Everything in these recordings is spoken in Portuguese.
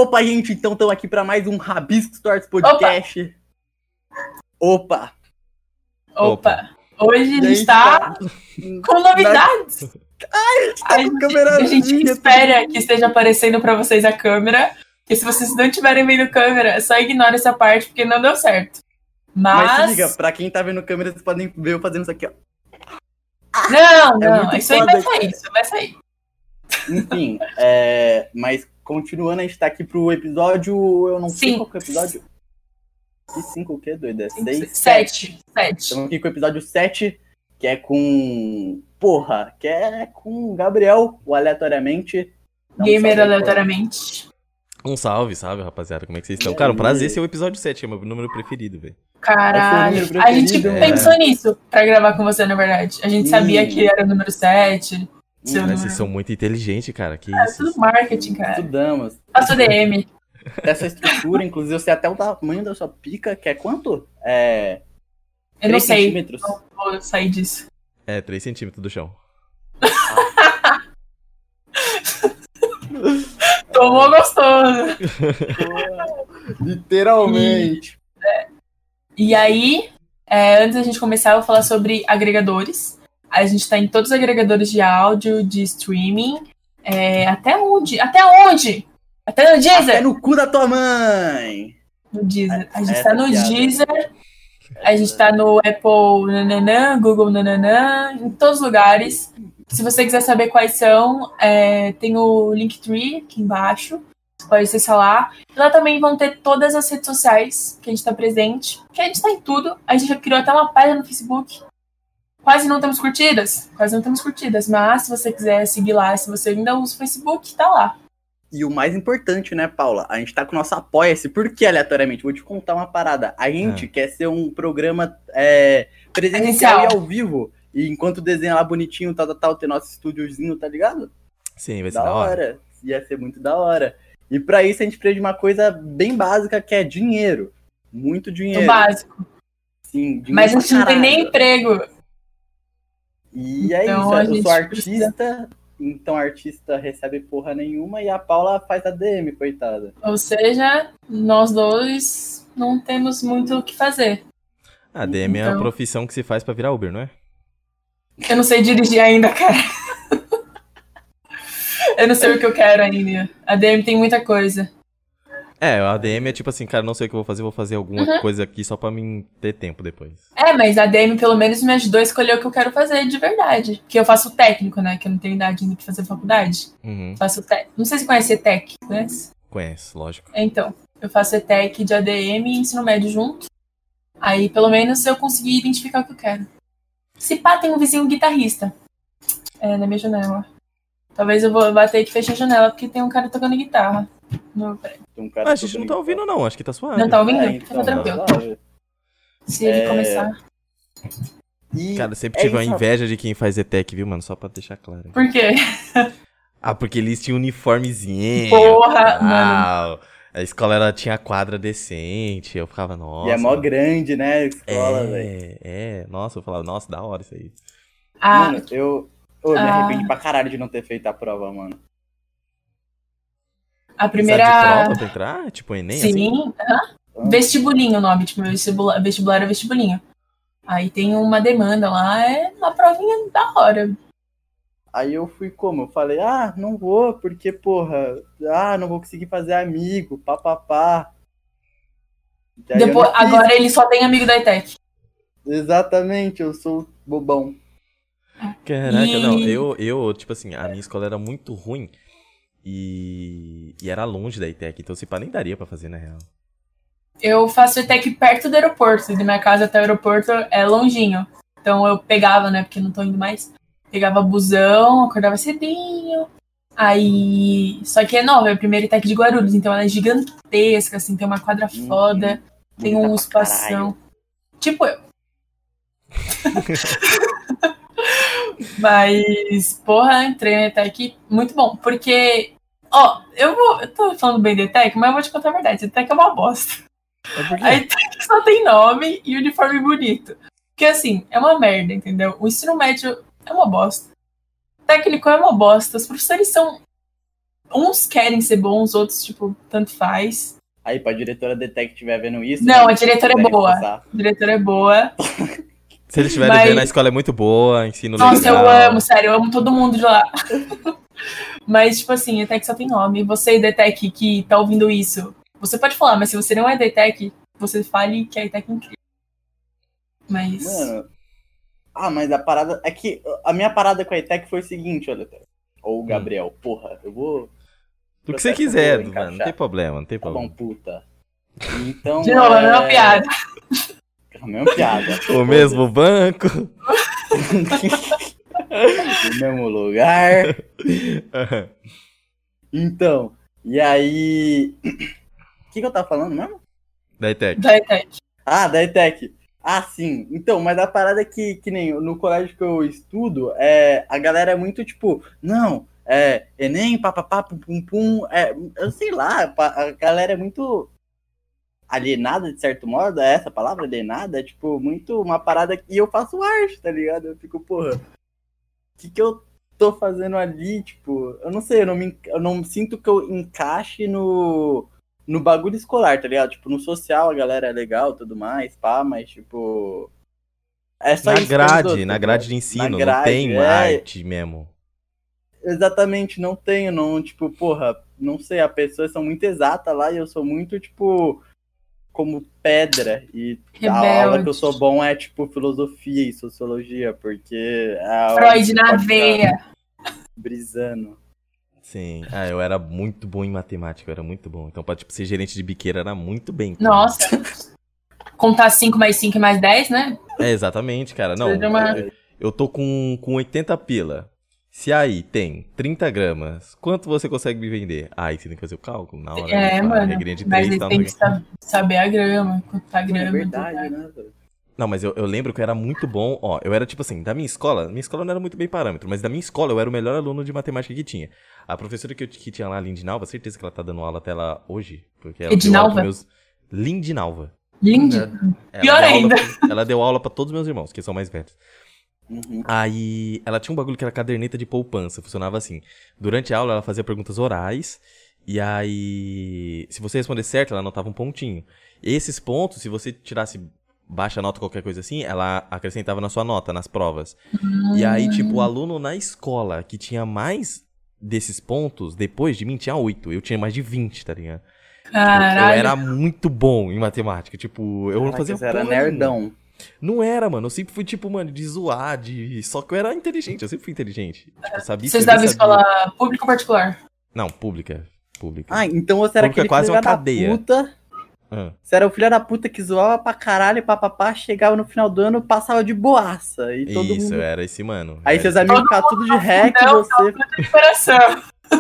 Opa, gente, então estamos aqui para mais um Rabisco Stories Podcast. Opa! Hoje a gente está com novidades. A gente espera que esteja aparecendo para vocês a câmera. E se vocês não estiverem vendo câmera, só ignora essa parte porque não deu certo. Mas se liga, pra quem tá vendo câmera, vocês podem ver eu fazendo isso aqui, ó. Não, isso aí vai sair, isso vai sair. Enfim, mas continuando, a gente tá aqui pro episódio, eu não sei qual que é o episódio. Que 5 o quê, doida? 6? 7. Estamos aqui com o episódio 7, que é com... que é com o Gabriel, o Aleatoriamente. Gamer Aleatoriamente. Um salve, rapaziada, como é que vocês estão? Cara, um prazer ser o episódio 7, é meu número preferido, velho. Caralho, a gente pensou nisso pra gravar com você, na verdade. A gente sabia que era o número 7. Vocês são muito inteligentes, cara, que isso? É tudo marketing, cara. Estudamos. Faço DM. Essa estrutura, inclusive, eu sei até o tamanho da sua pica, que é quanto? Eu não sei, centímetros. Não vou sair disso. 3 centímetros do chão. Tomou gostoso. Literalmente. E aí, antes da gente começar, eu vou falar sobre agregadores. A gente tá em todos os agregadores de áudio, de streaming. Até onde? Até no Deezer? Até no cu da tua mãe! No Deezer. A gente tá no Deezer. A gente tá no Apple nananã, Google nananã, em todos os lugares. Se você quiser saber quais são, tem o Linktree aqui embaixo. Você pode acessar lá. E lá também vão ter todas as redes sociais que a gente tá presente. Que a gente tá em tudo. A gente já criou até uma página no Facebook. Quase não temos curtidas, mas se você quiser seguir lá, se você ainda usa o Facebook, tá lá. E o mais importante, né, Paula? A gente tá com o nosso Apoia-se. Por que, aleatoriamente? Vou te contar uma parada. A gente quer ser um programa presencial e ao vivo. E enquanto desenha lá bonitinho, tal, ter nosso estúdiozinho, tá ligado? Sim, vai ser da hora. Ia ser muito da hora. E pra isso a gente precisa de uma coisa bem básica, que é dinheiro. Muito dinheiro. O básico. Sim, dinheiro. Mas a gente não tem nem emprego. E então, é isso, eu sou artista, então artista recebe porra nenhuma e a Paula faz a DM, coitada. Ou seja, nós dois não temos muito o que fazer. A DM é uma profissão que se faz pra virar Uber, não é? Eu não sei dirigir ainda, cara. Eu não sei o que eu quero ainda. A DM tem muita coisa. A DM é tipo assim, cara, não sei o que eu vou fazer alguma coisa aqui só pra mim ter tempo depois. Mas a DM pelo menos me ajudou a escolher o que eu quero fazer de verdade. Porque eu faço técnico, né, que eu não tenho idade ainda pra fazer faculdade. Faço Não sei se conhece ETEC, conhece? Conhece, lógico. Então, eu faço ETEC de ADM e ensino médio junto. Aí pelo menos eu consegui identificar o que eu quero. Se pá, tem um vizinho guitarrista. Na minha janela. Talvez eu vou bater que feche a janela porque tem um cara tocando guitarra. A gente não tá ouvindo, não. Acho que tá suave. Não tá ouvindo? Então, tá tranquilo. Se ele começar. Cara, eu sempre tive uma inveja de quem faz ETEC, viu, mano? Só pra deixar claro. Por quê? Porque eles tinham uniformezinho. Porra, mano. A escola ela tinha quadra decente. Eu ficava, nossa. E é mó grande, né, a escola, velho. Nossa, eu falava, nossa, da hora isso aí. Mano, eu me arrependi pra caralho de não ter feito a prova, mano. A primeira... de prova pra entrar? Tipo Enem, sim, assim? Vestibulinho o nome, tipo, vestibular é vestibulinho. Aí tem uma demanda lá, uma provinha da hora. Aí eu fui como? Eu falei, não vou, porque, porra, não vou conseguir fazer amigo, papapá. Depois, agora ele só tem amigo da ETEC. Exatamente, eu sou bobão. Caraca, não, eu, tipo assim, a minha escola era muito ruim e era longe da ETEC, então se pá, nem daria pra fazer, na real. Eu faço ETEC perto do aeroporto, de minha casa até o aeroporto é longinho. Então eu pegava, né, porque não tô indo mais, pegava busão, acordava cedinho, aí... Só que é nova, é a primeira ETEC de Guarulhos, então ela é gigantesca, assim, tem uma quadra foda, tem um espação. Tipo eu. Mas, porra, entrei na ETEC muito bom, porque, eu tô falando bem da ETEC, mas eu vou te contar a verdade, a ETEC é uma bosta. A ETEC só tem nome e uniforme bonito. Porque, assim, é uma merda, entendeu? O ensino médio é uma bosta. O técnico é uma bosta, os professores são uns querem ser bons, outros, tipo, tanto faz. Aí, pra diretora da ETEC estiver vendo isso... Não, a diretora é boa. A diretora é boa. Se eles estiverem vendo, a escola é muito boa, ensino legal. Nossa, eu amo, sério, eu amo todo mundo de lá. Mas, tipo assim, a ETEC só tem nome. Você da ETEC que tá ouvindo isso, você pode falar, mas se você não é da ETEC, você fale que a ETEC é incrível. Mas... Mano... mas a parada... É que a minha parada com a ETEC foi o seguinte, olha... Ou o Gabriel, porra, eu vou... Do que você quiser, mano, não tem problema, não tem problema. Tá bom, puta. Então, de novo, a mesma piada. A mesma piada. O mesmo banco. No mesmo lugar. Então, e aí... O que eu tava falando mesmo? Da ETEC. Da ETEC. Ah, da ETEC. Ah, sim. Então, mas a parada é que nem no colégio que eu estudo, a galera é muito tipo, não, Enem, papapá, pum, pum, pum. Eu sei lá, a galera é muito alienada, de certo modo, essa palavra alienada, é tipo, muito uma parada que eu faço arte, tá ligado? Eu fico, porra, o que eu tô fazendo ali? Tipo, eu não sei, eu não sinto que eu encaixe no bagulho escolar, tá ligado? Tipo, no social a galera é legal e tudo mais, pá, mas tipo... É só isso. Na grade de ensino, não tem arte mesmo. Exatamente, não tenho, não, tipo, porra, não sei, as pessoas são muito exatas lá e eu sou muito, tipo, como pedra. E rebelde. A aula que eu sou bom é, tipo, filosofia e sociologia, porque... Freud na veia. Brisando. Sim, eu era muito bom em matemática, eu era muito bom. Então, pra tipo, ser gerente de biqueira era muito bem. Nossa. Contar 5 mais 5 mais 10, né? Exatamente, cara. Não, eu tô com 80 pila. Se aí tem 30 gramas, quanto você consegue me vender? Aí você tem que fazer o cálculo na hora. Mano, de 3, mas ele tem que saber a grama, quanto a grama. É verdade, né, velho? Não, mas eu lembro que eu era muito bom, ó, eu era tipo assim, da minha escola não era muito bem parâmetro, mas da minha escola eu era o melhor aluno de matemática que tinha. A professora que tinha lá, Lindinalva, certeza que ela tá dando aula até lá hoje, porque ela Edinalva? Lindinalva. Pior ainda. Ela deu aula pra todos os meus irmãos, que são mais velhos. Uhum. Aí, ela tinha um bagulho que era caderneta de poupança, funcionava assim. Durante a aula, ela fazia perguntas orais, e aí, se você respondesse certo, ela anotava um pontinho. Esses pontos, se você tirasse baixa nota, qualquer coisa assim, ela acrescentava na sua nota, nas provas. E aí, tipo, o aluno na escola que tinha mais desses pontos, depois de mim, tinha 8. Eu tinha mais de 20, tá ligado? Caralho. Eu era muito bom em matemática, tipo, eu não fazia porra. Você era nerdão. Não era, mano. Eu sempre fui, tipo, mano, de zoar, Só que eu era inteligente, eu sempre fui inteligente. Tipo, sabia. Você estudava em escola pública ou particular? Não, pública. Ah, então você era aquele quase filho uma cadeia. Da puta. Você era o filho da puta que zoava pra caralho e papapá, chegava no final do ano, passava de boaça. E todo Isso, mundo... era esse mano. Aí seus amigos ficavam tudo de hack e você... Coração.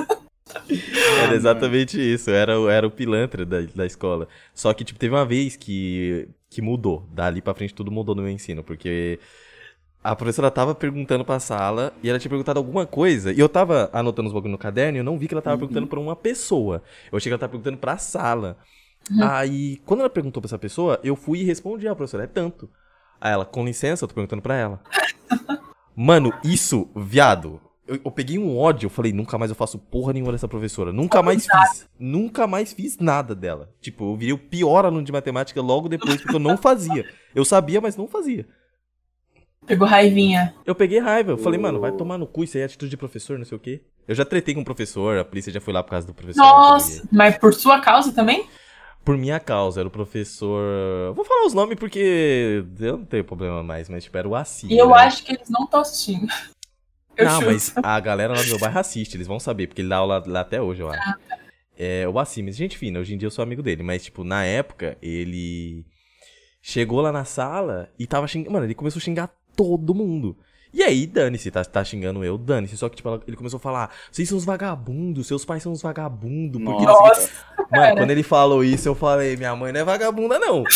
Era exatamente isso, eu era o pilantra da escola. Só que, tipo, teve uma vez que mudou. Dali pra frente tudo mudou no meu ensino, porque a professora tava perguntando pra sala e ela tinha perguntado alguma coisa. E eu tava anotando os bagulho no caderno e eu não vi que ela tava perguntando pra uma pessoa. Eu achei que ela tava perguntando pra sala. Aí, quando ela perguntou pra essa pessoa, eu fui e respondi à professora, é tanto. Aí ela, com licença, eu tô perguntando pra ela. Mano, isso, viado... Eu peguei um ódio, eu falei, nunca mais eu faço porra nenhuma dessa professora. Nunca mais fiz nada dela. Tipo, eu virei o pior aluno de matemática logo depois, porque eu não fazia. Eu sabia, mas não fazia. Pegou raivinha. Eu peguei raiva, eu falei, mano, vai tomar no cu, isso aí é atitude de professor, não sei o quê. Eu já tretei com o professor, a polícia já foi lá por causa do professor. Nossa, mas por sua causa também? Por minha causa, era o professor... Vou falar os nomes porque eu não tenho problema mais, mas tipo, era o Assi. E eu acho que eles não estão assistindo. Mas a galera lá do meu bairro assiste, eles vão saber, porque ele dá aula lá até hoje, eu acho. O Assim, mas gente fina, hoje em dia eu sou amigo dele, mas tipo, na época, ele chegou lá na sala e tava xingando, mano, ele começou a xingar todo mundo. E aí, dane-se, tá xingando eu, dane-se, só que tipo, ele começou a falar, vocês são uns vagabundos, seus pais são uns vagabundos. Nossa, mano, quando ele falou isso, eu falei, minha mãe não é vagabunda não.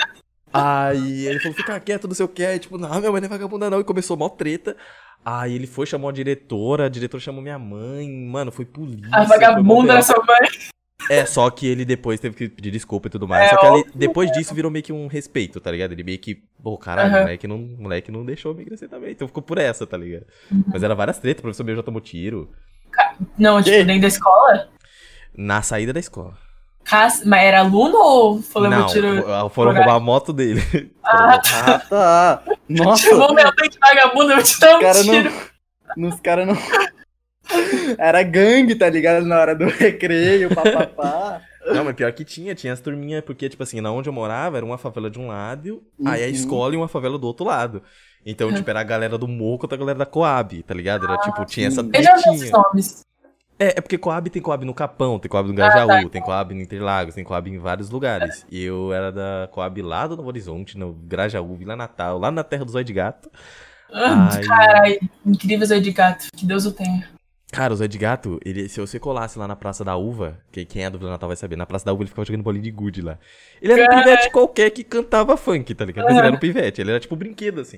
Aí ele falou, fica quieto, não sei o que, aí, tipo, não, minha mãe não é vagabunda não, e começou mó treta. Aí ele foi, chamou a diretora chamou minha mãe, mano, foi polícia. A vagabunda era sua mãe. Só que ele depois teve que pedir desculpa e tudo mais. Só que ele, depois disso virou meio que um respeito, tá ligado? Ele meio que, pô, caralho, moleque não deixou eu me crescer também. Então ficou por essa, tá ligado? Mas era várias tretas, o professor meu já tomou tiro. Não, tipo, dentro da escola? Na saída da escola. Mas era aluno ou falou Não, foram roubar a moto dele. Ah, tá. Nossa. Chamou minha mãe de vagabundo, eu vou te dar um tiro. Os caras não... Era gangue, tá ligado? Na hora do recreio, papapá. Não, mas pior que tinha as turminhas, porque, tipo assim, na onde eu morava era uma favela de um lado, aí a escola e uma favela do outro lado. Então, tipo, era a galera do morro contra a galera da Coab, tá ligado? Era, tipo, tinha essa tretinha. Eu já vi esses nomes. É porque Coab tem Coab no Capão, tem Coab no Grajaú, tem Coab no Interlagos, tem Coab em vários lugares. E eu era da Coab lá do Novo Horizonte, no Grajaú, Vila Natal, lá na terra do Zóio de Gato. Caralho, incrível Zóio de Gato, que Deus o tenha. Cara, o Zóio de Gato, se você colasse lá na Praça da Uva, que quem é do Vila Natal vai saber, na Praça da Uva ele ficava jogando bolinha de gude lá. Ele era um pivete qualquer que cantava funk, tá ligado? Mas ele era um pivete, ele era tipo um brinquedo, assim.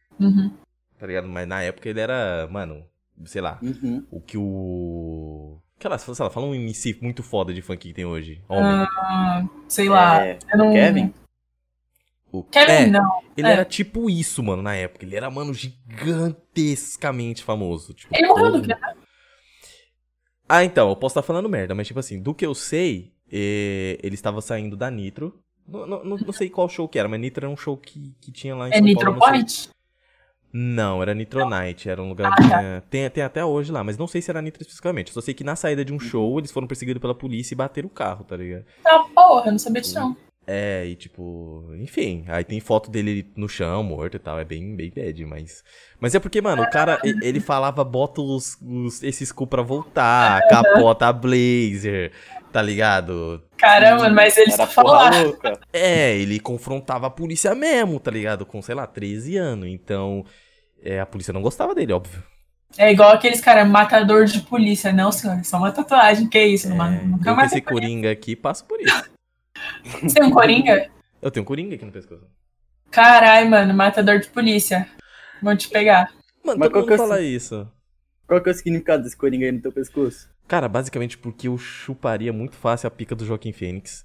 Tá ligado? Mas na época ele era, mano, sei lá, o que o... sei lá, fala um MC muito foda de funk que tem hoje. Homem. Sei lá. Eu não... Kevin? O Kevin, não. Ele era tipo isso, mano, na época. Ele era, mano, gigantescamente famoso. Tipo, ele morreu do quê? Então, eu posso estar falando merda, mas tipo assim, do que eu sei, ele estava saindo da Nitro. Não sei qual show que era, mas Nitro era um show que tinha lá em São Nitro Paulo. Point? Não, era Nitro Night, era um lugar que tem até hoje lá, mas não sei se era Nitro especificamente. Eu só sei que na saída de um show, eles foram perseguidos pela polícia e bateram o carro, tá ligado? Ah, porra, eu não sabia disso não. E tipo, enfim, aí tem foto dele no chão, morto e tal, é bem bad, mas é porque, mano, o cara, ele falava, bota esses cu pra voltar, capota a Blazer, tá ligado? Caramba, mas ele só falava. Ele confrontava a polícia mesmo, tá ligado? Com, sei lá, 13 anos, então, a polícia não gostava dele, óbvio. É igual aqueles caras matador de polícia, não, senhor, só uma tatuagem, que isso, nunca mais. Esse coringa aqui, passo por isso. Você tem um coringa? Eu tenho um coringa aqui no pescoço. Caralho, mano, matador de polícia. Vou te pegar. Mano, mas todo mundo fala isso. Qual que é o significado desse coringa aí no teu pescoço? Cara, basicamente porque eu chuparia muito fácil a pica do Joaquim Fênix.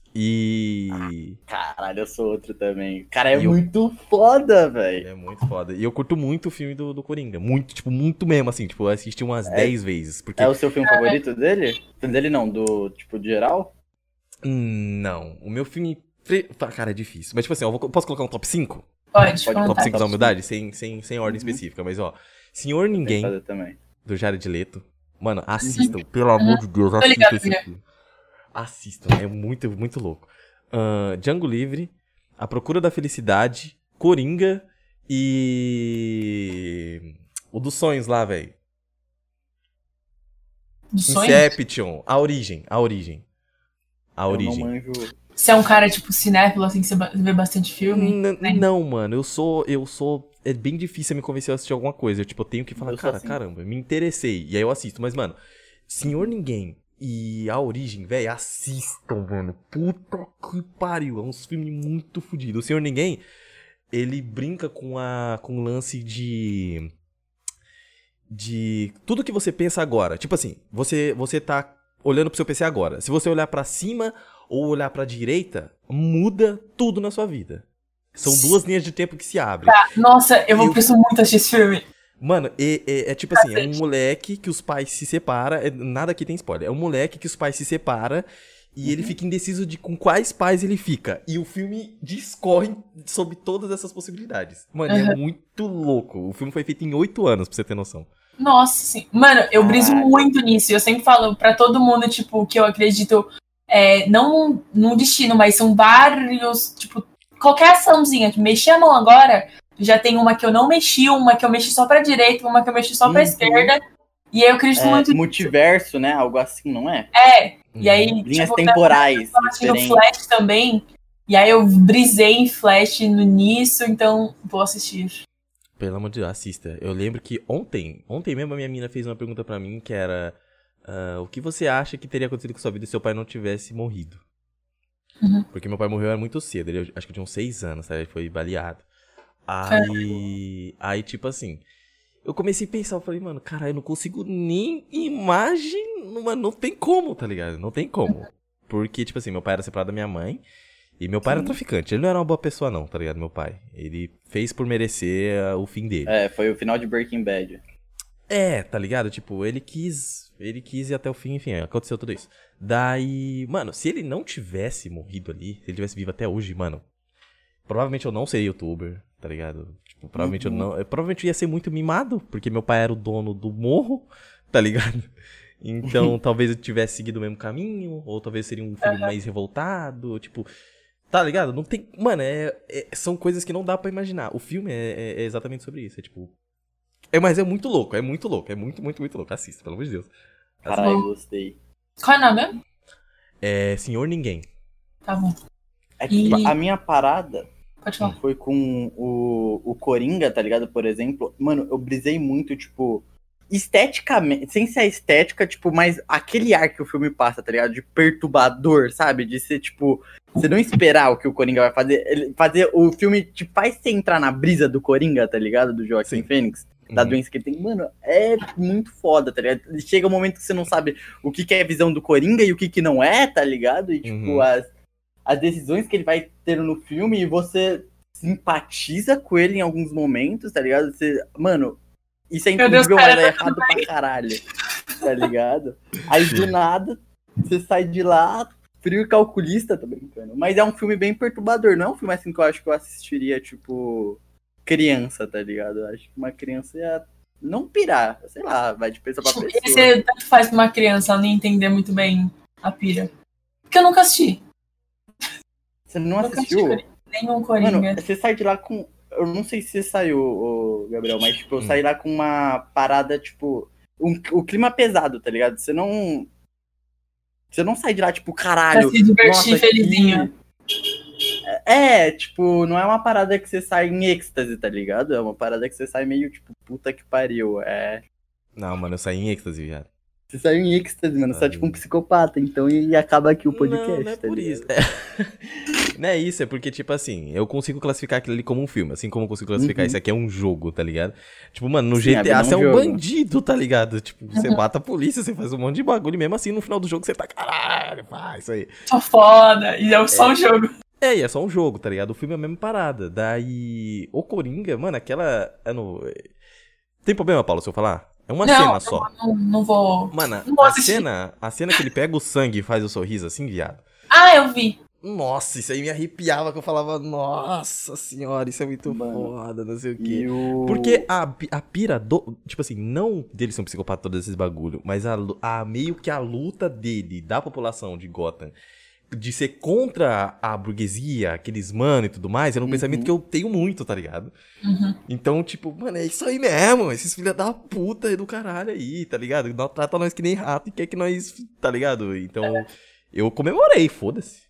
Caralho, eu sou outro também. Cara, é muito foda, velho. É muito foda. E eu curto muito o filme do Coringa. Muito, tipo, muito mesmo, assim. Tipo, eu assisti umas 10 vezes. Porque... É o seu filme favorito dele? Dele não, do, tipo, de geral? Não. O meu filme... Cara, é difícil. Mas, tipo assim, posso colocar um top 5? Pode top 5 da humildade? Sem ordem específica. Mas, ó. Senhor Ninguém, do Jared Leto. Mano, assistam. Pelo amor de Deus, assistam esse filme. Assistam. É muito, muito louco. Django Livre, A Procura da Felicidade, Coringa e... O dos sonhos lá, velho. Inception. A Origem. Você é um cara, tipo, cinéfilo, assim, que você vê bastante filme? Não, mano, eu sou... É bem difícil me convencer a assistir alguma coisa. Eu tenho que falar, caramba, me interessei. E aí eu assisto. Mas, mano, Senhor Ninguém e A Origem, velho, assistam, mano. Puta que pariu. É uns filmes muito fodidos. O Senhor Ninguém, ele brinca com o lance de tudo que você pensa agora. Tipo assim, você tá olhando pro seu PC agora. Se você olhar pra cima ou olhar pra direita, muda tudo na sua vida. São duas linhas de tempo que se abrem. Tá, nossa, eu preciso muito assistir esse filme. Mano, é tipo assim, é um moleque que os pais se separam. Nada aqui tem spoiler. É um moleque que os pais se separam e ele fica indeciso de com quais pais ele fica. E o filme discorre sobre todas essas possibilidades. Mano, é muito louco. O filme foi feito em 8 anos, pra você ter noção. Nossa, sim. Mano, eu briso muito nisso. Eu sempre falo pra todo mundo, tipo, que eu acredito, não num destino, mas são vários, tipo, qualquer açãozinha, de mexer a mão agora, já tem uma que eu não mexi, uma que eu mexi só pra direita, uma que eu mexi só pra esquerda. E aí eu acredito muito multiverso, né? Algo assim, não é? E aí, linhas temporais. Eu assisti no Flash também. E aí eu brisei em Flash nisso, então vou assistir. Pelo amor de Deus, assista. Eu lembro que ontem mesmo a minha mina fez uma pergunta pra mim que era o que você acha que teria acontecido com sua vida se seu pai não tivesse morrido? Porque meu pai morreu muito cedo, ele acho que tinha uns 6 anos, sabe? Ele foi baleado. Aí, tipo assim, eu comecei a pensar, eu falei, mano, caralho, eu não consigo nem imaginar, não tem como, tá ligado? Não tem como. Porque, tipo assim, meu pai era separado da minha mãe e meu pai era traficante. Ele não era uma boa pessoa não, tá ligado, meu pai. Ele fez por merecer o fim dele. Foi o final de Breaking Bad. Tá ligado? Tipo, ele quis ir até o fim, enfim, aconteceu tudo isso. Daí, mano, se ele não tivesse morrido ali, se ele tivesse vivo até hoje, mano, provavelmente eu não seria youtuber, tá ligado? Tipo, provavelmente provavelmente eu ia ser muito mimado, porque meu pai era o dono do morro, tá ligado? Então, talvez eu tivesse seguido o mesmo caminho, ou talvez seria um filho mais revoltado, tipo, tá ligado? Não tem, mano, são coisas que não dá pra imaginar. O filme é exatamente sobre isso, é tipo, mas é muito louco, é muito louco, é muito, muito, muito louco. Assista, pelo amor de Deus. Caralho, gostei. Qual é o nome? Senhor Ninguém. Tá bom. Tipo, a minha parada Pode falar. foi com o Coringa, tá ligado? Por exemplo. Mano, eu brisei muito, tipo, esteticamente, sem ser a estética, tipo, mas aquele ar que o filme passa, tá ligado? De perturbador, sabe? De ser, tipo, você não esperar o que o Coringa vai fazer. O filme te faz você entrar na brisa do Coringa, tá ligado? Do Joaquin Phoenix. Da doença que ele tem. Mano, é muito foda, tá ligado? Chega um momento que você não sabe o que é a visão do Coringa e o que não é, tá ligado? E, tipo, as decisões que ele vai ter no filme e você simpatiza com ele em alguns momentos, tá ligado? Você, isso é incrível, mas é errado pra caralho, tá ligado? Aí, do nada, você sai de lá, frio e calculista, tô brincando. Mas é um filme bem perturbador, não é um filme assim que eu acho que eu assistiria, tipo... criança, tá ligado? Eu acho que uma criança ia não pirar, sei lá, vai de pessoa pra pessoa. Você tanto faz pra uma criança não entender muito bem a pira. Porque eu nunca assisti. Você não assistiu? Nenhum Coringa. Mano, você sai de lá com... Eu não sei se você saiu, Gabriel, mas tipo, eu saí lá com uma parada, tipo... O clima pesado, tá ligado? Você não sai de lá, tipo, caralho... Pra se divertir felizinho. Tipo, não é uma parada que você sai em êxtase, tá ligado? É uma parada que você sai meio, tipo, puta que pariu, Não, mano, eu saí em êxtase, viado. Você saiu em êxtase, mano, você é tipo um psicopata, então e acaba aqui o podcast, não é tá por ligado? isso. Não é isso, é porque, tipo assim, eu consigo classificar aquilo ali como um filme, assim como eu consigo classificar isso aqui é um jogo, tá ligado? Tipo, mano, no GTA você é um bandido, tá ligado? Tipo, você mata a polícia, você faz um monte de bagulho, e mesmo assim, no final do jogo você tá, caralho, faz isso aí. Tô foda, e é só um jogo. E é só um jogo, tá ligado? O filme é a mesma parada. Daí, o Coringa, mano, aquela... Tem problema, Paulo, se eu falar? É uma cena só. Não vou... Mano, não vou a cena que ele pega o sangue e faz o sorriso assim, viado. Ah, eu vi. Nossa, isso aí me arrepiava, que eu falava, nossa senhora, isso é muito foda, não sei o quê. Porque a pira tipo assim, não dele ser um psicopata, todos esses bagulho, mas meio que a luta dele, da população de Gotham, de ser contra a burguesia, aqueles mano e tudo mais, era um pensamento que eu tenho muito, tá ligado? Então, tipo, mano, é isso aí mesmo, esses filhos da puta do caralho aí, tá ligado? Trata nós que nem rato e quer que nós, tá ligado? Então, eu comemorei, foda-se.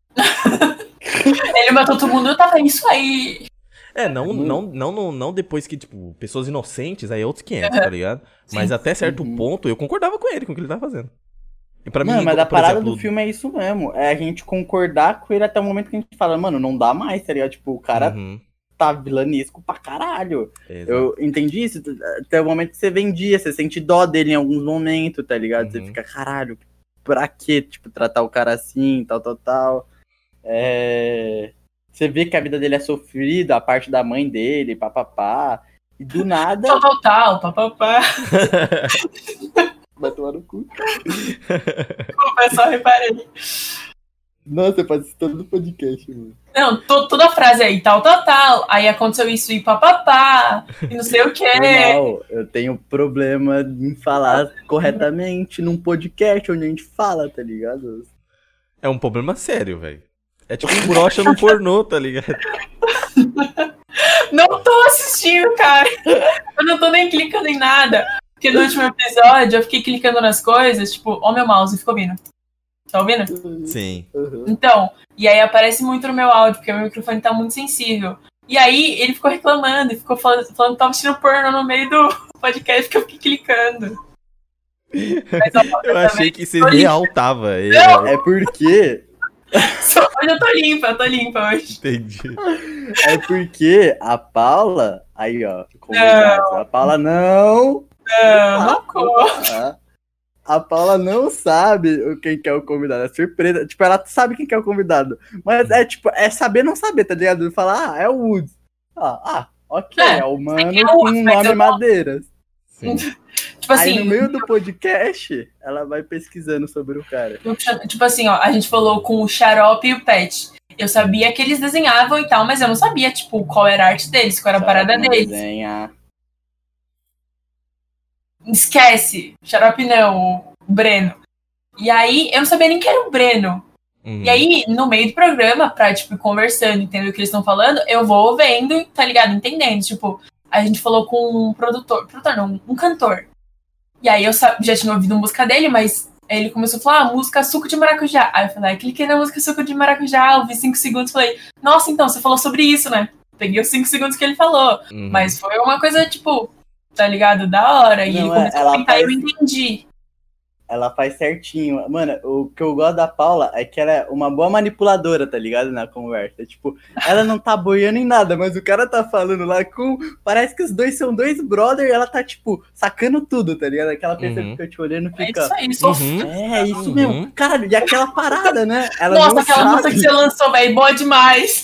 Ele matou todo mundo, eu tava isso aí. Não depois que, tipo, pessoas inocentes, aí é outros 500, tá ligado? Sim. Mas até certo ponto, eu concordava com ele, com o que ele tava fazendo. E pra mim, mas a parada do filme é isso mesmo. É a gente concordar com ele até o momento que a gente fala, mano, não dá mais, tá ligado? Tipo, o cara tá vilanesco pra caralho. Exato. Eu entendi isso. Até o momento que você vendia, você sente dó dele em alguns momentos, tá ligado? Você fica, caralho, pra quê? Tipo, tratar o cara assim, tal. Você vê que a vida dele é sofrida, a parte da mãe dele, papapá. E do nada... Tal, papapá. Vai tomar no cu. Desculpa, só reparei. Nossa, faz todo no podcast, mano. Não, toda a frase aí, tal. Aí aconteceu isso e papapá, e não sei o quê. Normal, eu tenho problema em falar corretamente num podcast onde a gente fala, tá ligado? É um problema sério, velho. É tipo um brocha no pornô, tá ligado? Não tô assistindo, cara. Eu não tô nem clicando em nada. Porque no último episódio eu fiquei clicando nas coisas, tipo, ó meu mouse, ficou ouvindo. Tá ouvindo? Sim. Então, e aí aparece muito no meu áudio, porque o meu microfone tá muito sensível. E aí ele ficou reclamando, ficou falando que tava assistindo porno no meio do podcast, que eu fiquei clicando. Mas, ó, eu achei que você real tava. É porque... Hoje eu tô limpa hoje. Entendi. É porque a Paula... Aí, ó. A Paula não conta. A Paula não sabe quem que é o convidado. É surpresa. Tipo, ela sabe quem que é o convidado. Mas é tipo, é saber não saber, tá ligado? Falar, é o Woods. Ok, é o mano com o nome Madeiras. Sim. Tipo assim, aí no meio do podcast, ela vai pesquisando sobre o cara. Tipo assim, ó, a gente falou com o Xarope e o Pet. Eu sabia que eles desenhavam e tal, mas eu não sabia, tipo, qual era a arte deles, qual era a parada deles. Desenha. Esquece, Xarope não, o Breno. E aí, eu não sabia nem que era o Breno. E aí, no meio do programa, pra, tipo, ir conversando, entender o que eles estão falando, eu vou vendo, tá ligado? Entendendo. Tipo, a gente falou com um produtor não, um cantor. E aí eu já tinha ouvido a música dele, mas ele começou a falar, música Suco de Maracujá. Aí eu falei, cliquei na música Suco de Maracujá, ouvi 5 segundos, falei, nossa, então, você falou sobre isso, né? Peguei os 5 segundos que ele falou. Mas foi uma coisa, tipo, tá ligado? Da hora. E ele começou a comentar e eu entendi. Ela faz certinho. Mano, o que eu gosto da Paula é que ela é uma boa manipuladora, tá ligado? Na conversa. Tipo, ela não tá boiando em nada, mas o cara tá falando lá com... Parece que os dois são dois brother e ela tá, tipo, sacando tudo, tá ligado? Aquela pessoa que fica te olhando e fica... É isso aí, É isso mesmo. Caralho, e aquela parada, né? Ela nossa, não aquela sabe. música que você lançou, velho, boa demais.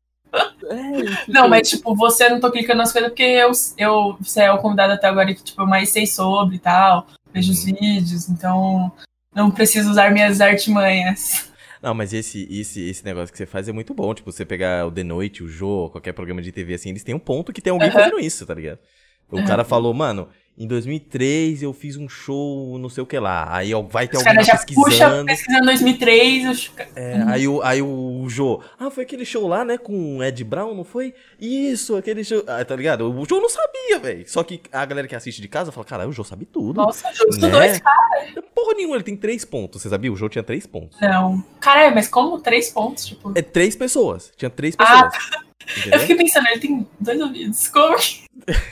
Isso não, mas, tipo, você não tô clicando nas coisas porque você é o convidado até agora que, tipo, eu mais sei sobre e tal. Vejo os vídeos, então não preciso usar minhas artimanhas. Não, mas esse negócio que você faz é muito bom. Tipo, você pegar o The Noite, o Jô, qualquer programa de TV assim, eles têm um ponto que tem alguém fazendo isso, tá ligado? O cara falou, mano, em 2003 eu fiz um show não sei o que lá. Aí vai ter alguém pesquisando. Puxa, pesquisando 2003. Aí o Jô, foi aquele show lá, né, com o Ed Brown, não foi? Isso, aquele show. Tá ligado? O Jô não sabia, velho. Só que a galera que assiste de casa fala, caralho, o Jô sabe tudo. Nossa, o Jô estudou esse cara. Porra nenhuma, ele tem 3 pontos. Você sabia? O Jô tinha 3 pontos. Não. Caralho, mas como 3 pontos? Tipo... É 3 pessoas. Tinha 3 pessoas. Eu fiquei pensando, ele tem 2 ouvidos. Como que...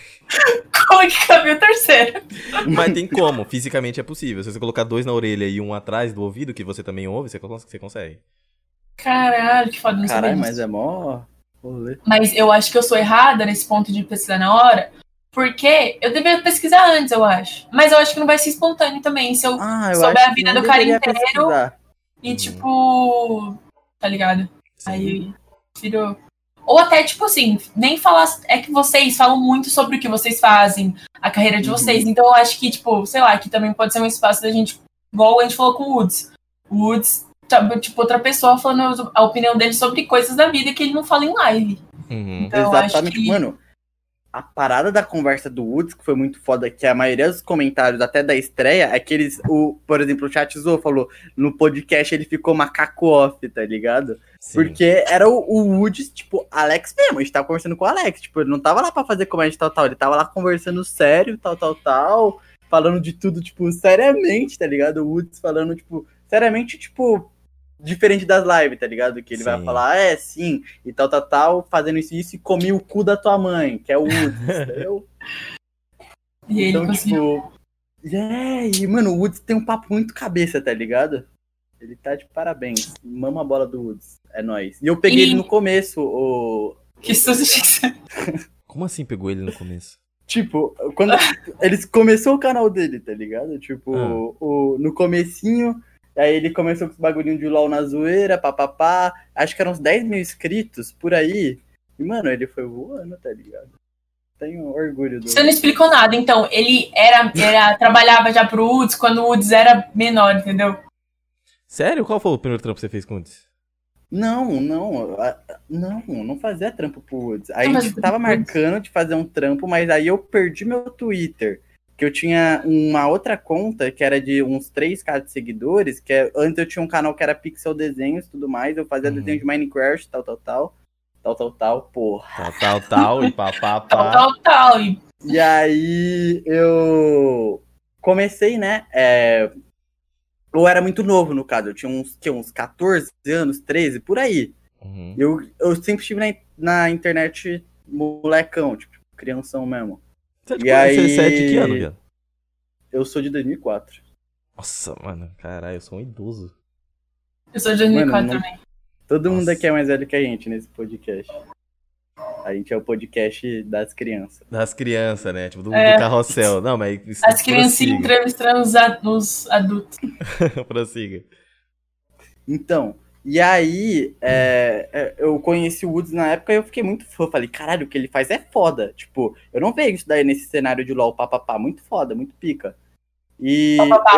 Como que cabe o terceiro? Mas tem como, fisicamente é possível. Se você colocar 2 na orelha e um atrás do ouvido, que você também ouve, você consegue. Caralho, que foda, não sabia. Caralho, mas é mó rolê. Mas eu acho que eu sou errada nesse ponto de pesquisar na hora, porque eu deveria pesquisar antes, eu acho. Mas eu acho que não vai ser espontâneo também, se eu souber a vida do cara inteiro pesquisar. E, tipo, tá ligado? Sim. Aí, tiro... Ou até, tipo assim, nem falar... É que vocês falam muito sobre o que vocês fazem, a carreira de vocês. Então, eu acho que, tipo, sei lá, que também pode ser um espaço da gente... Igual a gente falou com o Woods. O Woods, tipo, outra pessoa falando a opinião dele sobre coisas da vida que ele não fala em live. Então, exatamente, acho que... mano. A parada da conversa do Woods, que foi muito foda, que a maioria dos comentários, até da estreia, é que eles, por exemplo, o Chatzou falou, no podcast ele ficou macaco off, tá ligado? Sim. Porque era o Woods, tipo, Alex mesmo, a gente tava conversando com o Alex, tipo, ele não tava lá pra fazer comédia tal, ele tava lá conversando sério, tal, falando de tudo, tipo, seriamente, tá ligado? O Woods falando, tipo, seriamente, tipo... Diferente das lives, tá ligado? Que ele vai falar, sim, e tal, fazendo isso, e comi o cu da tua mãe, que é o Woods, entendeu? E então, ele conseguiu. tipo... e, mano, o Woods tem um papo muito cabeça, tá ligado? Ele tá de parabéns. Mama a bola do Woods. É nóis. E eu peguei ele no começo, Que susto. Como assim pegou ele no começo? Tipo, quando ele começou o canal dele, tá ligado? Tipo, no comecinho... Aí ele começou com os bagulhinhos de LOL na zoeira, papapá. Acho que eram uns 10 mil inscritos, por aí. E, mano, ele foi voando, tá ligado? Tenho orgulho do... Você não explicou nada, então. Ele trabalhava já pro Woods quando o Woods era menor, entendeu? Sério? Qual foi o primeiro trampo que você fez com o Woods? Não fazia trampo pro Woods. Aí a gente tava marcando de fazer um trampo, mas aí eu perdi meu Twitter. Que eu tinha uma outra conta que era de uns 3k de seguidores, que antes eu tinha um canal que era Pixel Desenhos e tudo mais, eu fazia desenho de Minecraft, porra. Tal, e pá. Tal. E aí eu comecei, né, eu era muito novo, no caso, eu tinha uns 14 anos, 13, por aí. Eu sempre estive na internet molecão, tipo, crianção mesmo. Você é de que ano, viado? Eu sou de 2004. Nossa, mano, caralho, eu sou um idoso. Eu sou de 2004 também. Todo mundo aqui é mais velho que a gente nesse podcast. A gente é o podcast das crianças. Das crianças, né? Tipo, do carrossel. Não, mas... As criancinhas entrevistando os adultos. Prossiga. Então, E aí, eu conheci o Woods na época e eu fiquei muito fã. Falei, caralho, o que ele faz é foda. Tipo, eu não vejo isso daí nesse cenário de LoL, papapá, muito foda, muito pica. E,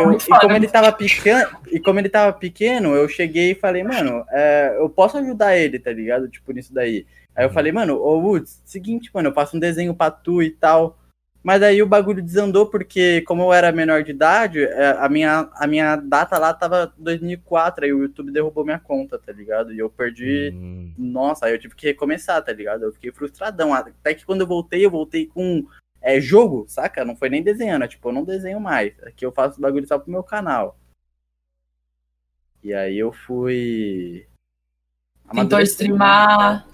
como ele tava pequeno, eu cheguei e falei, mano, eu posso ajudar ele, tá ligado? Tipo, nisso daí. Aí eu falei, mano, ô Woods, seguinte, mano, eu faço um desenho pra tu e tal. Mas aí o bagulho desandou, porque como eu era menor de idade, a minha data lá tava 2004, aí o YouTube derrubou minha conta, tá ligado? E eu perdi... Nossa, aí eu tive que recomeçar, tá ligado? Eu fiquei frustradão. Até que quando eu voltei com jogo, saca? Não foi nem desenhando, tipo, eu não desenho mais. Aqui eu faço bagulho só pro meu canal. E aí eu fui... Tentou streamar...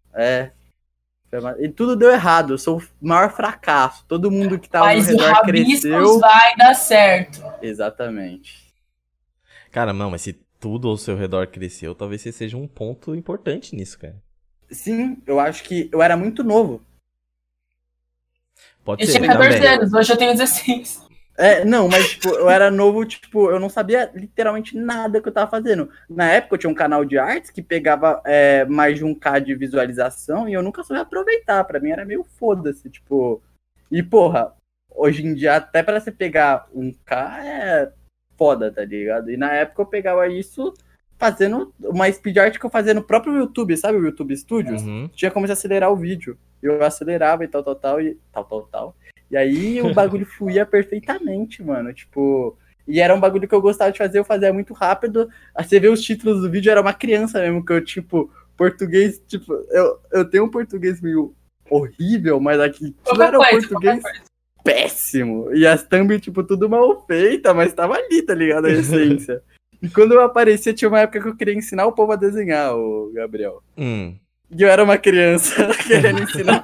E tudo deu errado, eu sou o maior fracasso. Todo mundo que tava no redor cresceu. Mas vai dar certo. Exatamente. Cara, não, mas se tudo ao seu redor cresceu, talvez você seja um ponto importante nisso, cara. Sim, eu acho que eu era muito novo. Pode ser, eu tinha 14 anos, hoje eu tenho 16. Não, mas tipo, eu era novo, tipo, eu não sabia literalmente nada que eu tava fazendo. Na época eu tinha um canal de artes que pegava mais de 1K de visualização e eu nunca soube aproveitar. Pra mim era meio foda-se, tipo... E porra, hoje em dia até pra você pegar 1K é foda, tá ligado? E na época eu pegava isso fazendo uma speed art que eu fazia no próprio YouTube, sabe? O YouTube Studios. Tinha como acelerar o vídeo. Eu acelerava e tal. E aí o bagulho fluía perfeitamente, mano. Tipo... E era um bagulho que eu gostava de fazer, eu fazia muito rápido. Aí você vê os títulos do vídeo, era uma criança mesmo, que eu, tipo, português, tipo... Eu tenho um português meio horrível, mas aqui tudo era um português péssimo. E as thumb, tipo, tudo mal feita, mas tava ali, tá ligado? A essência. E quando eu aparecia, tinha uma época que eu queria ensinar o povo a desenhar, o Gabriel. E eu era uma criança querendo ensinar.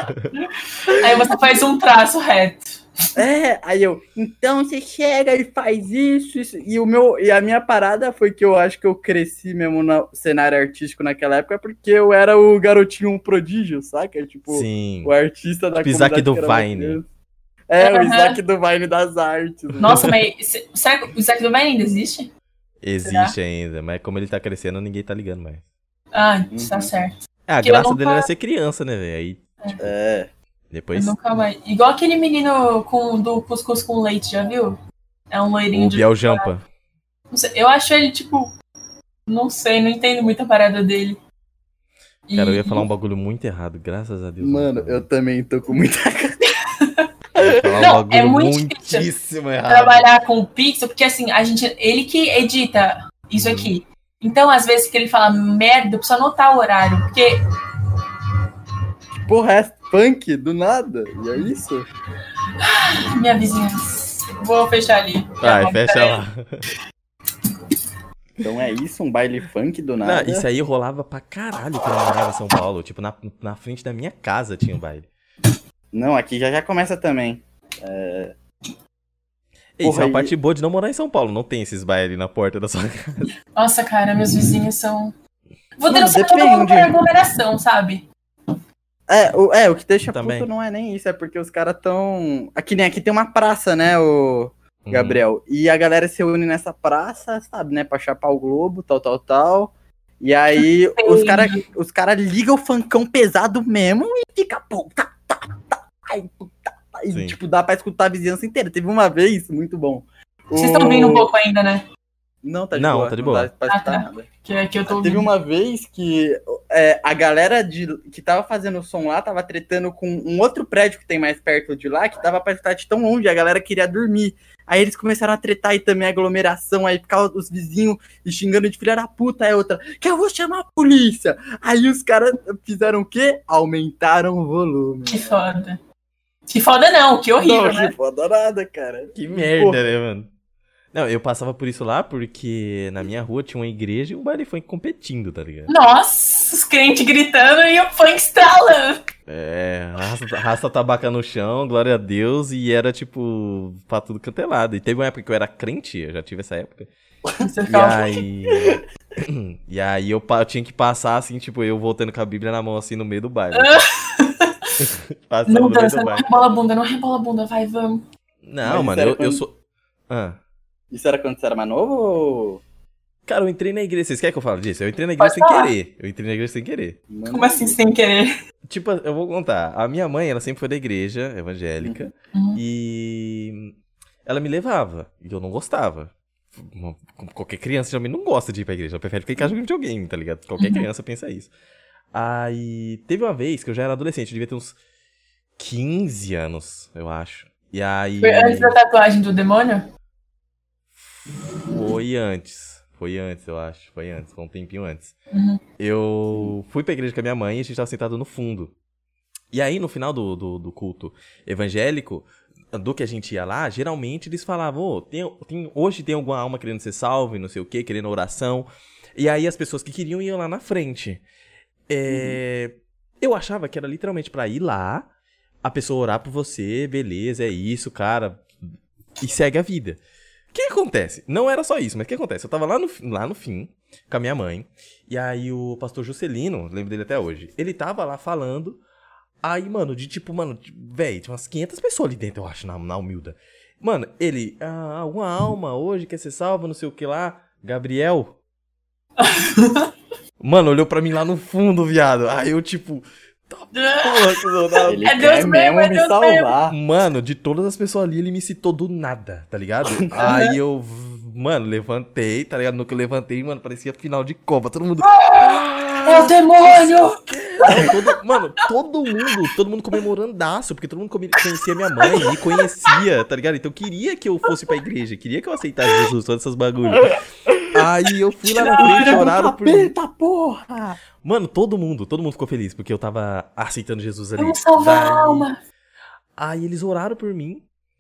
Aí você faz um traço reto. Aí então você chega e faz isso. E a minha parada foi que eu acho que eu cresci mesmo no cenário artístico naquela época, porque eu era o garotinho prodígio, saca? Tipo, sim. O artista da comunidade. Isaac do Vine. O Isaac do Vine das artes. Nossa, mas será que o Isaac do Vine ainda existe? Existe ainda, mas como ele tá crescendo, ninguém tá ligando mais. Tá certo. A graça dele era ser criança, né, velho? Aí, depois... Eu nunca mais... Igual aquele menino do cuscuz com leite, já viu? É um loirinho o Biel Jampa. Não sei, eu acho ele, tipo... Não sei, não entendo muito a parada dele. Cara, eu ia falar um bagulho muito errado, graças a Deus. Mano, eu também tô com muita... Não, é muito difícil errado. Trabalhar com o Pixel, porque assim, ele que edita isso aqui. Então, às vezes que ele fala merda, eu preciso anotar o horário, porque... Porra, é funk do nada? E é isso? Minha vizinha. Vou fechar ali. Fecha lá. Então é isso, um baile funk do nada? Não, isso aí rolava pra caralho quando eu morava em São Paulo. Tipo, na frente da minha casa tinha um baile. Não, aqui já começa também. Isso é uma parte boa de não morar em São Paulo. Não tem esses bailes na porta da sua casa. Nossa, cara, meus vizinhos são... Vou denunciar todo mundo por aglomeração, sabe? O que deixa puto não é nem isso. É porque os caras tão... Aqui tem uma praça, né, o Gabriel? E a galera se une nessa praça, sabe, né? Pra chapar o globo, tal. E aí os cara ligam o funkão pesado mesmo e fica... E, tipo, dá pra escutar a vizinhança inteira. Teve uma vez, muito bom. Vocês estão ouvindo um pouco ainda, né? Não, tá de boa. Tá de boa. Não dá pra escutar nada. Que eu tô ouvindo. Teve uma vez que a galera que tava fazendo o som lá tava tretando com um outro prédio que tem mais perto de lá, que dava pra escutar de tão longe, a galera queria dormir. Aí eles começaram a tretar e também aglomeração, aí ficavam os vizinhos xingando de filha da puta, aí outra, que eu vou chamar a polícia. Aí os caras fizeram o quê? Aumentaram o volume. Que foda. Que foda não, que horrível, né? Que foda nada, cara. Que merda, né, mano? Não, eu passava por isso lá porque na minha rua tinha uma igreja e um baile funk competindo, tá ligado? Nossa, os crentes gritando e o funk estralando. Raça tabaca no chão, glória a Deus, e era tipo, pra tudo cantelado. E teve uma época que eu era crente, eu já tive essa época. E aí eu tinha que passar assim, tipo, eu voltando com a Bíblia na mão assim no meio do baile. Não dança, não rebola a bunda, vai, vamos. Não, mano, eu sou... Isso era quando você era mais novo ou... Cara, eu entrei na igreja. Vocês querem que eu fale disso? Eu entrei na igreja sem querer. Eu entrei na igreja sem querer. Como assim sem querer? Tipo, eu vou contar. A minha mãe, ela sempre foi da igreja evangélica. E ela me levava. E eu não gostava. Qualquer criança geralmente não gosta de ir pra igreja. Ela prefere ficar em casa jogando videogame, tá ligado? Qualquer criança pensa isso. Aí, teve uma vez que eu já era adolescente. Eu devia ter uns 15 anos, eu acho. E aí... Foi antes da tatuagem do demônio? Foi antes, eu acho. Foi um tempinho antes. Eu fui pra igreja com a minha mãe e a gente tava sentado no fundo. E aí, no final do culto evangélico, do que a gente ia lá, geralmente eles falavam, hoje tem alguma alma querendo ser salva e não sei o quê, querendo oração. E aí as pessoas que queriam iam lá na frente. Eu achava que era literalmente pra ir lá, a pessoa orar por você, beleza, é isso, cara, e segue a vida. O que acontece? Não era só isso, mas o que acontece? Eu tava lá no fim, com a minha mãe, e aí o pastor Juscelino, lembro dele até hoje, ele tava lá falando, aí, mano, velho, tinha umas 500 pessoas ali dentro, eu acho, na humilda. Mano, ele, uma alma hoje quer ser salva, não sei o que lá, Gabriel. Mano, olhou pra mim lá no fundo, viado, aí eu, tipo... Porra, ele quer mesmo me salvar. Mano, de todas as pessoas ali, ele me citou do nada, tá ligado? Aí eu, mano, levantei, tá ligado? No que eu levantei, mano, parecia final de Copa. Todo mundo... É o demônio! Todo mundo comemorandaço, porque todo mundo conhecia minha mãe, me conhecia, tá ligado? Então queria que eu fosse pra igreja, queria que eu aceitasse Jesus, todas essas bagulhos. Aí eu fui lá na frente, oraram por mim. Porra! Mano, todo mundo ficou feliz, porque eu tava aceitando Jesus ali. Vamos salvar a alma! Aí eles oraram por mim.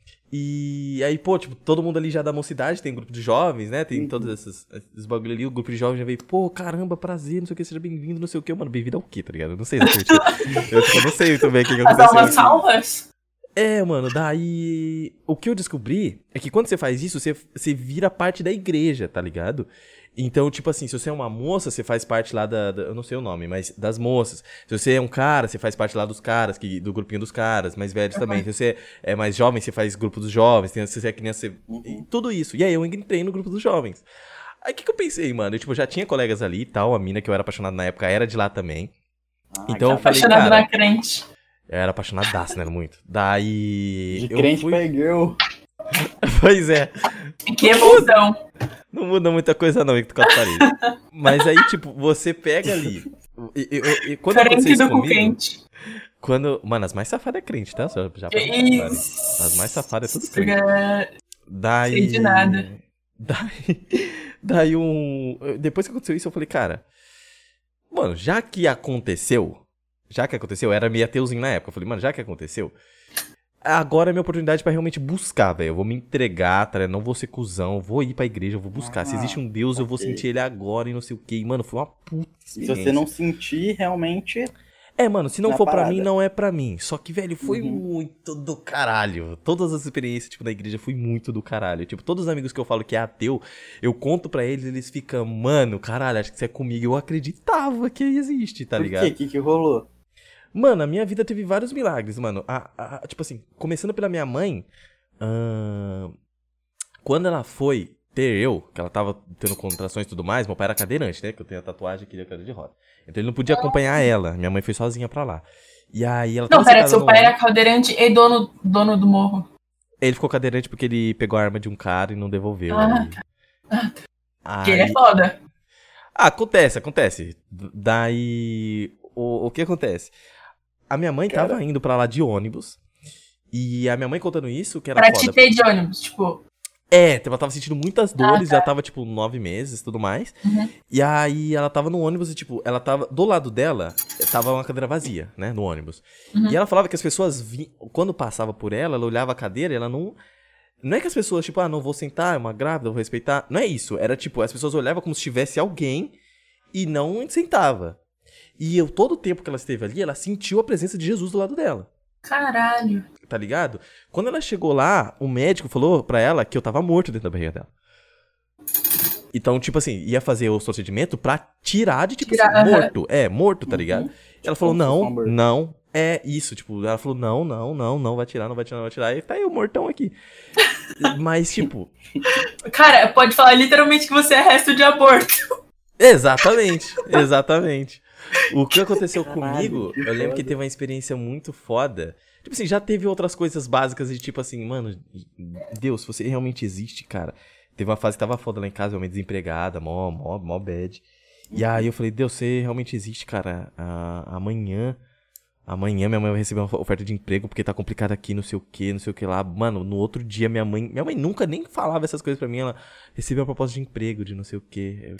E aí, pô, tipo, todo mundo ali já da mocidade, tem grupo de jovens, né? Tem todos esses bagulho ali, o grupo de jovens já veio, pô, caramba, prazer, não sei o que, seja bem-vindo, não sei o que. Mano, bem-vindo ao quê, tá ligado? Eu não sei exatamente. eu não sei muito bem o que aconteceu. As almas salvas? Mano, daí... O que eu descobri é que quando você faz isso, você vira parte da igreja, tá ligado? Então, tipo assim, se você é uma moça, você faz parte lá eu não sei o nome, mas das moças. Se você é um cara, você faz parte lá dos caras, do grupinho dos caras, mais velhos também. Se você é mais jovem, você faz grupo dos jovens. Se você é criança, tudo isso. E aí eu entrei no grupo dos jovens. Aí o que eu pensei, mano? Eu já tinha colegas ali e tal, a mina que eu era apaixonado na época era de lá também. Então eu falei, apaixonado cara... na crente. Eu era apaixonadaço, né? Muito. Daí... De crente pra girl. Pois é. Que emoção. Não muda muita coisa não, que tu parede. Mas aí, tipo, você pega ali... Quando aconteceu isso comigo... Mano, as mais safadas é crente, tá? As mais safadas é tudo crente. Daí... Sei de nada. Daí depois que aconteceu isso, eu falei, cara... Mano, já que aconteceu, era meio ateuzinho na época. Eu falei, mano, já que aconteceu... Agora é minha oportunidade pra realmente buscar, velho. Eu vou me entregar, tá? Não vou ser cuzão, vou ir pra igreja, eu vou buscar. Se existe um Deus, eu vou sentir ele agora e não sei o quê. E, mano, foi uma puta experiência. Se você não sentir, realmente... Mano, se não for pra mim, não é pra mim. Só que, velho, foi muito do caralho. Todas as experiências, tipo, da igreja foi muito do caralho. Tipo, todos os amigos que eu falo que é ateu, eu conto pra eles ficam, mano, caralho, acho que você é comigo. Eu acreditava que existe, tá ligado? Por quê? O que rolou? Mano, a minha vida teve vários milagres, mano. Tipo assim, começando pela minha mãe, quando ela foi ter que ela tava tendo contrações e tudo mais, meu pai era cadeirante, né? Que eu tenho a tatuagem aqui da cadeira de roda. Então ele não podia acompanhar ela. Minha mãe foi sozinha pra lá. E aí ela... Não, pera, seu pai era cadeirante e dono do morro. Ele ficou cadeirante porque ele pegou a arma de um cara e não devolveu. Que ele é foda. Acontece. Daí... O que acontece? A minha mãe tava indo pra lá de ônibus. E a minha mãe contando isso, que era pra foda. te ter de ônibus, tipo... Ela tava sentindo muitas dores, já tava, tipo, 9 meses e tudo mais. E aí ela tava no ônibus e, tipo, ela tava... Do lado dela, tava uma cadeira vazia, né, no ônibus. E ela falava que as pessoas, quando passava por ela olhava a cadeira e ela não... Não é que as pessoas, tipo, não vou sentar, é uma grávida, vou respeitar. Não é isso. Era, tipo, as pessoas olhavam como se tivesse alguém e não sentava. E todo o tempo que ela esteve ali, ela sentiu a presença de Jesus do lado dela. Caralho. Tá ligado? Quando ela chegou lá, o médico falou pra ela que eu tava morto dentro da barriga dela. Então, tipo assim, ia fazer o procedimento pra tirar de, tipo assim, morto. Morto, tá ligado? Ela falou, não. É, isso, tipo, ela falou, não vai tirar, e tá aí o mortão aqui. Mas, tipo... Cara, pode falar literalmente que você é resto de aborto. Exatamente. O que aconteceu comigo, eu lembro que teve uma experiência muito foda. Tipo assim, já teve outras coisas básicas de tipo assim, mano, Deus, você realmente existe, cara. Teve uma fase que tava foda lá em casa, eu me desempregada, mó bad. E aí eu falei, Deus, você realmente existe, cara. Amanhã minha mãe vai receber uma oferta de emprego porque tá complicado aqui, não sei o que lá. Mano, no outro dia minha mãe nunca nem falava essas coisas pra mim, ela recebeu uma proposta de emprego de não sei o que.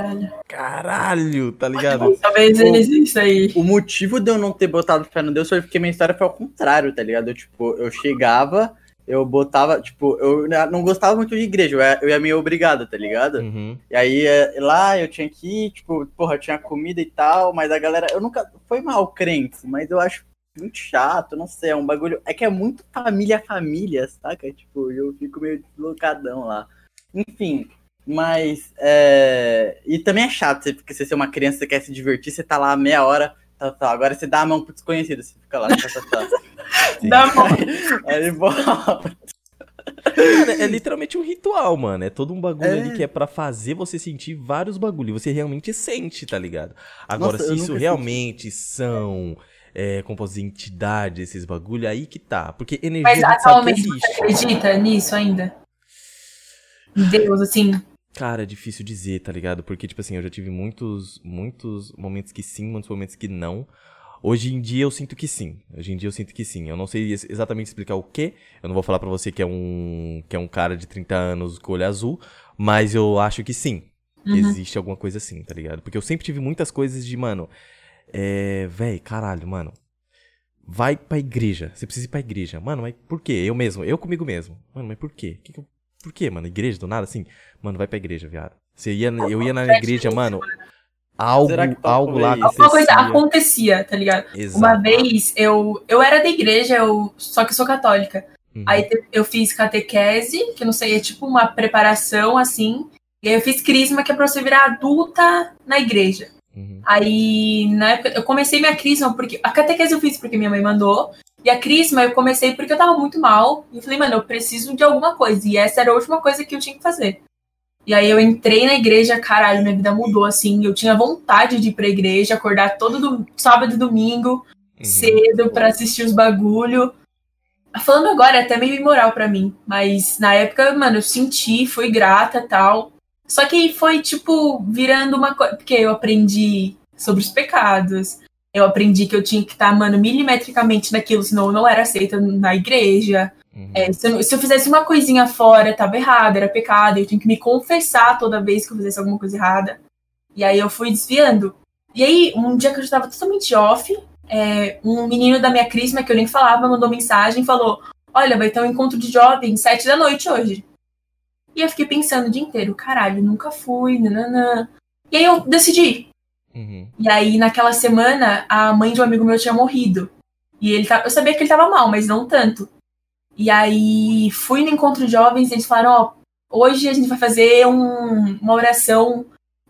Caralho, tá ligado? Talvez ele exista aí. O motivo de eu não ter botado fé no Deus foi porque minha história foi ao contrário, tá ligado? Eu chegava, eu botava, eu não gostava muito de igreja, eu ia meio obrigado, tá ligado? Uhum. E aí lá eu tinha que ir, eu tinha comida e tal, mas a galera, eu nunca, foi mal crente, mas eu acho muito chato, não sei, é um bagulho, é que é muito família, saca? Eu fico meio deslocadão lá. Enfim, mas, e também é chato, porque você ser uma criança, você quer se divertir, você tá lá meia hora, agora você dá a mão pro desconhecido, você fica lá, Dá a mão. Aí volta. É literalmente um ritual, mano. É todo um bagulho ali que é pra fazer você sentir vários bagulhos. Você realmente sente, tá ligado? Agora, se isso realmente são compostos de entidade, esses bagulhos, aí que tá. Porque energia Mas a gente sabe que atualmente existe. você acredita nisso ainda? Deus, assim. Cara, é difícil dizer, tá ligado? Porque, tipo assim, eu já tive muitos momentos que sim, muitos momentos que não. Hoje em dia eu sinto que sim. Eu não sei exatamente explicar o quê. Eu não vou falar pra você que é um cara de 30 anos com olho azul, mas eu acho que sim. Existe alguma coisa assim, tá ligado? Porque eu sempre tive muitas coisas de, mano, véi, caralho, mano. Vai pra igreja. Você precisa ir pra igreja. Mano, mas por quê? Eu comigo mesmo. Mano, mas por quê? Por quê, mano? Igreja do nada assim? Mano, vai pra igreja, viado. Eu ia na igreja, mano. Algo lá acontecia. Alguma coisa acontecia, tá ligado? Exato. Uma vez, eu era da igreja, só que eu sou católica. Aí eu fiz catequese, que eu não sei, é tipo uma preparação, assim. E aí eu fiz crisma, que é pra você virar adulta na igreja. Aí, na época, eu comecei minha crisma, porque a catequese eu fiz porque minha mãe mandou. E a crisma eu comecei porque eu tava muito mal. E eu falei, mano, eu preciso de alguma coisa. E essa era a última coisa que eu tinha que fazer. E aí eu entrei na igreja, caralho, minha vida mudou, assim. Eu tinha vontade de ir pra igreja, acordar todo sábado e domingo, cedo, pra assistir os bagulho. Falando agora, é até meio imoral pra mim. Mas na época, mano, eu senti, fui grata e tal. Só que foi, tipo, virando uma coisa... Porque eu aprendi sobre os pecados. Eu aprendi que eu tinha que estar, mano, milimetricamente naquilo, senão eu não era aceita na igreja. Se eu fizesse uma coisinha fora, tava errado, era pecado. Eu tinha que me confessar toda vez que eu fizesse alguma coisa errada. E aí eu fui desviando. E aí, um dia que eu já tava totalmente off, um menino da minha crisma, que eu nem falava, mandou mensagem e falou: olha, vai ter um encontro de jovens 7 da noite hoje. E eu fiquei pensando o dia inteiro, caralho, nunca fui, nananã. E aí eu decidi. E aí, naquela semana, a mãe de um amigo meu tinha morrido. E eu sabia que ele tava mal, mas não tanto. E aí, fui no encontro de jovens e eles falaram, hoje a gente vai fazer uma oração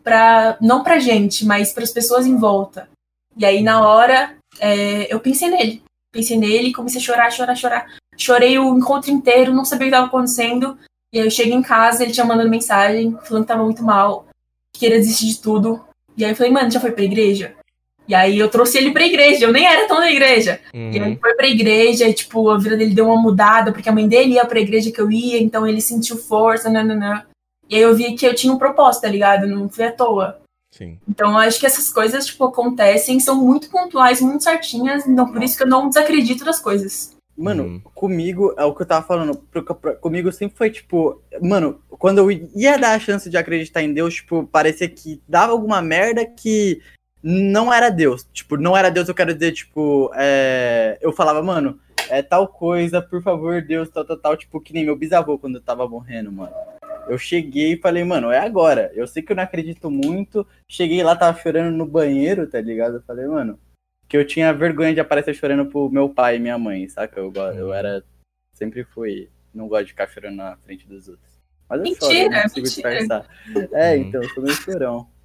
não pra gente, mas para as pessoas em volta. E aí, na hora, eu pensei nele e comecei a chorar. Chorei o encontro inteiro, não sabia o que estava acontecendo. E aí eu cheguei em casa, ele tinha mandado mensagem, falando que tava muito mal, que queria desistir de tudo. E aí eu falei, mano, já foi pra igreja? E aí eu trouxe ele pra igreja, eu nem era tão da igreja. E aí ele foi pra igreja e, tipo, a vida dele deu uma mudada, porque a mãe dele ia pra igreja que eu ia, então ele sentiu força, nananã. E aí eu vi que eu tinha um propósito, tá ligado? Não fui à toa. Sim. Então eu acho que essas coisas, tipo, acontecem, são muito pontuais, muito certinhas, então por isso que eu não desacredito das coisas. Mano, comigo, é o que eu tava falando, comigo sempre foi, tipo, mano, quando eu ia dar a chance de acreditar em Deus, tipo, parecia que dava alguma merda que não era Deus. Tipo, não era Deus, eu quero dizer, tipo, eu falava, mano, tal coisa, por favor, Deus, tal, tipo, que nem meu bisavô quando eu tava morrendo, mano. Eu cheguei e falei, mano, é agora. Eu sei que eu não acredito muito, cheguei lá, tava chorando no banheiro, tá ligado? Eu falei, mano, que eu tinha vergonha de aparecer chorando pro meu pai e minha mãe, saca? Eu sempre fui, não gosto de ficar chorando na frente dos outros. Mas eu choro, eu não consigo disfarçar. Então, eu sou meio chorão.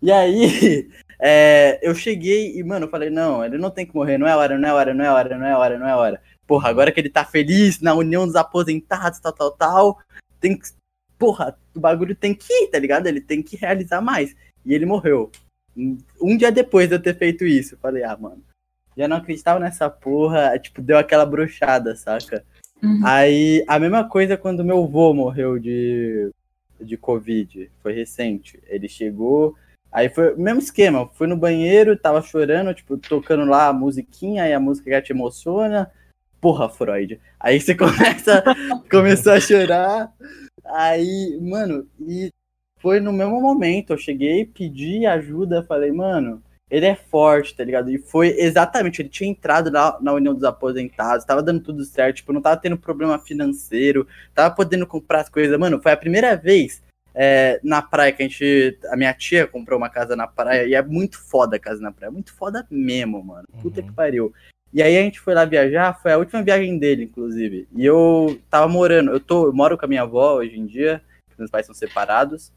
E aí, eu cheguei e, mano, eu falei, não, ele não tem que morrer, não é hora, não é hora, não é hora, não é hora, não é hora. Porra, agora que ele tá feliz na união dos aposentados, tal, tem que, porra, o bagulho tem que ir, tá ligado? Ele tem que realizar mais. E ele morreu. Um dia depois de eu ter feito isso, eu falei, mano, já não acreditava nessa porra, tipo, deu aquela brochada, saca? Aí, a mesma coisa quando meu avô morreu de Covid, foi recente. Ele chegou, aí foi o mesmo esquema, fui no banheiro, tava chorando, tipo, tocando lá a musiquinha, aí a música já te emociona. Porra, Freud. Aí você começou a chorar, aí, mano, e foi no mesmo momento, eu cheguei, pedi ajuda, falei, mano, ele é forte, tá ligado? E foi exatamente, ele tinha entrado na União dos Aposentados, tava dando tudo certo, tipo, não tava tendo problema financeiro, tava podendo comprar as coisas. Mano, foi a primeira vez na praia que a minha tia comprou uma casa na praia, e é muito foda a casa na praia, muito foda mesmo, mano. Puta que pariu. E aí a gente foi lá viajar, foi a última viagem dele, inclusive. E eu tava morando, eu moro com a minha avó hoje em dia, meus pais são separados.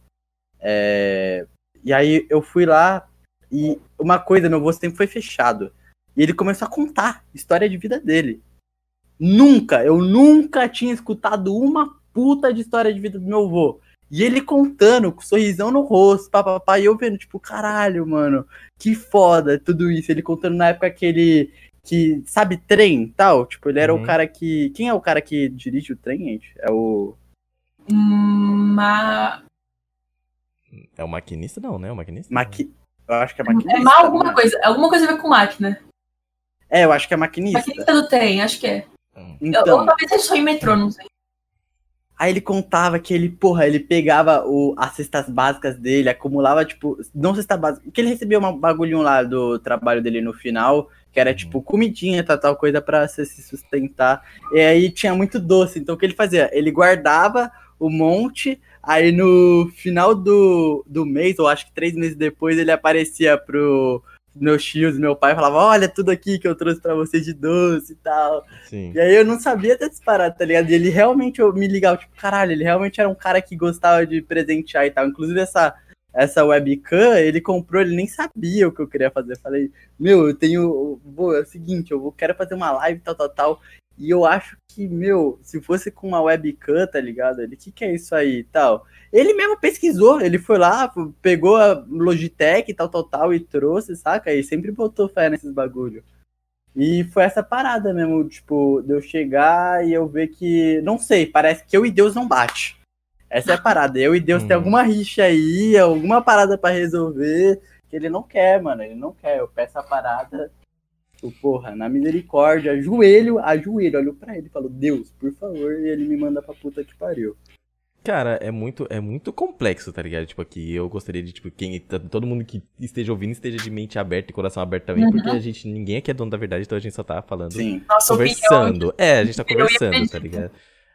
E aí eu fui lá, e uma coisa, meu avô sempre foi fechado. E ele começou a contar a história de vida dele. Eu nunca tinha escutado uma puta de história de vida do meu avô. E ele contando, com um sorrisão no rosto, papapá, e eu vendo, tipo, caralho, mano, que foda tudo isso. Ele contando na época que sabe, trem e tal, tipo, ele era o cara que... Quem é o cara que dirige o trem, gente? É o... É o maquinista? Não, né? O maquinista? Eu acho que é maquinista. É alguma coisa. Alguma coisa a ver com máquina. Eu acho que é maquinista. Maquinista do trem, acho que é. Então, ou talvez seja só em metrô, não sei. Aí ele contava que ele pegava as cestas básicas dele, acumulava, tipo, não cesta básica, que ele recebia um bagulhinho lá do trabalho dele no final, que era, tipo, comidinha, tal coisa pra se sustentar. E aí tinha muito doce, então o que ele fazia? Ele guardava o monte, aí no final do mês, ou acho que 3 meses depois, ele aparecia pro meus tios, meu pai, falava, olha tudo aqui que eu trouxe pra vocês de doce e tal. Sim. E aí eu não sabia dessas paradas, tá ligado? E ele realmente, eu me ligava, tipo, caralho, ele realmente era um cara que gostava de presentear e tal. Inclusive essa webcam, ele comprou, ele nem sabia o que eu queria fazer. Eu falei, meu, é o seguinte, quero fazer uma live, tal. E eu acho que, meu, se fosse com uma webcam, tá ligado? Ele, que é isso aí e tal? Ele mesmo pesquisou, ele foi lá, pegou a Logitech, tal, e trouxe, saca? E sempre botou fé nesses bagulho. E foi essa parada mesmo, tipo, de eu chegar e eu ver que, não sei, parece que eu e Deus não bate. Essa é a parada, eu e Deus tem alguma rixa aí, alguma parada pra resolver, que ele não quer, mano, ele não quer. Eu peço a parada... Porra, na misericórdia, ajoelho, olho pra ele e falo, Deus, por favor, e ele me manda pra puta que pariu. Cara, é muito complexo, tá ligado? Tipo, aqui eu gostaria de, tipo, todo mundo que esteja ouvindo esteja de mente aberta e coração aberto também, porque ninguém aqui é dono da verdade, então a gente só tá falando, conversando. A gente tá conversando, tá ligado?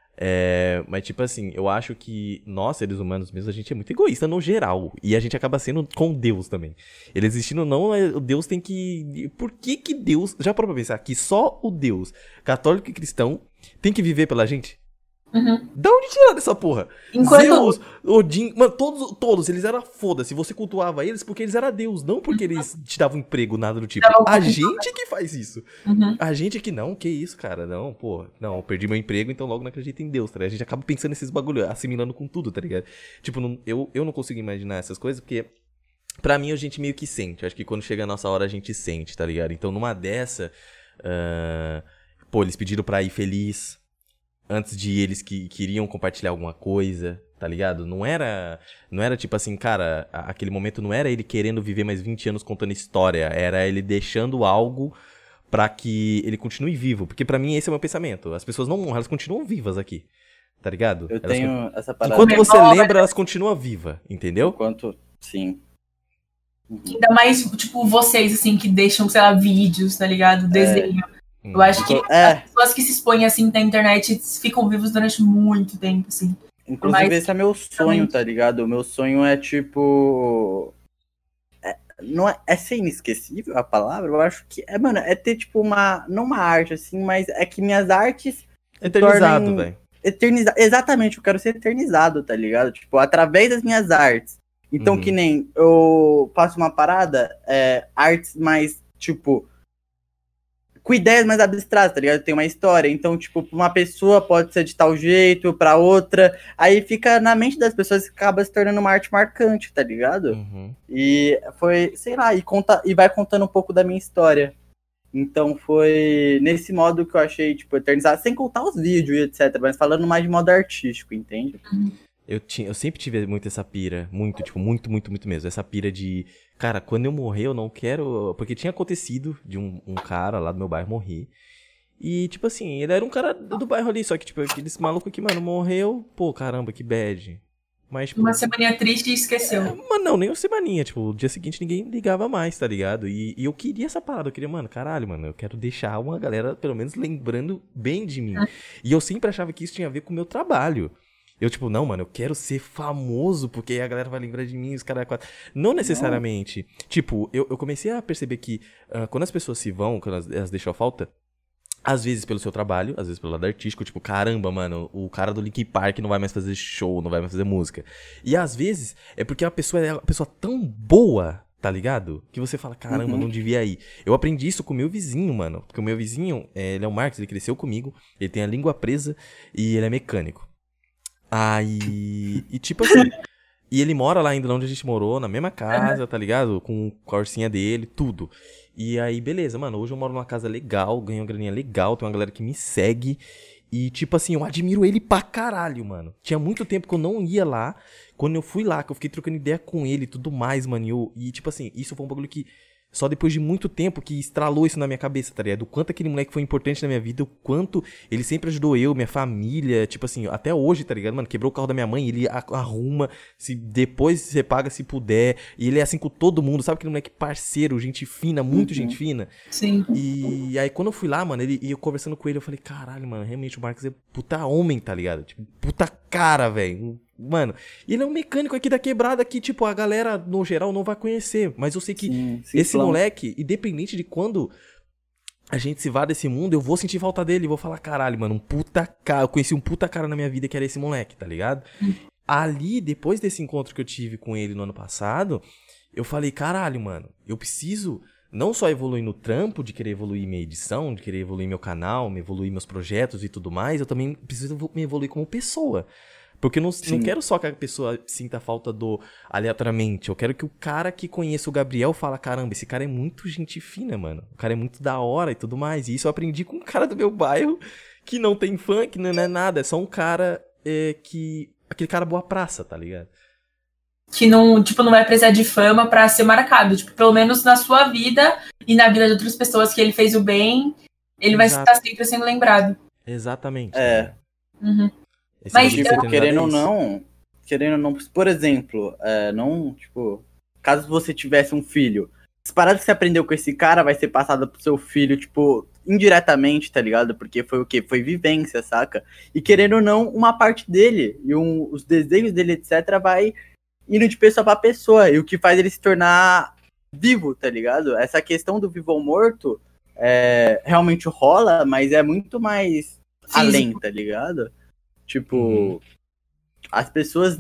Mas, tipo assim, eu acho que nós, seres humanos mesmo, a gente é muito egoísta no geral. E a gente acaba sendo com Deus também. Ele existindo ou não, o Deus tem que... Por que Deus... Já parou pra pensar que só o Deus católico e cristão tem que viver pela gente? Da onde tirar dessa porra? Zeus, Odin, mano, todos eles eram foda-se. Você cultuava eles porque eles eram Deus, não porque eles te davam emprego, nada do tipo. A gente que faz isso. A gente que não, que isso, cara. Não, porra. Não, eu perdi meu emprego, então logo não acredito em Deus, tá ligado? A gente acaba pensando nesses bagulho, assimilando com tudo, tá ligado? Tipo, eu não consigo imaginar essas coisas porque... Pra mim, a gente meio que sente. Eu acho que quando chega a nossa hora, a gente sente, tá ligado? Então, numa dessa... eles pediram pra ir feliz... Antes de eles que queriam compartilhar alguma coisa, tá ligado? Não era tipo assim, cara, aquele momento não era ele querendo viver mais 20 anos contando história, era ele deixando algo pra que ele continue vivo. Porque pra mim esse é o meu pensamento. As pessoas não morrem, elas continuam vivas aqui, tá ligado? Tenho essa parada. Enquanto você lembra, elas continuam vivas, entendeu? Sim. Ainda mais, tipo, vocês, assim, que deixam, sei lá, vídeos, tá ligado? Desenho. Eu acho que as pessoas que se expõem assim na internet ficam vivos durante muito tempo, assim. Inclusive, esse é meu sonho, tá ligado? O meu sonho é tipo... não é ser inesquecível a palavra? Eu acho que... mano, é ter tipo não uma arte, assim, mas é que minhas artes... Eternizado, velho. Exatamente, eu quero ser eternizado, tá ligado? Tipo, através das minhas artes. Então, que nem eu faço uma parada, artes mais, tipo, com ideias mais abstratas, tá ligado? Tem uma história. Então, tipo, pra uma pessoa pode ser de tal jeito, pra outra. Aí fica na mente das pessoas e acaba se tornando uma arte marcante, tá ligado? E foi, sei lá, e vai contando um pouco da minha história. Então foi nesse modo que eu achei, tipo, eternizado, sem contar os vídeos e etc, mas falando mais de modo artístico, entende? Eu sempre tive muito essa pira, muito, tipo, muito mesmo. Essa pira de, cara, quando eu morrer eu não quero... Porque tinha acontecido de um cara lá do meu bairro morrer. E, tipo assim, ele era um cara do bairro ali, só que, tipo, aquele maluco que, mano, morreu, pô, caramba, que bad. Mas, tipo, uma semaninha triste e esqueceu. Mas não, nem uma semaninha, tipo, o dia seguinte ninguém ligava mais, tá ligado? E eu queria essa parada, eu queria, mano, caralho, mano, eu quero deixar uma galera, pelo menos, lembrando bem de mim. E eu sempre achava que isso tinha a ver com o meu trabalho. Eu, tipo, não, mano, eu quero ser famoso, porque aí a galera vai lembrar de mim, os caras... Não necessariamente. Tipo, eu comecei a perceber que quando as pessoas se vão, quando elas deixam a falta, às vezes pelo seu trabalho, às vezes pelo lado artístico, tipo, caramba, mano, o cara do Linkin Park não vai mais fazer show, não vai mais fazer música. E às vezes é porque a pessoa é uma pessoa tão boa, tá ligado? Que você fala, caramba, não devia ir. Eu aprendi isso com o meu vizinho, mano, porque o meu vizinho, ele é o Marcos, ele cresceu comigo, ele tem a língua presa e ele é mecânico. Aí, e tipo assim, e ele mora lá ainda onde a gente morou, na mesma casa, tá ligado? Com a ursinha dele, tudo. E aí, beleza, mano, hoje eu moro numa casa legal, ganho uma graninha legal, tem uma galera que me segue. E, tipo assim, eu admiro ele pra caralho, mano. Tinha muito tempo que eu não ia lá. Quando eu fui lá, que eu fiquei trocando ideia com ele e tudo mais, mano. E, tipo assim, isso foi um bagulho que... Só depois de muito tempo que estralou isso na minha cabeça, tá ligado? O quanto aquele moleque foi importante na minha vida, o quanto ele sempre ajudou eu, minha família, tipo assim, até hoje, tá ligado, mano? Quebrou o carro da minha mãe, ele arruma, se depois você paga se puder, e ele é assim com todo mundo, sabe aquele moleque parceiro, gente fina, muito gente fina? Sim. E aí quando eu fui lá, mano, e eu conversando com ele, eu falei, caralho, mano, realmente o Marcos é puta homem, tá ligado? Tipo, puta cara, velho. Mano, ele é um mecânico aqui da quebrada que, tipo, a galera, no geral, não vai conhecer. Mas eu sei que esse moleque, independente de quando a gente se vá desse mundo, eu vou sentir falta dele. Vou falar, caralho, mano, um puta cara. Eu conheci um puta cara na minha vida que era esse moleque, tá ligado? Ali, depois desse encontro que eu tive com ele no ano passado, eu falei, caralho, mano, eu preciso não só evoluir no trampo, de querer evoluir minha edição, de querer evoluir meu canal, me evoluir meus projetos e tudo mais, eu também preciso me evoluir como pessoa. Porque eu não quero só que a pessoa sinta falta do aleatoriamente. Eu quero que o cara que conheça o Gabriel fala, caramba, esse cara é muito gente fina, mano. O cara é muito da hora e tudo mais. E isso eu aprendi com um cara do meu bairro que não tem fã, que não é nada. É só um cara aquele cara boa praça, tá ligado? Que não, tipo, não vai precisar de fama pra ser marcado. Tipo, pelo menos na sua vida e na vida de outras pessoas que ele fez o bem, ele vai estar sempre sendo lembrado. Exatamente. Mas tipo, querendo ou não, por exemplo, não, tipo, caso você tivesse um filho, as paradas que você aprendeu com esse cara vai ser passada pro seu filho, tipo, indiretamente, tá ligado? Porque foi o quê? Foi vivência, saca? E querendo ou não, uma parte dele e os desenhos dele, etc, vai indo de pessoa pra pessoa, e o que faz ele se tornar vivo, tá ligado? Essa questão do vivo ou morto realmente rola, mas é muito mais além, tá ligado? Tipo, as pessoas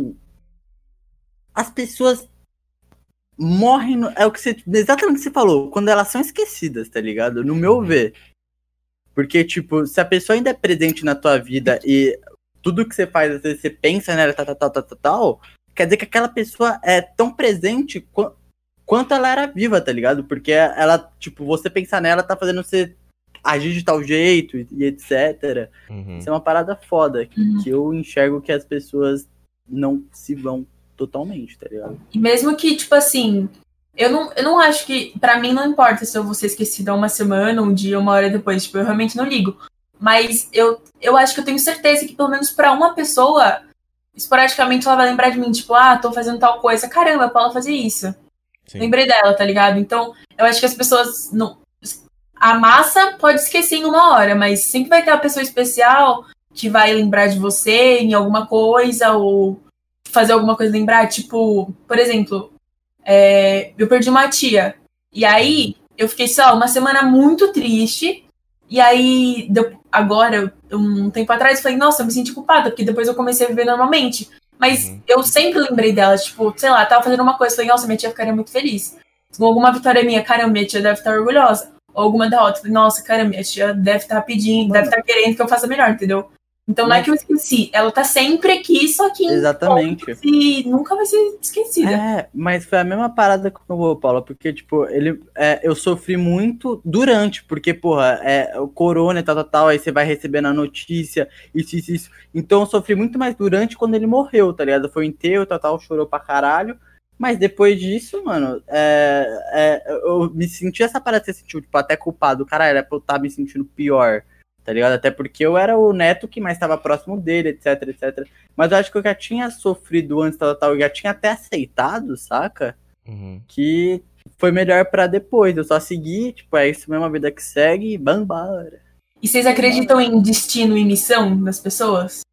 morrem, exatamente o que você falou, quando elas são esquecidas, tá ligado? No meu ver. Porque, tipo, se a pessoa ainda é presente na tua vida e tudo que você faz, às vezes você pensa nela, tal, quer dizer que aquela pessoa é tão presente quanto ela era viva, tá ligado? Porque ela, tipo, você pensar nela tá fazendo você agir de tal jeito e etc. Isso é uma parada foda, que eu enxergo que as pessoas não se vão totalmente, tá ligado? E mesmo que, tipo assim, eu não acho que, pra mim não importa se eu vou ser esquecida uma semana, um dia, uma hora depois, tipo, eu realmente não ligo. Mas eu acho que eu tenho certeza que pelo menos pra uma pessoa, esporadicamente ela vai lembrar de mim, tipo, tô fazendo tal coisa, caramba, a Paula fazia isso. Sim. Lembrei dela, tá ligado? Então, eu acho que as pessoas não... A massa pode esquecer em uma hora, mas sempre vai ter uma pessoa especial que vai lembrar de você em alguma coisa, ou fazer alguma coisa lembrar. Tipo, por exemplo, eu perdi uma tia. E aí, eu fiquei, sei lá, uma semana muito triste. E aí, agora, um tempo atrás, eu falei, nossa, eu me senti culpada, porque depois eu comecei a viver normalmente. Mas eu sempre lembrei dela, tipo, sei lá, tava fazendo uma coisa, falei, nossa, minha tia ficaria muito feliz. Com alguma vitória minha, cara, minha tia deve estar orgulhosa. Ou alguma derrota, falei, nossa, cara, minha tia deve estar pedindo, deve estar querendo que eu faça melhor, entendeu? Então não é que eu esqueci, ela tá sempre aqui, só que exatamente. E nunca vai ser esquecida. Mas foi a mesma parada com o Paula, porque, tipo, eu sofri muito durante, porque, porra, o corona e tal, aí você vai recebendo a notícia, isso. Então eu sofri muito mais durante quando ele morreu, tá ligado? Foi o enterro, tal, chorou pra caralho. Mas depois disso, mano, eu me senti essa parada, você sentiu, tipo, até culpado. Caralho, era pra eu estar me sentindo pior, tá ligado? Até porque eu era o neto que mais estava próximo dele, etc. Mas eu acho que eu já tinha sofrido antes, tal, eu já tinha até aceitado, saca? Que foi melhor pra depois. Eu só segui, tipo, é isso mesmo, a vida que segue, bambara. E vocês acreditam em destino e missão das pessoas?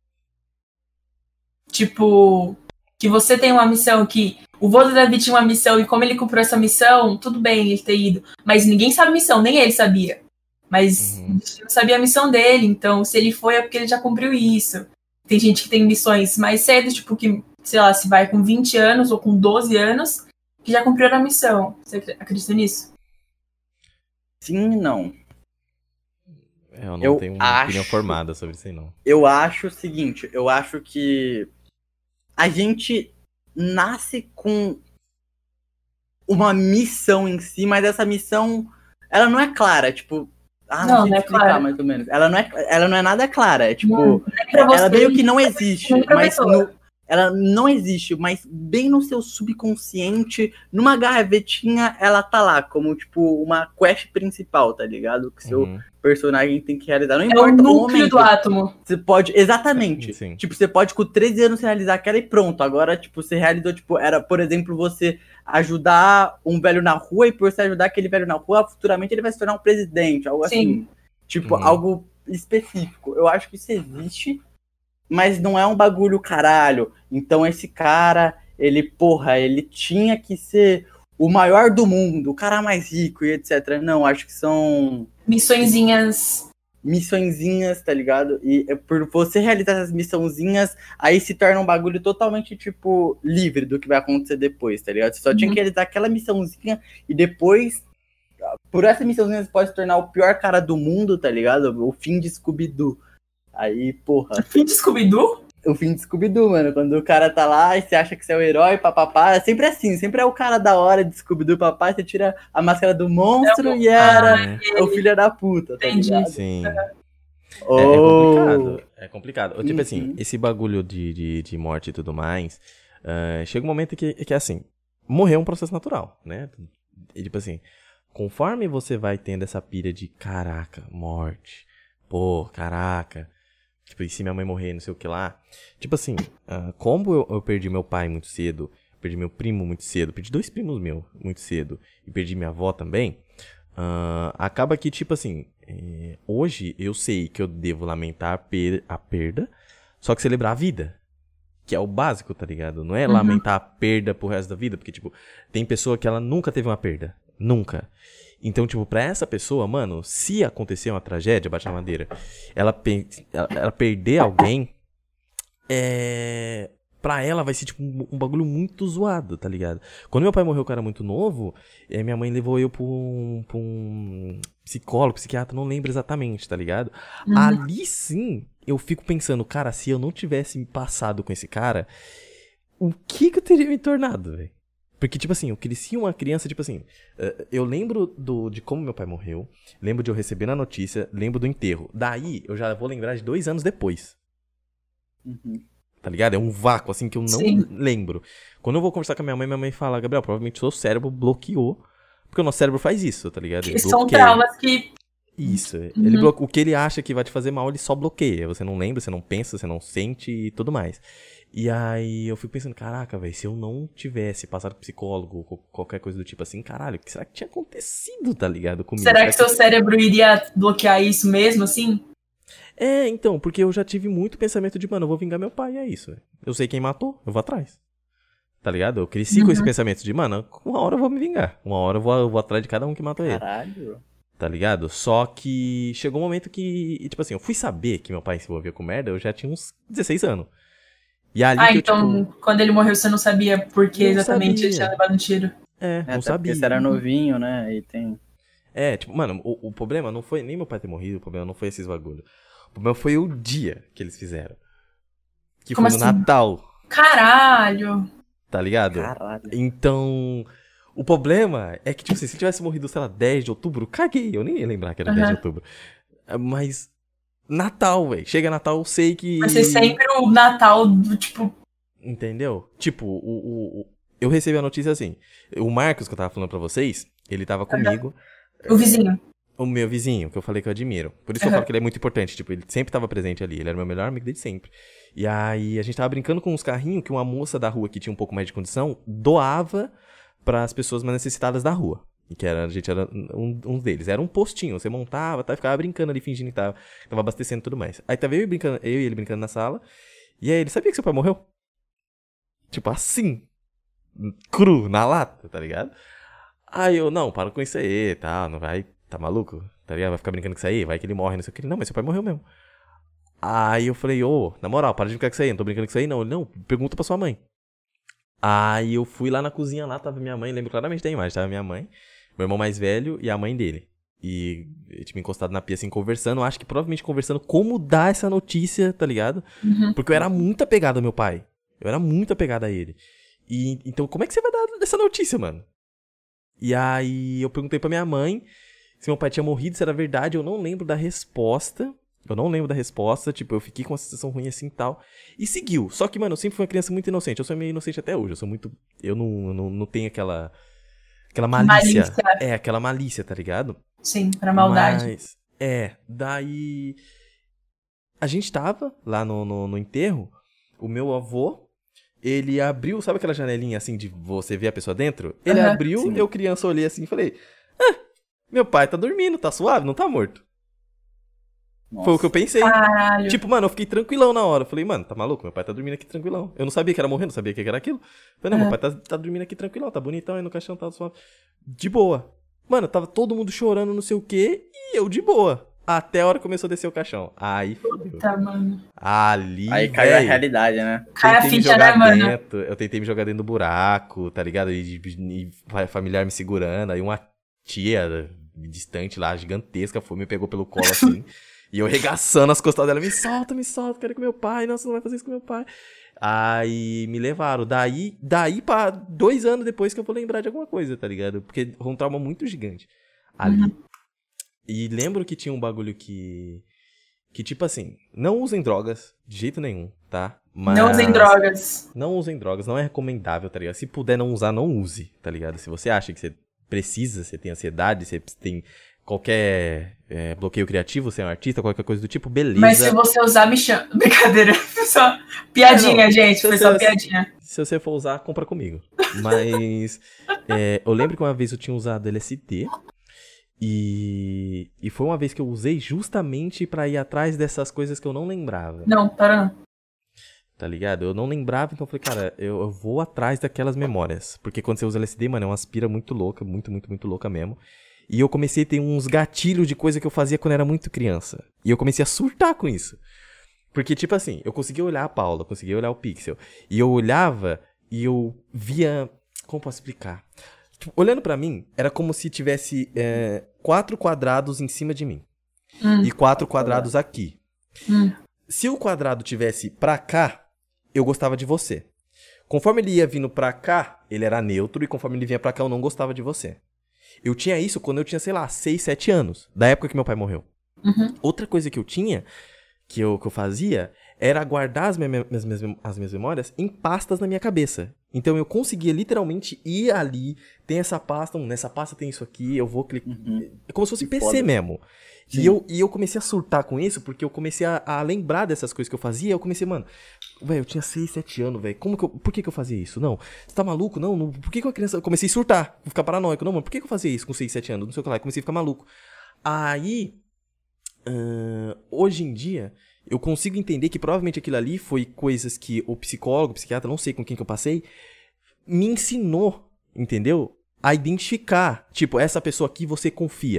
Tipo, que você tem uma missão, que o vô do Davi tinha uma missão, e como ele cumpriu essa missão, tudo bem ele ter ido. Mas ninguém sabe a missão, nem ele sabia. Mas o destino sabia a missão dele, então se ele foi é porque ele já cumpriu isso. Tem gente que tem missões mais cedo, tipo que, sei lá, se vai com 20 anos ou com 12 anos, que já cumpriu a missão. Você acredita nisso? Sim e não. Eu não tenho uma opinião formada sobre isso aí, não. Eu acho o seguinte, eu acho que a gente nasce com uma missão em si, mas essa missão, ela não é clara, tipo... não sei explicar, clara. Mais ou menos. Ela não é nada clara, tipo... ela meio que não existe, mas... Ela não existe, mas bem no seu subconsciente, numa gavetinha, ela tá lá, como, tipo, uma quest principal, tá ligado? Que seu personagem tem que realizar. Não importa o núcleo do átomo. Você pode, exatamente. Sim. Tipo, você pode com 13 anos realizar aquela e pronto. Agora, tipo, você realizou, tipo, era, por exemplo, você ajudar um velho na rua e por você ajudar aquele velho na rua, futuramente ele vai se tornar um presidente, algo assim. Tipo, algo específico. Eu acho que isso existe, mas não é um bagulho caralho. Então esse cara, ele tinha que ser o maior do mundo, o cara mais rico e etc. Não, acho que são... Missõezinhas, tá ligado? E por você realizar essas missãozinhas, aí se torna um bagulho totalmente, tipo, livre do que vai acontecer depois, tá ligado? Você só tinha que realizar aquela missãozinha e depois... Por essa missãozinha você pode se tornar o pior cara do mundo, tá ligado? O fim de Scooby-Doo. Aí, porra... O fim de Scooby-Doo? O fim de Scooby-Doo, mano. Quando o cara tá lá e você acha que você é o herói, papapá. É sempre assim, sempre é o cara da hora de Scooby-Doo, papai. Você tira a máscara do monstro e era o filho da puta, tá ligado? Sim. É complicado. Tipo assim, esse bagulho de morte e tudo mais, chega um momento que é assim, morrer é um processo natural, né? E tipo assim, conforme você vai tendo essa pira de caraca, morte, pô, caraca, tipo, e se minha mãe morrer, não sei o que lá. Tipo assim, como eu perdi meu pai muito cedo, perdi meu primo muito cedo, perdi 2 primos meus muito cedo, e perdi minha avó também, acaba que, tipo assim, hoje eu sei que eu devo lamentar a perda, só que celebrar a vida. Que é o básico, tá ligado? Não é lamentar a perda pro resto da vida, porque, tipo, tem pessoa que ela nunca teve uma perda. Nunca. Então, tipo, pra essa pessoa, mano, se acontecer uma tragédia, bate na madeira, ela perder alguém, pra ela vai ser, tipo, um bagulho muito zoado, tá ligado? Quando meu pai morreu, eu era muito novo, minha mãe levou eu pra um psicólogo, psiquiatra, não lembro exatamente, tá ligado? Ali, sim, eu fico pensando, cara, se eu não tivesse me passado com esse cara, o que eu teria me tornado, velho? Porque, tipo assim, eu cresci uma criança, tipo assim, eu lembro de como meu pai morreu, lembro de eu receber a notícia, lembro do enterro. Daí, eu já vou lembrar de 2 anos depois. Tá ligado? É um vácuo, assim, que eu não lembro. Quando eu vou conversar com a minha mãe fala, Gabriel, provavelmente seu cérebro bloqueou, porque o nosso cérebro faz isso, tá ligado? Ele são traumas que... Isso, o que ele acha que vai te fazer mal, ele só bloqueia. Você não lembra, você não pensa, você não sente e tudo mais. E aí eu fico pensando, caraca, velho, se eu não tivesse passado pro psicólogo ou qualquer coisa do tipo assim, caralho, o que será que tinha acontecido, tá ligado, comigo? Será que seu cérebro iria bloquear isso mesmo, assim? Então, porque eu já tive muito pensamento de, mano, eu vou vingar meu pai, é isso. Eu sei quem matou, eu vou atrás. Tá ligado? Eu cresci com esse pensamento de, mano, uma hora eu vou me vingar. Uma hora eu vou atrás de cada um que matou ele. Caralho. Tá ligado? Só que chegou um momento que, tipo assim, eu fui saber que meu pai se envolvia com merda, eu já tinha uns 16 anos. E ali que então, tipo, quando ele morreu, você não sabia por que exatamente ele tinha levado um tiro? não sabia. Porque você era novinho, né? E tem... Tipo, mano, o problema não foi nem meu pai ter morrido, o problema não foi esses bagulho. O problema foi o dia que eles fizeram. Que Como foi no assim? Natal. Caralho! Tá ligado? Caralho. Então, o problema é que, tipo assim, se tivesse morrido, sei lá, 10 de outubro, caguei. Eu nem ia lembrar que era 10 de outubro. Mas, Natal, velho. Chega Natal, eu sei que... Vai ser sempre o Natal do tipo... Entendeu? Tipo, eu recebi a notícia assim. O Marcos, que eu tava falando pra vocês, ele tava comigo. O vizinho. O meu vizinho, que eu falei que eu admiro. Por isso que eu falo que ele é muito importante. Tipo, ele sempre tava presente ali. Ele era meu melhor amigo desde sempre. E aí, a gente tava brincando com uns carrinhos que uma moça da rua que tinha um pouco mais de condição doava pras pessoas mais necessitadas da rua. E que a gente era um deles. Era um postinho. Você montava, tá, ficava brincando ali, fingindo que tava abastecendo e tudo mais. Aí tava eu e ele brincando na sala. E aí ele, sabia que seu pai morreu? Tipo, assim. Cru, na lata, tá ligado? Aí eu, não, para com isso aí, tá, não vai... Tá maluco? Tá ligado? Vai ficar brincando com isso aí? Vai que ele morre, não sei o que. Não, mas seu pai morreu mesmo. Aí eu falei, na moral, para de brincar com isso aí. Não tô brincando com isso aí, não. Ele, não, pergunta pra sua mãe. Aí eu fui lá na cozinha, lá tava minha mãe. Lembro claramente da imagem. Tava minha mãe, meu irmão mais velho e a mãe dele. E eu tinha me encostado na pia assim, conversando. Acho que provavelmente conversando como dar essa notícia, tá ligado? Porque eu era muito apegado ao meu pai. Eu era muito apegado a ele. E então, como é que você vai dar essa notícia, mano? E aí eu perguntei pra minha mãe se meu pai tinha morrido, se era verdade. Eu não lembro da resposta. Tipo, eu fiquei com uma sensação ruim assim e tal. E seguiu. Só que, mano, eu sempre fui uma criança muito inocente. Eu sou meio inocente até hoje. Eu não tenho aquela malícia. Aquela malícia, tá ligado? Sim, pra maldade. Mas, daí... A gente tava lá no enterro. O meu avô, ele abriu... Sabe aquela janelinha assim de você ver a pessoa dentro? Ele abriu, sim. Eu criança olhei assim e falei... meu pai tá dormindo, tá suave, não tá morto. Nossa. Foi o que eu pensei. Caralho. Tipo, mano, eu fiquei tranquilão na hora. Eu falei, mano, tá maluco? Meu pai tá dormindo aqui tranquilão. Eu não sabia que era morrendo, não sabia que era aquilo. Eu falei, não, meu pai tá dormindo aqui tranquilão, tá bonitão aí no caixão, tá suave. De boa. Mano, tava todo mundo chorando, não sei o quê, e eu de boa. Até a hora que começou a descer o caixão. Aí, fodeu. Tá, mano. Ali, aí caiu a realidade, né? Cara, ficha, né, mano? Eu tentei me jogar dentro do buraco, tá ligado? E familiar me segurando. Aí uma tia distante lá, gigantesca, me pegou pelo colo assim. E eu regaçando as costas dela, me solta, quero ir com meu pai, nossa, não vai fazer isso com meu pai. Aí me levaram, daí pra 2 anos depois que eu vou lembrar de alguma coisa, tá ligado? Porque foi um trauma muito gigante ali. E lembro que tinha um bagulho que tipo assim, não usem drogas de jeito nenhum, tá? Mas não usem drogas. Não usem drogas, não é recomendável, tá ligado? Se puder não usar, não use, tá ligado? Se você acha que você precisa, você tem ansiedade, você tem qualquer bloqueio criativo, você é um artista, qualquer coisa do tipo, beleza. Mas se você usar, me chama. Brincadeira. Só piadinha, gente. Foi só piadinha. Se você for usar, compra comigo. Mas eu lembro que uma vez eu tinha usado LSD. E foi uma vez que eu usei justamente pra ir atrás dessas coisas que eu não lembrava. Não, para não. Tá ligado? Eu não lembrava, então eu falei, cara, eu vou atrás daquelas memórias. Porque quando você usa LSD, mano, é uma aspira muito louca, muito, muito, muito louca mesmo. E eu comecei a ter uns gatilhos de coisa que eu fazia quando eu era muito criança. E eu comecei a surtar com isso. Porque, tipo assim, eu conseguia olhar a Paula, conseguia olhar o Pixel. E eu olhava e eu via... Como posso explicar? Tipo, olhando pra mim, era como se tivesse 4 quadrados em cima de mim. E 4 quadrados aqui. Se o quadrado tivesse pra cá, eu gostava de você. Conforme ele ia vindo pra cá, ele era neutro. E conforme ele vinha pra cá, eu não gostava de você. Eu tinha isso quando eu tinha, sei lá, 6, 7 anos. Da época que meu pai morreu. Outra coisa que eu tinha, que eu fazia, era guardar as minhas memórias em pastas na minha cabeça. Então eu conseguia literalmente ir ali, tem essa pasta, nessa pasta tem isso aqui, eu vou clicar. É como se fosse PC foda. Mesmo. E eu comecei a surtar com isso, porque eu comecei a lembrar dessas coisas que eu fazia. Eu comecei, mano, velho, eu tinha 6, 7 anos, velho. Por que eu fazia isso? Não, você tá maluco? Não, por que a criança... Eu comecei a surtar, ficar paranoico. Não, mano, por que eu fazia isso com 6, 7 anos? Não sei o que lá, eu comecei a ficar maluco. Aí, hoje em dia, eu consigo entender que provavelmente aquilo ali foi coisas que o psicólogo, o psiquiatra, não sei com quem que eu passei, me ensinou, entendeu? A identificar, tipo, essa pessoa aqui você confia.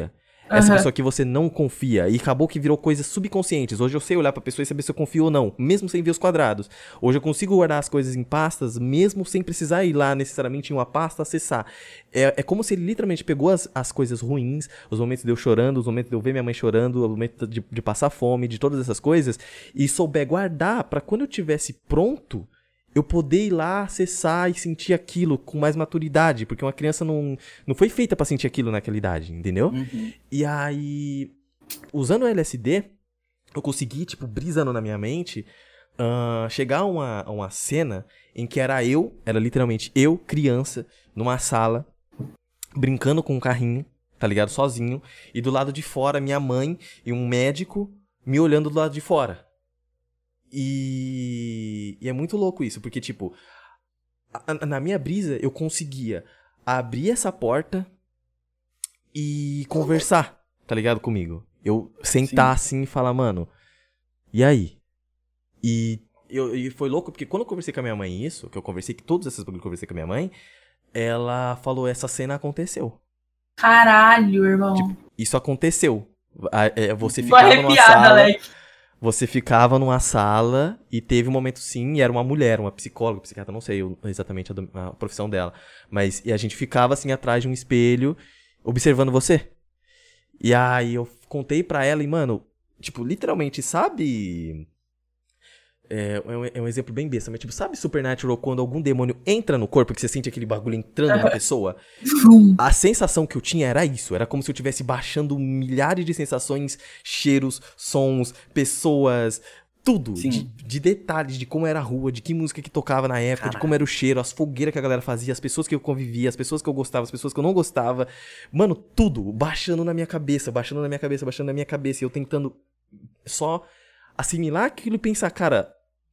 Essa pessoa que você não confia. E acabou que virou coisas subconscientes. Hoje eu sei olhar pra pessoa e saber se eu confio ou não, mesmo sem ver os quadrados. Hoje eu consigo guardar as coisas em pastas, mesmo sem precisar ir lá necessariamente em uma pasta acessar. É como se ele literalmente pegou as coisas ruins, os momentos de eu chorando, os momentos de eu ver minha mãe chorando, o momento de passar fome, de todas essas coisas, e souber guardar pra quando eu tivesse pronto, eu poder ir lá, acessar e sentir aquilo com mais maturidade, porque uma criança não foi feita pra sentir aquilo naquela idade, entendeu? E aí, usando o LSD, eu consegui, tipo, brisando na minha mente, chegar a uma cena em que era literalmente eu, criança, numa sala, brincando com um carrinho, tá ligado? Sozinho, e do lado de fora, minha mãe e um médico me olhando do lado de fora. E é muito louco isso, porque, tipo, na minha brisa, eu conseguia abrir essa porta e conversar, tá ligado, comigo. Eu sentar assim e falar, mano, e aí? E foi louco, porque quando eu conversei com a minha mãe isso, que eu conversei, que todas essas coisas que eu conversei com a minha mãe, ela falou, essa cena aconteceu. Caralho, irmão. Tipo, isso aconteceu. Você ficava numa sala... Leque. Você ficava numa sala e teve um momento sim, e era uma mulher, uma psicóloga, psiquiatra, não sei exatamente a profissão dela. Mas e a gente ficava assim atrás de um espelho, observando você. E aí eu contei pra ela e, mano, tipo, literalmente, sabe... É um exemplo bem besta, mas tipo, sabe Supernatural quando algum demônio entra no corpo, que você sente aquele bagulho entrando na pessoa? A sensação que eu tinha era isso, era como se eu estivesse baixando milhares de sensações, cheiros, sons, pessoas, tudo, de detalhes, de como era a rua, de que música que tocava na época, Caralho. De como era o cheiro, as fogueiras que a galera fazia, as pessoas que eu convivia, as pessoas que eu gostava, as pessoas que eu não gostava, mano, tudo baixando na minha cabeça, e eu tentando só assimilar aquilo e pensar, cara...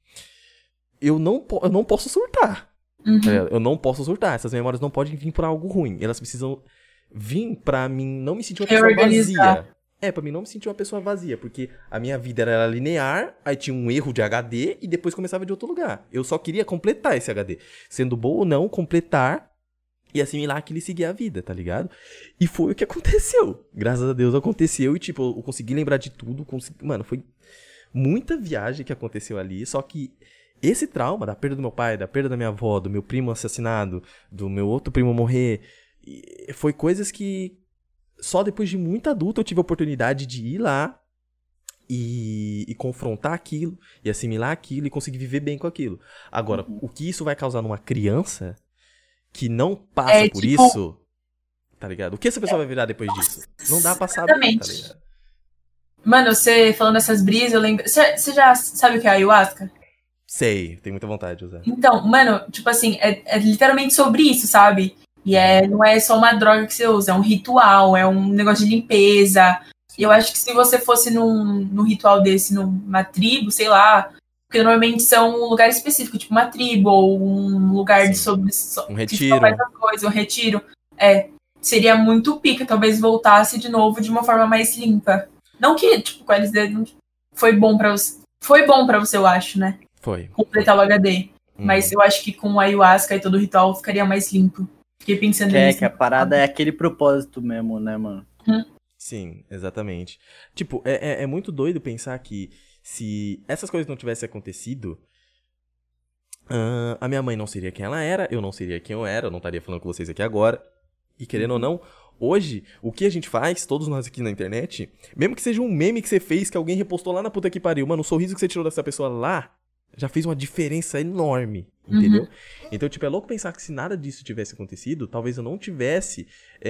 Eu não posso surtar. Eu não posso surtar. Essas memórias não podem vir por algo ruim. Elas precisam vir pra mim não me sentir uma pessoa vazia. Pra mim não me sentir uma pessoa vazia. Porque a minha vida era linear, aí tinha um erro de HD e depois começava de outro lugar. Eu só queria completar esse HD. Sendo bom ou não, completar e assimilar aquilo e seguir a vida, tá ligado? E foi o que aconteceu. Graças a Deus aconteceu e, tipo, eu consegui lembrar de tudo. Mano, foi muita viagem que aconteceu ali, só que esse trauma da perda do meu pai, da perda da minha avó, do meu primo assassinado, do meu outro primo morrer, foi coisas que só depois de muito adulto eu tive a oportunidade de ir lá e confrontar aquilo, e assimilar aquilo e conseguir viver bem com aquilo. Agora, o que isso vai causar numa criança que não passa por isso, tá ligado? O que essa pessoa vai virar depois disso? Não dá pra saber, tá ligado? Mano, você falando essas brisas, eu lembro... Você já sabe o que é a ayahuasca? Sei, tenho muita vontade de usar. Então, mano, tipo assim, é literalmente sobre isso, sabe? E não é só uma droga que você usa, é um ritual, é um negócio de limpeza. E eu acho que se você fosse num ritual desse, numa tribo, sei lá, porque normalmente são lugares específicos, tipo uma tribo, ou um lugar um retiro. Um retiro. Seria muito pica, talvez voltasse de novo de uma forma mais limpa. Não que, tipo, com a LSD foi bom pra você. Foi bom pra você, eu acho, né? Foi. Completar o HD. Mas eu acho que com a ayahuasca e todo o ritual ficaria mais limpo. Fiquei pensando nisso. Que a parada é aquele propósito mesmo, né, mano? Sim, exatamente. Tipo, é muito doido pensar que se essas coisas não tivessem acontecido, a minha mãe não seria quem ela era, eu não seria quem eu era, eu não estaria falando com vocês aqui agora. E querendo ou não, hoje, o que a gente faz, todos nós aqui na internet, mesmo que seja um meme que você fez, que alguém repostou lá na puta que pariu, mano, o sorriso que você tirou dessa pessoa lá, já fez uma diferença enorme, entendeu? Então, tipo, é louco pensar que se nada disso tivesse acontecido, talvez eu não tivesse,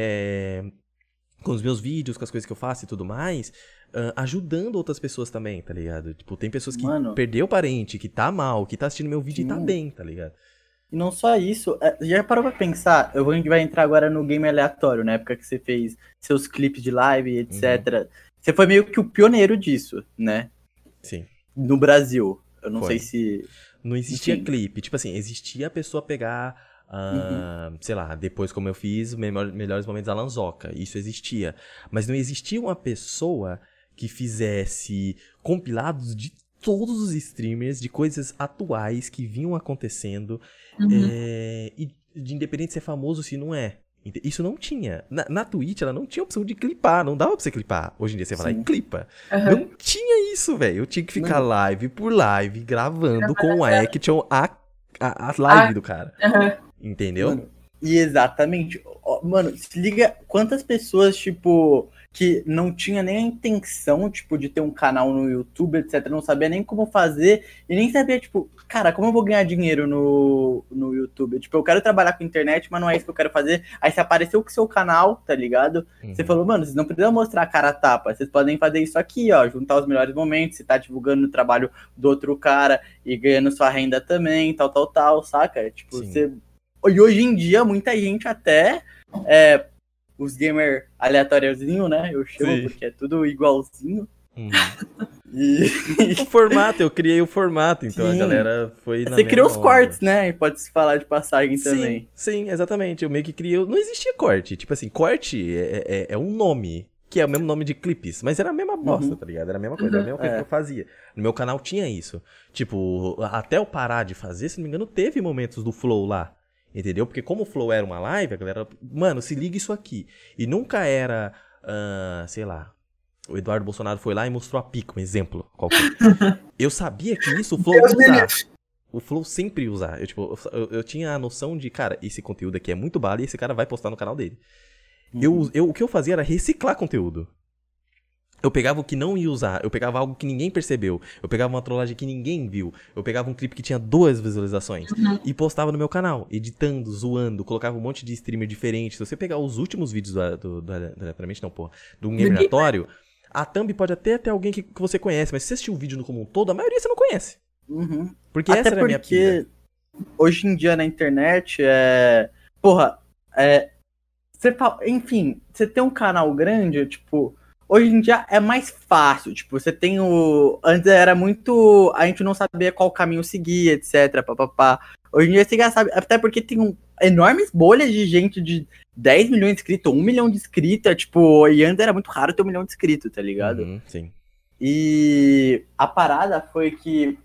com os meus vídeos, com as coisas que eu faço e tudo mais, ajudando outras pessoas também, tá ligado? Tipo, tem pessoas que perdeu parente, que tá mal, que tá assistindo meu vídeo e tá bem, tá ligado? E não só isso, já parou pra pensar, a gente vai entrar agora no game aleatório, na época que você fez seus clipes de live, etc. Você foi meio que o pioneiro disso, né? Sim. No Brasil. Eu não sei se... Não existia clipe. Tipo assim, existia a pessoa pegar, sei lá, depois como eu fiz, melhores momentos da Lanzoca. Isso existia. Mas não existia uma pessoa que fizesse compilados de todos os streamers, de coisas atuais que vinham acontecendo. E de independente de ser famoso, se não é. Isso não tinha. Na Twitch, ela não tinha opção de clipar. Não dava pra você clipar. Hoje em dia, você vai lá e clipa. Não tinha isso, velho. Eu tinha que ficar live por live, gravando com o action a live do cara. Entendeu? Mano, e exatamente. Mano, se liga quantas pessoas, tipo, que não tinha nem a intenção, tipo, de ter um canal no YouTube, etc. Não sabia nem como fazer e nem sabia, tipo, cara, como eu vou ganhar dinheiro no YouTube? Tipo, eu quero trabalhar com internet, mas não é isso que eu quero fazer. Aí você apareceu com o seu canal, tá ligado? Você falou, mano, vocês não precisam mostrar a cara a tapa. Vocês podem fazer isso aqui, ó, juntar os melhores momentos, você tá divulgando o trabalho do outro cara e ganhando sua renda também, tal, saca? Tipo, você... E hoje em dia, muita gente até... os gamer aleatóriozinho, né? Eu chamo, porque é tudo igualzinho. O formato, eu criei o formato, então a galera foi na Você criou os cortes, né? Pode-se falar de passagem também. Sim, exatamente. Eu meio que criei... Não existia corte. Tipo assim, corte é um nome, que é o mesmo nome de clipes, mas era a mesma bosta, tá ligado? Era a mesma coisa, era a mesma coisa que eu fazia. No meu canal tinha isso. Tipo, até eu parar de fazer, se não me engano, teve momentos do Flow lá. Entendeu? Porque como o Flow era uma live, a galera... Mano, se liga isso aqui. E nunca era... sei lá... O Eduardo Bolsonaro foi lá e mostrou a pica, um exemplo qualquer. Eu sabia que isso o Flow ia usar. O Flow sempre ia usar. Eu tinha a noção de, cara, esse conteúdo aqui é muito bala e esse cara vai postar no canal dele. O que eu fazia era reciclar conteúdo. Eu pegava o que não ia usar, eu pegava algo que ninguém percebeu, eu pegava uma trollagem que ninguém viu, eu pegava um clipe que tinha 2 visualizações e postava no meu canal, editando, zoando, colocava um monte de streamer diferente. Se você pegar os últimos vídeos do Game Aleatório, a thumb pode até ter alguém que você conhece, mas se você assistir o vídeo no como um todo, a maioria você não conhece. Porque até essa era a minha pira. Hoje em dia na internet, enfim, você tem um canal grande, tipo... Hoje em dia é mais fácil, tipo, você tem o... Antes era muito... A gente não sabia qual caminho seguir, etc, papapá. Hoje em dia você já sabe, até porque tem enormes bolhas de gente de 10 milhões de inscritos, 1 milhão de inscritos, tipo... E antes era muito raro ter 1 milhão de inscritos, tá ligado? Sim. E a parada foi que...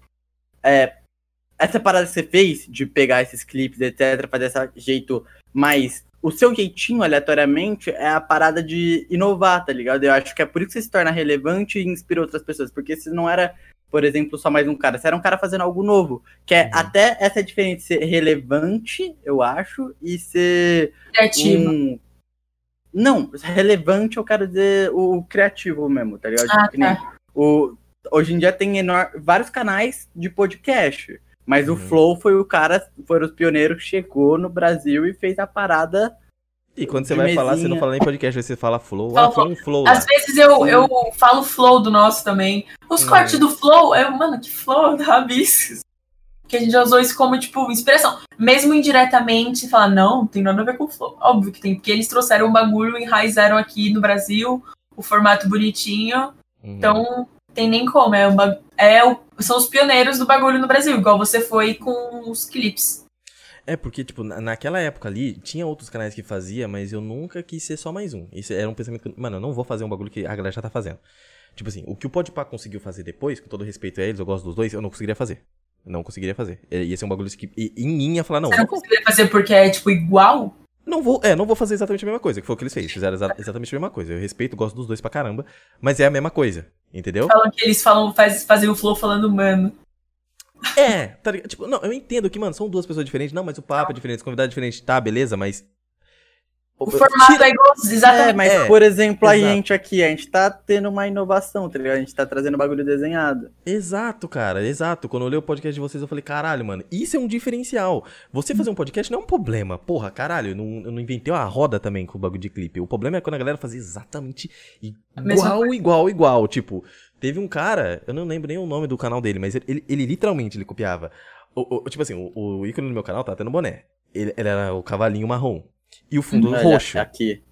essa parada que você fez, de pegar esses clipes, etc, fazer desse jeito mais... O seu jeitinho, aleatoriamente, é a parada de inovar, tá ligado? Eu acho que é por isso que você se torna relevante e inspira outras pessoas. Porque se não era, por exemplo, só mais um cara. Você era um cara fazendo algo novo. Que é até essa diferença de ser relevante, eu acho, e ser... Criativo. Não, relevante eu quero dizer o criativo mesmo, tá ligado? Hoje em dia tem vários canais de podcast. Mas o Flow foram os pioneiros que chegou no Brasil e fez a parada. E quando você vai falar, você não fala nem podcast, você fala Flow. Foi um Flow. Às vezes eu falo Flow do nosso também. Os cortes do Flow, mano, que Flow da Rabiscos. Que a gente já usou isso como, tipo, inspiração. Mesmo indiretamente, falar, não tem nada a ver com o Flow. Óbvio que tem, porque eles trouxeram um bagulho, enraizaram aqui no Brasil, o formato bonitinho. Então, tem nem como. São os pioneiros do bagulho no Brasil, igual você foi com os clipes. Porque, tipo, naquela época ali, tinha outros canais que fazia, mas eu nunca quis ser só mais um. Isso era um pensamento que, mano, eu não vou fazer um bagulho que a galera já tá fazendo. Tipo assim, o que o Podpah conseguiu fazer depois, com todo respeito a eles, eu gosto dos dois, eu não conseguiria fazer. Não conseguiria fazer. Ia ser um bagulho que em mim ia falar, não. Você não conseguiria fazer porque é, tipo, igual? Não vou fazer exatamente a mesma coisa, que foi o que eles fez. Fizeram exatamente a mesma coisa. Eu respeito, gosto dos dois pra caramba, mas é a mesma coisa, entendeu? Falam que eles fazem o Flow falando, mano. Tá ligado? Tipo, não, eu entendo que, mano, são duas pessoas diferentes. Não, mas o papo é diferente, os convidados diferentes, tá, beleza, mas... O formato é igual, exatamente. Mas, por exemplo, a gente tá tendo uma inovação, tá ligado? A gente tá trazendo bagulho desenhado. Exato, cara, exato. Quando eu olhei o podcast de vocês, eu falei, caralho, mano, isso é um diferencial. Você fazer um podcast não é um problema. Porra, caralho, eu não inventei uma roda também com o bagulho de clipe. O problema é quando a galera fazia exatamente igual. Tipo, teve um cara, eu não lembro nem o nome do canal dele, mas ele literalmente, ele copiava. Tipo assim, o ícone do meu canal tá tendo boné. Ele era o cavalinho marrom. E o fundo roxo. Aqui.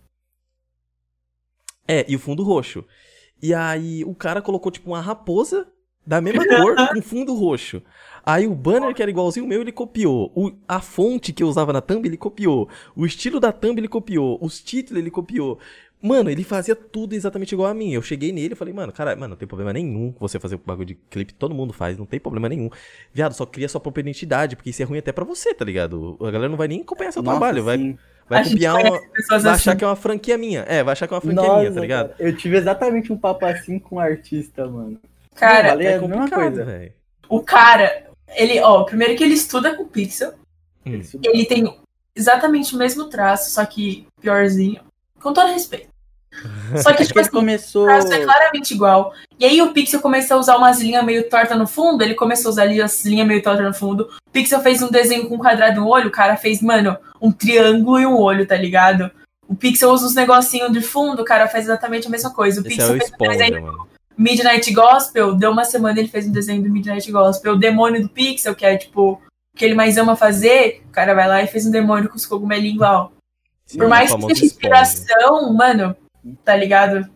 E o fundo roxo. E aí o cara colocou tipo uma raposa da mesma cor com fundo roxo. Aí o banner que era igualzinho o meu, ele copiou. A fonte que eu usava na thumb, ele copiou. O estilo da thumb, ele copiou. Os títulos, ele copiou. Mano, ele fazia tudo exatamente igual a mim. Eu cheguei nele e falei, mano, cara, não tem problema nenhum você fazer o bagulho de clipe, todo mundo faz, não tem problema nenhum. Viado, só cria sua própria identidade, porque isso é ruim até pra você, tá ligado? A galera não vai nem acompanhar seu trabalho, vai Vai copiar vai achar que é uma franquia minha. Vai achar que é uma franquia minha, tá ligado? Cara, eu tive exatamente um papo assim com um artista, mano. Cara, é a mesma coisa, velho. O cara, ele, primeiro que ele estuda com pixel, ele tem exatamente o mesmo traço, só que piorzinho, com todo respeito. Só que, tipo, ele começou... o traço é claramente igual. E aí o Pixel começou a usar umas linhas meio tortas no fundo, ele começou a usar ali as linhas meio tortas no fundo. O Pixel fez um desenho com um quadrado e um olho, o cara fez, mano, um triângulo e um olho, tá ligado? O Pixel usa uns negocinhos de fundo, o cara faz exatamente a mesma coisa. O Pixel fez um desenho do Midnight Gospel, deu uma semana ele fez um desenho do Midnight Gospel. O demônio do Pixel, que é, tipo, o que ele mais ama fazer, o cara vai lá e fez um demônio com os cogumelinhos igual. Por mais que seja inspiração, mano... Tá ligado?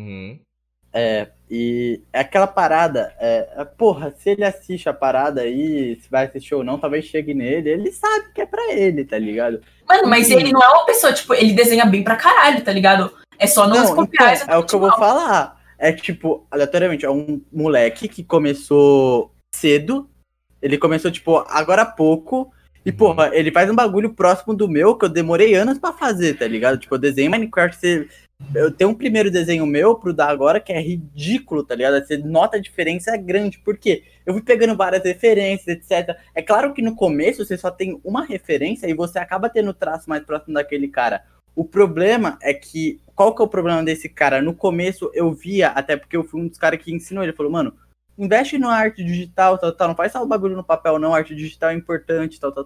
E aquela parada, porra, se ele assiste a parada aí, se vai assistir ou não, talvez chegue nele, ele sabe que é pra ele, tá ligado? Mano, mas ele não é uma pessoa, tipo, ele desenha bem pra caralho, tá ligado? É só não copiar. Então, é o que eu vou falar. É tipo, aleatoriamente, é um moleque que começou cedo, ele começou, tipo, agora há pouco, e, porra, ele faz um bagulho próximo do meu, que eu demorei anos pra fazer, tá ligado? Tipo, eu desenho Minecraft, eu tenho um primeiro desenho meu pro dar agora que é ridículo, tá ligado? Você nota a diferença grande, porque eu fui pegando várias referências, etc. É claro que no começo você só tem uma referência e você acaba tendo o traço mais próximo daquele cara. O problema é que, qual que é o problema desse cara? No começo eu via, até porque eu fui um dos caras que ensinou, ele falou, mano, investe na arte digital, tal, não faz só o bagulho no papel não, a arte digital é importante, tal.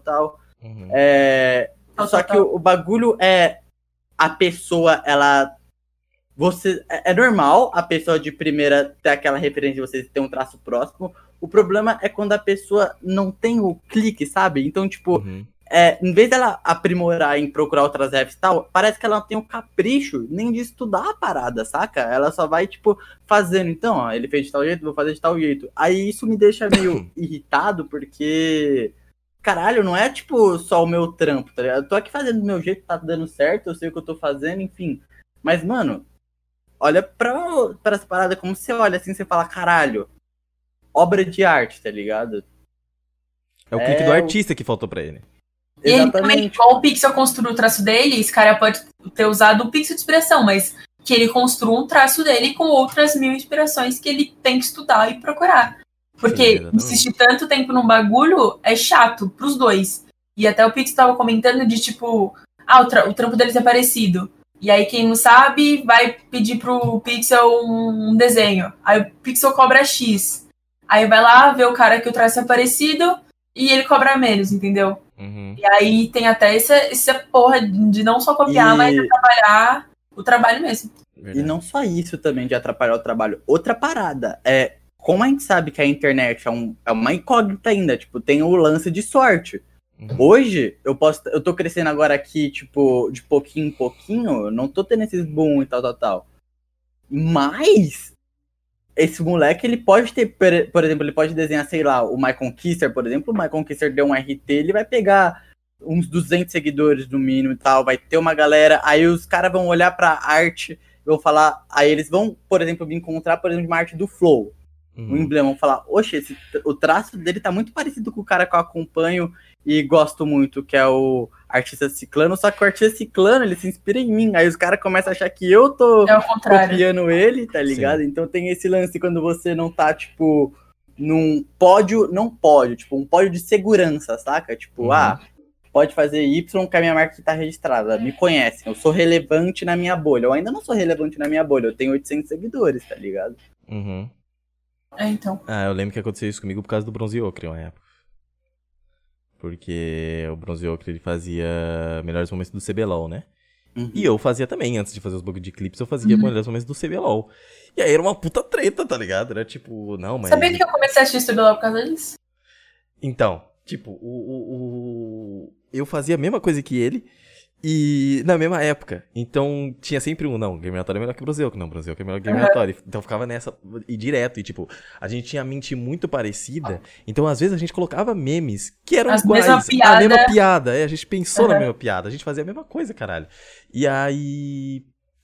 Só que o bagulho é, a pessoa, ela... É normal a pessoa de primeira ter aquela referência de você ter um traço próximo. O problema é quando a pessoa não tem o clique, sabe? Então, tipo, em vez dela aprimorar em procurar outras refs e tal, parece que ela não tem o capricho nem de estudar a parada, saca? Ela só vai, tipo, fazendo. Então, ó, ele fez de tal jeito, vou fazer de tal jeito. Aí isso me deixa meio irritado, porque... Caralho, não é, tipo, só o meu trampo, tá ligado? Eu tô aqui fazendo do meu jeito, tá dando certo, eu sei o que eu tô fazendo, enfim. Mas, mano... Olha pra essa parada, como você olha assim, você fala, caralho, obra de arte, tá ligado? É o clique do artista que faltou pra ele. E ele também, igual o Pixel construiu o traço dele, esse cara pode ter usado o Pixel de inspiração, mas que ele construa um traço dele com outras 1000 inspirações que ele tem que estudar e procurar. Porque insistir tanto tempo num bagulho é chato pros dois. E até o Pixel tava comentando de tipo, o trampo deles é parecido. E aí, quem não sabe, vai pedir pro Pixel um desenho. Aí o Pixel cobra X. Aí vai lá, vê o cara que o traço é parecido e ele cobra menos, entendeu? E aí tem até essa porra de não só copiar, mas atrapalhar o trabalho mesmo. E não só isso também de atrapalhar o trabalho. Outra parada, como a gente sabe que a internet é uma incógnita ainda, tipo, tem o lance de sorte. Hoje, eu tô crescendo agora aqui, tipo, de pouquinho em pouquinho, não tô tendo esses boom e tal. Mas, esse moleque, ele pode ter, por exemplo, ele pode desenhar, sei lá, o My Conquister, por exemplo, o My Conquister deu um RT, ele vai pegar uns 200 seguidores no mínimo e tal, vai ter uma galera, aí os caras vão olhar pra arte, vão falar, aí eles vão, por exemplo, me encontrar, por exemplo, uma arte do Flow, um emblema, vão falar, oxe, o traço dele tá muito parecido com o cara que eu acompanho e gosto muito, que é o artista ciclano, só que o artista ciclano, ele se inspira em mim, aí os caras começam a achar que eu tô copiando ele, tá ligado? Sim. Então tem esse lance quando você não tá, tipo, num pódio, tipo, um pódio de segurança, saca? Tipo, pode fazer Y que a minha marca tá registrada, me conhecem, eu sou relevante na minha bolha, eu ainda não sou relevante na minha bolha, eu tenho 800 seguidores, tá ligado? Então. Eu lembro que aconteceu isso comigo por causa do Bronze Ocre, uma época. Porque o Bronze Ocre, ele fazia melhores momentos do CBLOL, né? E eu fazia também, antes de fazer os bugs de clips, eu fazia melhores momentos do CBLOL. E aí era uma puta treta, tá ligado? Era tipo, não, mas... Sabia que eu comecei a assistir CBLOL por causa disso? Então, tipo, eu fazia a mesma coisa que ele, e na mesma época. Então tinha sempre não, Game Aleatório é melhor que Bronze Ocre, não, Bronze Ocre é melhor que Game Aleatório. Então ficava nessa, e direto, e tipo, a gente tinha a mente muito parecida, então às vezes a gente colocava memes que eram iguais, a mesma piada, a gente pensou na mesma piada, a gente fazia a mesma coisa, caralho. E aí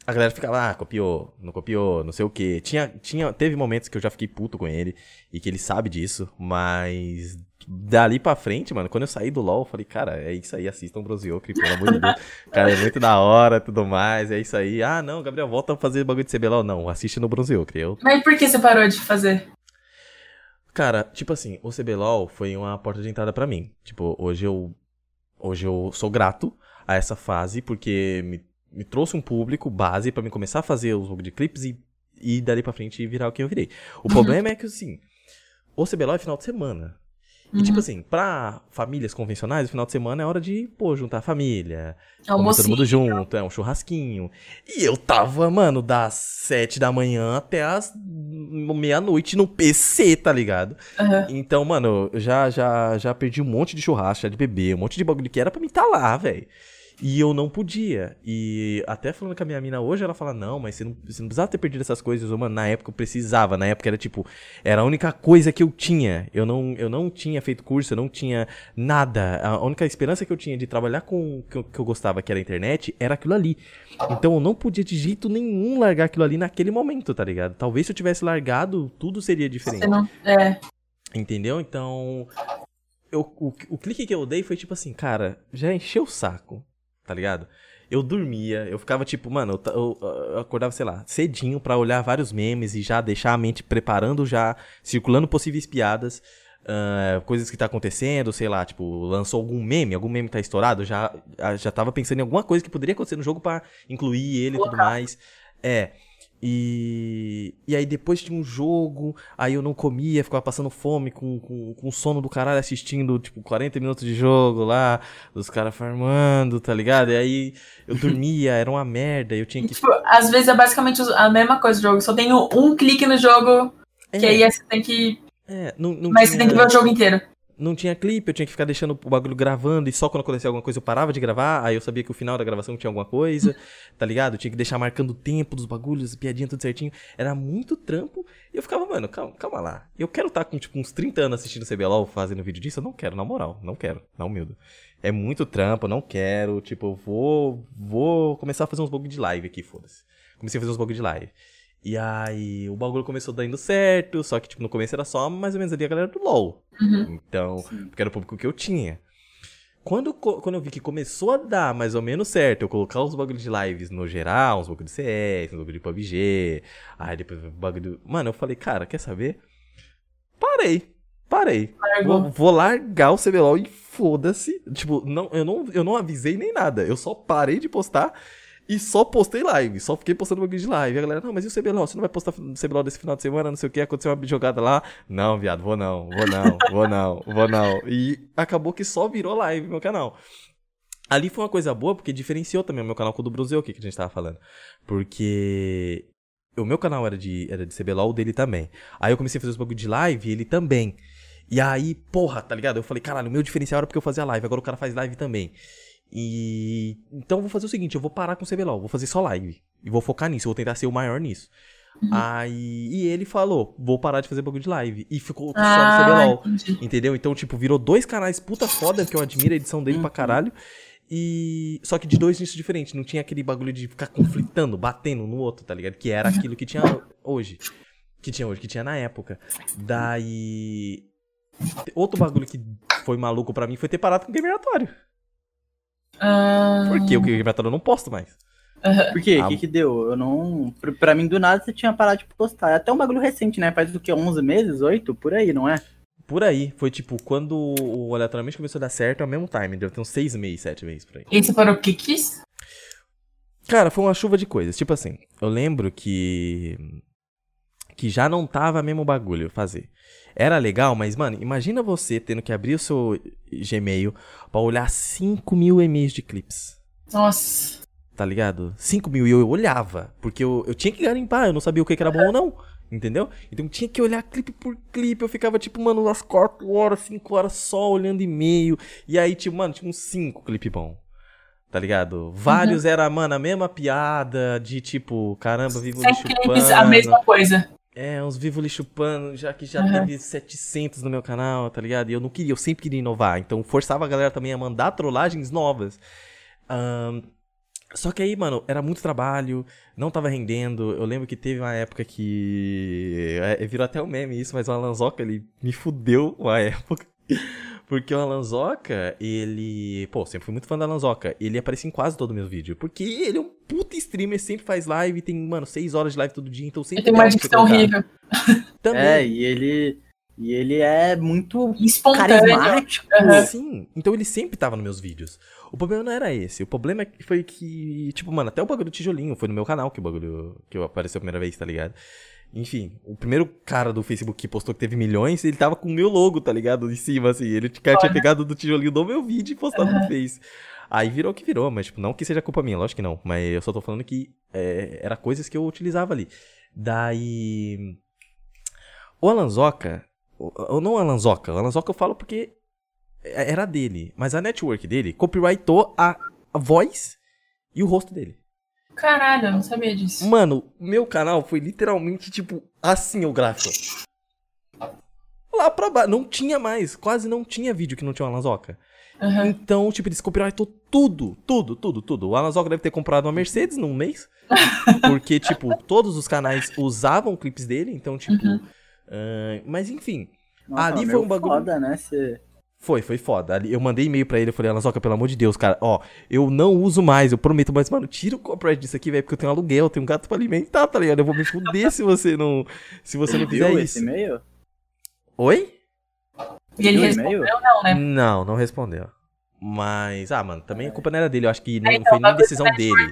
a galera ficava, copiou, não sei o quê. Teve momentos que eu já fiquei puto com ele, e que ele sabe disso, mas dali pra frente, mano, quando eu saí do LoL, eu falei, cara, é isso aí, assistam o Broziocre, pelo amor de Deus. Cara, é muito da hora, tudo mais, é isso aí. Ah, não, Gabriel, volta a fazer bagulho de CBLOL. Não, assiste no Broziocre. Mas por que você parou de fazer? Cara, tipo assim, o CBLOL foi uma porta de entrada pra mim. Tipo, hoje eu sou grato a essa fase, porque me trouxe um público base pra mim começar a fazer os jogos de clipes e dali pra frente virar o que eu virei. O problema é que, assim, o CBLOL é final de semana. E, tipo assim, pra famílias convencionais, o final de semana é hora de, juntar a família. Comer todo mundo junto, um churrasquinho. E eu tava, mano, das 7 da manhã até as meia-noite no PC, tá ligado? Então, mano, eu já perdi um monte de churrasco, já de beber, um monte de bagulho que era pra mim tá lá, velho. E eu não podia. E até falando com a minha mina hoje, ela fala, não, mas você não precisava ter perdido essas coisas. Mano, na época eu precisava. Na época era tipo, era a única coisa que eu tinha. Eu não tinha feito curso, eu não tinha nada. A única esperança que eu tinha de trabalhar com o que eu gostava, que era a internet, era aquilo ali. Então eu não podia de jeito nenhum largar aquilo ali naquele momento, tá ligado? Talvez se eu tivesse largado, tudo seria diferente. Entendeu? Então, o clique que eu dei foi tipo assim, cara, já encheu o saco. Tá ligado? Eu dormia, eu ficava tipo, mano, eu acordava, sei lá, cedinho pra olhar vários memes e já deixar a mente preparando já, circulando possíveis piadas, coisas que tá acontecendo, sei lá, tipo, lançou algum meme tá estourado, já tava pensando em alguma coisa que poderia acontecer no jogo pra incluir ele e tudo mais. E aí depois tinha um jogo, aí eu não comia, ficava passando fome com sono do caralho assistindo, tipo, 40 minutos de jogo lá, os caras farmando, tá ligado? E aí eu dormia, era uma merda, eu tinha que... Tipo, às vezes é basicamente a mesma coisa do jogo, só tem um clique no jogo, que aí você tem que... Mas você tem que ver o jogo inteiro. Não tinha clipe, eu tinha que ficar deixando o bagulho gravando e só quando acontecia alguma coisa eu parava de gravar, aí eu sabia que o final da gravação tinha alguma coisa, tá ligado? Eu tinha que deixar marcando o tempo dos bagulhos, piadinha, tudo certinho. Era muito trampo e eu ficava, mano, calma lá. Eu quero estar com, tipo, uns 30 anos assistindo CBLOL, fazendo vídeo disso? Eu não quero, na moral, não quero, não humildo. É muito trampo, eu não quero, tipo, eu vou começar a fazer uns bagulho de live aqui, foda-se. Comecei a fazer uns bagulho de live. E aí o bagulho começou dando certo, só que tipo, no começo era só mais ou menos ali a galera do LoL. Então, porque era o público que eu tinha. Quando eu vi que começou a dar mais ou menos certo, eu colocar os bagulhos de lives no geral, uns bagulhos de CS, uns bagulhos de PUBG, aí depois o bagulho... Mano, eu falei, cara, quer saber? Parei. Vou largar o CBLOL e foda-se. Tipo, eu não avisei nem nada, eu só parei de postar... E só postei live, só fiquei postando bagulho de live. E a galera, não, mas e o CBLOL? Você não vai postar CBLOL desse final de semana, não sei o que, aconteceu uma jogada lá. Não, viado, vou não. E acabou que só virou live meu canal. Ali foi uma coisa boa, porque diferenciou também o meu canal com o do Broziocre, que a gente tava falando. Porque o meu canal era de CBLOL, o dele também. Aí eu comecei a fazer os bagulho de live e ele também. E aí, porra, tá ligado? Eu falei, caralho, o meu diferencial era porque eu fazia live, agora o cara faz live também. E então eu vou fazer o seguinte, eu vou parar com o CBLOL, vou fazer só live e vou focar nisso, eu vou tentar ser o maior nisso. E ele falou, vou parar de fazer bagulho de live. E ficou só no CBLOL, entendeu? Então, tipo, virou 2 canais puta foda, que eu admiro a edição dele pra caralho. E só que de 2 nichos diferentes, não tinha aquele bagulho de ficar conflitando, batendo um no outro, tá ligado? Que era aquilo que tinha hoje. Que tinha na época. Daí outro bagulho que foi maluco pra mim foi ter parado com o Game Aleatório. Porque o Game Aleatório eu não posto mais. Por quê? O que deu? Eu não... Pra mim, do nada, você tinha parado de postar. É até um bagulho recente, né? Faz o que? 11 meses? 8? Por aí, não é? Por aí. Foi tipo, quando o aleatoriamente começou a dar certo, ao mesmo time. Deu ter uns 6 meses, 7 meses por aí. E você parou o que quis? Cara, foi uma chuva de coisas. Tipo assim, eu lembro que já não tava mesmo bagulho fazer. Era legal, mas, mano, imagina você tendo que abrir o seu Gmail pra olhar 5 mil e-mails de clips. Nossa. Tá ligado? 5 mil e eu olhava, porque eu tinha que garimpar, eu não sabia o que era bom ou não, entendeu? Então tinha que olhar clipe por clipe, eu ficava tipo, mano, umas 4 horas, 5 horas só olhando e-mail. E aí, tipo, mano, tinha uns 5 clipes bons. Tá ligado? Vários era, mano, a mesma piada de tipo, caramba, vivo lixo pano. A mesma coisa. Uns vivo lixo pano, já que já teve 700 no meu canal, tá ligado? E eu sempre queria inovar, então forçava a galera também a mandar trollagens novas. Só que aí, mano, era muito trabalho, não tava rendendo. Eu lembro que teve uma época que... virou até um meme isso, mas o Alanzoca, ele me fudeu uma época. Porque o Alanzoca, ele... Pô, sempre fui muito fã do Alanzoca. Ele aparecia em quase todo o meu vídeo. Porque ele é um puta streamer, sempre faz live. Tem, mano, 6 horas de live todo dia. Então sempre... Ele tem uma dicção horrível. Também. E ele é muito espontâneo. Carismático. Sim, então ele sempre tava nos meus vídeos. O problema não era esse. O problema foi que, tipo, mano, até o bagulho do tijolinho foi no meu canal que o bagulho que eu apareceu a primeira vez, tá ligado? Enfim, o primeiro cara do Facebook que postou que teve milhões, ele tava com o meu logo, tá ligado? Em cima, assim. Ele tinha pegado do tijolinho do meu vídeo e postado no Face. Aí virou o que virou, mas, tipo, não que seja culpa minha, lógico que não. Mas eu só tô falando que era coisas que eu utilizava ali. Daí... O Alanzoca... Não o Alanzoca eu falo porque era dele. Mas a network dele copyrightou a voz e o rosto dele. Caralho, eu não sabia disso. Mano, meu canal foi literalmente, tipo, assim o gráfico. Lá pra baixo. Não tinha mais. Quase não tinha vídeo que não tinha o Alanzoca. Então, tipo, eles copyrightou tudo. O Alanzoca deve ter comprado uma Mercedes num mês. Porque, tipo, todos os canais usavam clipes dele. Então, tipo... mas enfim, nossa, ali foi um bagulho foda, né? Foi foda. Ali, eu mandei e-mail pra ele, eu falei, Alanzoca, pelo amor de Deus, cara, ó, eu não uso mais, eu prometo, mas, mano, tira o copyright disso aqui, velho, porque eu tenho aluguel, eu tenho um gato pra alimentar, tá ligado? Eu vou me fuder se você não fizer viu isso. Esse e-mail? Oi? E ele respondeu, não, né? Não respondeu. Mas, mano, também a culpa não era dele, eu acho que não foi nem decisão dele.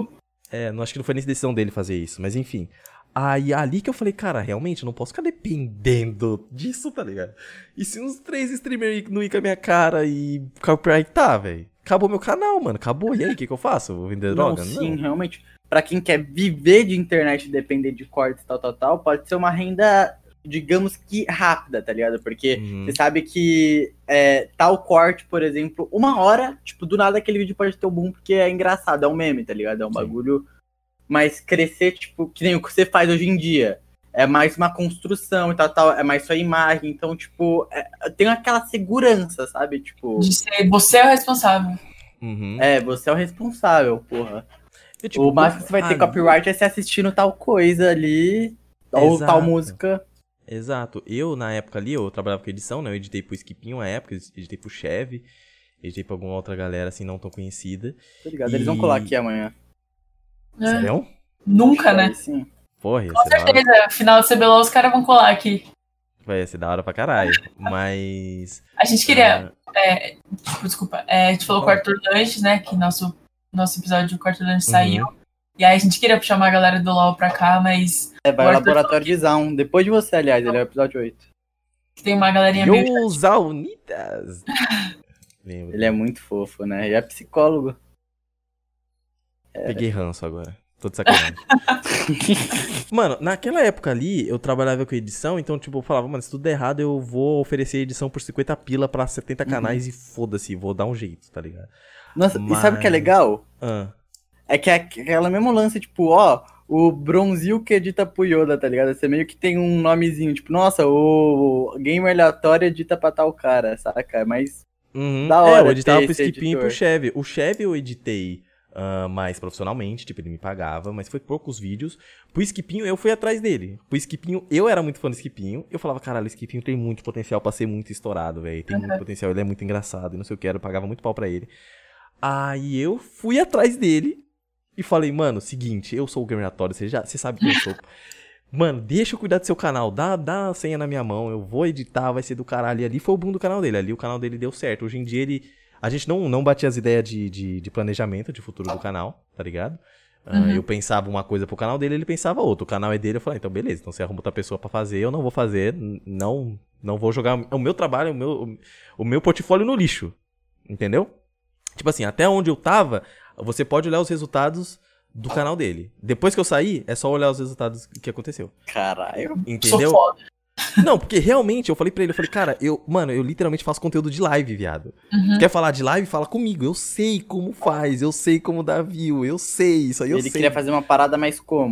Não acho que não foi nem decisão dele fazer isso, mas enfim. Aí ali que eu falei, cara, realmente, eu não posso ficar dependendo disso, tá ligado? E se uns 3 streamers não ir com a minha cara e copyrightar, velho? Acabou meu canal, mano, acabou. E aí, o que eu faço? Vou vender droga? Sim, realmente. Pra quem quer viver de internet e depender de cortes, tal, pode ser uma renda, digamos que rápida, tá ligado? Porque você sabe que tal corte, por exemplo, 1 hora, tipo, do nada aquele vídeo pode ter um boom porque é engraçado, é um meme, tá ligado? É um bagulho... Mas crescer, tipo, que nem o que você faz hoje em dia. É mais uma construção e tal, é mais sua imagem. Então, tipo, tem aquela segurança, sabe? Tipo... De ser, você é o responsável. Você é o responsável, porra. E, tipo, o máximo que você vai ter copyright é você assistindo tal coisa ali, ou tal música. Exato. Eu, na época ali, eu trabalhava com edição, né? Eu editei pro Skipinho uma época, editei pro Chevy, editei pra alguma outra galera, assim, não tão conhecida. Tô ligado, eles vão colar aqui amanhã. Sério? Nunca, né? Sim. Porra, com certeza, final do CBLOL os caras vão colar aqui. Vai ser da hora pra caralho. Mas... A gente queria... desculpa. A gente falou com o Arthur Lanches, né? Que nosso episódio com o Arthur Lanches saiu. E aí a gente queria chamar a galera do LoL pra cá, mas... vai ao Laboratório de Zaun. Depois de você, aliás. Ele é o episódio 8. Tem uma galerinha meio... Zaunitas! Ele é muito fofo, né? E é psicólogo. Peguei ranço agora. Tô de sacanagem. Mano, naquela época ali, eu trabalhava com edição, então, tipo, eu falava, mano, se tudo der errado, eu vou oferecer edição por 50 pila pra 70 canais e foda-se, vou dar um jeito, tá ligado? Nossa, e sabe o que é legal? É que é aquela mesma lance, tipo, o Bronzil que edita pro Yoda, tá ligado? Você meio que tem um nomezinho, tipo, nossa, o Gamer Aleatório edita pra tal cara, saca? Mas da hora eu editava pro Skipinho e pro Chevy. O Chevy eu editei... mais profissionalmente, tipo, ele me pagava, mas foi poucos vídeos. Pro Skipinho, eu fui atrás dele. Pro Skipinho, eu era muito fã do Skipinho. Eu falava, caralho, o Skipinho tem muito potencial pra ser muito estourado, velho. Tem muito potencial, ele é muito engraçado e não sei o que, eu pagava muito pau pra ele. Aí eu fui atrás dele e falei, mano, seguinte, eu sou o Gamer Aleatório, você sabe quem eu sou. Mano, deixa eu cuidar do seu canal, dá a senha na minha mão, eu vou editar, vai ser do caralho. E ali foi o boom do canal dele, ali o canal dele deu certo. Hoje em dia a gente não batia as ideias de planejamento de futuro do canal, tá ligado? Eu pensava uma coisa pro canal dele, ele pensava outra. O canal é dele, eu falei, então beleza, então você arruma outra pessoa pra fazer, eu não vou fazer, não vou jogar o meu trabalho, o meu portfólio no lixo, entendeu? Tipo assim, até onde eu tava, você pode olhar os resultados do canal dele. Depois que eu sair, é só olhar os resultados que aconteceu. Caralho. Entendeu? Sou foda. Não, porque realmente, eu falei pra ele, cara, eu literalmente faço conteúdo de live, viado. Quer falar de live? Fala comigo. Eu sei como faz, eu sei como dá view, eu sei, isso aí eu sei. Ele queria fazer uma parada mais como?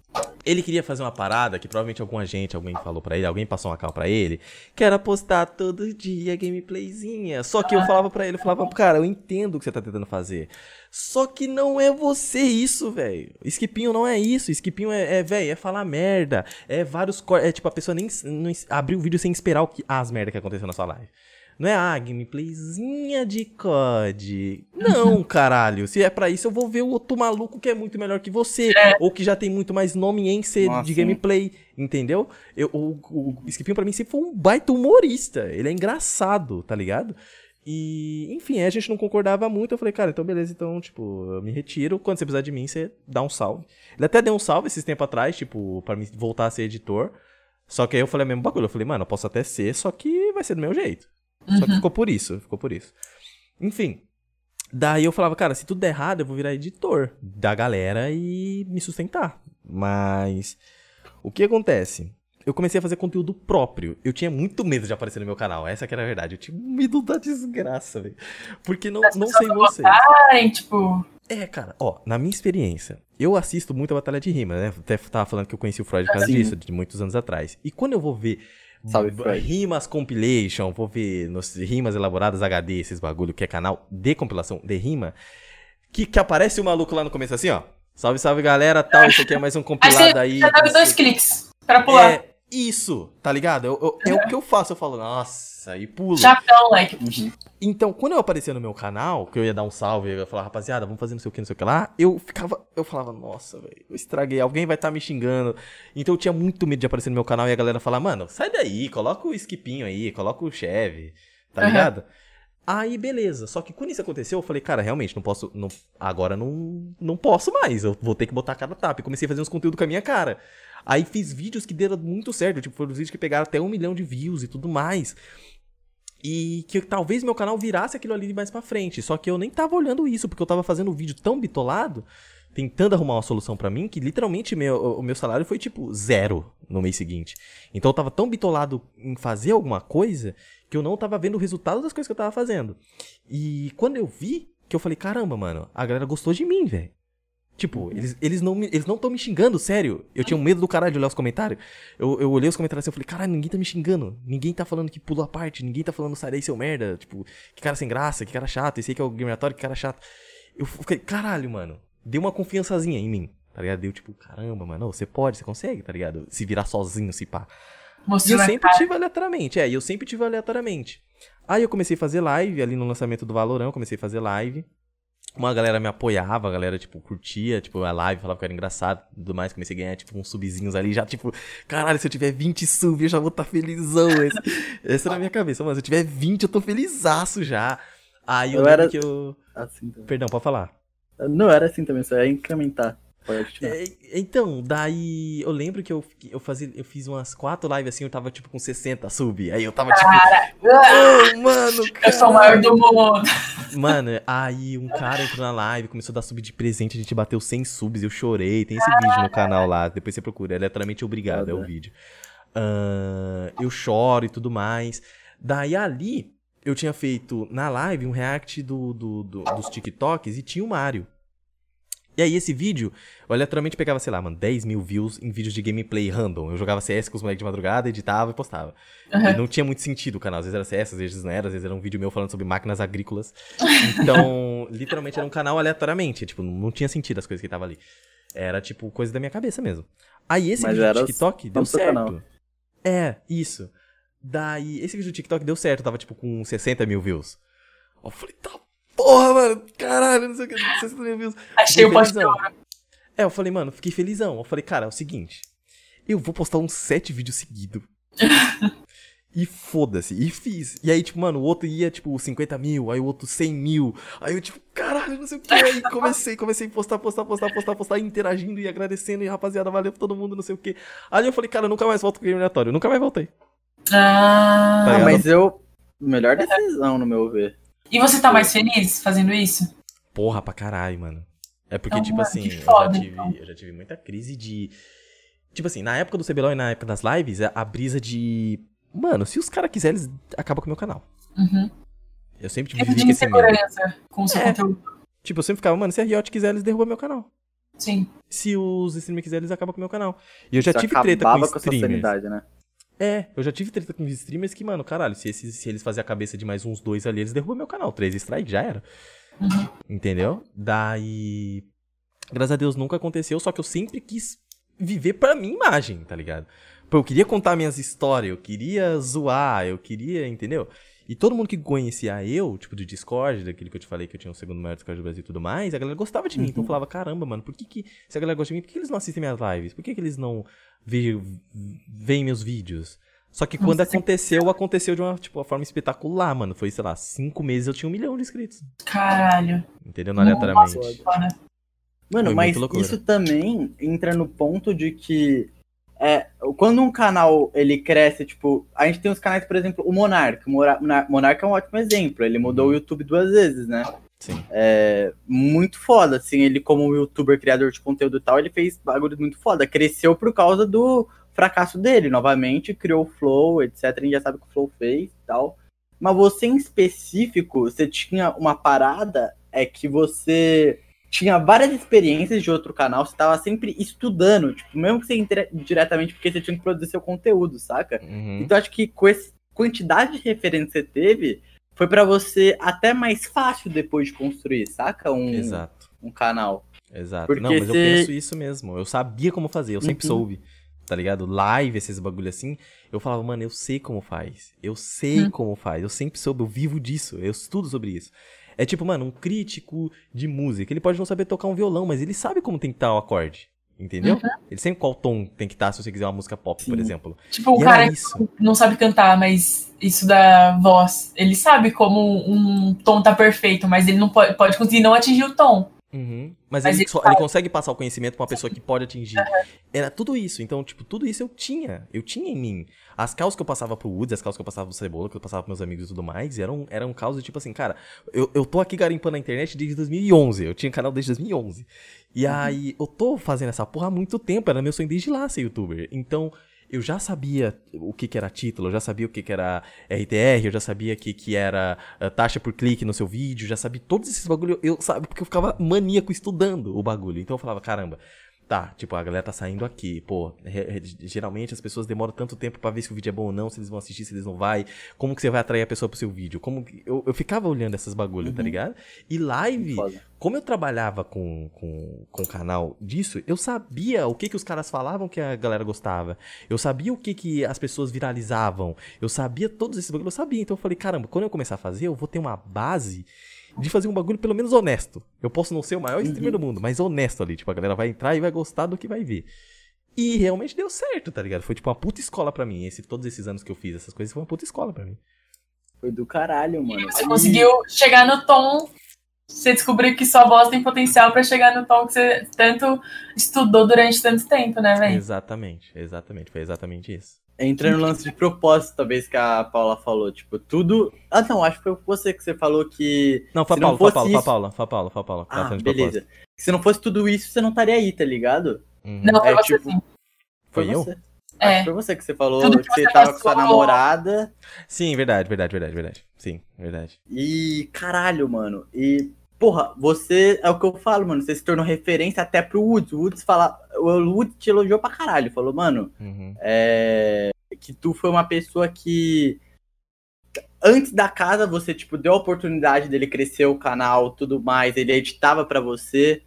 Ele queria fazer uma parada que provavelmente alguém falou pra ele, alguém passou uma cal pra ele, que era postar todo dia gameplayzinha. Só que eu falava pra ele, cara, eu entendo o que você tá tentando fazer. Só que não é você isso, velho. Skipinho não é isso. Skipinho velho, é falar merda. É vários cortes. É tipo, a pessoa nem não abriu o vídeo sem esperar as merdas que aconteceu na sua live. Não é, gameplayzinha de COD. Não, caralho. Se é pra isso, eu vou ver o outro maluco que é muito melhor que você. Ou que já tem muito mais nome em ser de gameplay. Entendeu? O Skipinho pra mim sempre foi um baita humorista. Ele é engraçado, tá ligado? E, enfim, a gente não concordava muito. Eu falei, cara, então beleza, então, tipo, eu me retiro. Quando você precisar de mim, você dá um salve. Ele até deu um salve esses tempos atrás, tipo, pra mim voltar a ser editor. Só que aí eu falei o mesmo bagulho. Eu falei, mano, eu posso até ser, só que vai ser do meu jeito. Só que ficou por isso. Enfim. Daí eu falava, cara, se tudo der errado, eu vou virar editor da galera e me sustentar. Mas o que acontece? Eu comecei a fazer conteúdo próprio. Eu tinha muito medo de aparecer no meu canal. Essa que era a verdade. Eu tinha medo da desgraça, velho. Porque não sei vocês. Tipo... Cara, ó, na minha experiência, eu assisto muito a Batalha de Rima, né? Até tava falando que eu conheci o Freud por causa disso, de muitos anos atrás. E quando eu vou ver rimas compilation, vou ver rimas elaboradas HD, esses bagulho, que é canal de compilação de rima, que aparece o maluco lá no começo assim, ó. Salve, salve, galera, tal, isso aqui é mais um compilado aí. Já dá 2 cliques pra pular. Isso, tá ligado? É o que eu faço, eu falo, nossa, e pulo. Chapéu, like. Então, quando eu aparecia no meu canal, que eu ia dar um salve, eu ia falar, rapaziada, vamos fazer não sei o que lá, eu falava, nossa, velho, eu estraguei, alguém vai estar me xingando. Então eu tinha muito medo de aparecer no meu canal e a galera falar, mano, sai daí, coloca o Skipinho aí, coloca o Chevy, tá ligado? Aí, beleza. Só que quando isso aconteceu, eu falei, cara, realmente, agora não posso mais, eu vou ter que botar a cara no tapa. E comecei a fazer uns conteúdos com a minha cara. Aí fiz vídeos que deram muito certo, tipo, foram os vídeos que pegaram até 1 milhão de views e tudo mais. E que talvez meu canal virasse aquilo ali mais pra frente. Só que eu nem tava olhando isso, porque eu tava fazendo um vídeo tão bitolado, tentando arrumar uma solução pra mim, que literalmente o meu salário foi tipo 0 no mês seguinte. Então eu tava tão bitolado em fazer alguma coisa, que eu não tava vendo o resultado das coisas que eu tava fazendo. E quando eu vi, que eu falei, caramba, mano, a galera gostou de mim, velho. Tipo, eles não tão me xingando, sério. Eu tinha um medo do caralho de olhar os comentários. Eu olhei os comentários assim, eu falei, caralho, ninguém tá me xingando. Ninguém tá falando que pulou a parte. Ninguém tá falando, sai daí, seu merda. Tipo, que cara sem graça, que cara chato. Esse aí que é o Gamertório, que cara chato. Eu fiquei, caralho, mano. Deu uma confiançazinha em mim, tá ligado? Deu tipo, caramba, mano, você pode, você consegue, tá ligado? Se virar sozinho, se pá. E eu sempre tive aleatoriamente. Aí eu comecei a fazer live, ali no lançamento do Valorant, eu comecei a fazer live. Uma galera me apoiava, a galera, tipo, curtia, tipo, a live, falava que era engraçado e tudo mais. Comecei a ganhar, tipo, uns subzinhos ali, já, tipo, caralho, se eu tiver 20 subs, eu já vou estar felizão. Essa era a minha cabeça, mano, se eu tiver 20, eu tô felizaço já. Aí eu lembro que eu... Assim também. Perdão, pode falar. Não era assim também, só ia incrementar. Então, daí eu lembro que eu fiz umas 4 lives assim, eu tava tipo com 60 sub. Aí eu tava tipo, mano, cara. Eu sou o maior do mundo. Mano, aí um cara entrou na live, começou a dar sub de presente, a gente bateu 100 subs, eu chorei. Tem esse vídeo no canal lá, depois você procura, é aleatoriamente obrigado, é o vídeo. Eu choro e tudo mais. Daí ali, eu tinha feito na live um react dos TikToks e tinha o Mario. E aí esse vídeo, eu aleatoriamente pegava, sei lá, mano, 10 mil views em vídeos de gameplay random. Eu jogava CS com os moleques de madrugada, editava e postava. E não tinha muito sentido o canal. Às vezes era CS, às vezes não era. Às vezes era um vídeo meu falando sobre máquinas agrícolas. Então, literalmente era um canal aleatoriamente. Tipo, não tinha sentido as coisas que tava ali. Era, tipo, coisa da minha cabeça mesmo. Aí esse vídeo do TikTok deu certo. Isso. Daí, esse vídeo do TikTok deu certo. Tava, tipo, com 60 mil views. Eu falei, tá porra, mano, caralho, não sei o que, 60 mil views. Achei o postou. Eu falei, mano, fiquei felizão. Eu falei, cara, é o seguinte, eu vou postar uns 7 vídeos seguidos. E foda-se, e fiz. E aí, tipo, mano, o outro ia, tipo, 50 mil, aí o outro 100 mil. Aí eu, tipo, caralho, não sei o que. Aí comecei a postar, interagindo e agradecendo. E rapaziada, valeu pra todo mundo, não sei o que. Aí eu falei, cara, eu nunca mais volto pro game aleatório. Eu nunca mais voltei. Tá, mas melhor decisão, no meu ver. E você tá mais feliz fazendo isso? Porra, pra caralho, mano. É porque, então, tipo assim, foda, eu já tive muita crise de... Tipo assim, na época do CBLOL e na época das lives, a brisa de... Mano, se os caras quiserem, eles acabam com o meu canal. Eu sempre vivi com esse medo. Com o seu conteúdo. Tipo, eu sempre ficava, mano, se a Riot quiser, eles derrubam meu canal. Sim. Se os streamers quiserem, eles acabam com o meu canal. E eu já tive Isso treta com acabava com a sua streamers. sanidade, né? Eu já tive treta com os streamers que, mano, caralho, se eles fazerem a cabeça de mais uns 2 ali, eles derrubam meu canal. 3 strike, já era. Entendeu? Daí... Graças a Deus nunca aconteceu, só que eu sempre quis viver pra minha imagem, tá ligado? Pô, eu queria contar minhas histórias, eu queria zoar, eu queria, entendeu? E todo mundo que conhecia eu, tipo do Discord, daquele que eu te falei que eu tinha o segundo maior Discord do Brasil e tudo mais, a galera gostava de mim. Então eu falava, caramba, mano, se a galera gosta de mim, por que eles não assistem minhas lives? Por que eles não veem meus vídeos? Só que quando aconteceu de uma forma espetacular, mano. Foi, sei lá, 5 meses eu tinha 1 milhão de inscritos. Caralho. Entendeu? Não aleatoriamente. Mano, mas isso também entra no ponto de que quando um canal ele cresce, tipo, a gente tem uns canais, por exemplo, o Monark. O Monark é um ótimo exemplo. Ele mudou o YouTube 2 vezes, né? Sim. Muito foda, assim, ele como youtuber, criador de conteúdo e tal, ele fez bagulho muito foda. Cresceu por causa do fracasso dele, novamente, criou o Flow, etc. A gente já sabe o que o Flow fez e tal. Mas você, em específico, você tinha uma parada, que você tinha várias experiências de outro canal, você tava sempre estudando, tipo, mesmo que você diretamente, porque você tinha que produzir seu conteúdo, saca? Então acho que com essa quantidade de referências que você teve, foi pra você até mais fácil depois de construir, saca? Um canal. Exato. Porque não, mas eu penso isso mesmo. Eu sabia como fazer, eu sempre soube. Tá ligado? Live, esses bagulho assim. Eu falava, mano, eu sei como faz. Eu sei como faz. Eu sempre soube, eu vivo disso. Eu estudo sobre isso. É tipo, mano, um crítico de música. Ele pode não saber tocar um violão, mas ele sabe como tem que estar o acorde. Entendeu? Ele sabe qual tom tem que estar se você quiser uma música pop, por exemplo. Tipo, o cara que não sabe cantar, mas isso da voz, ele sabe como um tom tá perfeito, mas ele não pode conseguir não atingir o tom. Mas ele consegue passar o conhecimento pra uma pessoa que pode atingir. Era tudo isso. Então, tipo, tudo isso eu tinha em mim. As causas que eu passava pro Woods, as causas que eu passava pro Cebola, que eu passava pros meus amigos e tudo mais, eram causas, tipo assim, cara, eu tô aqui garimpando na internet desde 2011. Eu tinha canal desde 2011. E aí, eu tô fazendo essa porra há muito tempo. Era meu sonho desde lá ser youtuber. Então, eu já sabia o que era título, eu já sabia o que era RTR, eu já sabia o que era taxa por clique no seu vídeo, já sabia todos esses bagulho, porque eu ficava maníaco estudando o bagulho. Então eu falava, caramba, tá, tipo, a galera tá saindo aqui, pô, geralmente as pessoas demoram tanto tempo pra ver se o vídeo é bom ou não, se eles vão assistir, se eles não vai, como que você vai atrair a pessoa pro seu vídeo, eu ficava olhando essas bagulho, tá ligado? E live, como eu trabalhava com o canal disso, eu sabia o que os caras falavam que a galera gostava, eu sabia o que as pessoas viralizavam, eu sabia todos esses bagulhos, eu sabia, então eu falei, caramba, quando eu começar a fazer, eu vou ter uma base de fazer um bagulho pelo menos honesto. Eu posso não ser o maior streamer do mundo, mas honesto ali. Tipo, a galera vai entrar e vai gostar do que vai ver. E realmente deu certo, tá ligado? Foi tipo uma puta escola pra mim. Todos esses anos que eu fiz essas coisas, foi uma puta escola pra mim. Foi do caralho, mano. Você conseguiu chegar no tom, você descobriu que sua voz tem potencial pra chegar no tom que você tanto estudou durante tanto tempo, né, velho? Exatamente. Foi exatamente isso. Entra no lance de propósito, talvez, que a Paula falou. Tipo, tudo... Ah, não, acho que foi você que você falou que... Não, foi a Paula. Ah, beleza. Se não fosse tudo isso, você não estaria aí, tá ligado? Não, foi você sim. Foi eu? Você. Acho que foi você que você falou tudo que você tava com sua namorada. Sim, verdade. Sim, verdade. E, caralho, mano. E, porra, você... É o que eu falo, mano. Você se tornou referência até pro Woods. O Woods te elogiou pra caralho. Falou, mano, que tu foi uma pessoa que... Antes da casa, você, tipo, deu a oportunidade dele crescer o canal, tudo mais. Ele editava pra você.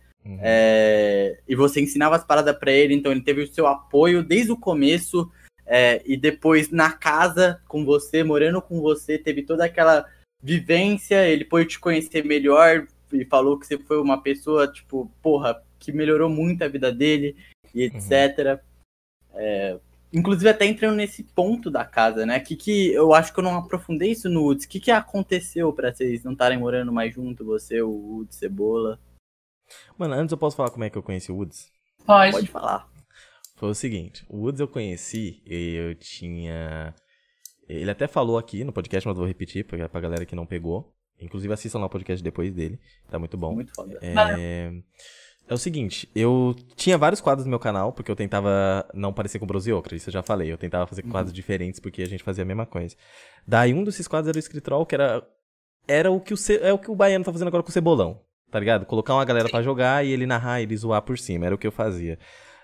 E você ensinava as paradas pra ele. Então ele teve o seu apoio desde o começo. E depois na casa com você, morando com você, teve toda aquela vivência. Ele pôde te conhecer melhor e falou que você foi uma pessoa, tipo, porra, que melhorou muito a vida dele e etc. Inclusive até entrando nesse ponto da casa, né? Que eu acho que eu não aprofundei isso no Woods. O que aconteceu pra vocês não estarem morando mais junto, você, o Woods, Cebola? Mano, antes eu posso falar como é que eu conheci o Woods? Pode falar. Foi o seguinte, o Woods eu conheci, eu tinha... Ele até falou aqui no podcast, mas eu vou repetir pra galera que não pegou. Inclusive assistam lá o podcast depois dele, tá muito bom. Muito foda. É o seguinte, eu tinha vários quadros no meu canal, porque eu tentava não parecer com o Brosiocra, isso eu já falei. Eu tentava fazer quadros diferentes, porque a gente fazia a mesma coisa. Daí um desses quadros era o Escritrol, que era o que o Baiano tá fazendo agora com o Cebolão. tá ligado? Colocar uma galera pra jogar e ele narrar e ele zoar por cima. Era o que eu fazia.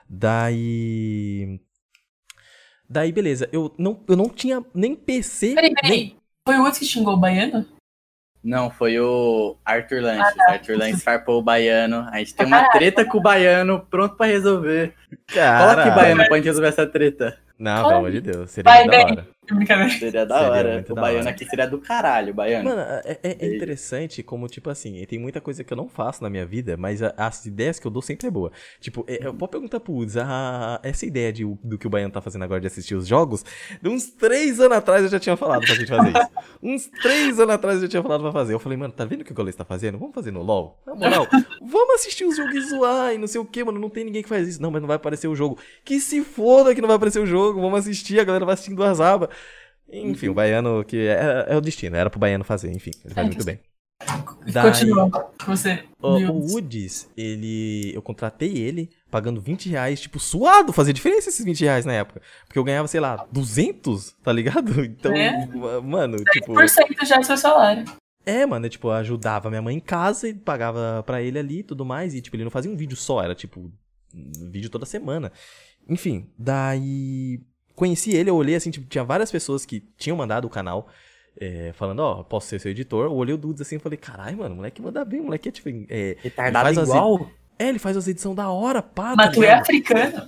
Daí, beleza. Eu não tinha nem PC. Peraí. Foi o outro que xingou o baiano? Não, foi o Arthur Lanches. Arthur Lanches farpou o baiano. A gente tem uma treta com o baiano, pronto pra resolver. Fala que baiano pra gente resolver essa treta. Não, pelo amor de Deus. Seria muito da hora. Seria da hora. O baiano aqui seria do caralho, o baiano. Mano, é interessante como, tipo assim, tem muita coisa que eu não faço na minha vida, mas as ideias que eu dou sempre é boa. Tipo, eu vou perguntar pro Woods, essa ideia do que o baiano tá fazendo agora de assistir os jogos, de uns 3 anos atrás eu já tinha falado pra gente fazer isso. Uns 3 anos atrás eu já tinha falado pra fazer. Eu falei, mano, tá vendo o que o Golês tá fazendo? Vamos fazer no LoL? Na moral, vamos assistir os jogos e zoar e não sei o que, mano, não tem ninguém que faz isso. Não, mas não vai aparecer o jogo. Que se foda que não vai aparecer o jogo, vamos assistir, a galera vai assistindo duas abas. Enfim, o baiano que é o destino, era pro baiano fazer, enfim, ele faz muito bem. Continua, você. O Woods, eu contratei ele pagando R$20, tipo, suado, fazia diferença esses R$20 na época. Porque eu ganhava, sei lá, 200, tá ligado? Então, mano, tipo... 10% já é seu salário. Mano, tipo, eu ajudava minha mãe em casa e pagava pra ele ali e tudo mais. E, tipo, ele não fazia um vídeo só, era, tipo, um vídeo toda semana. Enfim, daí... Conheci ele, eu olhei assim, tipo, tinha várias pessoas que tinham mandado o canal, falando, posso ser seu editor. Eu olhei o Dudes assim e falei, caralho, mano, o moleque manda bem, o moleque é tipo... retardado igual? Ele faz as edições da hora, pá. Mas tu é africano.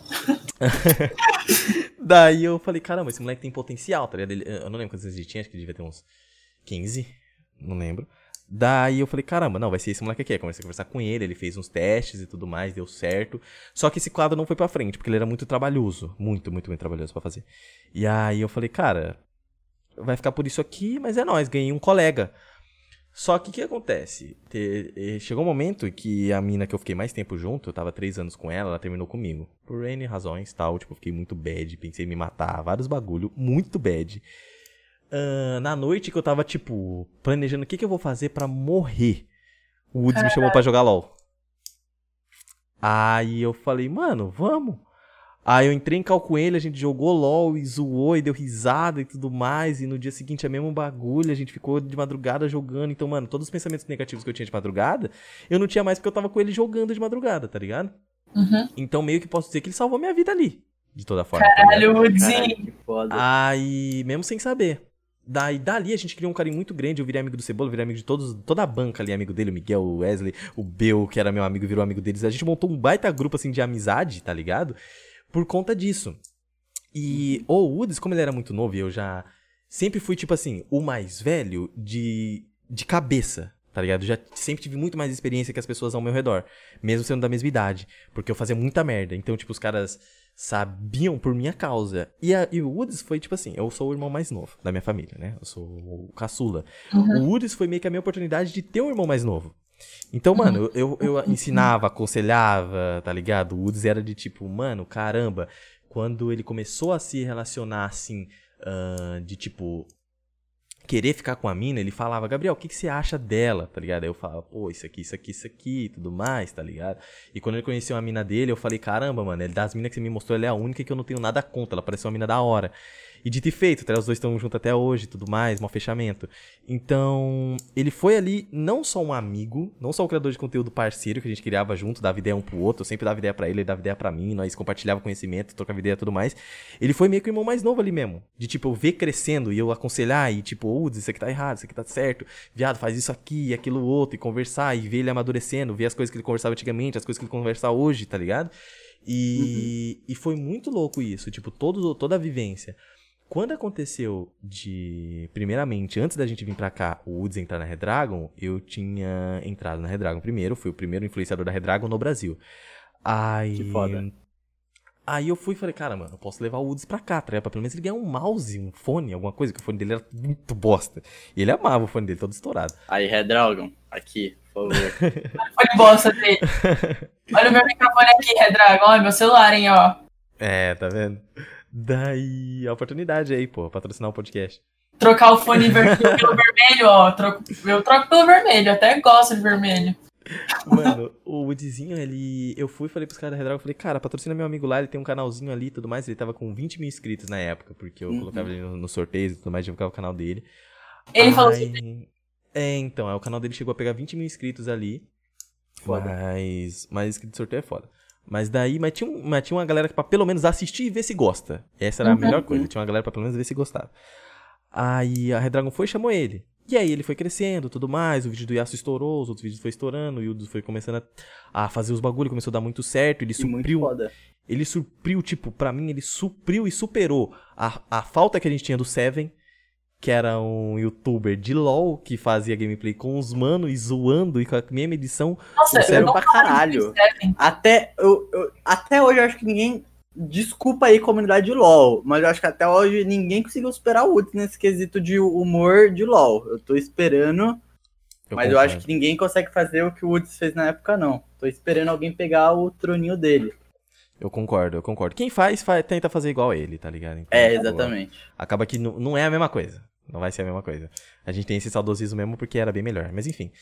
Daí eu falei, caramba, esse moleque tem potencial, tá ligado? Eu não lembro quantos anos ele tinha, acho que ele devia ter uns 15, não lembro. Daí eu falei, caramba, não, vai ser esse moleque aqui. Eu comecei a conversar com ele fez uns testes e tudo mais, deu certo. Só que esse quadro não foi pra frente, porque ele era muito trabalhoso. Muito, muito, muito trabalhoso pra fazer. E aí eu falei, cara, vai ficar por isso aqui, mas é nóis, ganhei um colega. Só que o que acontece? Chegou um momento que a mina que eu fiquei mais tempo junto, eu tava 3 anos com ela terminou comigo. Por N razões, tal, tipo, eu fiquei muito bad, pensei em me matar, vários bagulho, muito bad. Na noite que eu tava, tipo, planejando o que eu vou fazer pra morrer, o Woods me chamou pra jogar LOL. Aí eu falei, mano, vamos. Aí eu entrei em cal com ele, a gente jogou LOL e zoou e deu risada e tudo mais. E no dia seguinte é mesmo bagulho, a gente ficou de madrugada jogando. Então, mano, todos os pensamentos negativos que eu tinha de madrugada, eu não tinha mais porque eu tava com ele jogando de madrugada, tá ligado? Uhum. Então meio que posso dizer que ele salvou minha vida ali, de toda forma. Caralho, Woodzinho. Aí, mesmo sem saber. Dali a gente criou um carinho muito grande, eu virei amigo do Cebola, virei amigo de toda a banca ali, amigo dele, o Miguel, o Wesley, o Bel, que era meu amigo, virou amigo deles. A gente montou um baita grupo, assim, de amizade, tá ligado? Por conta disso. E o Woods, como ele era muito novo e eu já sempre fui, tipo assim, o mais velho de cabeça, tá ligado? Já sempre tive muito mais experiência que as pessoas ao meu redor, mesmo sendo da mesma idade, porque eu fazia muita merda. Então, tipo, os caras sabiam por minha causa. E o Woods foi, tipo assim, eu sou o irmão mais novo da minha família, né? Eu sou o caçula. O Woods foi meio que a minha oportunidade de ter um irmão mais novo. Então, mano, eu ensinava, aconselhava, tá ligado? O Woods era de tipo, mano, caramba. Quando ele começou a se relacionar, assim, de tipo... querer ficar com a mina, ele falava, Gabriel, o que você acha dela, tá ligado? Aí eu falava, pô, isso aqui, tudo mais, tá ligado? E quando ele conheceu a mina dele, eu falei, caramba, mano, das minas que você me mostrou, ela é a única que eu não tenho nada contra, ela pareceu uma mina da hora. E dito e feito, os dois estão juntos até hoje, tudo mais, mau fechamento. Então, ele foi ali não só um amigo, não só um criador de conteúdo parceiro, que a gente criava junto, dava ideia um pro outro, eu sempre dava ideia pra ele dava ideia pra mim, nós compartilhava conhecimento, trocava ideia e tudo mais. Ele foi meio que o irmão mais novo ali mesmo, de tipo, eu ver crescendo e eu aconselhar e tipo, isso aqui tá errado, isso aqui tá certo, viado, faz isso aqui e aquilo outro, e conversar, e ver ele amadurecendo, ver as coisas que ele conversava antigamente, as coisas que ele conversa hoje, tá ligado? E foi muito louco isso, tipo, toda a vivência. Quando aconteceu primeiramente, antes da gente vir pra cá, o Woods entrar na Redragon, eu tinha entrado na Redragon primeiro, fui o primeiro influenciador da Redragon no Brasil. Que foda. Aí eu fui e falei, cara, mano, eu posso levar o Woods pra cá, tá? Pra pelo menos ele ganhar um mouse, um fone, alguma coisa, que o fone dele era muito bosta. E ele amava o fone dele, todo estourado. Aí, Redragon, aqui, por favor. Fone bosta dele. Olha o meu microfone aqui, Redragon, olha meu celular, hein, ó. Tá vendo? Daí, a oportunidade aí, pô, patrocinar o podcast. Trocar o fone pelo vermelho, ó. Eu troco pelo vermelho, até gosto de vermelho. Mano, o Woodzinho, eu fui e falei pros caras da Redragon, eu falei, cara, patrocina meu amigo lá, ele tem um canalzinho ali e tudo mais, ele tava com 20 mil inscritos na época, porque eu colocava ele no sorteio e tudo mais, divulgava o canal dele. Ele falou assim... Então, o canal dele chegou a pegar 20 mil inscritos ali, Foda. Mas inscrito de sorteio é foda. Mas tinha uma galera pra pelo menos assistir e ver se gosta. Essa era a melhor coisa. Tinha uma galera pra pelo menos ver se gostava. Aí a Redragon foi e chamou ele. E aí ele foi crescendo, tudo mais. O vídeo do Yasuo estourou, os outros vídeos foi estourando. O Yudo foi começando a fazer os bagulho, começou a dar muito certo. Ele supriu. Muito foda. Ele supriu, tipo, pra mim, ele supriu e superou a falta que a gente tinha do Seven, que era um youtuber de LoL que fazia gameplay com os manos e zoando e com a mesma edição. Nossa, Sério pra caralho. Até hoje eu acho que ninguém. Desculpa aí, comunidade de LoL, mas eu acho que até hoje ninguém conseguiu superar o Woods nesse quesito de humor de LoL. Eu tô esperando, mas eu acho que ninguém consegue fazer o que o Woods fez na época, não. Tô esperando alguém pegar o troninho dele. Eu concordo. Quem faz tenta fazer igual a ele, tá ligado? Então, exatamente. Acaba que não é a mesma coisa. Não vai ser a mesma coisa. A gente tem esse saudosismo mesmo porque era bem melhor. Mas enfim.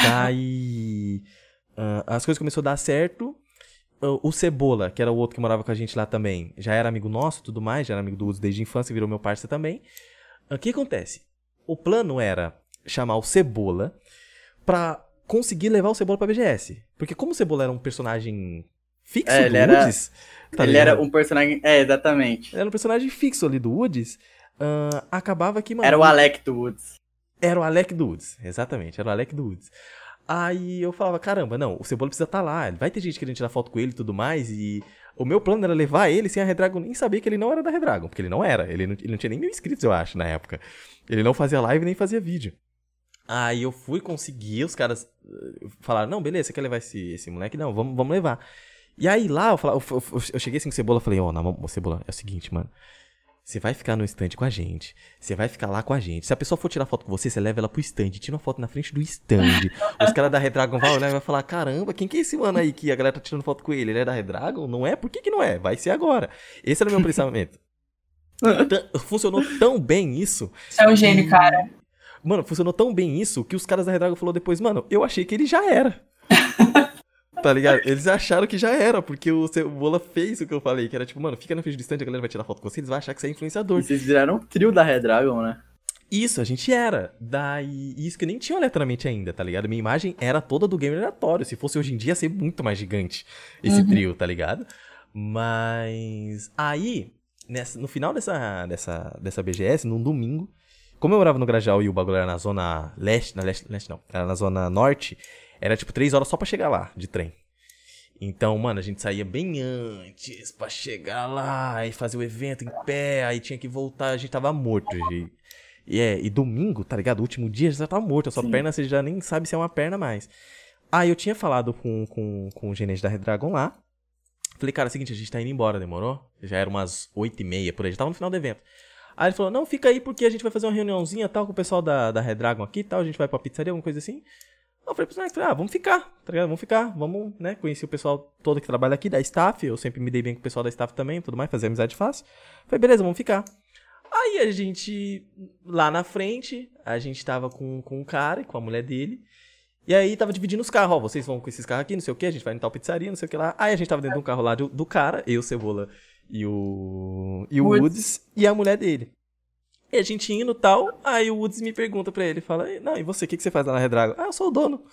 Daí as coisas começaram a dar certo. O Cebola, que era o outro que morava com a gente lá também, já era amigo nosso e tudo mais, já era amigo do Woods desde a infância, virou meu parceiro também. O que acontece? O plano era chamar o Cebola pra conseguir levar o Cebola pra BGS. Porque como o Cebola era um personagem fixo do Woods... Ele era um personagem... exatamente. Era um personagem fixo ali do Woods. Acabava que... Mano, era o Alec do Woods. Era o Alec do Woods, exatamente. Era o Alec do Woods. Aí eu falava, caramba, não, o Cebola precisa estar lá. Vai ter gente querendo tirar foto com ele e tudo mais. E o meu plano era levar ele sem a Redragon nem saber que ele não era da Redragon. Porque ele não era. Ele não tinha nem 1000 inscritos, eu acho, na época. Ele não fazia live nem fazia vídeo. Aí eu fui conseguir, os caras falaram, não, beleza, você quer levar esse moleque? Não, vamos levar. E aí lá, eu cheguei assim com o Cebola e falei, Cebola, é o seguinte, mano. Você vai ficar no stand com a gente. Você vai ficar lá com a gente. Se a pessoa for tirar foto com você, você leva ela pro stand. Tira uma foto na frente do stand. Os caras da Redragon vão olhar e vai falar, caramba, quem que é esse mano aí que a galera tá tirando foto com ele? Ele é da Redragon? Não é? Por que não é? Vai ser agora. Esse era o meu pensamento. Funcionou tão bem isso. Você é um gênio, cara. Mano, funcionou tão bem isso que os caras da Redragon falaram depois, mano, eu achei que ele já era. Tá ligado? Eles acharam que já era, porque o Cebola fez o que eu falei, que era tipo, mano, fica na frente do stand, a galera vai tirar foto com você, eles vão achar que você é influenciador. E vocês viraram um trio da Redragon, né? Isso, a gente era. Daí, isso que eu nem tinha aleatoriamente ainda, tá ligado? Minha imagem era toda do game aleatório. Se fosse hoje em dia, ia ser muito mais gigante esse trio, tá ligado? Mas aí, no final dessa BGS, num domingo, como eu morava no Grajaú e o bagulho era na zona leste, era na zona norte, era tipo 3 horas só pra chegar lá, de trem. Então, mano, a gente saía bem antes pra chegar lá e fazer o evento em pé, aí tinha que voltar, a gente tava morto. E domingo, tá ligado? O último dia já tava morto, a sua perna você já nem sabe se é uma perna mais. Aí eu tinha falado com o gerente da Redragon lá, falei, cara, é o seguinte, a gente tá indo embora, demorou? Já era umas 8h30 por aí, já tava no final do evento. Aí ele falou, não, fica aí porque a gente vai fazer uma reuniãozinha tal com o pessoal da Redragon aqui e tal, a gente vai pra pizzaria, alguma coisa assim. Eu falei pro moleque, vamos ficar, tá ligado? Vamos ficar, vamos, né, conhecer o pessoal todo que trabalha aqui, da staff, eu sempre me dei bem com o pessoal da staff também, tudo mais, fazer amizade fácil. Falei, beleza, vamos ficar. Aí a gente, lá na frente, a gente tava com um cara e com a mulher dele, e aí tava dividindo os carros, ó, vocês vão com esses carros aqui, não sei o que, a gente vai em tal pizzaria, não sei o que lá. Aí a gente tava dentro de um carro lá do cara, eu, Cebola e o Woods e a mulher dele. E a gente indo e tal, aí o Woods me pergunta pra ele, fala, não, e você, o que você faz lá na Redragon? Ah, eu sou o dono.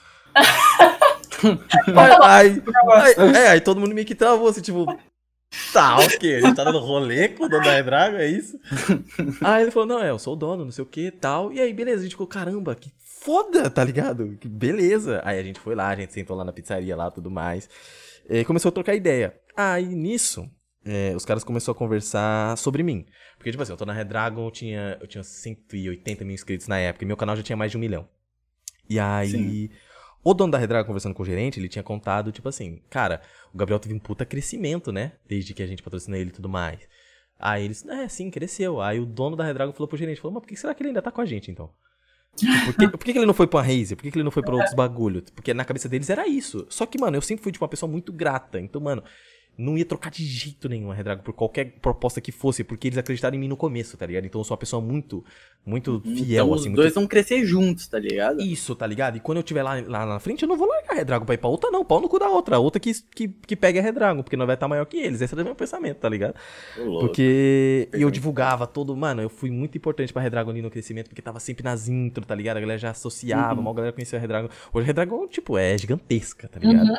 aí todo mundo meio que travou, assim, tipo, tá, ok, a gente tá dando rolê com o dono da Redragon, é isso? Aí ele falou, não, eu sou o dono, não sei o que tal, e aí beleza, a gente ficou, caramba, que foda, tá ligado? Que beleza. Aí a gente foi lá, a gente sentou lá na pizzaria lá, tudo mais, e começou a trocar ideia. Aí nisso... os caras começaram a conversar sobre mim. Porque, tipo assim, eu tô na Redragon, eu tinha 180 mil inscritos na época, e meu canal já tinha mais de 1 milhão. E aí, o dono da Redragon, conversando com o gerente, ele tinha contado, tipo assim, cara, o Gabriel teve um puta crescimento, né? Desde que a gente patrocinou ele e tudo mais. Aí eles, sim, cresceu. Aí o dono da Redragon falou pro gerente, falou, mas por que será que ele ainda tá com a gente, então? Por que ele não foi pra Razer? Por que ele não foi pra outros bagulho? Porque na cabeça deles era isso. Só que, mano, eu sempre fui, tipo, uma pessoa muito grata. Então, mano... não ia trocar de jeito nenhum a Redragon por qualquer proposta que fosse, porque eles acreditaram em mim no começo, tá ligado? Então eu sou uma pessoa muito fiel, então, assim. Os dois vão crescer juntos, tá ligado? Isso, tá ligado? E quando eu estiver lá na frente, eu não vou largar a Redragon pra ir pra outra, não. Pau no cu da outra. A outra que pegue a Redragon, porque não vai estar maior que eles. Esse era o meu pensamento, tá ligado? Porque eu divulgava todo... Mano, eu fui muito importante pra Redragon ali no crescimento, porque tava sempre nas intro, tá ligado? A galera já associava, mal a galera conhecia a Redragon. Hoje a Redragon, tipo, é gigantesca, tá ligado?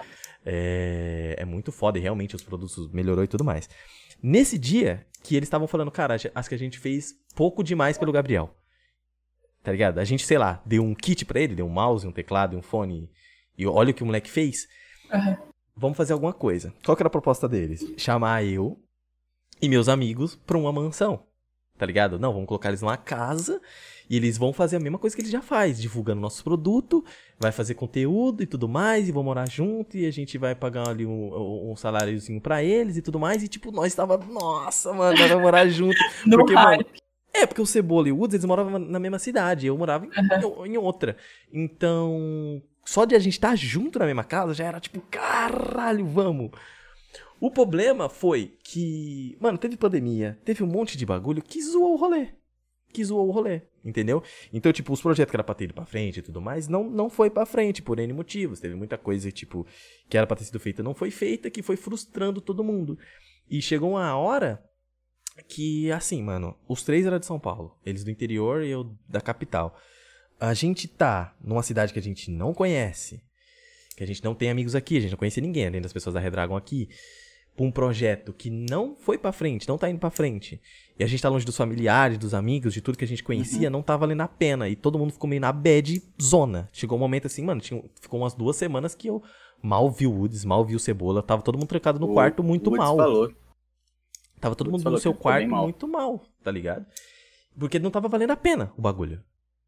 É muito foda e realmente os produtos melhorou e tudo mais. Nesse dia que eles estavam falando, cara, acho que a gente fez pouco demais pelo Gabriel. Tá ligado? A gente, sei lá, deu um kit pra ele, deu um mouse, um teclado, um fone. E olha o que o moleque fez. Vamos fazer alguma coisa. Qual que era a proposta deles? Chamar eu e meus amigos pra uma mansão. Tá ligado? Não, vamos colocar eles numa casa e eles vão fazer a mesma coisa que eles já fazem, divulgando nosso produto, vai fazer conteúdo e tudo mais, e vão morar junto, e a gente vai pagar ali um saláriozinho pra eles e tudo mais, e tipo, nós tava, nossa, mano, nós vamos morar junto. Porque, mano, porque o Cebola e o Woods, eles moravam na mesma cidade, eu morava em outra. Então, só de a gente estar junto na mesma casa, já era tipo, caralho, vamos. O problema foi que, mano, teve pandemia, teve um monte de bagulho que zoou o rolê. Entendeu? Então, tipo, os projetos que era pra ter ido pra frente e tudo mais, não foi pra frente, por N motivos. Teve muita coisa, tipo, que era pra ter sido feita, não foi feita, que foi frustrando todo mundo. E chegou uma hora que, assim, mano, os 3 eram de São Paulo, eles do interior e eu da capital. A gente tá numa cidade que a gente não conhece, que a gente não tem amigos aqui, a gente não conhece ninguém, além das pessoas da Redragon aqui, pra um projeto que não foi pra frente, não tá indo pra frente, e a gente tá longe dos familiares, dos amigos, de tudo que a gente conhecia, não tá valendo a pena, e todo mundo ficou meio na bad zona. Chegou um momento assim, mano, ficou umas 2 semanas que eu mal vi o Woods, mal vi o Cebola, tava todo mundo trancado no quarto muito mal. Falou. Tava todo mundo no seu quarto muito mal, tá ligado? Porque não tava valendo a pena o bagulho.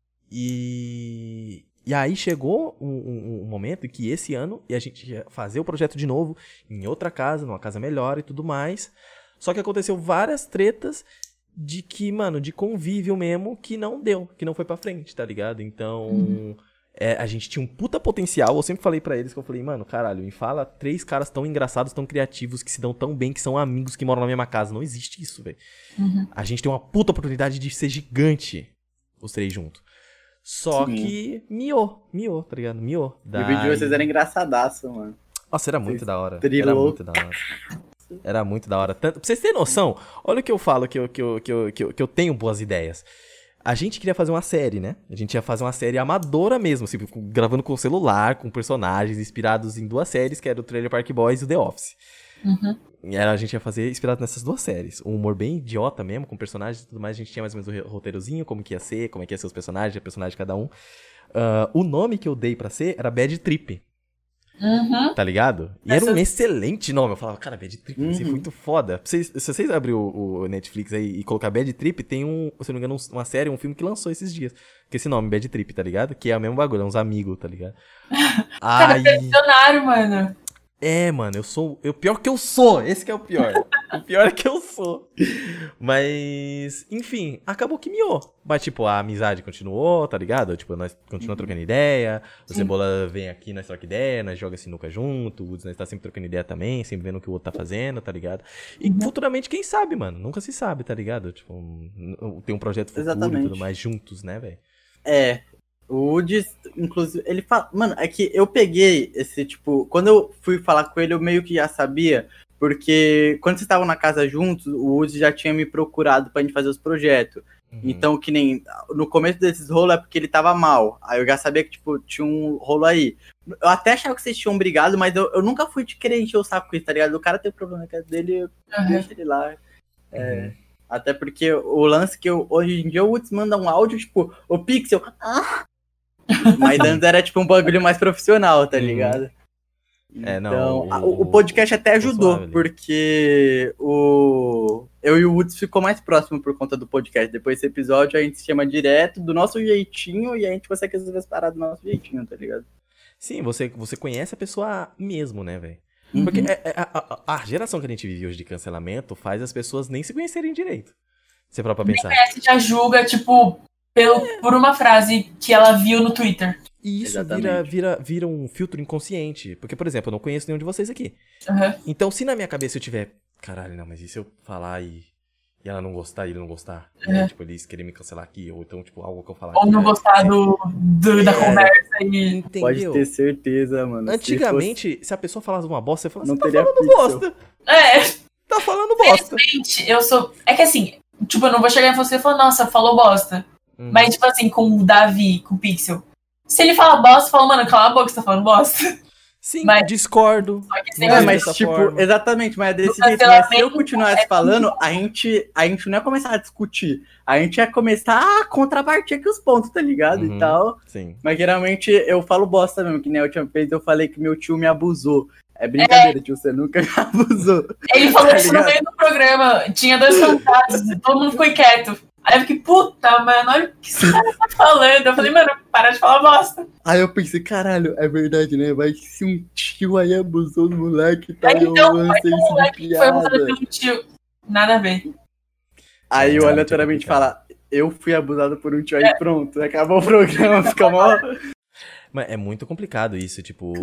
E aí chegou um momento em que esse ano a gente ia fazer o projeto de novo em outra casa, numa casa melhor e tudo mais. Só que aconteceu várias tretas de que, mano, de convívio mesmo, que não deu, que não foi pra frente, tá ligado? Então, a gente tinha um puta potencial. Eu sempre falei pra eles, que eu falei, mano, caralho, me fala 3 caras tão engraçados, tão criativos, que se dão tão bem, que são amigos, que moram na mesma casa. Não existe isso, velho. A gente tem uma puta oportunidade de ser gigante, os 3 juntos. Só que miou, tá ligado? Miou. E o vídeo de vocês era engraçadaço, mano. Nossa, era muito da hora. Era muito da hora. Tanto, pra vocês terem noção, olha o que eu falo, que eu tenho boas ideias. A gente queria fazer uma série, né? A gente ia fazer uma série amadora mesmo, assim, gravando com celular, com personagens inspirados em 2 séries, que era o Trailer Park Boys e o The Office. A gente ia fazer inspirado nessas 2 séries. Um humor bem idiota mesmo, com personagens e tudo mais. A gente tinha mais ou menos o roteirozinho, como que ia ser os personagens, a personagem de cada um. O nome que eu dei pra ser era Bad Trip. Tá ligado? E era um excelente nome. Eu falava, cara, Bad Trip vai ser muito foda. Se vocês abrirem o Netflix aí e colocar Bad Trip, tem se não me engano, uma série, um filme que lançou esses dias. Com esse nome, Bad Trip, tá ligado? Que é o mesmo bagulho, é uns amigos, tá ligado? Cara, visionário, mano. Mano, pior que eu sou, esse que é o pior. O pior é que eu sou. Mas, enfim, acabou que miou. Mas, tipo, a amizade continuou, tá ligado? Tipo, nós continuamos trocando ideia. O Cebola vem aqui, nós trocamos ideia, nós jogamos sinuca junto. O Woods, nós tá sempre trocando ideia também, sempre vendo o que o outro tá fazendo, tá ligado? E futuramente, quem sabe, mano? Nunca se sabe, tá ligado? Tipo, tem um projeto futuro e tudo mais juntos, né, velho? O Woods, inclusive, ele fala... Mano, é que eu peguei esse, tipo... Quando eu fui falar com ele, eu meio que já sabia, porque quando vocês estavam na casa juntos, o Woods já tinha me procurado pra gente fazer os projetos. Então, que nem... No começo desses rolos é porque ele tava mal. Aí eu já sabia que, tipo, tinha um rolo aí. Eu até achava que vocês tinham brigado, mas eu nunca fui de querer encher o saco com isso, tá ligado? O cara tem problema na casa dele, deixa ele lá. Até porque o lance que hoje em dia o Woods manda um áudio, tipo, o Pixel... Mas antes era tipo um bagulho mais profissional, tá ligado? Então, o podcast até ajudou, porque eu e o Woods ficou mais próximo por conta do podcast. Depois desse episódio a gente se chama direto, do nosso jeitinho, e a gente consegue resolver as paradas do nosso jeitinho, tá ligado? Sim, você conhece a pessoa mesmo, né, velho? Porque a geração que a gente vive hoje de cancelamento faz as pessoas nem se conhecerem direito. Você para pra pensar. Conhece, já julga, tipo... por uma frase que ela viu no Twitter. E isso vira um filtro inconsciente. Porque, por exemplo, eu não conheço nenhum de vocês aqui. Então, se na minha cabeça eu tiver, caralho, não, mas e se eu falar e ela não gostar e ele não gostar? Né? Tipo, eles querem me cancelar aqui, ou então, tipo, algo que eu falar. Ou não gostar da conversa e... Entendeu? Pode ter certeza, mano. Antigamente, se a pessoa falasse uma bosta, você falava, não você tá falando bosta. Tá falando bosta. Felizmente, eu sou... É que assim, tipo, eu não vou chegar em você e falar, nossa, falou bosta. Mas, tipo assim, com o Davi, com o Pixel. Se ele fala bosta, eu falo, mano, cala a boca, você tá falando bosta. Sim, mas, discordo. Mas tipo, forma. Exatamente, mas é desse jeito. Mas se eu continuasse falando, a gente não ia começar a discutir. A gente ia começar a contrapartir aqui os pontos, tá ligado? E tal. Sim. Mas geralmente eu falo bosta mesmo, que nem a última vez eu falei que meu tio me abusou. É brincadeira, tio, você nunca me abusou. Ele falou tá isso ligado? No meio do programa. Tinha 2 contatos, todo mundo ficou quieto. Aí eu fiquei, puta, mano, olha o que esse cara tá falando. Eu falei, mano, para de falar bosta. Aí eu pensei, caralho, é verdade, né? Vai que se um tio aí abusou do moleque, tá? Então, eu lancei isso de piada. Foi abusado pelo tio. Nada a ver. Aí eu aleatoriamente fala, eu fui abusado por um tio, aí pronto, acabou o programa, fica mó... Mas é muito complicado isso, tipo...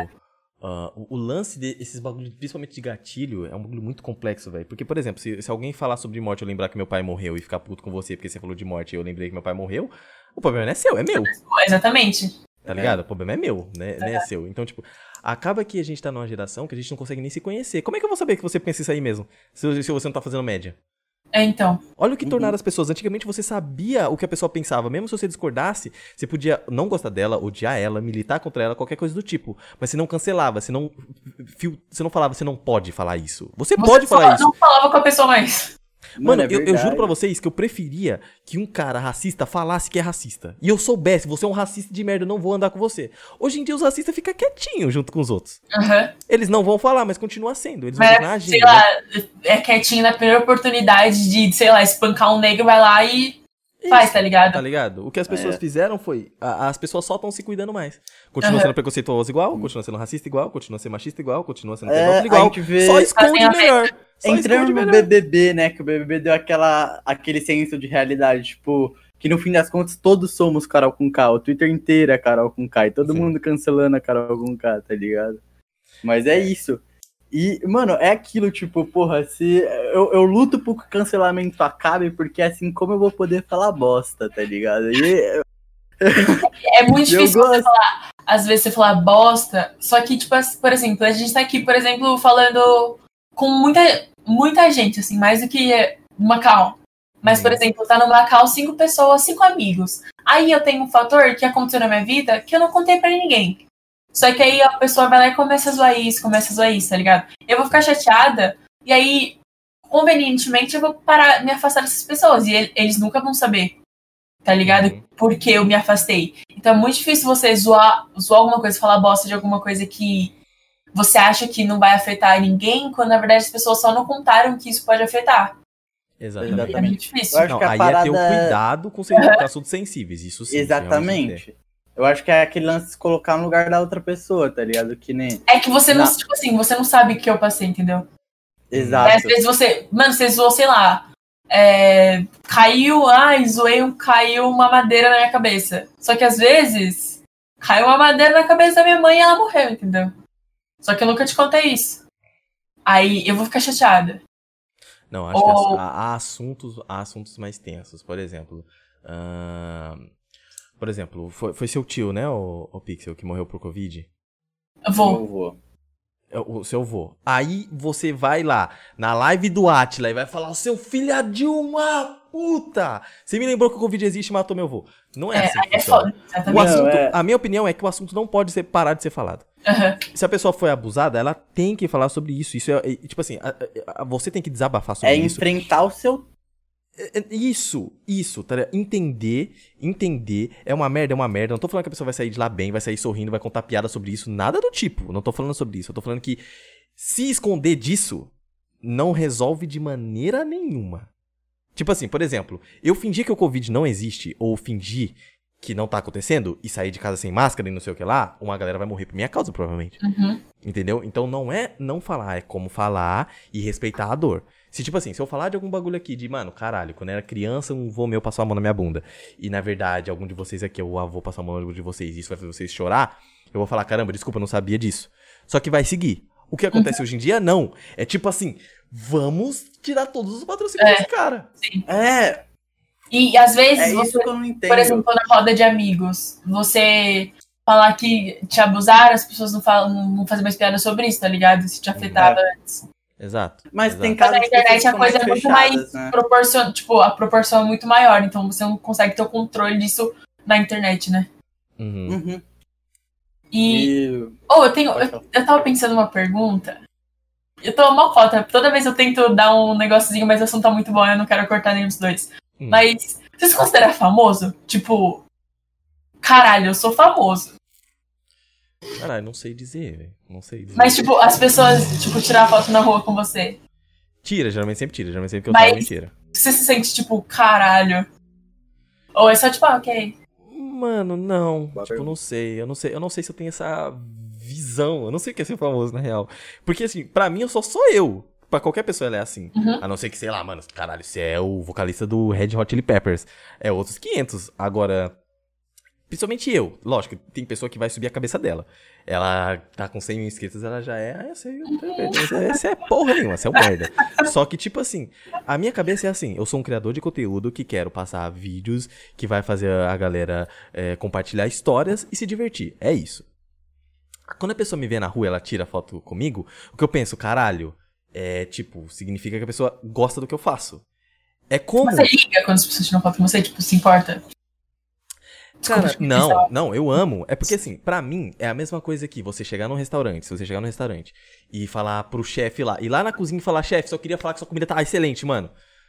o lance desses bagulhos, principalmente de gatilho, é um bagulho muito complexo, velho. Porque, por exemplo, se alguém falar sobre morte, eu lembrar que meu pai morreu e ficar puto com você porque você falou de morte e eu lembrei que meu pai morreu, o problema não é seu, é meu. Exatamente. Tá ligado? O problema é meu, né? Não é seu. Então, tipo, acaba que a gente tá numa geração que a gente não consegue nem se conhecer. Como é que eu vou saber que você pensa isso aí mesmo? Se você não tá fazendo média? Então. Olha o que tornaram as pessoas. Antigamente você sabia o que a pessoa pensava. Mesmo se você discordasse, você podia não gostar dela, odiar ela, militar contra ela, qualquer coisa do tipo. Mas você não cancelava, você não falava, você não pode falar isso. Você pode falar isso. Não falava com a pessoa mais. Mano, eu juro pra vocês que eu preferia que um cara racista falasse que é racista. E eu soubesse, você é um racista de merda, eu não vou andar com você. Hoje em dia os racistas ficam quietinhos junto com os outros. Eles não vão falar, mas continua sendo. Eles vão continuar agindo. Sei lá, é quietinho na primeira oportunidade de, sei lá, espancar um negro, vai lá e faz, tá ligado? Tá ligado? O que as pessoas fizeram foi... As pessoas só estão se cuidando mais. Continua sendo preconceituoso igual, continua sendo racista igual, continua sendo machista igual, continua sendo pedófilo igual. Só esconde melhor. Entrando no BBB, né, que o BBB deu aquele senso de realidade, tipo, que no fim das contas todos somos Carol com K, o Twitter inteiro é Carol com K, e todo mundo cancelando a Carol com K, tá ligado? Mas é isso. E, mano, é aquilo, tipo, porra, se eu luto pro que o cancelamento acabe, porque assim como eu vou poder falar bosta, tá ligado? E... É muito difícil você falar, às vezes você falar bosta, só que, tipo, por exemplo, a gente tá aqui, por exemplo, falando com muita gente, assim, mais do que Macau. Mas, por exemplo, tá no Macau 5 pessoas, 5 amigos. Aí eu tenho um fator que aconteceu na minha vida que eu não contei pra ninguém. Só que aí a pessoa vai lá e começa a zoar isso, tá ligado? Eu vou ficar chateada, e aí, convenientemente, eu vou me afastar dessas pessoas. E eles nunca vão saber, tá ligado? Porque eu me afastei. Então é muito difícil você zoar alguma coisa, falar bosta de alguma coisa que você acha que não vai afetar ninguém, quando na verdade as pessoas só não contaram que isso pode afetar. Exatamente. É muito difícil. Eu acho que aí parada... é ter o cuidado com assuntos sensíveis, isso sim. Exatamente. Eu acho que é aquele lance de se colocar no lugar da outra pessoa, tá ligado? Que nem... É que você não, tipo assim, você não sabe o que eu passei, entendeu? Exato. Às vezes você zoou, sei lá, caiu uma madeira na minha cabeça. Só que às vezes, caiu uma madeira na cabeça da minha mãe e ela morreu, entendeu? Só que eu nunca te contei isso. Aí eu vou ficar chateada. Não, acho que há assuntos mais tensos. Por exemplo, foi seu tio, né, o Pixel, que morreu por Covid? Vô. O seu vô. Aí você vai lá, na live do Atila, e vai falar, o seu filho é de uma puta! Você me lembrou que o Covid existe e matou meu vô. Não é assim que funciona. O assunto, a minha opinião é que o assunto não pode parar de ser falado. Se a pessoa foi abusada, ela tem que falar sobre isso. Isso é, tipo assim, você tem que desabafar sobre isso. É enfrentar o seu... Isso, tá ligado? Entender, é uma merda. Não tô falando que a pessoa vai sair de lá bem, vai sair sorrindo, vai contar piada sobre isso, nada do tipo. Não tô falando sobre isso, eu tô falando que se esconder disso, não resolve de maneira nenhuma. Tipo assim, por exemplo, eu fingir que o Covid não existe, ou fingir que não tá acontecendo e sair de casa sem máscara e não sei o que lá, uma galera vai morrer por minha causa, provavelmente. Entendeu? Então não é não falar, é como falar e respeitar a dor. Se tipo assim, se eu falar de algum bagulho aqui de, mano, caralho, quando eu era criança um vô meu passou a mão na minha bunda, e na verdade algum de vocês aqui, o avô passou a mão na bunda de vocês, e isso vai fazer vocês chorar, eu vou falar, caramba, desculpa, eu não sabia disso. Só que vai seguir. O que acontece hoje em dia, não. É tipo assim, vamos tirar todos os patrocínios desse cara. Sim. E às vezes, isso que eu não entendo. Por exemplo, na roda de amigos, você falar que te abusaram, as pessoas não fazem mais piada sobre isso, tá ligado? Se te afetava antes. Exato. Mas exato. tem casos na internet a coisa é muito mais né? a proporção é muito maior, então você não consegue ter o controle disso na internet, né? Eu tava pensando uma pergunta. Eu tô uma cota. Toda vez eu tento dar um negocinho, mas o assunto tá muito bom, eu não quero cortar nenhum dos dois. Mas, você se considera famoso? Tipo, caralho, eu sou famoso. Caralho, não sei dizer, velho. Não sei dizer. Mas, tipo, as pessoas, tipo, tirar foto na rua com você. Geralmente sempre que eu tava, mentira. Você se sente, tipo, caralho. Ou é só, tipo, ok. Mano, não. Tipo, não sei. Eu não sei se eu tenho essa visão. Eu não sei o que é ser famoso, na real. Porque, assim, pra mim, eu sou só eu. Pra qualquer pessoa ela é assim. A não ser que, sei lá, mano, caralho, você é o vocalista do Red Hot Chili Peppers. É outros 500. Agora, principalmente eu. Lógico, tem pessoa que vai subir a cabeça dela. Ela tá com 100 mil inscritos, ela já é... Esse é porra nenhuma, esse é o merda. Só que, tipo assim, a minha cabeça é assim. Eu sou um criador de conteúdo que quero passar vídeos, que vai fazer a galera compartilhar histórias e se divertir. É isso. Quando a pessoa me vê na rua, ela tira foto comigo, o que eu penso, caralho... tipo, significa que a pessoa gosta do que eu faço. É como... Você liga quando as pessoas tiram foto com você? Tipo, se importa? Cara, não, eu amo. É porque, assim, pra mim, é a mesma coisa que você chegar num restaurante, se você chegar num restaurante e falar pro chefe lá, ir lá na cozinha e falar, chefe, só queria falar que sua comida tá excelente, mano.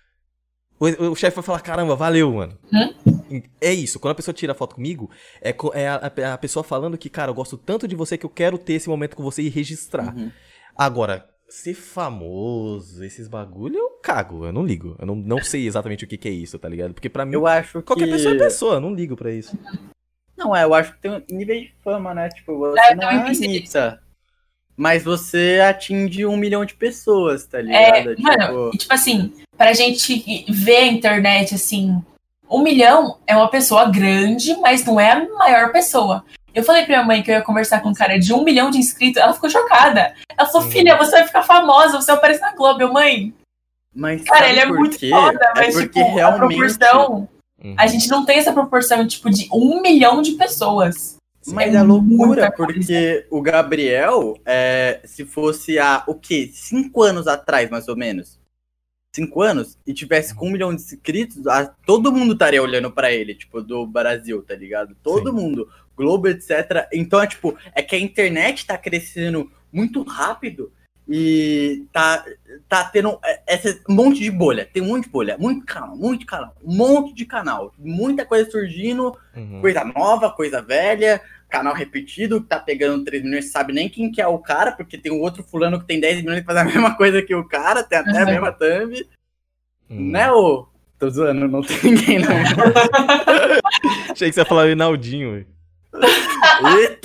O chefe vai falar, caramba, valeu, mano. É isso, quando a pessoa tira foto comigo, é a pessoa falando que, cara, eu gosto tanto de você que eu quero ter esse momento com você e registrar. Agora... ser famoso, esses bagulho, eu cago, eu não ligo. Eu não sei exatamente o que é isso, tá ligado? Porque pra mim, eu acho qualquer que... pessoa é pessoa, eu não ligo pra isso. Não, eu acho que tem um nível de fama, né? Tipo, você não é a Anitta, mas você atinge 1 milhão de pessoas, tá ligado? Mano, tipo assim, pra gente ver a internet, assim, 1 milhão é uma pessoa grande, mas não é a maior pessoa. Eu falei pra minha mãe que eu ia conversar com um cara de 1 milhão de inscritos, ela ficou chocada. Ela falou, filha, você vai ficar famosa, você aparece na Globo. Eu, mãe, mas cara, ele é muito foda, mas porque tipo, realmente... a proporção, a gente não tem essa proporção, tipo, de 1 milhão de pessoas. Mas é loucura, porque o Gabriel, se fosse há, 5 anos atrás, mais ou menos, 5 anos, e tivesse com 1 milhão de inscritos, todo mundo estaria olhando pra ele, tipo, do Brasil, tá ligado? Todo mundo. Globo, etc. Então, é que a internet tá crescendo muito rápido e tá tendo esse monte de bolha. Tem um monte de bolha, muito canal, um monte de canal. Muita coisa surgindo, coisa nova, coisa velha, canal repetido, que tá pegando 3 milhões, sabe nem quem que é o cara, porque tem um outro fulano que tem 10 milhões que faz a mesma coisa que o cara, tem até a mesma thumb. Né, ô? Tô zoando, não tem ninguém, não. Achei que você ia falar o Rinaldinho, velho. Eita!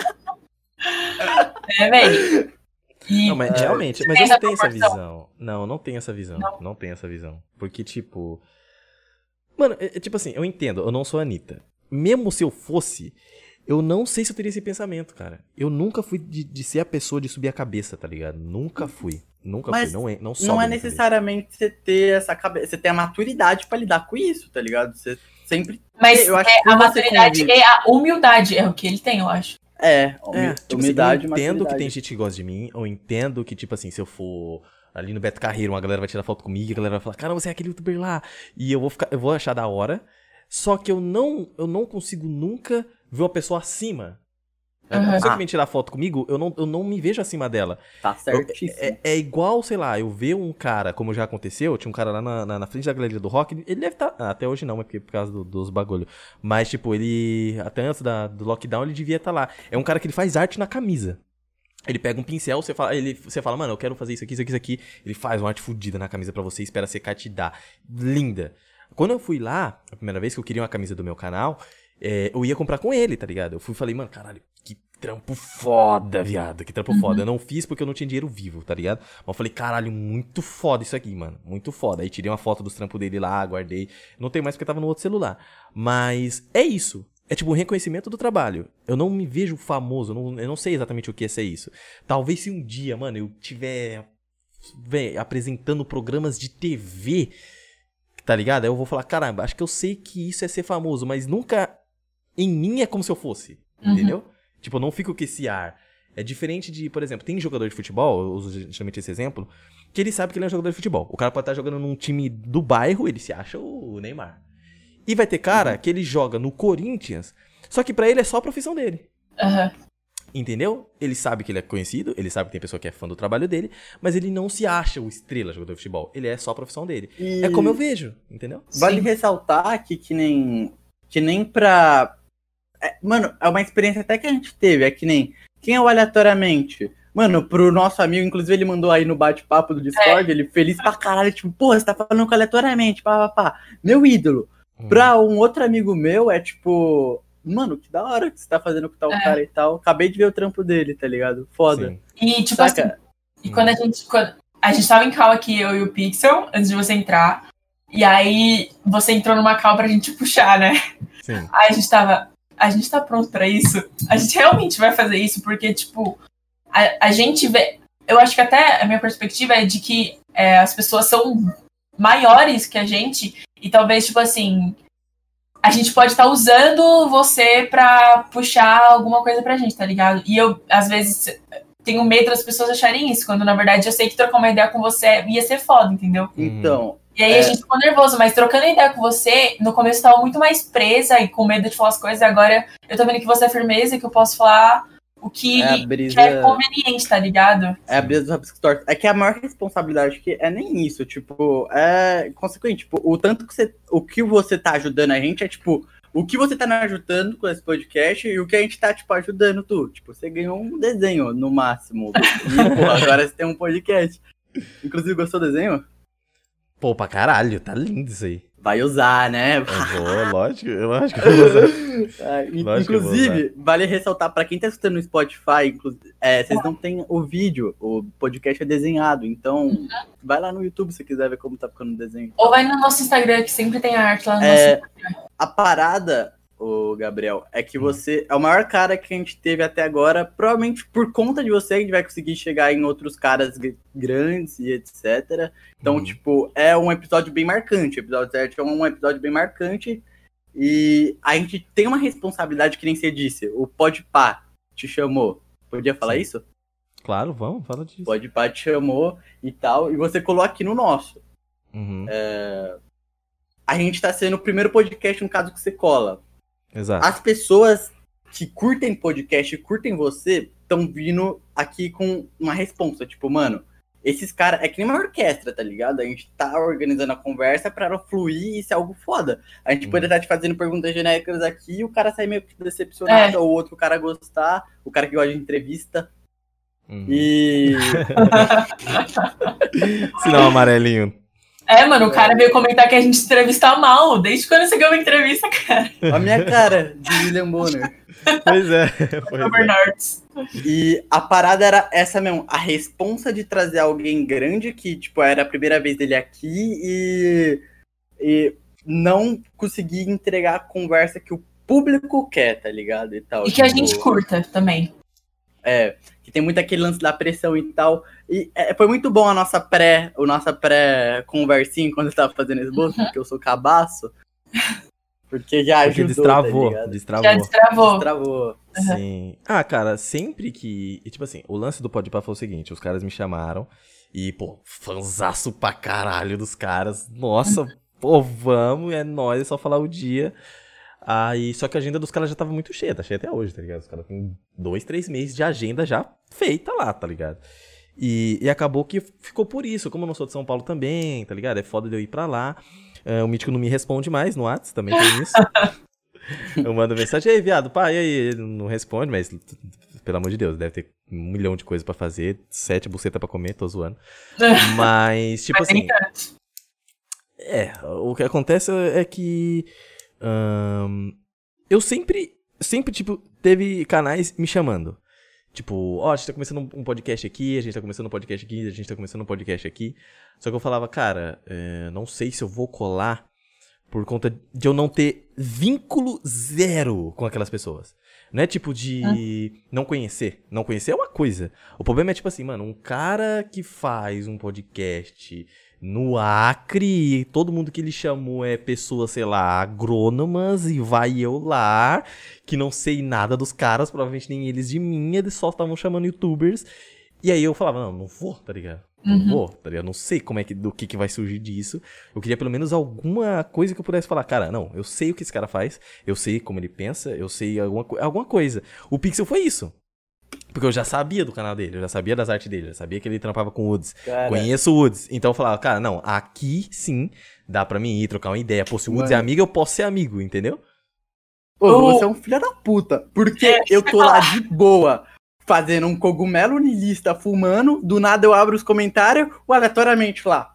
Velho. Não, mas realmente, mas eu não tenho essa visão. Não tenho essa visão. Não tenho essa visão. Porque, tipo... Mano, tipo assim, eu entendo, eu não sou a Anitta. Mesmo se eu fosse, eu não sei se eu teria esse pensamento, cara. Eu nunca fui de ser a pessoa de subir a cabeça, tá ligado? Nunca fui. Mas não sobe não é necessariamente você ter essa cabeça, você ter a maturidade pra lidar com isso, tá ligado? Você sempre... Mas a maturidade e a humildade é o que ele tem, eu acho. Tipo humildade, assim, eu entendo que tem gente que gosta de mim, eu entendo que, tipo assim, se eu for ali no Beto Carreiro, uma galera vai tirar foto comigo, a galera vai falar, caramba, você é aquele youtuber lá, e eu vou achar da hora, só que eu não consigo nunca ver uma pessoa acima. A pessoa que vem tirar foto comigo, eu não me vejo acima dela. Tá certíssimo. É igual, sei lá, eu ver um cara, como já aconteceu, tinha um cara lá na frente da galeria do rock, ele deve estar... até hoje não, mas por causa dos bagulho. Mas, tipo, ele... até antes do lockdown, ele devia estar lá. É um cara que ele faz arte na camisa. Ele pega um pincel, você fala, mano, eu quero fazer isso aqui. Ele faz uma arte fodida na camisa pra você, espera secar e te dá. Linda. Quando eu fui lá, a primeira vez que eu queria uma camisa do meu canal... eu ia comprar com ele, tá ligado? Eu fui e falei, mano, caralho, que trampo foda, viado, que trampo foda. Eu não fiz porque eu não tinha dinheiro vivo, tá ligado? Mas eu falei, caralho, muito foda isso aqui, mano, muito foda. Aí tirei uma foto dos trampos dele lá, guardei. Não tenho mais porque tava no outro celular. Mas é isso. É tipo um reconhecimento do trabalho. Eu não me vejo famoso, eu não sei exatamente o que é ser isso. Talvez se um dia, mano, eu tiver apresentando programas de TV, tá ligado? Aí eu vou falar, caramba, acho que eu sei que isso é ser famoso, mas nunca em mim é como se eu fosse, entendeu? Tipo, eu não fico com esse ar. É diferente de, por exemplo, tem jogador de futebol, eu uso geralmente esse exemplo, que ele sabe que ele é um jogador de futebol. O cara pode estar jogando num time do bairro, ele se acha o Neymar. E vai ter cara que ele joga no Corinthians, só que pra ele é só a profissão dele. Entendeu? Ele sabe que ele é conhecido, ele sabe que tem pessoa que é fã do trabalho dele, mas ele não se acha o estrela jogador de futebol. Ele é só a profissão dele. E é como eu vejo, entendeu? Vale ressaltar que nem pra... mano, é uma experiência até que a gente teve, é que nem... Quem é o aleatoriamente? Mano, pro nosso amigo, inclusive ele mandou aí no bate-papo do Discord, ele feliz pra caralho, tipo, porra, você tá falando com aleatoriamente, pá. Meu ídolo. Pra um outro amigo meu, é tipo... Mano, que da hora que você tá fazendo com tal cara e tal. Acabei de ver o trampo dele, tá ligado? Foda. Sim. E, tipo assim, e quando a gente tava em call aqui, eu e o Pixel, antes de você entrar, e aí você entrou numa call pra gente puxar, né? Sim. Aí a gente tá pronto pra isso? A gente realmente vai fazer isso? Porque, tipo, a gente vê... Eu acho que até a minha perspectiva é de que as pessoas são maiores que a gente, e talvez, tipo assim... A gente pode estar usando você pra puxar alguma coisa pra gente, tá ligado? E eu, às vezes, tenho medo das pessoas acharem isso, quando, na verdade, eu sei que trocar uma ideia com você ia ser foda, entendeu? Então... E aí a gente ficou nervoso, mas trocando ideia com você, no começo eu tava muito mais presa e com medo de falar as coisas, agora eu tô vendo que você é firmeza e que eu posso falar o que é conveniente, tá ligado? É a brisa do rabisco torto. É que a maior responsabilidade que é nem isso, tipo, é consequente, tipo, o tanto que o que você tá ajudando a gente é, tipo, o que você tá me ajudando com esse podcast e o que a gente tá, tipo, ajudando tu. Tipo, você ganhou um desenho, no máximo. E, pô, agora você tem um podcast. Inclusive, gostou do desenho? Pô, pra caralho, tá lindo isso aí. Vai usar, né? Eu vou, lógico que eu vou usar. Inclusive, vale ressaltar, pra quem tá escutando no Spotify, vocês não têm o vídeo, o podcast é desenhado, então vai lá no YouTube se quiser ver como tá ficando o desenho. Ou vai no nosso Instagram, que sempre tem a arte lá no nosso Instagram. A parada, Gabriel, é que você é o maior cara que a gente teve até agora, provavelmente por conta de você a gente vai conseguir chegar em outros caras grandes e etc. Então, tipo, é um episódio bem marcante, o episódio 7 é um episódio bem marcante e a gente tem uma responsabilidade que nem você disse, o Podpah te chamou, podia falar isso? Claro, vamos, fala disso. Podpah te chamou e tal, e você colou aqui no nosso. A gente tá sendo o primeiro podcast, no caso, que você cola. Exato. As pessoas que curtem podcast e curtem você estão vindo aqui com uma responsa. Tipo, mano, esses caras... É que nem uma orquestra, tá ligado? A gente tá organizando a conversa pra ela fluir e ser algo foda. A gente poderia estar te fazendo perguntas genéricas aqui e o cara sair meio que decepcionado, ou outro cara gostar, o cara que gosta de entrevista. E... Sinal amarelinho. Mano, o cara veio comentar que a gente entrevista mal. Desde quando você ganhou uma entrevista, cara? A minha cara, de William Bonner. Pois é. Bernardes. E a parada era essa mesmo, a responsa de trazer alguém grande, que, tipo, era a primeira vez dele aqui, e não conseguir entregar a conversa que o público quer, tá ligado? E tal. E que a gente curta também. Que tem muito aquele lance da pressão e tal. E foi muito bom a nossa pré-conversinha quando eu tava fazendo esse bolso, porque eu sou cabaço. Porque já ajudou, destravou, tá Já destravou. Destravou. Sim. Ah, cara, sempre que... E, tipo assim, o lance do Podpah foi o seguinte, os caras me chamaram e, pô, fanzaço pra caralho dos caras. Nossa, pô, vamos, é nóis, é só falar o dia. Aí, só que a agenda dos caras já tava muito cheia, tá cheia até hoje, tá ligado? Os caras têm 2, 3 meses de agenda já feita lá, tá ligado? E acabou que ficou por isso, como eu não sou de São Paulo também, tá ligado? É foda de eu ir pra lá. O Mítico não me responde mais no WhatsApp, também tem isso. Eu mando mensagem, ei, viado, pá, e aí? Ele não responde, mas, pelo amor de Deus, deve ter 1 milhão de coisas pra fazer, 7 bucetas pra comer, tô zoando. Mas, tipo assim... o que acontece é que... eu sempre, tipo, teve canais me chamando. Tipo, ó, a gente tá começando um podcast aqui, a gente tá começando um podcast aqui, a gente tá começando um podcast aqui. Só que eu falava, cara, não sei se eu vou colar por conta de eu não ter vínculo zero com aquelas pessoas. Não é tipo de não conhecer. Não conhecer é uma coisa. O problema é tipo assim, mano, um cara que faz um podcast no Acre, todo mundo que ele chamou é pessoas, sei lá, agrônomas, e vai eu lá, que não sei nada dos caras, provavelmente nem eles de mim, eles só estavam chamando youtubers. E aí eu falava, não vou, tá ligado? Não vou, tá ligado? Não sei como é do que vai surgir disso. Eu queria pelo menos alguma coisa que eu pudesse falar, cara, não, eu sei o que esse cara faz, eu sei como ele pensa, eu sei alguma coisa. O Pixel foi isso. Porque eu já sabia do canal dele, eu já sabia das artes dele, eu já sabia que ele trampava com o Woods. Cara. Conheço o Woods. Então eu falava, cara, não, aqui sim dá pra mim ir trocar uma ideia. Pô, se o Woods é amigo, eu posso ser amigo, entendeu? Pô, você é um filho da puta. Porque eu tô lá de boa, fazendo um cogumelo niilista, fumando, do nada eu abro os comentários, aleatoriamente lá.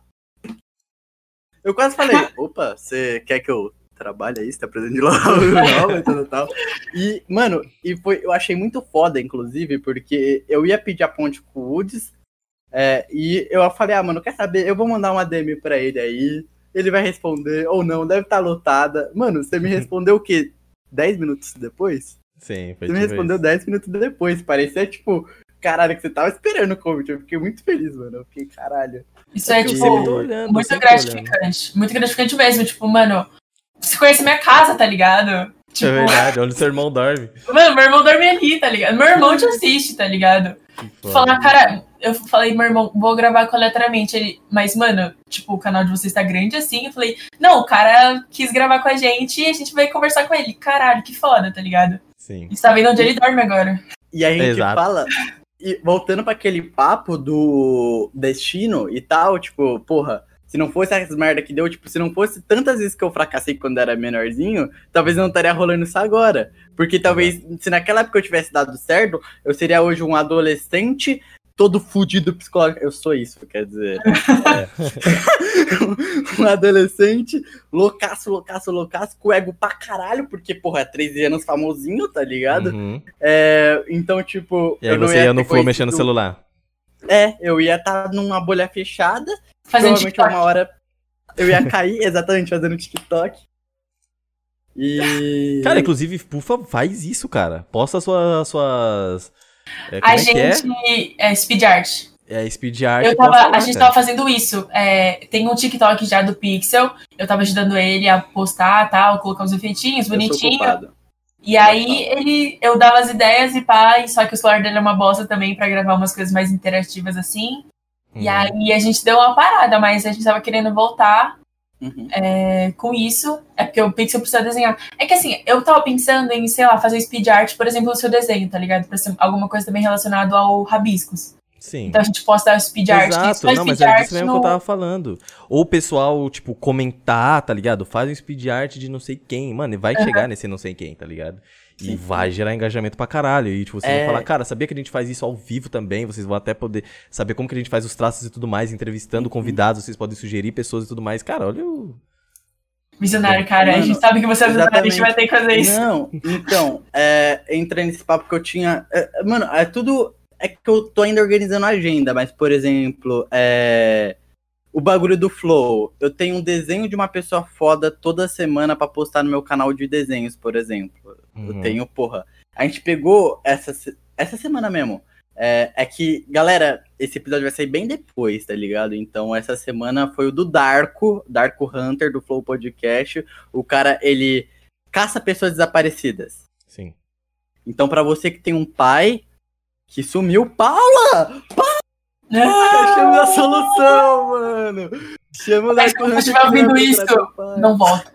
Eu quase falei, opa, você quer que eu trabalhe aí? Você tá presente de nova e tal. E, mano, eu achei muito foda, inclusive, porque eu ia pedir a ponte com o Woods, e eu falei, mano, quer saber? Eu vou mandar uma DM pra ele aí, ele vai responder, ou não, deve estar lotada. Mano, você me respondeu o quê? 10 minutos depois? Sim, foi. Você me respondeu 10 minutos depois. Parecia, tipo, caralho, que você tava esperando o convite. Eu fiquei muito feliz, mano. Eu fiquei, caralho. Isso é, tipo, muito gratificante. Muito gratificante mesmo. Tipo, mano, você conhece minha casa, tá ligado? Tipo, é verdade, onde seu irmão dorme. Mano, meu irmão dorme ali, tá ligado? Meu irmão te assiste, tá ligado? Falar, cara, eu falei, meu irmão, vou gravar aleatoriamente. Ele, mas, mano, tipo, o canal de vocês tá grande assim. Eu falei, não, o cara quis gravar com a gente e a gente vai conversar com ele. Caralho, que foda, tá ligado? Sim. E você tá vendo onde ele dorme agora. E a gente fala, e voltando pra aquele papo do destino e tal, tipo, porra, se não fosse essas merda que deu, tipo, se não fosse tantas vezes que eu fracassei quando era menorzinho, talvez não estaria rolando isso agora. Porque talvez, se naquela época eu tivesse dado certo, eu seria hoje um adolescente todo fudido psicológico. Eu sou isso, quer dizer. Um adolescente loucaço, com ego pra caralho, porque, porra, é 13 anos famosinho, tá ligado? Então, tipo... E aí você ia no flow mexendo no celular. Eu ia estar numa bolha fechada, fazendo provavelmente TikTok. Uma hora eu ia cair, exatamente, fazendo TikTok. E... Cara, inclusive, pufa, faz isso, cara. Posta suas... A gente... speed art. Speed art. A gente tava fazendo isso. Tem um TikTok já do Pixel. Eu tava ajudando ele a postar, tal, colocar uns efeitinhos bonitinhos. E aí eu dava as ideias e pá, só que o celular dele é uma bosta também pra gravar umas coisas mais interativas assim. E aí a gente deu uma parada, mas a gente tava querendo voltar com isso. É porque o Pixel precisa desenhar. É que assim, eu tava pensando em, sei lá, fazer speed art, por exemplo, no seu desenho, tá ligado? Pra ser alguma coisa também relacionada ao rabiscos. Sim. Então a gente posta o speed art. Exato, não, mas é disso mesmo que eu tava falando. Ou o pessoal, tipo, comentar, tá ligado? Faz um speed art de não sei quem. Mano, vai chegar nesse não sei quem, tá ligado? E vai gerar engajamento pra caralho. E, tipo, vocês vão falar, cara, sabia que a gente faz isso ao vivo também? Vocês vão até poder saber como que a gente faz os traços e tudo mais, entrevistando convidados, vocês podem sugerir pessoas e tudo mais. Cara, olha o... Visionário, cara. Mano, a gente sabe que você é visionário, a gente vai ter que fazer isso. Não, então, entra nesse papo que eu tinha... mano, é tudo... É que eu tô ainda organizando a agenda, mas, por exemplo, o bagulho do Flow. Eu tenho um desenho de uma pessoa foda toda semana pra postar no meu canal de desenhos, por exemplo. Eu tenho, porra. A gente pegou essa semana mesmo. É que, galera, esse episódio vai sair bem depois, tá ligado? Então, essa semana foi o do Darko Hunter, do Flow Podcast. O cara, ele caça pessoas desaparecidas. Sim. Então, pra você que tem um pai... que sumiu, Paula! Chama a solução, mano! Chama da corrente. Se estiver ouvindo isso, não volta.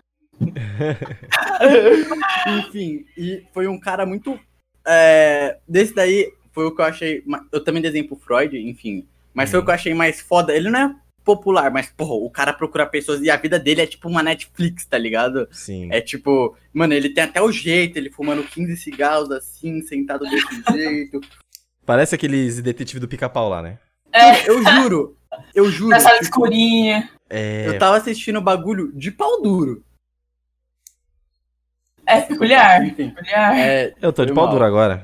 Enfim, e foi um cara muito... desse daí, foi o que eu achei... Eu também desenho pro Freud, enfim. Mas foi o que eu achei mais foda. Ele não é popular, mas, porra, o cara procura pessoas e a vida dele é tipo uma Netflix, tá ligado? Sim. É tipo... Mano, ele tem até o jeito, ele fumando 15 cigarros assim, sentado desse jeito... Parece aqueles detetives do Pica-Pau lá, né? Eu juro. Na sala escurinha. Eu tava assistindo o bagulho de pau duro. É peculiar. Enfim, peculiar. Eu tô de foi pau mal. duro agora.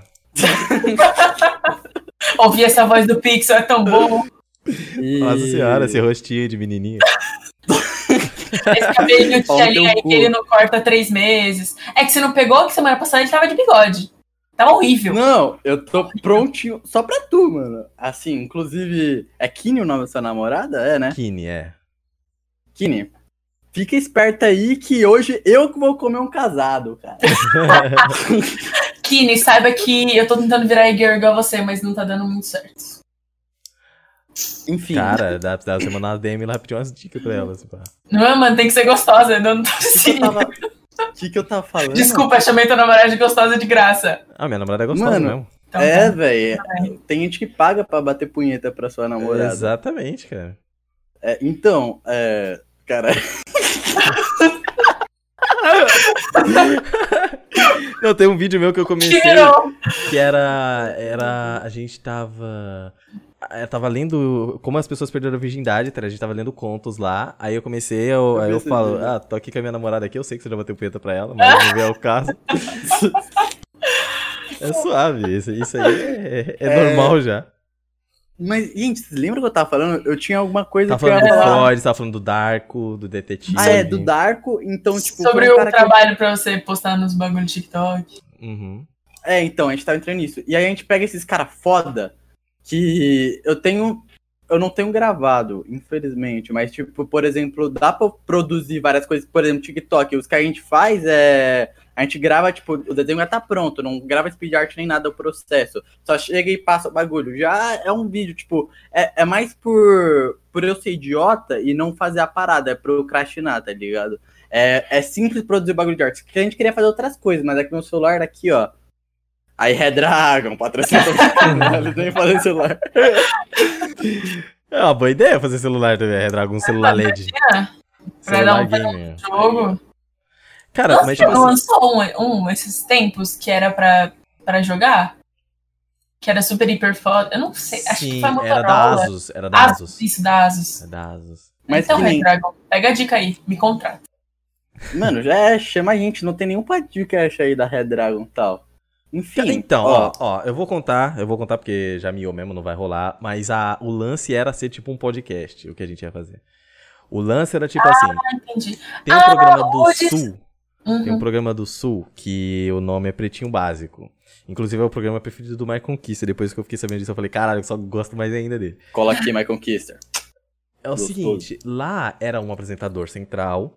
Ouvir essa voz do Pixel é tão bom. Nossa senhora, esse rostinho de menininha. Esse cabelinho de Pau no Tchelinho teu aí cu. que ele não corta 3 meses. É que você não pegou que semana passada ele tava de bigode. Tava horrível. Não, eu tô prontinho só pra tu, mano. Assim, inclusive, é Kini o nome da sua namorada? É, né? Kini, é. Kini, fica esperta aí que hoje eu que vou comer um casado, cara. Kini, saiba que eu tô tentando virar e-girl igual você, mas não tá dando muito certo. Enfim. Cara, dá pra você mandar uma DM lá pedir umas dicas pra ela. Assim, pá. Não é, mano, tem que ser gostosa. Eu não tô O que eu tava falando? Desculpa, eu chamei tua namorada de gostosa de graça. Ah, minha namorada é gostosa Mano, mesmo. Então, É, tá. velho. Tem gente que paga pra bater punheta pra sua namorada. Exatamente, cara. Então, cara. Não, tem um vídeo meu que eu comecei Tirou. que era a gente tava lendo como as pessoas perderam a virgindade, tá? A gente tava lendo contos lá, aí eu comecei, aí eu falo, tô aqui com a minha namorada aqui, eu sei que você já bateu punheta pra ela, mas não é o caso. É suave, isso aí é normal já. Mas, gente, vocês lembram que eu tava falando? Eu tinha alguma coisa Tava que eu falando ia do falar. Freud, tava falando do Darko, do detetive. Do Darko, então, tipo... Sobre foi um o cara que- trabalho pra você postar nos bagulho do TikTok. Uhum. Então, a gente tava entrando nisso. E aí a gente pega esses caras foda que eu não tenho gravado, infelizmente, mas, tipo, por exemplo, dá pra produzir várias coisas, por exemplo, TikTok, os que a gente faz a gente grava, tipo, o desenho já tá pronto, não grava speed art nem nada do processo, só chega e passa o bagulho, já é um vídeo, tipo, é mais por eu ser idiota e não fazer a parada, é procrastinar, tá ligado? É simples produzir bagulho de arte, porque a gente queria fazer outras coisas, mas aqui no celular, aqui, ó, aí Redragon, patrocina eles nem fazem celular. É uma boa ideia fazer celular também, Redragon, um celular LED. Pra Celular dar um gamer. jogo. Cara, Nossa, mas tipo não assim, lançou um esses tempos que era pra jogar? Que era super hiper foda. Eu não sei, acho que sim, foi a era Motorola. da Asus, era da Asus. Isso, da Asus. É da Asus. Mas Então, que nem- Redragon, pega a dica aí, me contrata. Mano, chama a gente, não tem nenhum podcast aí da Redragon e tal. Enfim. Então, ó, eu vou contar porque já miou mesmo, não vai rolar, mas o lance era ser tipo um podcast, o que a gente ia fazer. O lance era tipo assim, Entendi. tem um programa do hoje- Sul, tem um Uhum. programa do Sul que o nome é Pretinho Básico. Inclusive é o programa preferido do My Conquista. Depois que eu fiquei sabendo disso, eu falei, caralho, eu só gosto mais ainda dele. Cola aqui, My Conquister. É o Gostoso. seguinte, lá era um apresentador central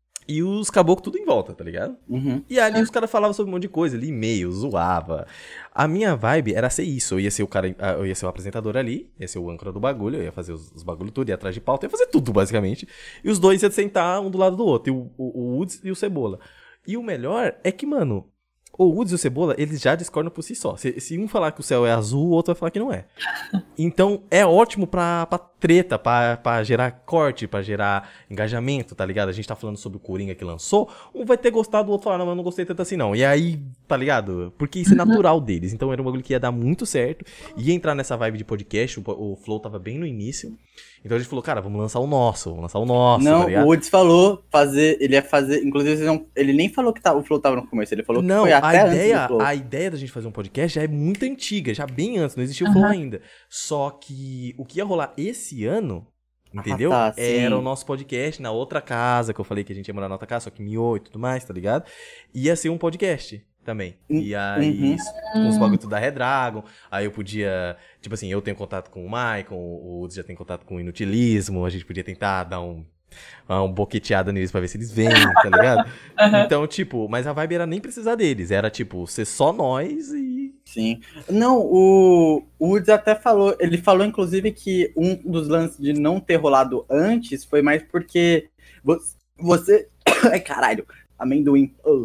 e os caboclos tudo em volta, tá ligado? Uhum. E ali os caras falavam sobre um monte de coisa, ali e-mail, zoava. A minha vibe era ser isso, eu ia ser o cara, eu ia ser o apresentador ali, ia ser o âncora do bagulho, eu ia fazer os bagulho tudo, ia atrás de pauta, ia fazer tudo basicamente. E os dois iam sentar um do lado do outro, e o Woods e o Cebola. E o melhor é que, mano, o Woods e o Cebola, eles já discordam por si só. Se um falar que o céu é azul, o outro vai falar que não é. Então, é ótimo pra treta, pra gerar corte, pra gerar engajamento, tá ligado? A gente tá falando sobre o Coringa que lançou, um vai ter gostado, o outro falar, não, mas eu não gostei tanto assim não. E aí, tá ligado? Porque isso é natural deles. Então, era um bagulho que ia dar muito certo. Ia entrar nessa vibe de podcast, o Flow tava bem no início. Então, a gente falou, cara, vamos lançar o nosso, tá Não, ligado? o Woods falou ele ia fazer. Inclusive, ele nem falou que o Flow tava no começo, ele falou que Não, foi até antes do Flow. a ideia da gente fazer um podcast já é muito antiga, já bem antes, não existia o Flow ainda. Só que o que ia rolar esse ano, entendeu? tá, sim. Era o nosso podcast na outra casa, que eu falei que a gente ia morar na outra casa, só que miou e tudo mais, tá ligado? Ia ser um podcast também. E aí, com os bagulho tudo da Redragon, aí eu podia, tipo assim, eu tenho contato com o Maicon, o Woods já tem contato com o Inutilismo, a gente podia tentar dar um boqueteada neles pra ver se eles vêm, tá ligado? Então, tipo, mas a vibe era nem precisar deles, era tipo, ser só nós e... Sim. Não, o Woods até falou, ele falou inclusive que um dos lances de não ter rolado antes foi mais porque você... Ai, caralho, amendoim. Oh.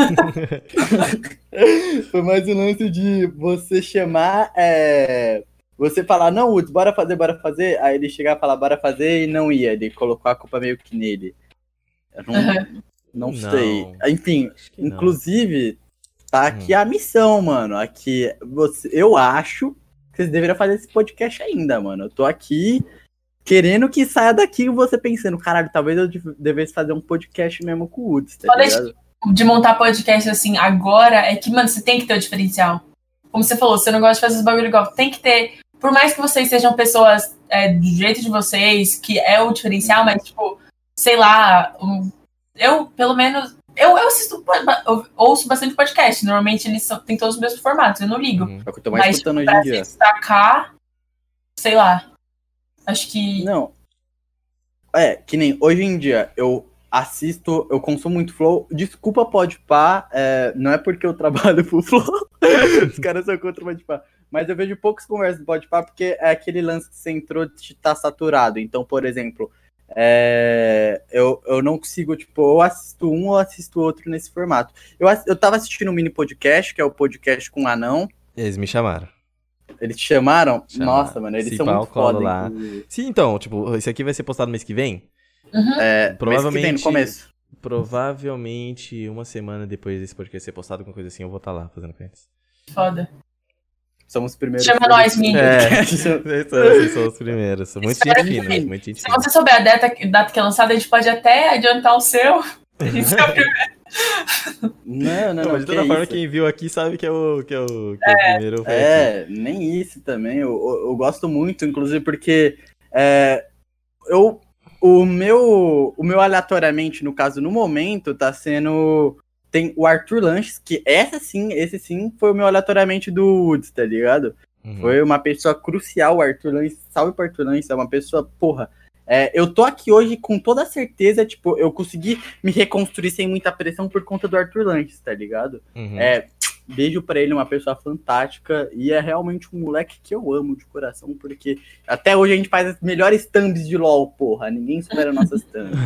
Foi mais um lance de você chamar, você falar, não, Woods, bora fazer, aí ele chegar e falar, bora fazer, e não ia, ele colocou a culpa meio que nele. Eu não sei. Enfim, Acho que não. inclusive, tá aqui a missão, mano. Aqui, eu acho que vocês deveriam fazer esse podcast ainda, mano. Eu tô aqui querendo que saia daqui e você pensando, caralho, talvez eu devesse fazer um podcast mesmo com o Woods, tá ligado? de montar podcast assim agora é que, mano, você tem que ter o diferencial. Como você falou, você não gosta de fazer os bagulho igual. Tem que ter. Por mais que vocês sejam pessoas do jeito de vocês, que é o diferencial, mas, tipo, sei lá, eu, pelo menos. Eu ouço bastante podcast. Normalmente eles têm todos os mesmos formatos, eu não ligo. É o que eu tô mais mas escutando tipo, hoje em pra dia. se destacar, sei lá. Acho que. Não. Que nem hoje em dia eu assisto, eu consumo muito Flow. Desculpa, Podpah, não é porque eu trabalho pro Flow. Os caras são contra o Podpah. Mas eu vejo poucas conversas do Podpah porque é aquele lance que você entrou de estar saturado. Então, por exemplo, eu não consigo, tipo, ou assisto um ou assisto outro nesse formato. Eu tava assistindo um mini podcast, que é o podcast com o Anão. Eles me chamaram. Eles te chamaram? Nossa, mano, eles são muito foda lá. Sim, então, tipo, esse aqui vai ser postado mês que vem? Provavelmente. Mês que vem, no começo. Provavelmente uma semana depois desse podcast ser postado, alguma coisa assim, eu vou estar lá fazendo com eles. Foda. Somos os primeiros. Chama nós, menino. Vocês são os primeiros. Muito gente fina, muito gente fina. Se você souber a data que é lançada, a gente pode até adiantar o seu. A gente é o primeiro. Não, mas de toda forma, quem viu aqui sabe que é o primeiro. Nem isso também. Eu gosto muito, inclusive, porque o meu aleatoriamente, no caso, no momento, tá sendo. Tem o Arthur Lanches, que esse sim foi o meu aleatoriamente do Woods, tá ligado? Foi uma pessoa crucial, o Arthur Lanches. Salve pro Arthur Lanches, é uma pessoa, porra. Eu tô aqui hoje com toda certeza, tipo, eu consegui me reconstruir sem muita pressão por conta do Arthur Lanches, tá ligado? Beijo pra ele, uma pessoa fantástica, e é realmente um moleque que eu amo de coração, porque até hoje a gente faz as melhores thumbs de LoL, porra, ninguém supera nossas thumbs.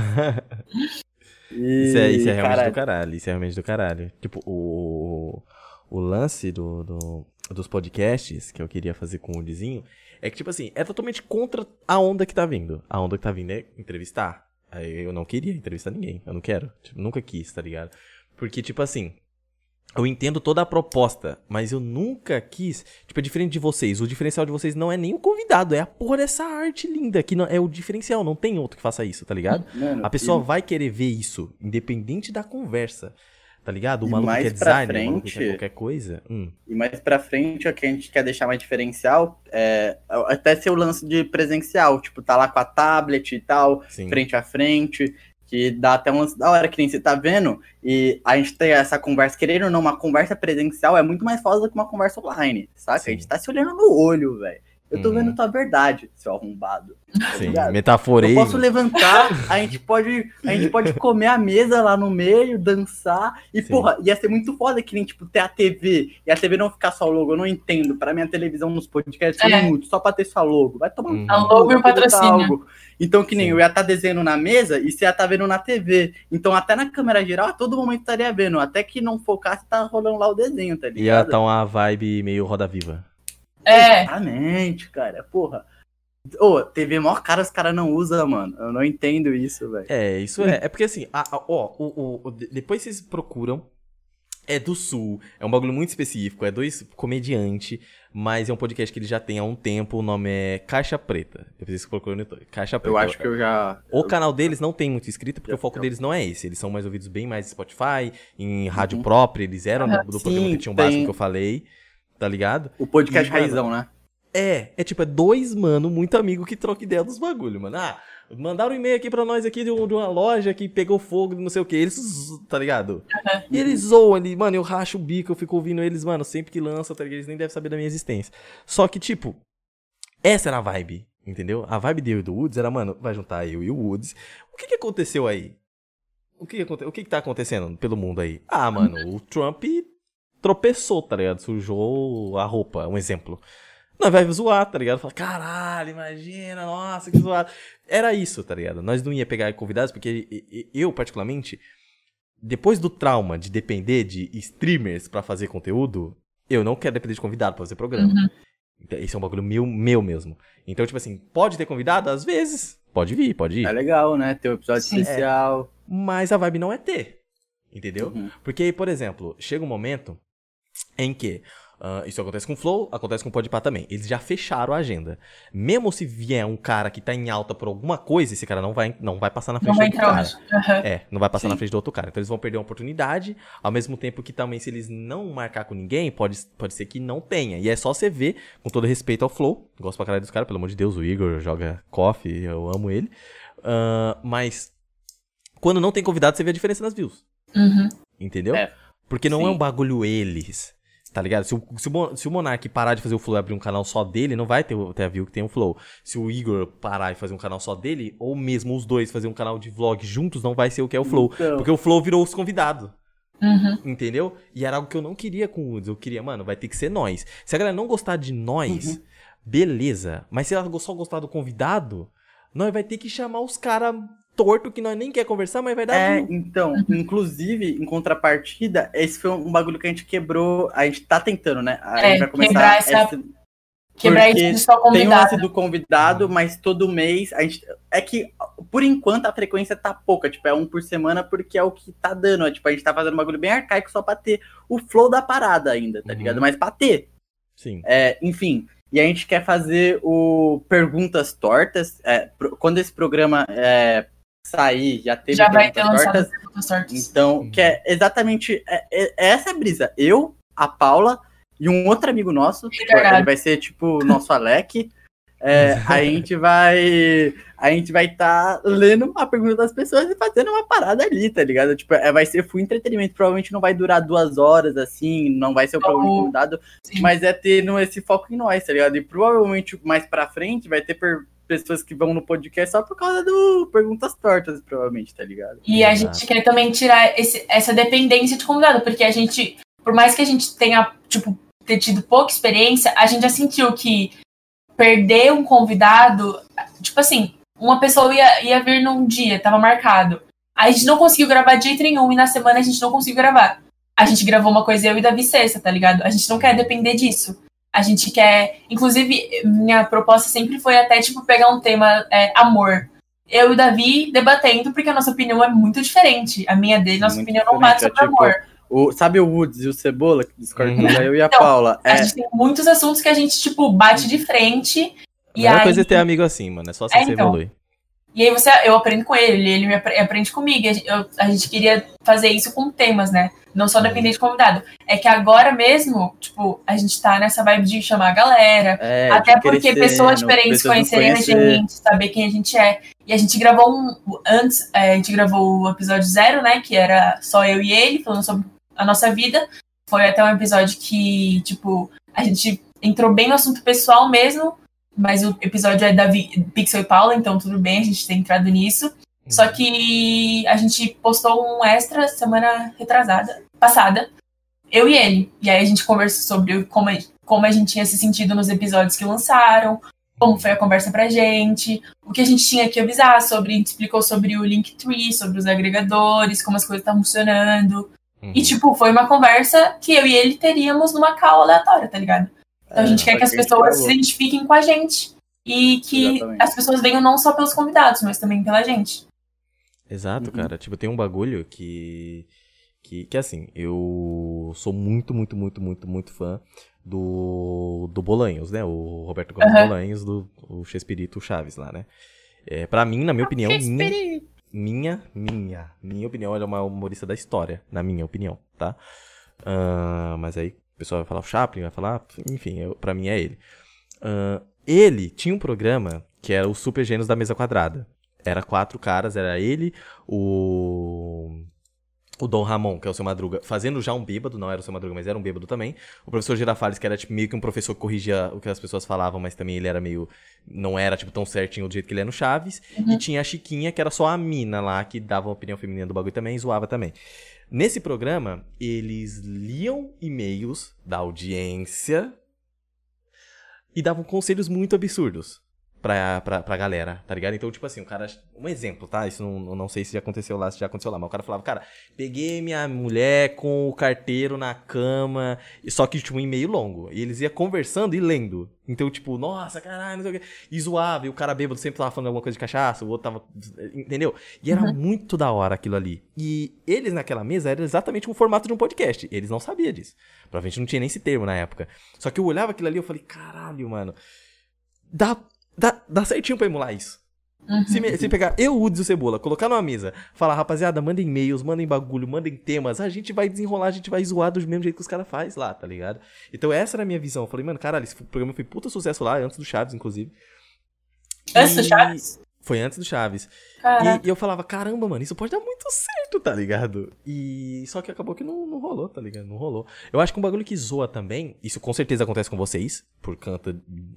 Isso é realmente do caralho, isso é realmente do caralho. Tipo, o lance dos podcasts que eu queria fazer com o Dizinho é que, tipo assim, é totalmente contra a onda que tá vindo. A onda que tá vindo é entrevistar. Eu não queria entrevistar ninguém, eu não quero. Tipo, nunca quis, tá ligado? Porque, tipo assim, eu entendo toda a proposta, mas eu nunca quis... Tipo, é diferente de vocês. O diferencial de vocês não é nem o convidado, é a porra dessa arte linda, que não, é o diferencial, não tem outro que faça isso, tá ligado? Mano, a pessoa vai querer ver isso, independente da conversa. Tá ligado? O maluco que é designer, o maluco que quer qualquer coisa. E mais pra frente, o que a gente quer deixar mais diferencial até ser o lance de presencial. Tipo, tá lá com a tablet e tal, sim, frente a frente, que dá até um lance da hora, que nem você tá vendo. E a gente tem essa conversa, querendo ou não, uma conversa presencial é muito mais foda do que uma conversa online, saca? Sim. A gente tá se olhando no olho, velho. Eu tô vendo tua verdade, seu arrombado. Sim, metaforei. Eu posso levantar, a gente pode comer a mesa lá no meio, dançar. E, sim, porra, ia ser muito foda que nem, tipo, ter a TV. E a TV não ficar só logo. Eu não entendo. Pra mim, a televisão nos podcasts é muito, só pra ter sua logo. Vai tomar um logo e o patrocínio. Então, que nem eu ia estar desenhando na mesa e você ia estar vendo na TV. Então, até na câmera geral, a todo momento estaria vendo. Até que não focasse, tá rolando lá o desenho, tá ligado? Ia estar uma vibe meio Roda Viva. Exatamente, cara. Porra. TV mó cara, os caras não usam, mano. Eu não entendo isso, velho. Isso é. É porque assim, depois vocês procuram. É do Sul. É um bagulho muito específico. É 2 comediantes. Mas é um podcast que ele já tem há um tempo. O nome é Caixa Preta. Depois vocês procuram no YouTube. Caixa Preta. Eu acho que eu já... O canal deles não tem muito inscrito, porque o foco deles não é esse. Eles são mais ouvidos bem mais em Spotify, em rádio própria. Eles eram do programa que tinha um básico que eu falei. Tá ligado? O podcast Raizão, né? Tipo, 2 mano, muito amigo que troca ideia dos bagulho, mano. Mandaram um e-mail aqui pra nós aqui de uma loja que pegou fogo, não sei o que. Eles, tá ligado? E eles zoam, mano, eu racho o bico, eu fico ouvindo eles, mano, sempre que lança, tá ligado? Eles nem devem saber da minha existência. Só que, tipo, essa era a vibe, entendeu? A vibe dele e do Woods era, mano, vai juntar eu e o Woods. O que aconteceu aí? O que tá acontecendo pelo mundo aí? Mano, o Trump tropeçou, tá ligado? Sujou a roupa, um exemplo. Nós vai zoar, tá ligado? Falar, caralho, imagina, nossa, que zoado. Era isso, tá ligado? Nós não ia pegar convidados, porque eu, particularmente, depois do trauma de depender de streamers pra fazer conteúdo, eu não quero depender de convidado pra fazer programa. Esse é um bagulho meu mesmo. Então, tipo assim, pode ter convidado? Às vezes. Pode vir, pode ir. É legal, né? Ter um episódio especial. Mas a vibe não é ter. Entendeu? Porque aí, por exemplo, chega um momento em que Isso acontece com o Flow, acontece com o Podpah também. Eles já fecharam a agenda. Mesmo se vier um cara que tá em alta por alguma coisa, esse cara não vai passar na frente do outro cara. Não vai passar na frente do outro cara. Então eles vão perder uma oportunidade, ao mesmo tempo que também, se eles não marcar com ninguém, pode ser que não tenha. E é só você ver, com todo respeito ao Flow, gosto pra caralho dos caras, pelo amor de Deus, o Igor joga coffee, eu amo ele. Mas quando não tem convidado, você vê a diferença nas views. Entendeu? Porque não é um bagulho eles. Tá ligado? Se o Monark parar de fazer o Flow e abrir um canal só dele, não vai ter a view que tem o Flow. Se o Igor parar e fazer um canal só dele, ou mesmo os dois fazer um canal de vlog juntos, não vai ser o que é o Flow. Então. Porque o Flow virou os convidados. Entendeu? E era algo que eu não queria com o Woods. Eu queria, mano, vai ter que ser nós. Se a galera não gostar de nós, beleza. Mas se ela só gostar do convidado, nós vai ter que chamar os caras torto que nós nem quer conversar, mas vai dar view. Então, inclusive, em contrapartida, esse foi um bagulho que a gente quebrou, a gente tá tentando, né? A gente vai começar quebrar esse só convidado. Tem o lance do convidado, mas todo mês a gente... É que, por enquanto, a frequência tá pouca, tipo, é 1 por semana, porque é o que tá dando, tipo, a gente tá fazendo um bagulho bem arcaico só pra ter o flow da parada ainda, tá ligado? Mas pra ter. Sim. Enfim, e a gente quer fazer o Perguntas Tortas, quando esse programa sair, já teve vai ter Perguntas Tortas. Então, que é exatamente essa brisa. Eu, a Paula e um outro amigo nosso, ele vai ser tipo o nosso Alec. A gente vai estar lendo a pergunta das pessoas e fazendo uma parada ali, tá ligado? Tipo, vai ser full entretenimento, provavelmente não vai durar 2 horas, assim, não vai ser o programa convidado, mas tendo esse foco em nós, tá ligado? E provavelmente mais pra frente vai ter pessoas que vão no podcast só por causa do Perguntas Tortas, provavelmente, tá ligado? E a gente quer também tirar essa dependência de convidado, porque a gente, por mais que a gente tenha, tipo, ter tido pouca experiência, a gente já sentiu que perder um convidado, tipo assim, uma pessoa ia vir num dia, tava marcado. A gente não conseguiu gravar de jeito nenhum, e na semana a gente não conseguiu gravar. A gente gravou uma coisa, eu e Davi Sexta, tá ligado? A gente não quer depender disso. A gente quer... Inclusive, minha proposta sempre foi até, tipo, pegar um tema, amor. Eu e o Davi debatendo, porque a nossa opinião é muito diferente. A minha dele, nossa opinião não bate sobre amor. Sabe o Woods e o Cebola, que discordam eu e a Paula? A gente tem muitos assuntos que a gente, tipo, bate de frente. A melhor coisa é ter amigo assim, mano. É só assim que você evolui. E aí eu aprendo com ele aprende comigo. A gente queria fazer isso com temas, né? Não só depender de convidado. É que agora mesmo, tipo, a gente tá nessa vibe de chamar a galera. Até porque pessoas diferentes conhecerem a gente, saber quem a gente é. E a gente gravou a gente gravou o episódio 0, né? Que era só eu e ele, falando sobre a nossa vida. Foi até um episódio que, tipo, a gente entrou bem no assunto pessoal mesmo, mas o episódio é da Pixel e Paula, então tudo bem, a gente tem entrado nisso. Só que a gente postou um extra semana passada, eu e ele. E aí a gente conversou sobre como a gente tinha se sentido nos episódios que lançaram, como foi a conversa pra gente, o que a gente tinha que avisar a gente explicou sobre o Linktree, sobre os agregadores, como as coisas estavam funcionando. E, tipo, foi uma conversa que eu e ele teríamos numa call aleatória, tá ligado? Então a gente quer que as pessoas se identifiquem com a gente e que as pessoas venham não só pelos convidados, mas também pela gente. Exato, cara. Tipo, tem um bagulho que assim, eu sou muito, muito, muito, muito, muito fã do Bolanhos, né? O Roberto Gomes Bolanhos, do Chespirito Chaves lá, né? Pra mim, na minha opinião, minha opinião, ele é o maior humorista da história, na minha opinião, tá? Mas aí o pessoal vai falar o Chaplin, vai falar... Enfim, pra mim é ele. Ele tinha um programa que era o Super Gênios da Mesa Quadrada. Era 4 caras, era ele, o Dom Ramon, que é o Seu Madruga, fazendo já um bêbado, não era o Seu Madruga, mas era um bêbado também. O professor Girafales, que era tipo, meio que um professor que corrigia o que as pessoas falavam, mas também ele era meio... Não era tipo tão certinho do jeito que ele é no Chaves. E tinha a Chiquinha, que era só a mina lá, que dava uma opinião feminina do bagulho também e zoava também. Nesse programa, eles liam e-mails da audiência e davam conselhos muito absurdos. pra galera, tá ligado? Então, tipo assim, o cara... Um exemplo, tá? Isso não sei se já aconteceu lá, mas o cara falava, cara, peguei minha mulher com o carteiro na cama, só que, tipo, um e-mail longo. E eles iam conversando e lendo. Então, tipo, nossa, caralho, não sei o quê. E zoava, e o cara bêbado sempre tava falando alguma coisa de cachaça, o outro tava... Entendeu? E era muito da hora aquilo ali. E eles naquela mesa era exatamente um formato de um podcast. Eles não sabiam disso. Provavelmente não tinha nem esse termo na época. Só que eu olhava aquilo ali e eu falei, caralho, mano, Dá certinho pra emular isso. Se pegar eu, o Uds e o Cebola, colocar numa mesa, falar, rapaziada, mandem e-mails, mandem bagulho, mandem temas, a gente vai desenrolar, a gente vai zoar do mesmo jeito que os caras fazem lá, tá ligado? Então essa era a minha visão. Eu falei, mano, caralho, esse programa foi puta sucesso lá, antes do Chaves, inclusive. Antes do Chaves? Foi antes do Chaves. E eu falava, caramba, mano, isso pode dar muito certo, tá ligado? E só que acabou que não rolou, tá ligado? Não rolou. Eu acho que um bagulho que zoa também, isso com certeza acontece com vocês, por conta,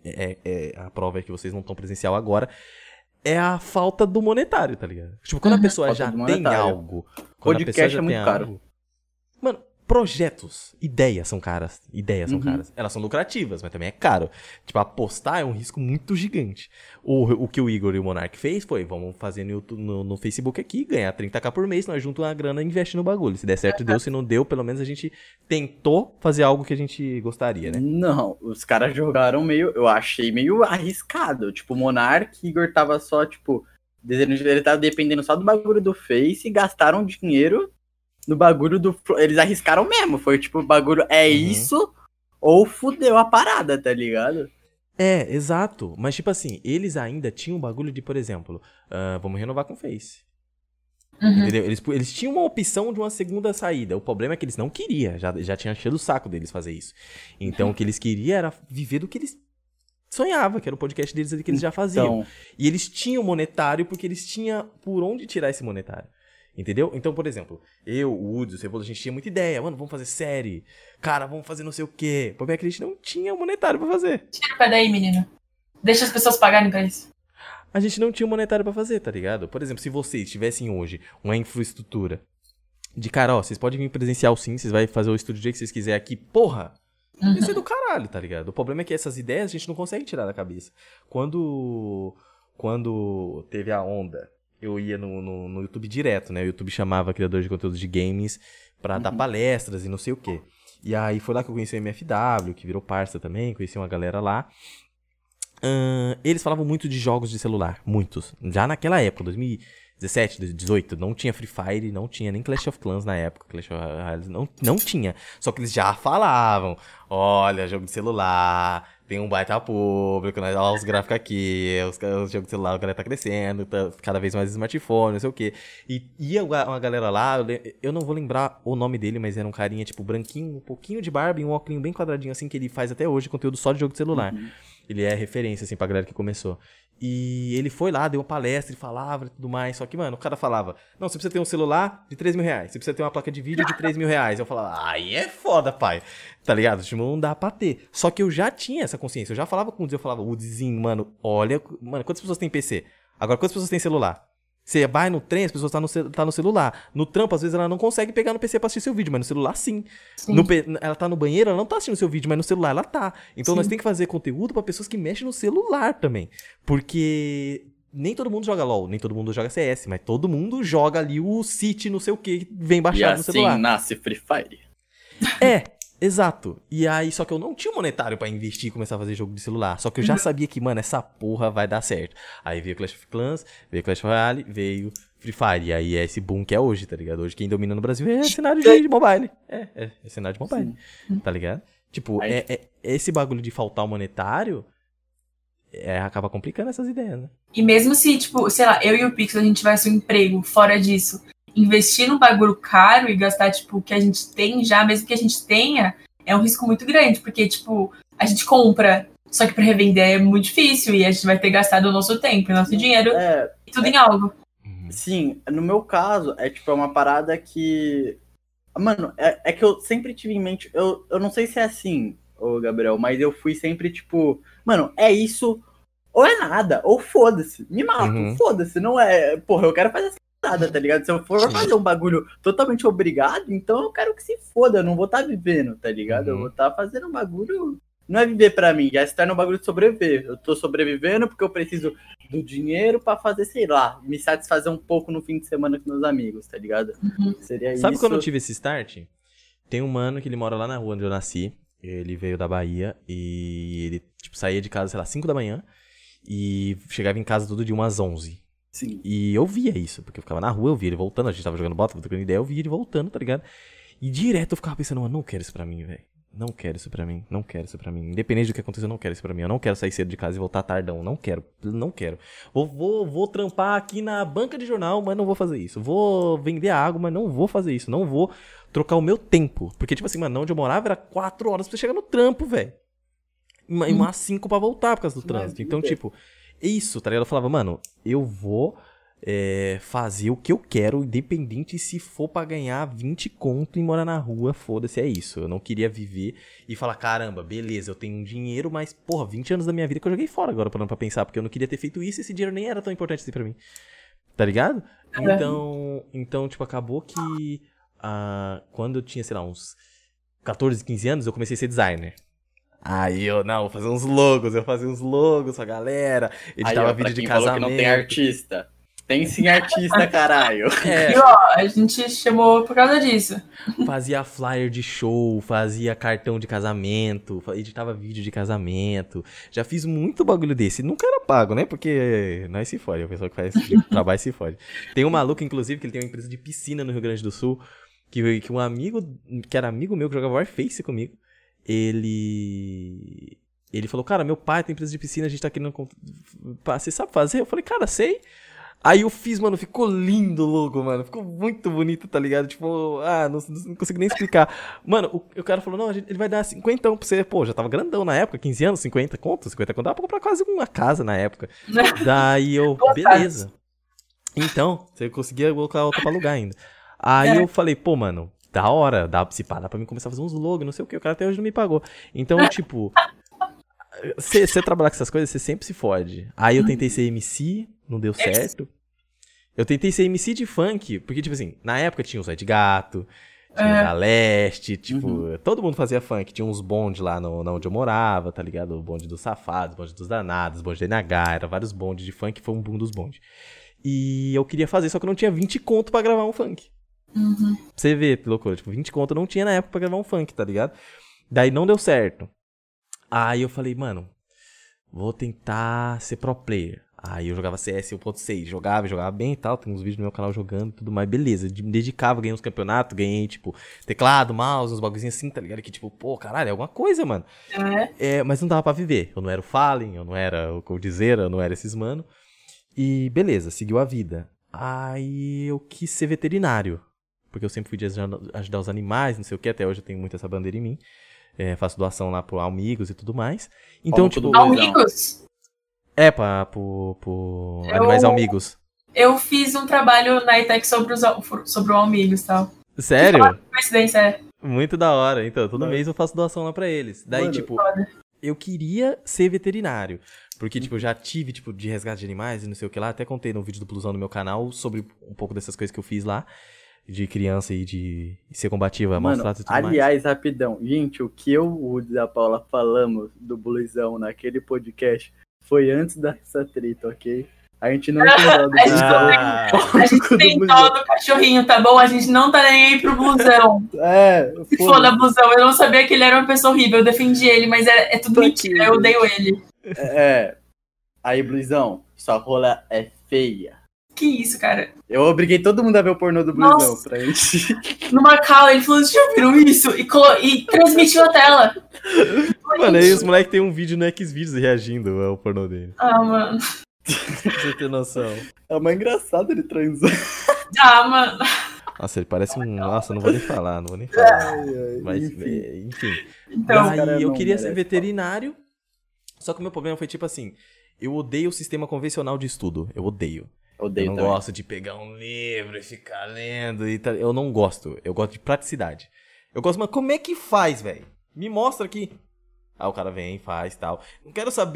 a prova é que vocês não estão presencial agora, é a falta do monetário, tá ligado? Tipo, quando a pessoa já tem algo, quando a pessoa já tem algo... Mano, projetos, ideias são caras. Elas são lucrativas, mas também é caro. Tipo, apostar é um risco muito gigante. O que o Igor e o Monark fez foi, vamos fazer no Facebook aqui, ganhar 30k por mês, nós juntamos uma grana e investe no bagulho. Se der certo, deu. Se não deu, pelo menos a gente tentou fazer algo que a gente gostaria, né? Não, os caras jogaram eu achei meio arriscado. Tipo, o Monark e Igor tava só, tipo, ele tava dependendo só do bagulho do Face e gastaram dinheiro no bagulho do... Eles arriscaram mesmo. Foi tipo, o bagulho isso ou fudeu a parada, tá ligado? É, exato. Mas tipo assim, eles ainda tinham um bagulho de, por exemplo, vamos renovar com o Face. Entendeu? Eles tinham uma opção de uma segunda saída. O problema é que eles não queriam. Já tinha enchido o saco deles fazer isso. Então o que eles queriam era viver do que eles sonhavam, que era o podcast deles ali que eles já faziam. Então... E eles tinham monetário porque eles tinham por onde tirar esse monetário. Entendeu? Então, por exemplo, eu, o Uds, o Cebola, a gente tinha muita ideia. Mano, vamos fazer série. Cara, vamos fazer não sei o quê. O problema é que a gente não tinha monetário pra fazer. Tira o pé daí, menino. Deixa as pessoas pagarem pra isso. A gente não tinha monetário pra fazer, tá ligado? Por exemplo, se vocês tivessem hoje uma infraestrutura de, cara, ó, vocês podem vir presencial sim, vocês vão fazer o estúdio do jeito que vocês quiserem aqui, porra! Isso é do caralho, tá ligado? O problema é que essas ideias a gente não consegue tirar da cabeça. Quando teve a onda... Eu ia no YouTube direto, né? O YouTube chamava criador de conteúdo de games pra dar palestras e não sei o quê. E aí foi lá que eu conheci o MFW, que virou parça também, conheci uma galera lá. Eles falavam muito de jogos de celular, muitos. Já naquela época, 2017, 2018, não tinha Free Fire, não tinha nem Clash of Clans na época. Clash of Royale não tinha. Só que eles já falavam, olha, jogo de celular... Tem um baita público, né? Olha os gráficos aqui, os jogos de celular, a galera tá crescendo, tá cada vez mais smartphone, não sei o quê. E ia uma galera lá, eu não vou lembrar o nome dele, mas era um carinha, tipo, branquinho, um pouquinho de barba e um óculos bem quadradinho, assim, que ele faz até hoje conteúdo só de jogo de celular. Ele é referência, assim, pra galera que começou. E ele foi lá, deu uma palestra, ele falava e tudo mais. Só que, mano, o cara falava, não, você precisa ter um celular de 3 mil reais. Você precisa ter uma placa de vídeo de 3 mil reais. Eu falava, aí é foda, pai. Tá ligado? Tipo, não dá pra ter. Só que eu já tinha essa consciência. Eu já falava com o Uds, eu falava, Udzinho, mano, olha... Mano, quantas pessoas têm PC? Agora, quantas pessoas têm celular? Você vai no trem, as pessoas tá no celular. No trampo, às vezes, ela não consegue pegar no PC pra assistir seu vídeo, mas no celular, sim. Ela tá no banheiro, ela não tá assistindo seu vídeo, mas no celular ela tá. Então, nós temos que fazer conteúdo pra pessoas que mexem no celular também. Porque nem todo mundo joga LOL, nem todo mundo joga CS, mas todo mundo joga ali o City, não sei o que, vem baixado no celular. E assim nasce Free Fire. Exato. E aí, só que eu não tinha monetário pra investir e começar a fazer jogo de celular. Só que eu já sabia que, mano, essa porra vai dar certo. Aí veio Clash of Clans, veio Clash Royale, veio Free Fire. E aí é esse boom que é hoje, tá ligado? Hoje quem domina no Brasil é cenário de mobile. É cenário de mobile, tá ligado? Tipo, esse bagulho de faltar o monetário acaba complicando essas ideias, né? E mesmo se, tipo, sei lá, eu e o Pix, a gente tivesse um emprego fora disso... Investir num bagulho caro e gastar, tipo, o que a gente tem já, mesmo que a gente tenha, é um risco muito grande, porque, tipo, a gente compra, só que pra revender é muito difícil e a gente vai ter gastado o nosso tempo, o nosso dinheiro, e tudo em algo. Sim, no meu caso, tipo, é uma parada que... Mano, é que eu sempre tive em mente, eu não sei se é assim, ô Gabriel, mas eu fui sempre, tipo, mano, é isso, ou é nada, ou foda-se, me mato, foda-se, não é, porra, eu quero fazer essa nada, tá ligado? Se eu for fazer um bagulho totalmente obrigado, então eu quero que se foda, eu não vou estar vivendo, tá ligado? Eu vou estar fazendo um bagulho não é viver pra mim, já se torna um bagulho de sobreviver. Eu tô sobrevivendo porque eu preciso do dinheiro pra fazer, sei lá, me satisfazer um pouco no fim de semana com meus amigos, tá ligado? Seria Sabe isso. quando eu tive esse start? Tem um mano que ele mora lá na rua onde eu nasci. Ele veio da Bahia e ele, tipo, saía de casa, sei lá, 5 da manhã e chegava em casa todo dia umas 11. Sim. E eu via isso, porque eu ficava na rua, eu via ele voltando, a gente tava jogando bola, tava trocando ideia, eu via ele voltando, tá ligado? E direto eu ficava pensando, mano, não quero isso pra mim, velho. Não quero isso pra mim, não quero isso pra mim. Independente do que acontecer, eu não quero isso pra mim. Eu não quero sair cedo de casa e voltar tardão. Não quero, não quero. Vou trampar aqui na banca de jornal, mas não vou fazer isso. Vou vender água, mas não vou fazer isso. Não vou trocar o meu tempo. Porque, tipo assim, mano, onde eu morava era 4 horas pra você chegar no trampo, velho. E umas 5 pra voltar por causa do trânsito. Então, tipo, isso, tá ligado? Eu falava, mano, eu vou fazer o que eu quero, independente se for pra ganhar 20 conto e morar na rua, foda-se, é isso. Eu não queria viver e falar, caramba, beleza, eu tenho um dinheiro, mas, porra, 20 anos da minha vida que eu joguei fora agora, parando pra pensar, porque eu não queria ter feito isso e esse dinheiro nem era tão importante assim pra mim. Tá ligado? Então, tipo, acabou que quando eu tinha, sei lá, uns 14, 15 anos, eu comecei a ser designer. Aí eu fazia uns logos pra galera, editava vídeo de casamento. Que não tem artista. Tem sim artista, caralho. E ó, a gente chamou por causa disso. Fazia flyer de show, fazia cartão de casamento, editava vídeo de casamento. Já fiz muito bagulho desse. Nunca era pago, né? Porque nós se fode, a pessoa que faz trabalho se fode. Tem um maluco, inclusive, que ele tem uma empresa de piscina no Rio Grande do Sul, que um amigo, que era amigo meu, que jogava Warface comigo, ele falou, cara, meu pai tem empresa de piscina, a gente tá querendo... Você sabe fazer? Eu falei, cara, sei. Aí eu fiz, mano, ficou lindo o logo, mano. Ficou muito bonito, tá ligado? Tipo, não consigo nem explicar. Mano, o cara falou, não, ele vai dar 50 pra você. Pô, já tava grandão na época, 15 anos, 50 conto. 50 conto dava pra comprar quase uma casa na época. Daí eu, beleza. Então, você conseguia colocar outra pra alugar ainda. Aí eu falei, pô, mano, da hora, dá pra mim começar a fazer uns logos, não sei o que. O cara até hoje não me pagou. Então, tipo... Você trabalhar com essas coisas, você sempre se fode. Aí eu tentei ser MC, não deu certo. Eu tentei ser MC de funk, porque, tipo assim, na época tinha o Zé de Gato, tinha o da Leste, tipo, todo mundo fazia funk. Tinha uns bondes lá onde eu morava, tá ligado? O bonde dos safados, bonde dos danados, bonde da NH, era vários bondes de funk, foi um boom dos bondes. E eu queria fazer, só que eu não tinha 20 conto pra gravar um funk. Pra você ver, que loucura, tipo, 20 conto eu não tinha na época pra gravar um funk, tá ligado? Daí não deu certo. Aí eu falei, mano, vou tentar ser pro player. Aí eu jogava CS 1.6, jogava bem e tal, tem uns vídeos no meu canal jogando e tudo mais, beleza. Me dedicava, ganhei uns campeonatos, ganhei, tipo, teclado, mouse, uns bagulhozinhos assim, tá ligado? Que tipo, pô, caralho, é alguma coisa, mano. Mas não dava pra viver. Eu não era o Fallen, eu não era o Coldzera, eu não era esses mano. E beleza, seguiu a vida. Aí eu quis ser veterinário, porque eu sempre fui de ajudar os animais, não sei o que, até hoje eu tenho muito essa bandeira em mim. Faço doação lá pro Amigos e tudo mais. Então, tipo... Amigos? Pro Animais Amigos. Eu fiz um trabalho na ETEC sobre o Amigos e tal. Sério? Coincidência, Muito da hora. Então, todo mês eu faço doação lá pra eles. Daí, tipo, eu queria ser veterinário. Porque, tipo, eu já tive, tipo, de resgate de animais e não sei o que lá. Até contei no vídeo do Blusão no meu canal sobre um pouco dessas coisas que eu fiz lá. De criança e de ser combativa, maus tratos e tudo mais. Aliás, rapidão. Gente, o que eu e a Paula falamos do Blusão naquele podcast foi antes dessa treta, ok? A gente não tem dó do A gente tem dó do cachorrinho, tá bom? A gente não tá nem aí pro Blusão. Se for da Blusão, eu não sabia que ele era uma pessoa horrível. Eu defendi ele, mas é tudo mentira. Eu odeio ele. Aí, Blusão, sua rola é feia. Que isso, cara? Eu obriguei todo mundo a ver o pornô do Blusão pra gente. No Macau, ele falou, vocês já viram isso? E transmitiu a tela. Mano, aí os moleques tem um vídeo no Xvideos reagindo ao pornô dele. Mano. Você tem noção. É mais engraçado ele transando. Mano. Nossa, ele parece um... Nossa, não vou nem falar. Mas, enfim. Então, aí eu queria ser veterinário, só que o meu problema foi tipo assim, eu odeio o sistema convencional de estudo. Eu odeio. Eu não gosto de pegar um livro e ficar lendo e tal. Eu não gosto. Eu gosto de praticidade. Eu gosto, mas como é que faz, velho? Me mostra aqui. Aí o cara vem, faz tal. Não quero saber,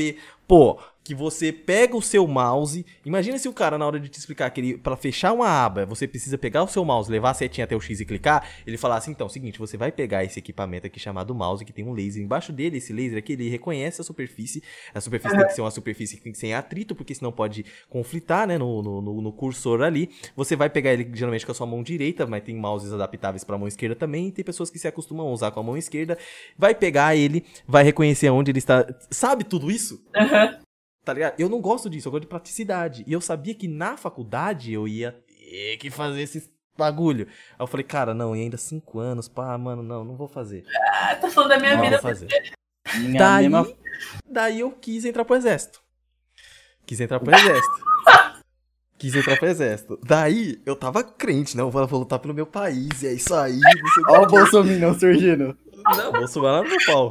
Pô, que você pega o seu mouse. Imagina se o cara, na hora de te explicar que ele, pra fechar uma aba, você precisa pegar o seu mouse, levar a setinha até o X e clicar. Ele fala assim: então, seguinte, você vai pegar esse equipamento aqui chamado mouse, que tem um laser embaixo dele. Esse laser aqui, ele reconhece a superfície. A superfície tem que ser uma superfície que tem que ser sem atrito, porque senão pode conflitar, né, no cursor ali. Você vai pegar ele geralmente com a sua mão direita, mas tem mouses adaptáveis pra mão esquerda também. E tem pessoas que se acostumam a usar com a mão esquerda. Vai pegar ele, vai reconhecer onde ele está. Sabe tudo isso? Tá ligado? Eu não gosto disso, eu gosto de praticidade. E eu sabia que na faculdade eu ia ter que fazer esse bagulho. Aí eu falei, cara, não, e ainda 5 anos, pá, mano, não vou fazer. Tá falando da minha vida. Vou fazer. Daí eu quis entrar pro exército. Daí eu tava crente, né? Eu vou lutar pelo meu país, e é isso aí. Ó o Bolsonaro surgindo. Não, Bolsonaro no pau.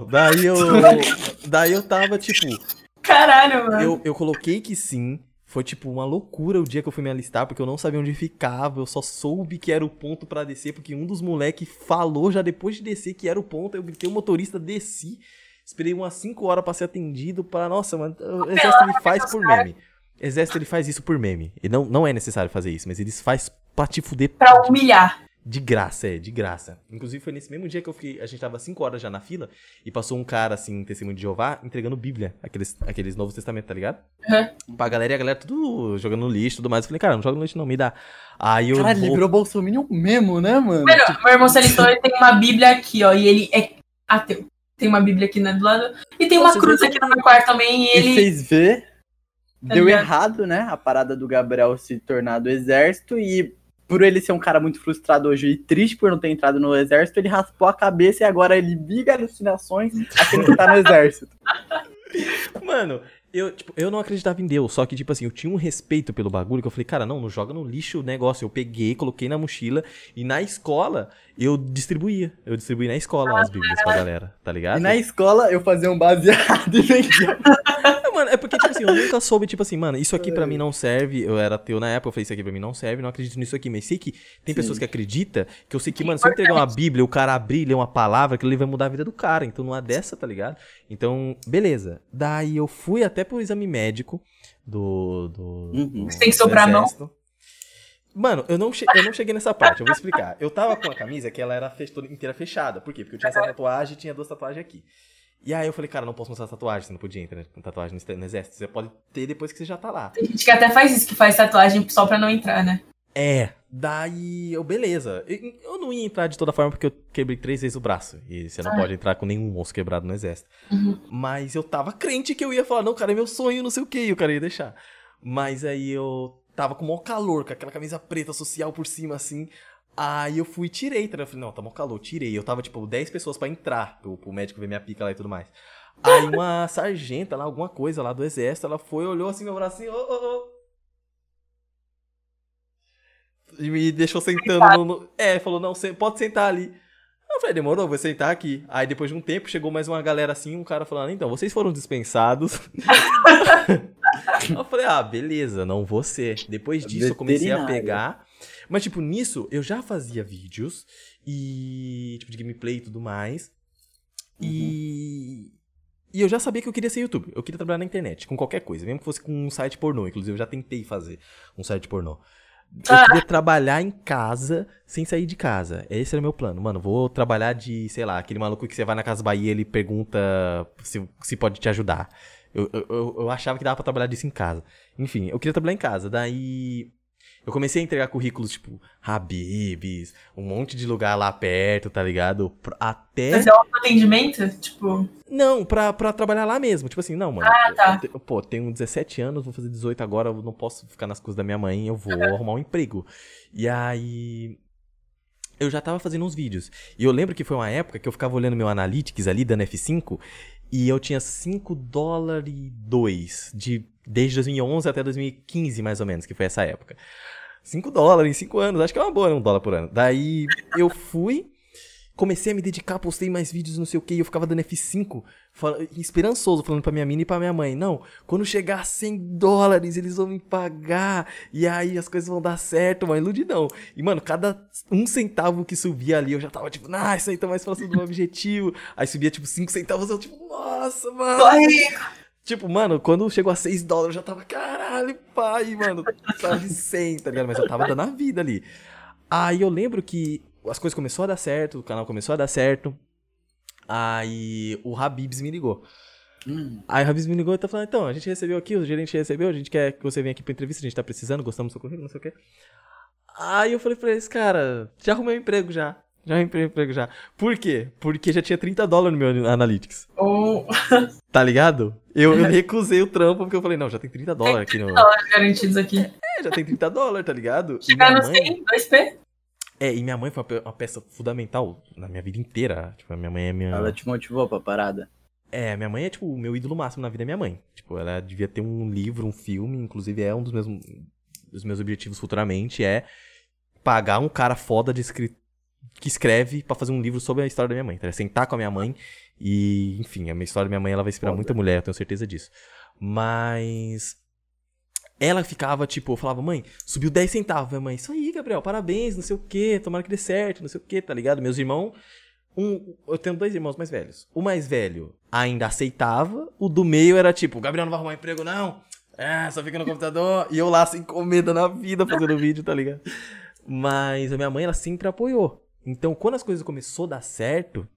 Daí eu tava tipo... Caralho, mano. Eu coloquei que sim. Foi tipo uma loucura o dia que eu fui me alistar, porque eu não sabia onde ficava. Eu só soube que era o ponto pra descer, porque um dos moleques falou já depois de descer que era o ponto. Eu gritei o motorista, desci. Esperei umas 5 horas pra ser atendido. Nossa, mano, o exército ele faz por meme. Exército ele faz isso por meme. E não é necessário fazer isso, mas eles faz pra te fuder. Pra humilhar. De graça, de graça. Inclusive foi nesse mesmo dia que a gente tava 5 horas já na fila, e passou um cara, assim, testemunho de Jeová, entregando Bíblia, aqueles Novos Testamentos, tá ligado? Pra galera, e a galera tudo jogando no lixo e tudo mais. Eu falei, cara, não joga no lixo não, me dá. Aí eu... Cara, ele virou Bolsonaro mesmo, né, mano? Mano, meu irmão se alistou, ele tem uma Bíblia aqui, ó, e ele é ateu. Tem uma Bíblia aqui, né, do lado. E tem uma cruz aqui no meu quarto também, e ele... E vocês vê, deu errado, né, a parada do Gabriel se tornar do exército, e... Por ele ser um cara muito frustrado hoje e triste por não ter entrado no exército, ele raspou a cabeça e agora ele liga alucinações achando que tá no exército. Mano, eu não acreditava em Deus, só que, tipo assim, eu tinha um respeito pelo bagulho, que eu falei, cara, não joga no lixo o negócio. Eu peguei, coloquei na mochila, e na escola eu distribuía. Eu distribuí na escola as bíblias pra galera, tá ligado? E na escola eu fazia um baseado e vendia. Mano, é porque, tipo assim, eu nunca soube, tipo assim, mano, isso aqui pra mim não serve. Eu era ateu na época, eu falei, isso aqui pra mim não serve, não acredito nisso aqui. Mas sei que tem pessoas que acreditam, que eu sei que, mano, se eu entregar uma bíblia, o cara abrir, ler uma palavra, aquilo ali vai mudar a vida do cara. Então não há dessa, tá ligado? Então, beleza. Daí eu fui até pro exame médico do Você tem que soprar a mão. Mano, eu não cheguei nessa parte, eu vou explicar. Eu tava com a camisa que ela era toda inteira fechada. Por quê? Porque eu tinha essa tatuagem e tinha 2 tatuagens aqui. E aí eu falei, cara, não posso mostrar tatuagem, você não podia entrar com tatuagem no exército. Você pode ter depois que você já tá lá. Tem gente que até faz isso, que faz tatuagem só pra não entrar, né? Daí beleza. Eu não ia entrar de toda forma porque eu quebrei 3 vezes o braço. E você não pode entrar com nenhum osso quebrado no exército. Mas eu tava crente que eu ia falar, não, cara, é meu sonho, não sei o que, e o cara ia deixar. Mas aí eu tava com o maior calor, com aquela camisa preta social por cima, assim. Aí eu fui e tirei, tá? Eu falei, não, tá mó calor, tirei. Eu tava, tipo, 10 pessoas pra entrar, pro médico ver minha pica lá e tudo mais. Aí uma sargenta lá, alguma coisa lá do exército, ela foi, olhou assim, meu bracinho, e me deixou sentando falou, não, pode sentar ali. Eu falei, demorou, vou sentar aqui. Aí depois de um tempo, chegou mais uma galera assim, um cara falando, então, vocês foram dispensados. Eu falei, beleza, não vou ser. Depois disso, eu comecei a pegar... Mas, tipo, nisso, eu já fazia vídeos e... Tipo, de gameplay e tudo mais. E eu já sabia que eu queria ser youtuber. Eu queria trabalhar na internet, com qualquer coisa. Mesmo que fosse com um site pornô. Inclusive, eu já tentei fazer um site pornô. Eu queria trabalhar em casa, sem sair de casa. Esse era o meu plano. Mano, vou trabalhar de, sei lá, aquele maluco que você vai na Casa Bahia e ele pergunta se pode te ajudar. Eu achava que dava pra trabalhar disso em casa. Enfim, eu queria trabalhar em casa. Daí... Eu comecei a entregar currículos, tipo, Habib's, um monte de lugar lá perto, tá ligado? Até... Fazer um atendimento? Tipo... Não, pra trabalhar lá mesmo. Tipo assim, não, mano. Tá. Pô, tenho 17 anos, vou fazer 18 agora, eu não posso ficar nas coisas da minha mãe, eu vou arrumar um emprego. E aí... Eu já tava fazendo uns vídeos. E eu lembro que foi uma época que eu ficava olhando meu Analytics ali, dando F5, e eu tinha $5,02 desde 2011 até 2015, mais ou menos, que foi essa época. $5 em 5 anos, acho que é uma boa, né? $1 por ano. Daí eu fui, comecei a me dedicar, postei mais vídeos, não sei o que, e eu ficava dando F5, esperançoso, falando pra minha mina e pra minha mãe, não, quando chegar a $100, eles vão me pagar, e aí as coisas vão dar certo, uma iludidão. E, mano, cada 1 centavo que subia ali, eu já tava tipo, isso aí tá mais próximo do meu objetivo. Aí subia, tipo, 5 centavos, eu tipo, nossa, mano. Tipo, mano, quando chegou a $6, eu já tava, caralho, pai, mano, tava de 100, tá ligado? Mas eu tava dando a vida ali. Aí eu lembro que as coisas começaram a dar certo, o canal começou a dar certo. Aí o Habibs me ligou. Aí o Habibs me ligou e tá falando, então, a gente recebeu aqui, o gerente recebeu, a gente quer que você venha aqui pra entrevista, a gente tá precisando, gostamos do seu currículo, não sei o quê. Aí eu falei pra eles, cara, já arrumei um emprego já. Já arrumei um emprego já. Por quê? Porque já tinha $30 no meu Analytics. Tá ligado? Eu recusei o trampo porque eu falei, não, já tem $30 aqui no... $30 garantidos aqui. Já tem $30, tá ligado? Chegar no 100, 2P? E minha mãe foi uma peça fundamental na minha vida inteira. Tipo, a minha mãe é minha... Ela te motivou pra parada? Minha mãe é, tipo, o meu ídolo máximo na vida é minha mãe. Tipo, ela devia ter um livro, um filme, inclusive é um dos meus objetivos futuramente, é pagar um cara foda que escreve pra fazer um livro sobre a história da minha mãe. Tá? Sentar com a minha mãe e, enfim, a minha história da minha mãe, ela vai inspirar muita mulher, eu tenho certeza disso. Mas... ela ficava, tipo, eu falava, mãe, subiu 10 centavos. Minha mãe, isso aí, Gabriel, parabéns, não sei o quê, tomara que dê certo, não sei o quê, tá ligado? Meus irmãos, eu tenho 2 irmãos mais velhos. O mais velho ainda aceitava, o do meio era tipo, Gabriel não vai arrumar emprego, não. Só fica no computador. E eu lá sem comer na vida fazendo vídeo, tá ligado? Mas a minha mãe, ela sempre apoiou. Então, quando as coisas começaram a dar certo,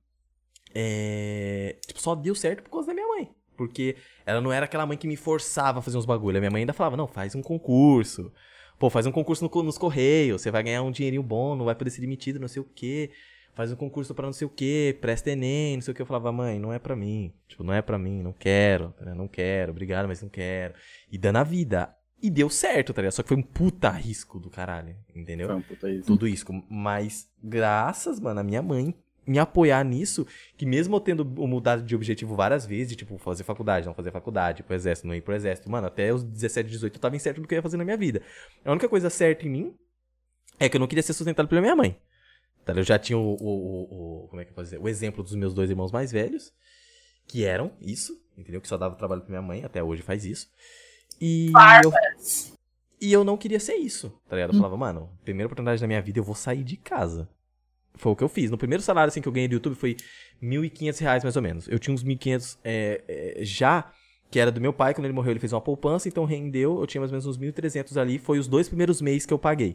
tipo, só deu certo por causa da minha mãe. Porque ela não era aquela mãe que me forçava a fazer uns bagulho. A minha mãe ainda falava, não, faz um concurso. Pô, faz um concurso nos Correios. Você vai ganhar um dinheirinho bom, não vai poder ser demitido, não sei o quê. Faz um concurso pra não sei o quê, presta Enem, não sei o quê. Eu falava, mãe, não é pra mim. Tipo, não é pra mim, não quero, obrigado, mas não quero. E dando a vida. E deu certo, tá ligado? Só que foi um puta risco do caralho, entendeu? Foi um puta risco. Tudo isso. Mas graças, mano, a minha mãe me apoiar nisso, que mesmo eu tendo mudado de objetivo várias vezes, tipo, fazer faculdade, não fazer faculdade, ir pro exército, não ir pro exército, mano, até os 17, 18 eu tava incerto do que eu ia fazer na minha vida. A única coisa certa em mim é que eu não queria ser sustentado pela minha mãe. Tá? Eu já tinha como é que eu posso dizer? O exemplo dos meus 2 irmãos mais velhos, que eram isso, entendeu? Que só dava trabalho pra minha mãe, até hoje faz isso. E eu não queria ser isso, tá ligado? Eu falava, mano, primeira oportunidade da minha vida, eu vou sair de casa. Foi o que eu fiz. No primeiro salário assim, que eu ganhei do YouTube foi R$1.500 mais ou menos. Eu tinha uns 1.500 já, que era do meu pai. Quando ele morreu, ele fez uma poupança, então rendeu. Eu tinha mais ou menos uns 1.300 ali. Foi os 2 primeiros meses que eu paguei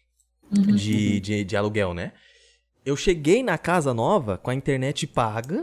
de aluguel, né? Eu cheguei na casa nova com a internet paga,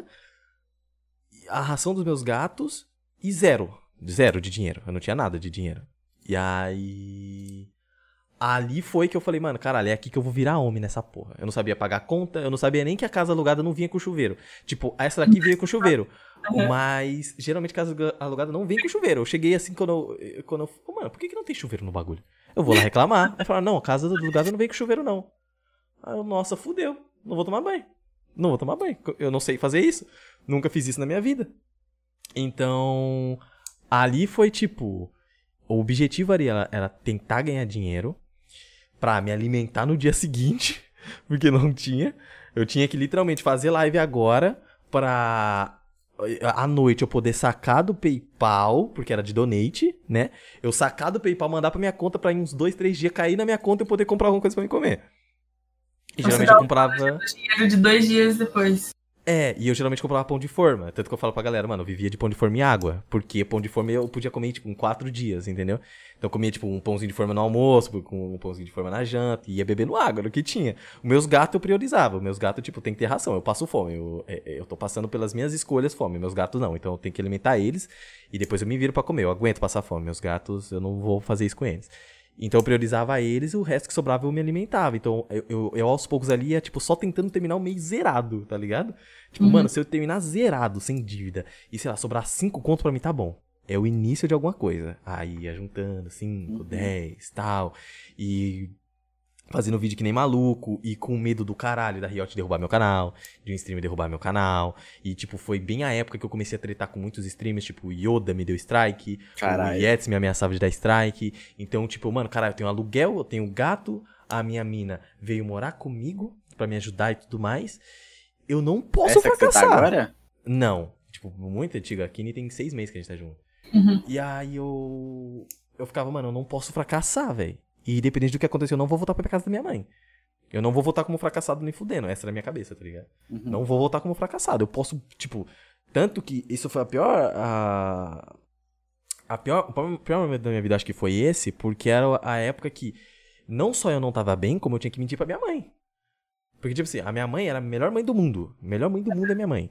a ração dos meus gatos e zero de dinheiro. Eu não tinha nada de dinheiro. E aí... ali foi que eu falei, mano, caralho, é aqui que eu vou virar homem nessa porra. Eu não sabia pagar conta, eu não sabia nem que a casa alugada não vinha com chuveiro. Tipo, essa daqui veio com chuveiro. Mas, geralmente, casa alugada não vem com chuveiro. Eu cheguei assim, quando eu mano, por que não tem chuveiro no bagulho? Eu vou lá reclamar. Aí falaram, não, a casa alugada não vem com chuveiro, não. Aí eu, nossa, fudeu. Não vou tomar banho. Não vou tomar banho. Eu não sei fazer isso. Nunca fiz isso na minha vida. Então, ali foi, tipo... o objetivo ali era tentar ganhar dinheiro pra me alimentar no dia seguinte, porque não tinha. Eu tinha que literalmente fazer live agora pra à noite eu poder sacar do PayPal, porque era de donate, né? Eu sacar do PayPal, mandar pra minha conta pra em uns 2, 3 dias cair na minha conta e eu poder comprar alguma coisa pra me comer. E geralmente eu comprava... dinheiro de 2 dias depois. E eu geralmente comprava pão de forma. Tanto que eu falo pra galera, mano, eu vivia de pão de forma e água. Porque pão de forma eu podia comer, tipo, em 4 dias, entendeu? Então eu comia, tipo, um pãozinho de forma no almoço, com um pãozinho de forma na janta, e ia bebendo água, era o que tinha. Os meus gatos eu priorizava. Os meus gatos, tipo, tem que ter ração. Eu passo fome. Eu tô passando pelas minhas escolhas fome. Meus gatos não. Então eu tenho que alimentar eles e depois eu me viro pra comer. Eu aguento passar fome. Meus gatos, eu não vou fazer isso com eles. Então eu priorizava eles e o resto que sobrava eu me alimentava. Então eu aos poucos ali ia, tipo, só tentando terminar o mês zerado, tá ligado? Tipo, mano, se eu terminar zerado, sem dívida, e sei lá, sobrar 5 contos pra mim, tá bom. É o início de alguma coisa. Aí ia juntando 5, 10, tal. E fazendo vídeo que nem maluco. E com medo do caralho da Riot derrubar meu canal. De um streamer derrubar meu canal. E, tipo, foi bem a época que eu comecei a tretar com muitos streamers. Tipo, o Yoda me deu strike. Caralho. O Yetis me ameaçava de dar strike. Então, tipo, mano, caralho, eu tenho aluguel, eu tenho gato. A minha mina veio morar comigo pra me ajudar e tudo mais. Eu não posso fracassar. Que você tá agora? Não. Tipo, muito antiga. A Kini tem 6 meses que a gente tá junto. E aí eu ficava, mano, eu não posso fracassar, velho. E independente do que acontecer, eu não vou voltar pra casa da minha mãe. Eu não vou voltar como fracassado nem fudendo. Essa era a minha cabeça, tá ligado? Não vou voltar como fracassado. Eu posso, tipo... Tanto que isso foi a O pior momento da minha vida acho que foi esse, porque era a época que não só eu não tava bem, como eu tinha que mentir pra minha mãe. Porque, tipo assim, a minha mãe era a melhor mãe do mundo. A melhor mãe do mundo é minha mãe.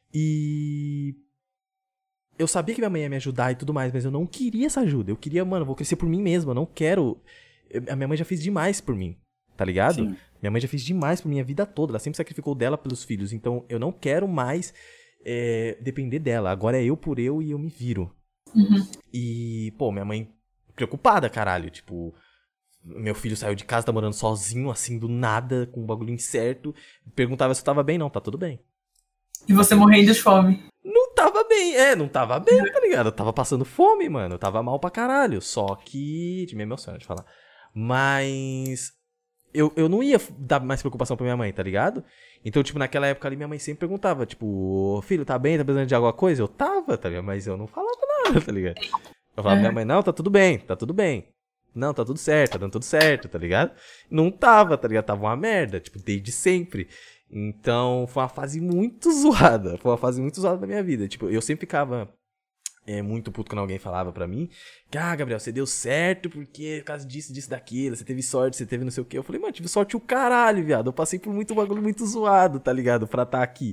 E eu sabia que minha mãe ia me ajudar e tudo mais, mas eu não queria essa ajuda. Eu queria, mano, vou crescer por mim mesmo. Eu não quero... A minha mãe já fez demais por mim, tá ligado? Sim. Minha mãe já fez demais por minha vida toda. Ela sempre sacrificou dela pelos filhos. Então, eu não quero mais depender dela. Agora é eu por eu e eu me viro. Uhum. E, pô, minha mãe preocupada, caralho. Tipo, meu filho saiu de casa, tá morando sozinho, assim, do nada, com um bagulho incerto. Perguntava se eu tava bem. Não, tá tudo bem. E você morrendo de fome. Não tava bem, não tava bem, tá ligado? Eu tava passando fome, mano. Eu tava mal pra caralho. Só que... Me emociona de falar. Mas... Eu não ia dar mais preocupação pra minha mãe, tá ligado? Então, tipo, naquela época ali, minha mãe sempre perguntava, tipo, filho, tá bem? Tá precisando de alguma coisa? Eu tava, tá ligado? Mas eu não falava nada, tá ligado? Eu falava pra minha mãe, não, tá tudo bem, tá tudo bem. Não, tá tudo certo, tá dando tudo certo, tá ligado? Não tava, tá ligado? Tava uma merda, tipo, desde sempre. Então, foi uma fase muito zoada. Foi uma fase muito zoada da minha vida. Tipo, eu sempre ficava muito puto quando alguém falava pra mim que, Gabriel, você deu certo porque por causa disso, daquilo, você teve sorte, você teve não sei o quê. Eu falei, mano, tive sorte o caralho, viado. Eu passei por muito bagulho muito zoado, tá ligado? Pra estar aqui.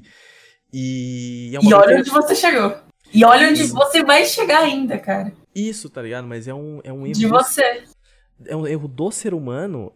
E olha onde você chegou. E olha onde você vai chegar ainda, cara. Isso, tá ligado? Mas é um erro... De você. É um erro do ser humano,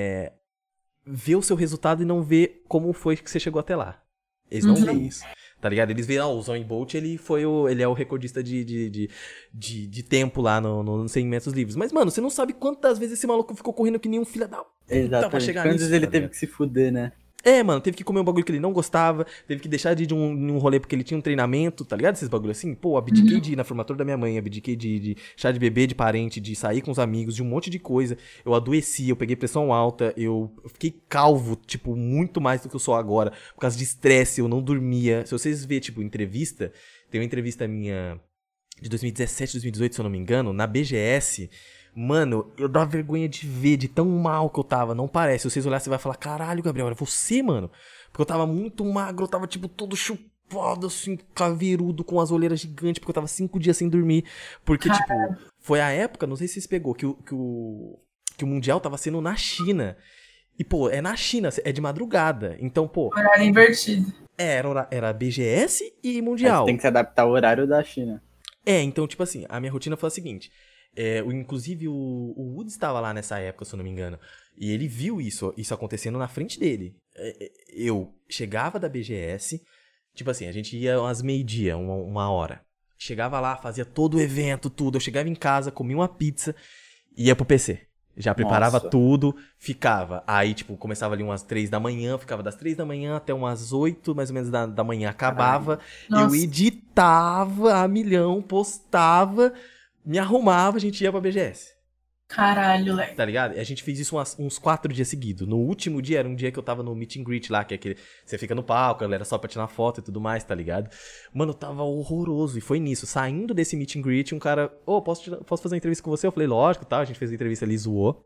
ver o seu resultado e não ver como foi que você chegou até lá. Eles não veem isso, tá ligado? Eles veem, o Usain Bolt, ele é o recordista de tempo lá no 100 metros livres. Mas, mano, você não sabe quantas vezes esse maluco ficou correndo que nem um filho da puta. Exatamente. Pra chegar Quantas nisso, vezes ele tá teve ligado? que se fuder, né? Mano, teve que comer um bagulho que ele não gostava, teve que deixar de ir de um rolê porque ele tinha um treinamento, tá ligado? Esses bagulho assim, pô, abdiquei de ir na formatura da minha mãe, abdiquei de chá de bebê de parente, de sair com os amigos, de um monte de coisa. Eu adoeci, eu peguei pressão alta, eu fiquei calvo, tipo, muito mais do que eu sou agora, por causa de estresse, eu não dormia. Se vocês verem, tipo, entrevista, tem uma entrevista minha de 2017, 2018, se eu não me engano, na BGS. Mano, eu dava vergonha de ver, de tão mal que eu tava, não parece. Se vocês olharem, você vai falar, caralho, Gabriel, era você, mano. Porque eu tava muito magro, eu tava, tipo, todo chupado, assim, caveirudo, com as olheiras gigantes, porque eu tava 5 dias sem dormir. Porque, tipo, foi a época, não sei se vocês pegou, que o Mundial tava sendo na China. E, pô, é na China, é de madrugada. Então, pô... Horário invertido. Era BGS e Mundial. Mas tem que se adaptar ao horário da China. Então, tipo assim, a minha rotina foi a seguinte... inclusive o Wood estava lá nessa época, se eu não me engano, e ele viu isso acontecendo na frente dele. Eu chegava da BGS, tipo assim, a gente ia umas meio-dia, uma hora. Chegava lá, fazia todo o evento, tudo. Eu chegava em casa, comia uma pizza e ia pro PC. Já preparava tudo, ficava. Aí, tipo, começava ali umas 3 da manhã, ficava das 3 da manhã até umas 8, mais ou menos, da manhã, acabava. Eu editava a milhão, postava... Me arrumava, a gente ia pra BGS. Caralho, Léo. Tá ligado? A gente fez isso uns 4 dias seguidos. No último dia, era um dia que eu tava no meet and greet lá, que é aquele... Você fica no palco, a galera só pra tirar foto e tudo mais, tá ligado? Mano, tava horroroso. E foi nisso. Saindo desse meet and greet, um cara... posso fazer uma entrevista com você? Eu falei, lógico, tá? A gente fez a entrevista ali, zoou.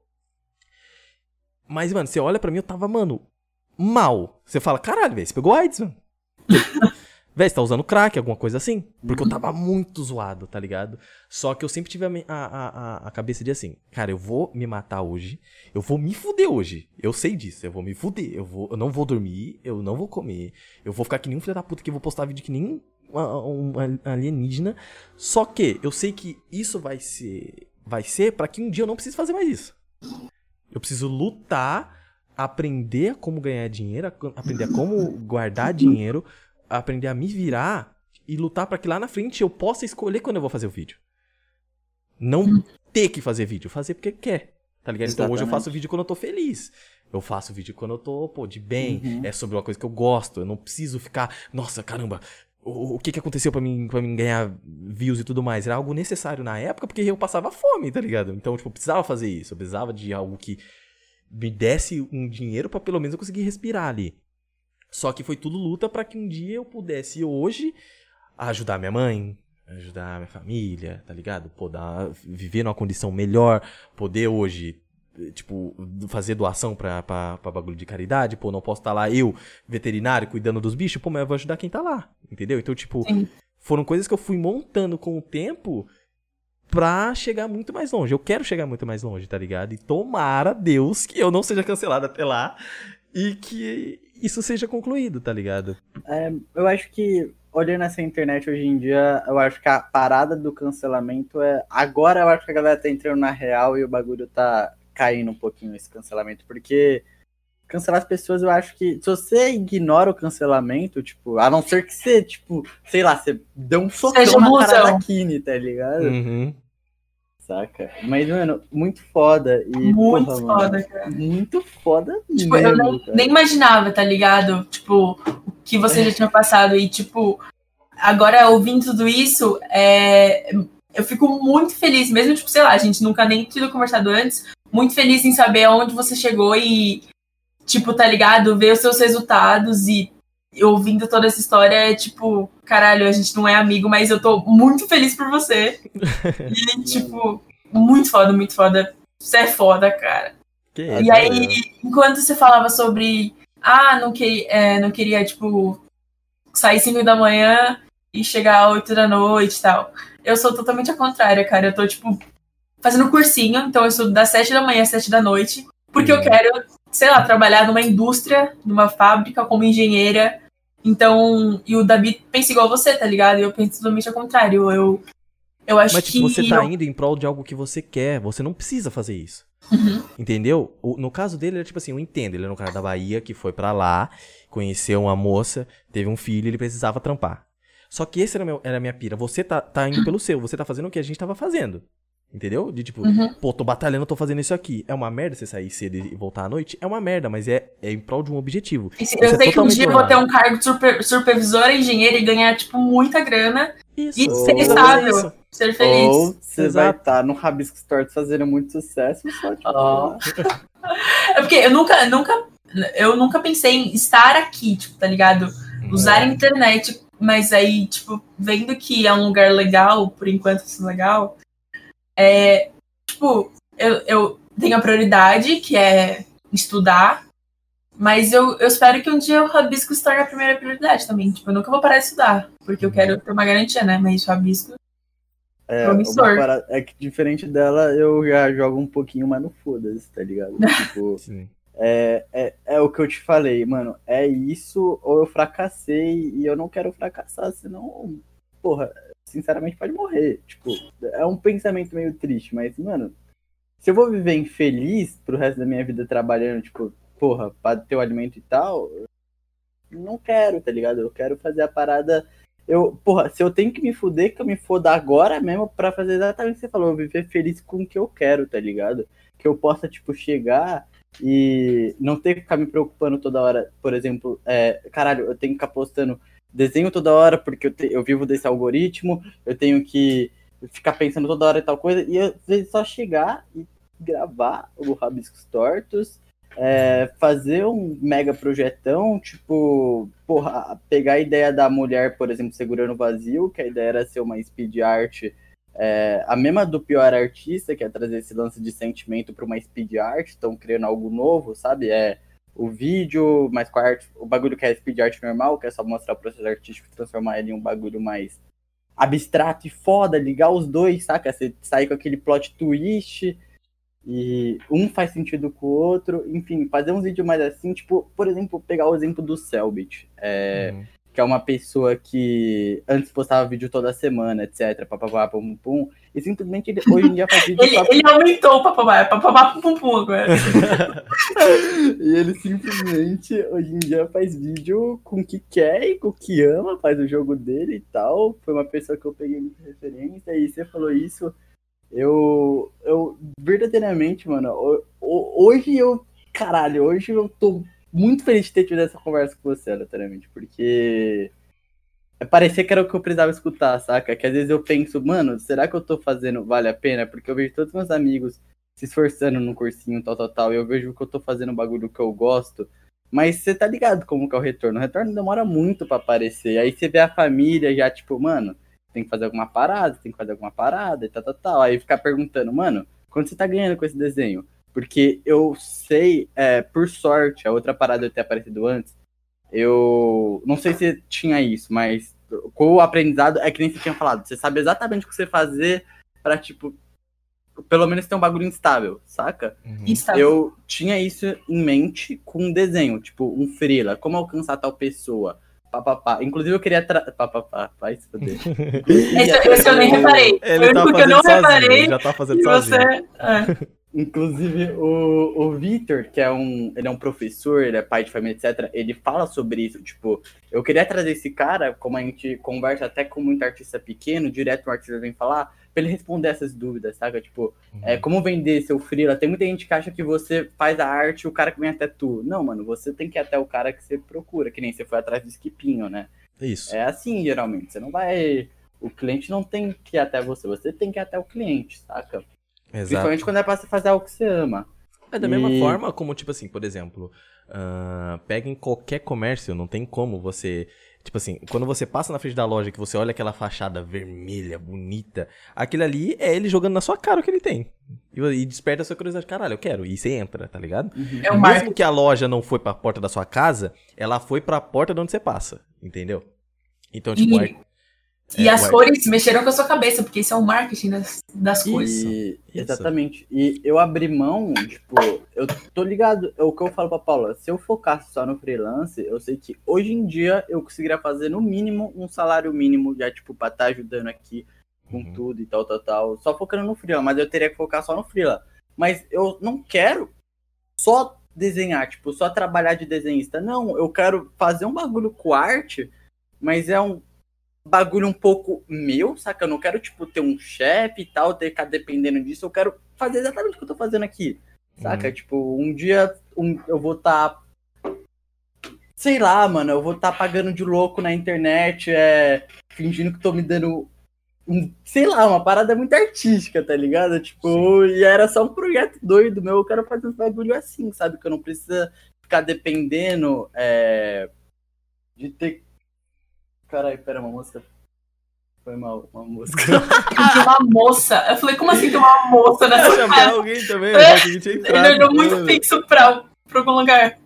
Mas, mano, você olha pra mim, eu tava, mano, mal. Você fala, caralho, velho, você pegou AIDS, mano. Véi, você tá usando crack, alguma coisa assim? Porque eu tava muito zoado, tá ligado? Só que eu sempre tive a cabeça de assim, cara, eu vou me matar hoje, eu vou me fuder hoje. Eu sei disso, eu vou me fuder, eu não vou dormir, eu não vou comer, eu vou ficar que nem um filho da puta que eu vou postar vídeo que nem um alienígena. Só que eu sei que isso vai ser pra que um dia eu não precise fazer mais isso. Eu preciso lutar, aprender a como ganhar dinheiro, aprender a como guardar dinheiro, aprender a me virar e lutar pra que lá na frente eu possa escolher quando eu vou fazer o vídeo. Não ter que fazer vídeo, fazer porque quer, tá ligado? Então hoje eu faço vídeo quando eu tô feliz. Eu faço vídeo quando eu tô, de bem. É sobre uma coisa que eu gosto. Eu não preciso ficar, nossa, caramba, o que aconteceu pra mim ganhar views e tudo mais? Era algo necessário na época porque eu passava fome, tá ligado? Então, tipo, eu precisava fazer isso. Eu precisava de algo que me desse um dinheiro pra pelo menos eu conseguir respirar ali. Só que foi tudo luta pra que um dia eu pudesse hoje ajudar minha mãe, ajudar minha família, tá ligado? Viver numa condição melhor, poder hoje, tipo, fazer doação pra bagulho de caridade, não posso estar lá eu, veterinário, cuidando dos bichos, mas eu vou ajudar quem tá lá, entendeu? Então, tipo, foram coisas que eu fui montando com o tempo pra chegar muito mais longe. Eu quero chegar muito mais longe, tá ligado? E tomara Deus que eu não seja cancelado até lá e que isso seja concluído, tá ligado? Eu acho que, olhando essa internet hoje em dia, eu acho que a parada do cancelamento agora eu acho que a galera tá entrando na real e o bagulho tá caindo um pouquinho esse cancelamento, porque cancelar as pessoas, eu acho que se você ignora o cancelamento, tipo, a não ser que você, tipo, sei lá, você dê um socão na cara da Kine, tá ligado? Uhum. Saca? Mas, mano, muito foda. E, muito porra, foda, mano, cara. muito foda tipo, mesmo, eu nem imaginava, tá ligado? Tipo, o que você já tinha passado. E, tipo, agora ouvindo tudo isso, eu fico muito feliz, mesmo, tipo, sei lá, a gente nunca nem tinha conversado antes, muito feliz em saber aonde você chegou e, tipo, tá ligado? Ver os seus resultados e ouvindo toda essa história, tipo, caralho, a gente não é amigo, mas eu tô muito feliz por você. E, tipo, muito foda, muito foda. Você é foda, cara. E aí, enquanto você falava sobre não queria, tipo, sair 5 da manhã e chegar às 8 da noite e tal. Eu sou totalmente a contrária, cara. Eu tô, tipo, fazendo cursinho, então eu estudo das 7 da manhã às 7 da noite, porque eu quero, sei lá, trabalhar numa indústria, numa fábrica, como engenheira. Então, e o Davi pensa igual você, tá ligado? Eu penso totalmente ao contrário. Eu acho Mas, tipo, que... você tá indo em prol de algo que você quer, você não precisa fazer isso. Uhum. Entendeu? No caso dele, tipo assim, eu entendo. Ele era um cara da Bahia que foi pra lá, conheceu uma moça, teve um filho e ele precisava trampar. Só que esse era a minha pira. Você tá indo pelo seu, você tá fazendo o que a gente tava fazendo. Entendeu? De tipo, pô, tô batalhando, tô fazendo isso aqui. É uma merda você sair cedo e voltar à noite? É uma merda, mas é em prol de um objetivo. Eu sei que um dia eu vou ter um cargo de supervisora, engenheira e ganhar, tipo, muita grana. Isso. E ser estável, ser feliz. Ou você vai estar no Rabisco Torto fazendo muito sucesso, só tipo... É porque eu nunca pensei em estar aqui, tipo, tá ligado? Usar a internet, mas aí, tipo, vendo que é um lugar legal, por enquanto isso é legal, tipo, eu tenho a prioridade, que é estudar, mas eu espero que um dia o Rabisco se torne a primeira prioridade também. Tipo, eu nunca vou parar de estudar, porque eu quero ter uma garantia, né? Mas o Rabisco promissor. É que diferente dela, eu já jogo um pouquinho mais no foda-se, tá ligado? Tipo, sim. É o que eu te falei, mano. É isso ou eu fracassei e eu não quero fracassar, senão, porra, sinceramente pode morrer. Tipo, é um pensamento meio triste, mas, mano, se eu vou viver infeliz pro resto da minha vida trabalhando, tipo, porra, pra ter o alimento e tal, não quero, tá ligado? Eu quero fazer a parada. Porra, se eu tenho que me fuder, que eu me foda agora mesmo pra fazer exatamente o que você falou, eu viver feliz com o que eu quero, tá ligado? Que eu possa, tipo, chegar e não ter que ficar me preocupando toda hora. Por exemplo, caralho, eu tenho que ficar postando desenho toda hora porque eu vivo desse algoritmo, eu tenho que ficar pensando toda hora em tal coisa, e às vezes só chegar e gravar o Rabiscos Tortos, fazer um mega projetão, tipo, porra, pegar a ideia da mulher, por exemplo, segurando o vazio, que a ideia era ser uma speed art, a mesma do Pior Artista, que é trazer esse lance de sentimento para uma speed art, estão criando algo novo, sabe? O vídeo, mas com a arte, o bagulho que é speed art normal, que é só mostrar o processo artístico e transformar ele em um bagulho mais abstrato e foda, ligar os dois, saca? Você sair com aquele plot twist e um faz sentido com o outro, enfim, fazer uns vídeos mais assim, tipo, por exemplo, pegar o exemplo do Selbit, que é uma pessoa que antes postava vídeo toda semana, etc, papapá, pum, pum, e simplesmente hoje em dia faz vídeo ele aumentou o papapá, pum, pum, pum agora. E ele simplesmente, hoje em dia, faz vídeo com o que quer e com o que ama, faz o jogo dele e tal, foi uma pessoa que eu peguei muita referência, e você falou isso. Eu verdadeiramente, mano, hoje eu tô muito feliz de ter tido essa conversa com você, aleatoriamente, porque parecia que era o que eu precisava escutar, saca? Que às vezes eu penso, mano, será que eu tô fazendo vale a pena? Porque eu vejo todos meus amigos se esforçando no cursinho, tal, e eu vejo que eu tô fazendo um bagulho que eu gosto, mas você tá ligado como que é o retorno? O retorno demora muito pra aparecer, aí você vê a família já, tipo, mano, tem que fazer alguma parada, e tal. Aí ficar perguntando, mano, quanto você tá ganhando com esse desenho? Porque eu sei, por sorte, a outra parada eu ter aparecido antes, eu não sei se tinha isso, mas com o aprendizado, é que nem você tinha falado, você sabe exatamente o que você fazer pra, tipo, pelo menos ter um bagulho instável, saca? Instável. Eu tinha isso em mente com um desenho, tipo, um freela, como alcançar tal pessoa, papapá. Inclusive eu queria papapá, vai se foder. Esse eu nem reparei. Ele tá porque eu não fazendo sozinho, reparei. ele já tá fazendo E sozinho. você... Inclusive, o Victor, que ele é um professor, ele é pai de família, etc., ele fala sobre isso, tipo, eu queria trazer esse cara, como a gente conversa até com muito artista pequeno, direto o artista vem falar, pra ele responder essas dúvidas, sabe? Tipo, como vender seu freela? Tem muita gente que acha que você faz a arte e o cara que vem até tu. Não, mano, você tem que ir até o cara que você procura, que nem você foi atrás do Skipinho, né? Isso. É assim, geralmente, você não vai... O cliente não tem que ir até você, você tem que ir até o cliente, saca? Exato. Principalmente quando é pra você fazer algo que você ama. É da mesma forma como, tipo assim, por exemplo, pega em qualquer comércio, não tem como você... Tipo assim, quando você passa na frente da loja que você olha aquela fachada vermelha, bonita, aquilo ali é ele jogando na sua cara o que ele tem. E desperta a sua curiosidade, caralho, eu quero. E você entra, tá ligado? É o Mesmo que a loja não foi pra porta da sua casa, ela foi pra porta de onde você passa, entendeu? Então, tipo... E as cores mexeram com a sua cabeça, porque isso é o marketing das cores. Exatamente. E eu abri mão, tipo, eu tô ligado, é o que eu falo pra Paula, se eu focasse só no freelance, eu sei que hoje em dia eu conseguiria fazer no mínimo um salário mínimo, já, tipo, pra estar ajudando aqui com tudo e tal, só focando no freela, mas eu teria que focar só no freela. Mas eu não quero só desenhar, tipo, só trabalhar de desenhista. Não, eu quero fazer um bagulho com arte, mas é um bagulho um pouco meu, saca? Eu não quero, tipo, ter um chefe e tal, ter que ficar dependendo disso. Eu quero fazer exatamente o que eu tô fazendo aqui, saca? Tipo, um dia eu vou estar... Sei lá, mano, eu vou estar pagando de louco na internet, fingindo que tô me dando... sei lá, uma parada muito artística, tá ligado? Tipo, e era só um projeto doido meu. Eu quero fazer um bagulho assim, sabe? Que eu não preciso ficar dependendo de ter... Caralho, pera, uma música. Foi mal, uma música. Tem uma moça. Eu falei, como assim tem uma moça nessa chamar casa? alguém também, eu consegui te entrar. Ele olhou muito fixo pra algum lugar.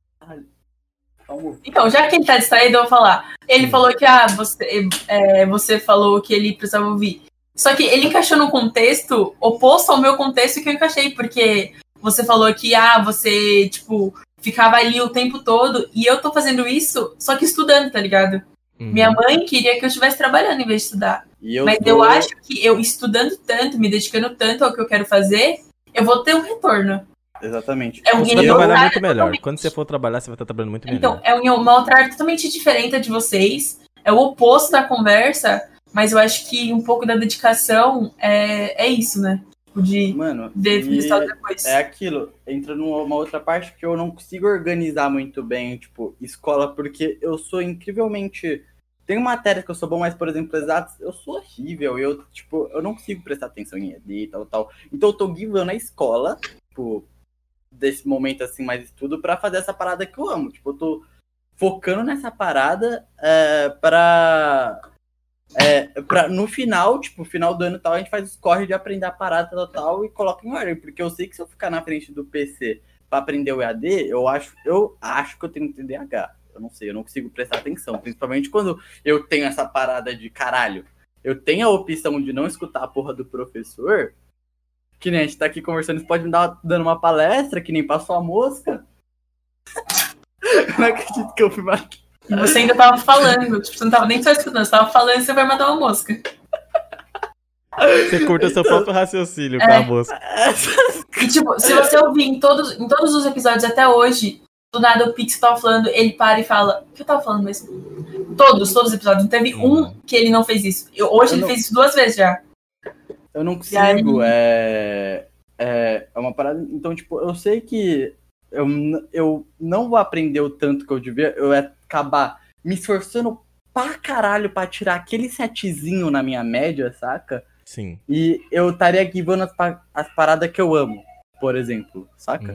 Então, já que ele tá distraído, eu vou falar. Ele falou que você falou que ele precisava ouvir. Só que ele encaixou num contexto oposto ao meu contexto que eu encaixei, porque você falou que você, tipo, ficava ali o tempo todo, e eu tô fazendo isso, só que estudando, tá ligado? Minha mãe queria que eu estivesse trabalhando em vez de estudar. Mas eu acho que eu estudando tanto, me dedicando tanto ao que eu quero fazer, eu vou ter um retorno. Exatamente. Você vai trabalhar muito melhor. Totalmente. Quando você for trabalhar, você vai estar trabalhando muito melhor. Então, é uma outra área totalmente diferente de vocês. É o oposto da conversa, mas eu acho que um pouco da dedicação é isso, né? Mano, depois. É aquilo, entra numa outra parte que eu não consigo organizar muito bem, tipo, escola, porque eu sou incrivelmente... Tem matéria que eu sou bom, mas, por exemplo, exatos, eu sou horrível, eu não consigo prestar atenção em ED e tal. Então eu tô givando a escola, tipo, desse momento, assim, mais estudo, pra fazer essa parada que eu amo. Tipo, eu tô focando nessa parada pra no final, tipo, final do ano e tal, a gente faz os corre de aprender a parada tal e coloca em ordem, porque eu sei que se eu ficar na frente do PC pra aprender o EAD, eu acho que eu tenho TDAH. Eu não sei, eu não consigo prestar atenção, principalmente quando eu tenho essa parada de caralho. Eu tenho a opção de não escutar a porra do professor, que nem a gente tá aqui conversando, você pode me dando uma palestra, que nem passou a mosca. Eu não acredito que eu fui marcar. E você ainda tava falando, tipo, você não tava nem só escutando, você tava falando e você vai matar uma mosca. Você curta seu próprio raciocínio com a mosca. E tipo, se você ouvir em todos os episódios até hoje, do nada o Pix tava falando, ele para e fala, o que eu tava falando mesmo? Todos os episódios, não teve um que ele não fez isso. Hoje ele fez isso 2 vezes já. Eu não consigo, é uma parada, então tipo, eu sei que eu não vou aprender o tanto que eu devia, eu ia acabar me esforçando pra caralho pra tirar aquele setzinho na minha média, saca? Sim. E eu estaria givando as paradas que eu amo, por exemplo, saca?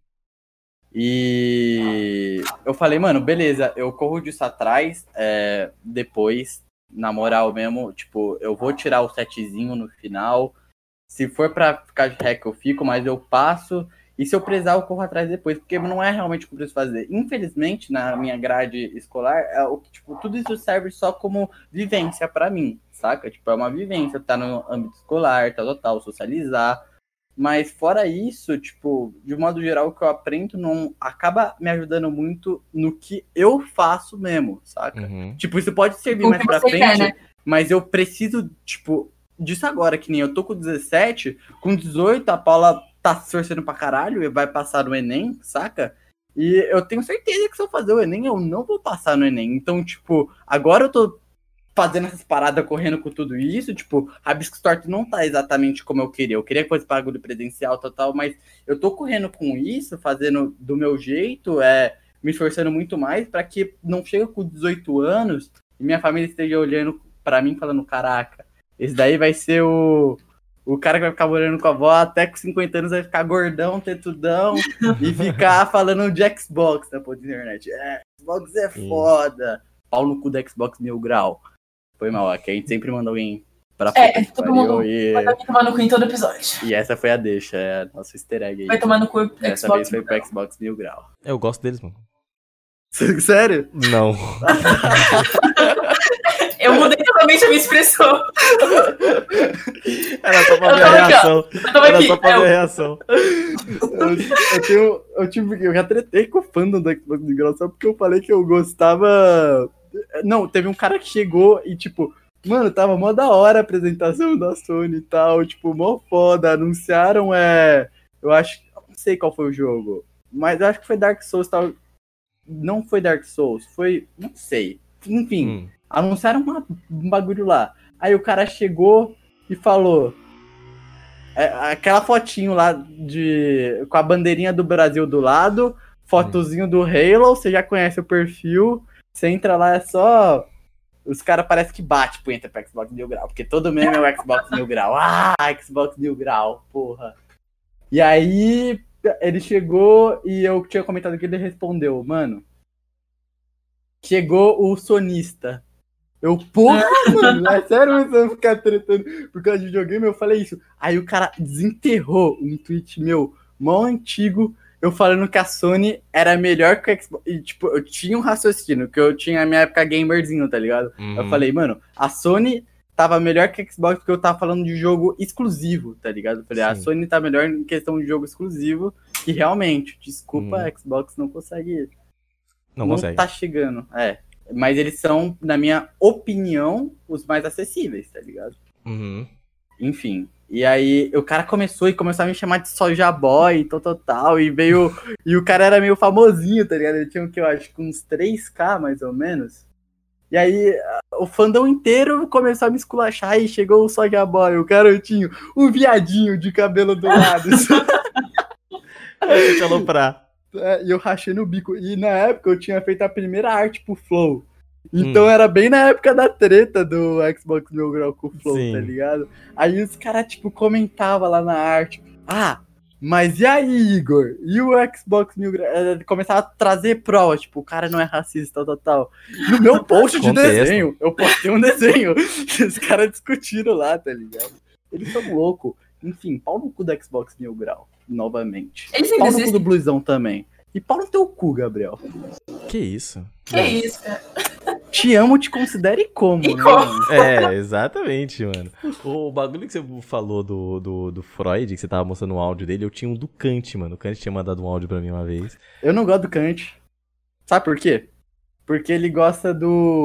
E eu falei, mano, beleza, eu corro disso atrás, depois, na moral mesmo, tipo, eu vou tirar o setzinho no final, se for pra ficar de rec eu fico, mas eu passo... E se eu precisar, eu corro atrás depois, porque não é realmente o que eu preciso fazer. Infelizmente, na minha grade escolar, tipo, tudo isso serve só como vivência pra mim, saca? Tipo, é uma vivência, tá no âmbito escolar, tal, socializar. Mas fora isso, tipo, de modo geral, o que eu aprendo não acaba me ajudando muito no que eu faço mesmo, saca? Uhum. Tipo, isso pode servir mais pra frente, quer, né? mas eu preciso, tipo, disso agora, que nem eu tô com 17, com 18 a Paula tá se esforçando pra caralho e vai passar no Enem, saca? E eu tenho certeza que se eu fazer o Enem, eu não vou passar no Enem. Então, tipo, agora eu tô fazendo essas paradas, correndo com tudo isso, tipo, Rabiscos Tortos não tá exatamente como eu queria. Eu queria que fosse bagulho presencial, tal, mas eu tô correndo com isso, fazendo do meu jeito, me esforçando muito mais pra que não chegue com 18 anos e minha família esteja olhando pra mim falando, caraca, esse daí vai ser o cara que vai ficar morando com a avó até com 50 anos vai ficar gordão, tetudão e ficar falando de Xbox na porra da internet. Xbox é foda. Pau no cu da Xbox 1000 grau. Foi mal, aqui a gente sempre manda alguém pra puta todo mundo vai tomar no cu em todo episódio. E essa foi a deixa, é a nossa easter egg aí. Vai tomar no cu Essa vez foi pro Xbox 1000 grau. Eu gosto deles, mano. Sério? Não. Eu mudei totalmente a minha expressão. Era só pra ver a reação. Era só pra ver a reação. Eu já tretei com o fandom do Xbox 1000 grau só porque eu falei que eu gostava... Não, teve um cara que chegou e, tipo, mano, tava mó da hora a apresentação da Sony e tal, tipo, mó foda, anunciaram, eu acho, não sei qual foi o jogo, mas eu acho que foi Dark Souls, tal, não foi Dark Souls, foi, não sei, enfim, anunciaram um bagulho lá, aí o cara chegou e falou, aquela fotinho lá com a bandeirinha do Brasil do lado, fotozinho do Halo, você já conhece o perfil. Você entra lá, é só... Os caras parecem que bate punheta pro Xbox 1000 grau. Porque todo meme é o Xbox 1000 grau. Xbox 1000 grau, porra. E aí, ele chegou e eu tinha comentado que ele respondeu. Mano, chegou o sonista. Eu, porra, mano, é sério você vai ficar tretando por causa de videogame? Eu falei isso. Aí o cara desenterrou um tweet meu, mó antigo, eu falando que a Sony era melhor que o Xbox. E, tipo, eu tinha um raciocínio, que eu tinha a minha época gamerzinho, tá ligado? Eu falei, mano, a Sony tava melhor que o Xbox porque eu tava falando de jogo exclusivo, tá ligado? Eu falei, a Sony tá melhor em questão de jogo exclusivo. E realmente, desculpa, a Xbox não consegue. Não consegue. Tá chegando, Mas eles são, na minha opinião, os mais acessíveis, tá ligado? Enfim. E aí, o cara começou a me chamar de Soulja Boy e tal, e veio... E o cara era meio famosinho, tá ligado? Ele tinha, eu acho, uns 3K, mais ou menos. E aí, o fandom inteiro começou a me esculachar e chegou o Soulja Boy, o garotinho, o viadinho de cabelo do lado. Deixa eu aloprar. E eu rachei no bico. E na época, eu tinha feito a primeira arte pro Flow. Então era bem na época da treta do Xbox 1000 grau com o Flow, tá ligado? Aí os caras, tipo, comentavam lá na arte. Mas e aí, Igor? E o Xbox 1000 grau? Começava a trazer prova, tipo, o cara não é racista, tal. No meu post de desenho, eu postei um desenho. Os caras discutiram lá, tá ligado? Eles são loucos. Enfim, pau no cu do Xbox 1000 grau, novamente. Pau no cu do Bluesão também. E pau no teu cu, Gabriel. Que isso? Que isso, cara? Te amo, te considere como, né? Exatamente, mano. O bagulho que você falou do Freud, que você tava mostrando o áudio dele, eu tinha um do Kant, mano. O Kant tinha mandado um áudio pra mim uma vez. Eu não gosto do Kant. Sabe por quê? Porque ele gosta do...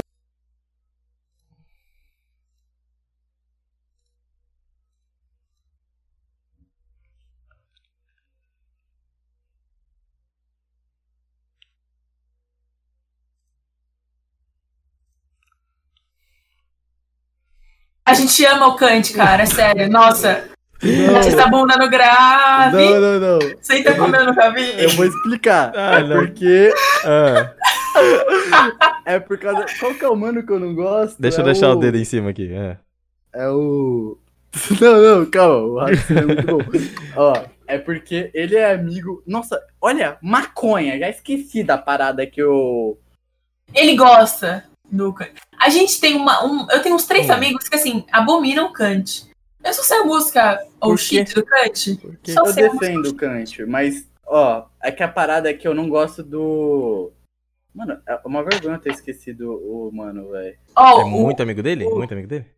A gente ama o Kant, cara, sério. Nossa. Essa bunda no grave. Não. Senta comendo no caminho. Eu vou explicar. Porque... É por causa... Qual que é o mano que eu não gosto? Deixa eu deixar o dedo em cima aqui. É o... Não, calma. O raciocínio é muito bom. Ó, é porque ele é amigo... Nossa, olha, maconha. Já esqueci da parada que eu... Ele gosta do Kant. A gente tem eu tenho uns 3 amigos que, assim, abominam o Kant. Eu só sei a música ou shit do Kant. Porque eu defendo o Kant, mas, ó, é que a parada é que eu não gosto do... Mano, é uma vergonha ter esquecido o mano, velho. É muito amigo dele? Muito amigo dele?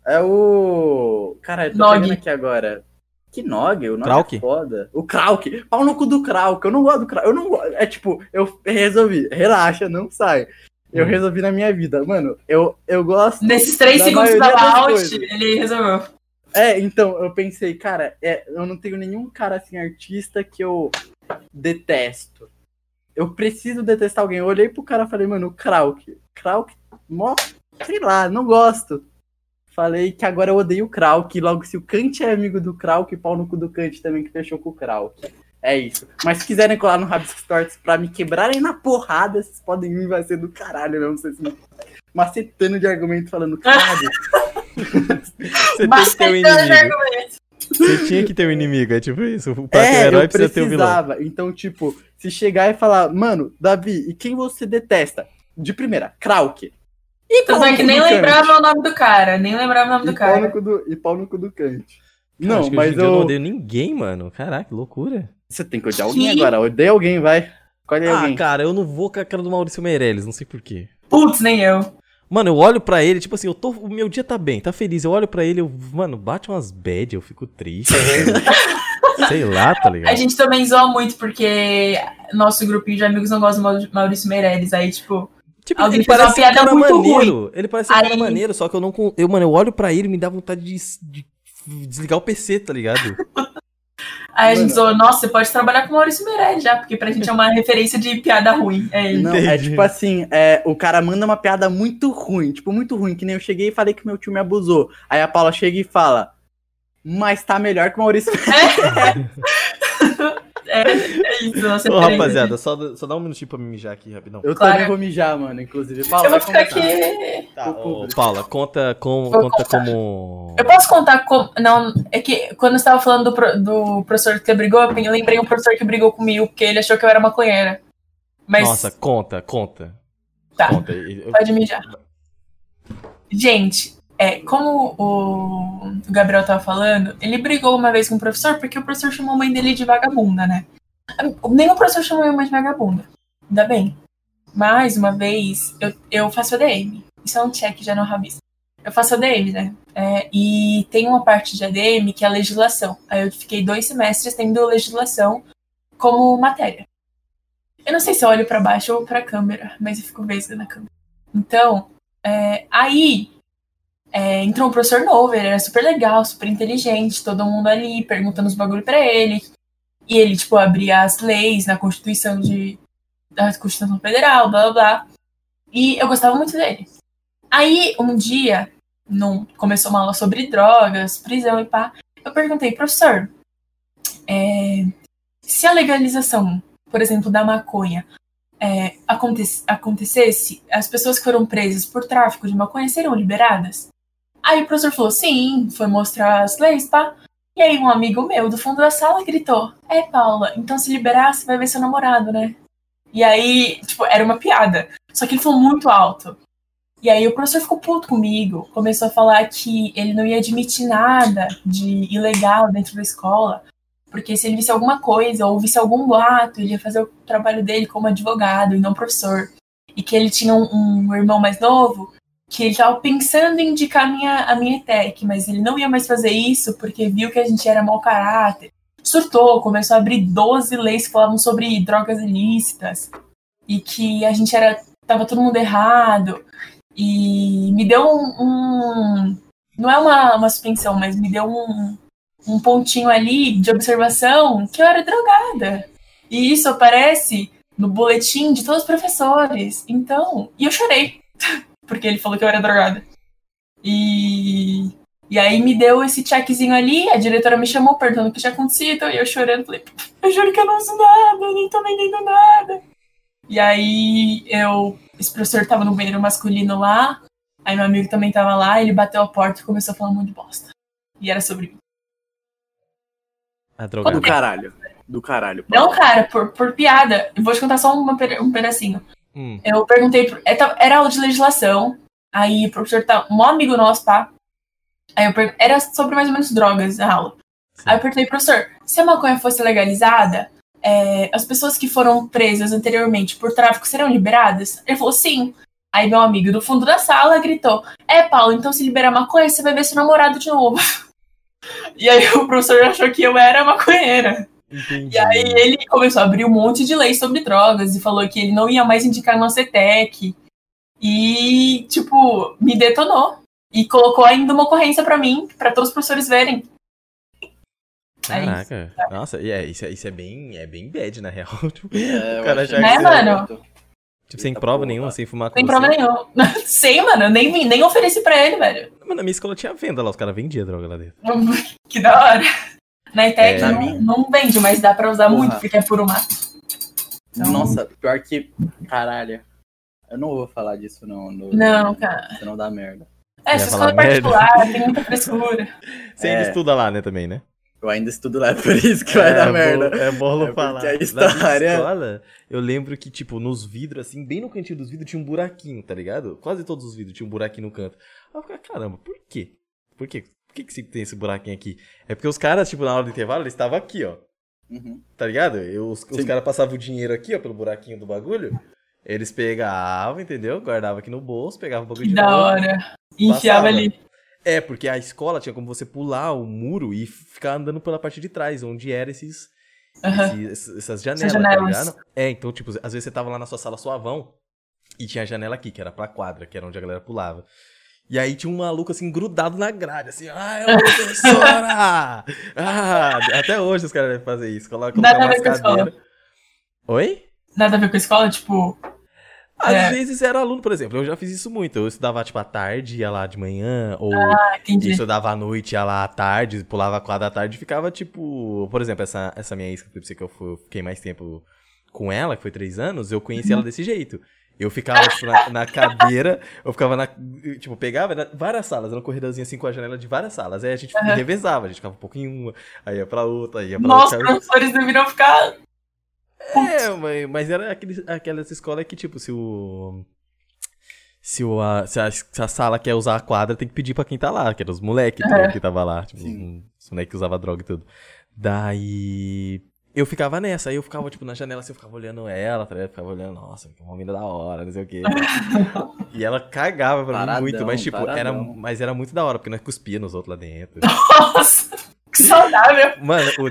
É o... Cara, eu tô Nog. pegando aqui agora. Que Nog? O Nog Krauk? é foda. O Krauk. Pau no cu do Krauk. Eu não gosto do Krauk. Eu não gosto. É tipo, eu resolvi. Relaxa, não sai. Eu resolvi na minha vida. Mano, eu gosto... Nesses 3 segundos da out, ele resolveu. Então, eu pensei, cara, eu não tenho nenhum cara assim, artista que eu detesto. Eu preciso detestar alguém. Eu olhei pro cara e falei, mano, o Krauk. Krauk, sei lá, não gosto. Falei que agora eu odeio o Krauk. Logo, se o Kant é amigo do Krauk, pau no cu do Kant também, que fechou com o Krauk. É isso. Mas se quiserem colar no Rabiscos Tortos pra me quebrarem na porrada, vocês podem vir, vai ser do caralho mesmo. Vocês macetando de argumento, falando, caralho. Você tem que ter um inimigo. Você tinha que ter um inimigo, é tipo isso. Pra ter um herói precisa ter um vilão. Então, tipo, se chegar e falar, mano, Davi, e quem você detesta? De primeira, Krauk. Tudo bem que nem lembrava o nome do cara. E pau no cu do Kant. Cara, não, mas eu não odeio ninguém, mano. Caraca, que loucura. Você tem que odiar alguém agora. Odeia alguém, vai. Escolhe alguém. Cara, eu não vou com a cara do Maurício Meirelles, não sei porquê. Putz, nem eu. Mano, eu olho pra ele, tipo assim, o meu dia tá bem, tá feliz. Eu olho pra ele, mano, bate umas bad, eu fico triste. Sei lá, tá ligado? A gente também zoa muito, porque nosso grupinho de amigos não gosta do Maurício Meirelles. Aí, tipo alguém ele fez uma piada muito maneiro. ruim. Ele parece um cara maneiro, só que eu não... Mano, eu olho pra ele e me dá vontade de desligar o PC, tá ligado? Aí a gente zoou, nossa, você pode trabalhar com o Maurício Meirelles já, porque pra gente é uma referência de piada ruim. Não, é tipo assim, o cara manda uma piada muito ruim, que nem eu cheguei e falei que meu tio me abusou. Aí a Paula chega e fala, mas tá melhor que o Maurício Meirelles. É isso, nossa. Ô, rapaziada, só dá um minutinho pra me mijar aqui, rapidão. Eu também vou mijar, mano, inclusive. Paula, eu vou ficar aqui. Tá, Paula, conta como... Eu posso contar como... Não, é que quando você tava falando do professor que brigou, eu lembrei um professor que brigou comigo, porque ele achou que eu era maconheira. Mas... Nossa, conta. Tá, pode mijar. Gente... como o Gabriel tava falando, ele brigou uma vez com o professor porque o professor chamou a mãe dele de vagabunda, né? Nenhum professor chamou minha mãe de vagabunda. Ainda bem. Mais uma vez, eu faço ADM. Isso é um check já no Rabisco. Eu faço ADM, né? E tem uma parte de ADM que é a legislação. Aí eu fiquei 2 semestres tendo legislação como matéria. Eu não sei se eu olho pra baixo ou pra câmera, mas eu fico vesga na câmera. Então, aí... entrou um professor novo, ele era super legal, super inteligente, todo mundo ali perguntando os bagulho pra ele. E ele, tipo, abria as leis na Constituição da Constituição Federal, blá blá blá. E eu gostava muito dele. Aí, um dia, começou uma aula sobre drogas, prisão e pá. Eu perguntei, professor, se a legalização, por exemplo, da maconha, acontecesse, as pessoas que foram presas por tráfico de maconha seriam liberadas? Aí o professor falou, sim, foi mostrar as leis, pá. E aí um amigo meu do fundo da sala gritou, Paula, então se liberar, você vai ver seu namorado, né? E aí, tipo, era uma piada. Só que ele falou muito alto. E aí o professor ficou puto comigo, começou a falar que ele não ia admitir nada de ilegal dentro da escola, porque se ele visse alguma coisa ou visse algum boato, ele ia fazer o trabalho dele como advogado e não professor. E que ele tinha um irmão mais novo, que ele estava pensando em indicar a minha ETEC, mas ele não ia mais fazer isso porque viu que a gente era mau caráter. Surtou, começou a abrir 12 leis que falavam sobre drogas ilícitas e que a gente tava todo mundo errado. E me deu não é uma suspensão, mas me deu um pontinho ali de observação que eu era drogada. E isso aparece no boletim de todos os professores. Então, e eu chorei. Porque ele falou que eu era drogada. E aí me deu esse checkzinho ali, a diretora me chamou perguntando o que tinha acontecido, e eu chorando, falei, eu juro que eu não uso nada, nem tô vendendo nada. E aí esse professor tava no banheiro masculino lá, aí meu amigo também tava lá, ele bateu a porta e começou a falar um monte de bosta. E era sobre mim. A drogada. Do caralho. Não, cara, por piada. Eu vou te contar só um pedacinho. Eu perguntei, era aula de legislação, aí o professor um amigo nosso, tá? Aí era sobre mais ou menos drogas a aula. Sim. Aí eu perguntei, professor, se a maconha fosse legalizada, as pessoas que foram presas anteriormente por tráfico seriam liberadas? Ele falou, sim. Aí meu amigo do fundo da sala gritou: Paulo, então se liberar maconha, você vai ver seu namorado de novo. E aí o professor achou que eu era maconheira. Entendi. E aí ele começou a abrir um monte de leis sobre drogas e falou que ele não ia mais indicar no CETEC. E, tipo, me detonou. E colocou ainda uma ocorrência pra mim, pra todos os professores verem. Caraca. Nossa, isso é bem bad, na real. Tipo, o cara já mano? Tipo, sem prova nenhuma, sem fumar com Sem prova nenhuma. Sem, mano. Nem ofereci pra ele, velho. Mano, na minha escola tinha venda lá, os caras vendiam droga lá dentro. Que da hora. Na ETEC não vende, mas dá pra usar muito, porque é puro mato. Então... Nossa, pior que... Caralho. Eu não vou falar disso, não. Não, cara. Senão dá merda. Essa escola é particular, tem muita frescura. Você ainda estuda lá, né, também, né? Eu ainda estudo lá, por isso que vai dar merda. É bom falar. A história... Na minha escola, eu lembro que, tipo, nos vidros, assim, bem no cantinho dos vidros tinha um buraquinho, tá ligado? Quase todos os vidros tinham um buraquinho no canto. Aí eu ficava, caramba, por quê? Por quê? Por que sempre tem esse buraquinho aqui? É porque os caras, tipo, na hora do intervalo, eles estavam aqui, ó. Tá ligado? Os caras passavam o dinheiro aqui, ó, pelo buraquinho do bagulho. Eles pegavam, entendeu? Guardavam aqui no bolso, pegavam o bagulho de novo. Da hora. E enfiava ali. É, porque a escola tinha como você pular o muro e ficar andando pela parte de trás, onde eram essas janelas, tá ligado? É, então, tipo, às vezes você tava lá na sua sala suavão e tinha a janela aqui, que era pra quadra, que era onde a galera pulava. E aí tinha um maluco, assim, grudado na grade, assim, é uma professora! Até hoje os caras devem fazer isso, colocar umas cadeiras. Oi? Nada a ver com a escola, tipo... Às vezes era aluno, por exemplo, eu já fiz isso muito. Eu estudava, tipo, à tarde, ia lá de manhã, ou estudava à noite, ia lá à tarde, pulava a quadra à tarde e ficava, tipo... Por exemplo, essa minha ex, que eu fiquei mais tempo com ela, que foi 3 anos, eu conheci ela desse jeito. Eu ficava, tipo, na cadeira, eu ficava tipo, pegava várias salas, era um corredorzinho assim com a janela de várias salas. Aí a gente revezava, a gente ficava um pouco em uma, aí ia pra outra, aí ia pra outra. Nossa, os professores deveriam ficar... mas era aquelas escolas que, tipo, se a sala quer usar a quadra, tem que pedir pra quem tá lá, que eram os moleques que tava lá, tipo, os moleques que usavam droga e tudo. Daí eu ficava nessa, aí eu ficava, tipo, na janela, assim, eu ficava olhando ela, tá ligado? Ficava olhando, nossa, que uma mina da hora, não sei o quê. E ela cagava pra mim muito, mas, tipo, era muito da hora, porque nós cuspia nos outros lá dentro. Nossa! Que saudável. Mano, o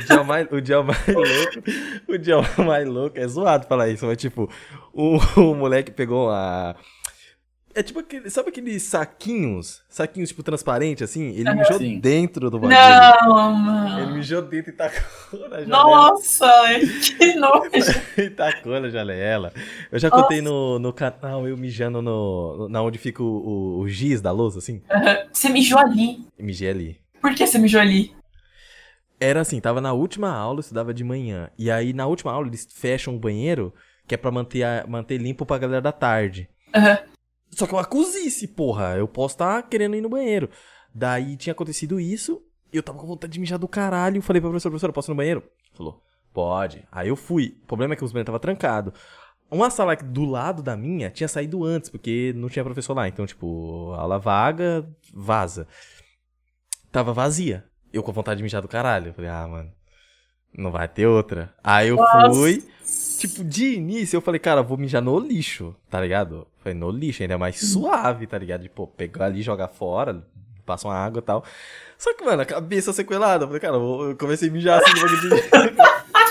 dia mais louco é zoado falar isso, mas tipo, o moleque pegou uma... É tipo sabe aqueles saquinhos tipo transparente assim? Ele mijou dentro do bagulho. Não, mano. Ele mijou dentro e tacou na janela. Nossa, que nojo. E tacou na janela. Eu já contei no canal eu mijando na onde fica o giz da louça, assim. Você mijou ali? Mijei ali. Por que você mijou ali? Era assim, tava na última aula, eu estudava de manhã. E aí, na última aula, eles fecham o banheiro, que é pra manter limpo pra galera da tarde. Só que é uma cozice, porra. Eu posso estar querendo ir no banheiro. Daí tinha acontecido isso, e eu tava com vontade de mijar do caralho. Falei pra professora, eu posso ir no banheiro? Falou, pode. Aí eu fui. O problema é que os banheiros estavam trancados. Uma sala do lado da minha tinha saído antes, porque não tinha professor lá. Então, tipo, aula vaga, vaza. Tava vazia. Eu com vontade de mijar do caralho. Eu falei, mano, não vai ter outra. Aí eu fui, tipo, de início eu falei, cara, vou mijar no lixo, tá ligado? Falei, no lixo, ainda é mais suave, tá ligado? Tipo, pegar ali, jogar fora, passa uma água e tal. Só que, mano, a cabeça sequelada. Eu falei, cara, eu comecei a mijar assim no bagulho de...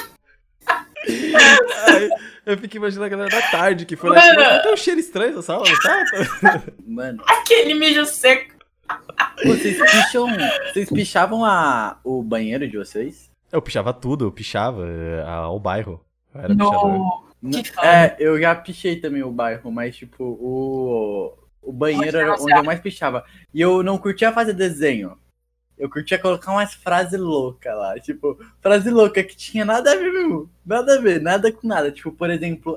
Aí eu fiquei imaginando a galera da tarde que foi lá e falou, tem um cheiro estranho essa sala, não tá? Mano. Aquele mijo seco. Vocês pichavam o banheiro de vocês? Eu pichava tudo, eu pichava o bairro. Eu era pichador. Eu já pichei também o bairro, mas tipo, o banheiro era onde eu mais pichava. E eu não curtia fazer desenho. Eu curtia colocar umas frases loucas lá. Tipo, frase louca que tinha nada a ver mesmo. Nada a ver, nada com nada. Tipo, por exemplo,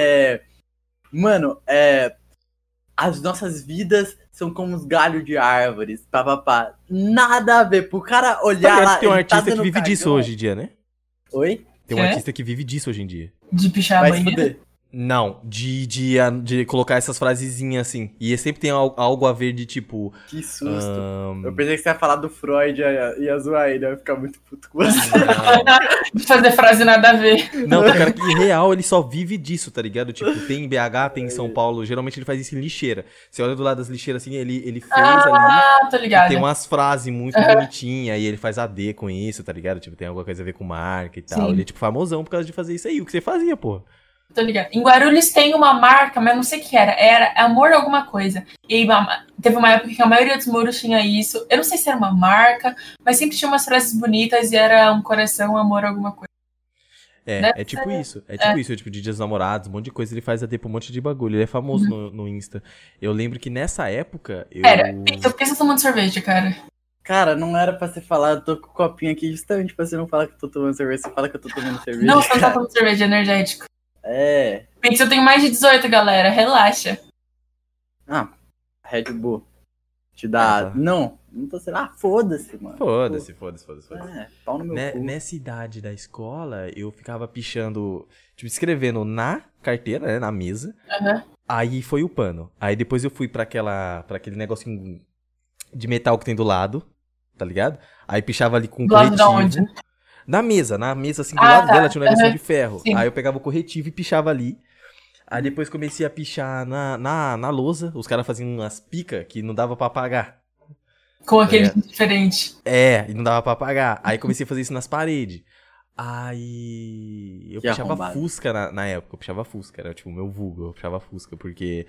Mano, as nossas vidas são como os galhos de árvores, papapá. Nada a ver. Pro cara olhar lá... Tem um artista que vive disso hoje em dia, né? Oi? Tem um artista que vive disso hoje em dia. De pichar a banheira? Não, de colocar essas frasezinhas assim. E sempre tem algo a ver de tipo. Que susto. Eu pensei que você ia falar do Freud e ia zoar ele, eu ia ficar muito puto com você. Fazer frase nada a ver. Não, tem cara que em real ele só vive disso, tá ligado? Tipo, tem em BH, tem em São Paulo. Geralmente ele faz isso em lixeira. Você olha do lado das lixeiras assim, ele fez ali. Tô ligado. Tem umas frases muito bonitinhas. E ele faz AD com isso, tá ligado? Tipo, tem alguma coisa a ver com marca e tal. Sim. Ele é tipo famosão por causa de fazer isso aí. O que você fazia, pô? Tô ligado. Em Guarulhos tem uma marca, mas não sei o que era. Era Amor alguma coisa. E aí, teve uma época que a maioria dos muros tinha isso. Eu não sei se era uma marca, mas sempre tinha umas frases bonitas e era um coração, amor alguma coisa. É tipo isso. É tipo isso. É tipo de Dias dos Namorados, um monte de coisa. Ele faz AD pra um monte de bagulho. Ele é famoso no Insta. Eu lembro que nessa época... Por que você tá tomando cerveja, cara? Cara, não era pra você falar, eu tô com o copinho aqui justamente pra você não falar que eu tô tomando cerveja. Você fala que eu tô tomando cerveja. Não, você não tá tomando cerveja, é energético. É. Pense, eu tenho mais de 18, galera. Relaxa. Red Bull. Te dá. Não tô sendo. Foda-se, mano. Foda-se. Pau no meu cu. Nessa idade da escola, eu ficava pichando, tipo, escrevendo na carteira, né, na mesa. Aí foi o pano. Aí depois eu fui pra aquele negocinho de metal que tem do lado, tá ligado? Aí pichava ali com corretivo. Na mesa assim, do lado dela tinha um negocinho de ferro. Sim. Aí eu pegava o corretivo e pichava ali. Aí depois comecei a pichar na lousa. Os caras faziam umas picas que não dava pra apagar. Com aquele diferente. E não dava pra apagar. Aí comecei a fazer isso nas paredes. Aí eu pichava Fusca na época. Eu pichava Fusca, era tipo o meu vulgo. Eu pichava Fusca, porque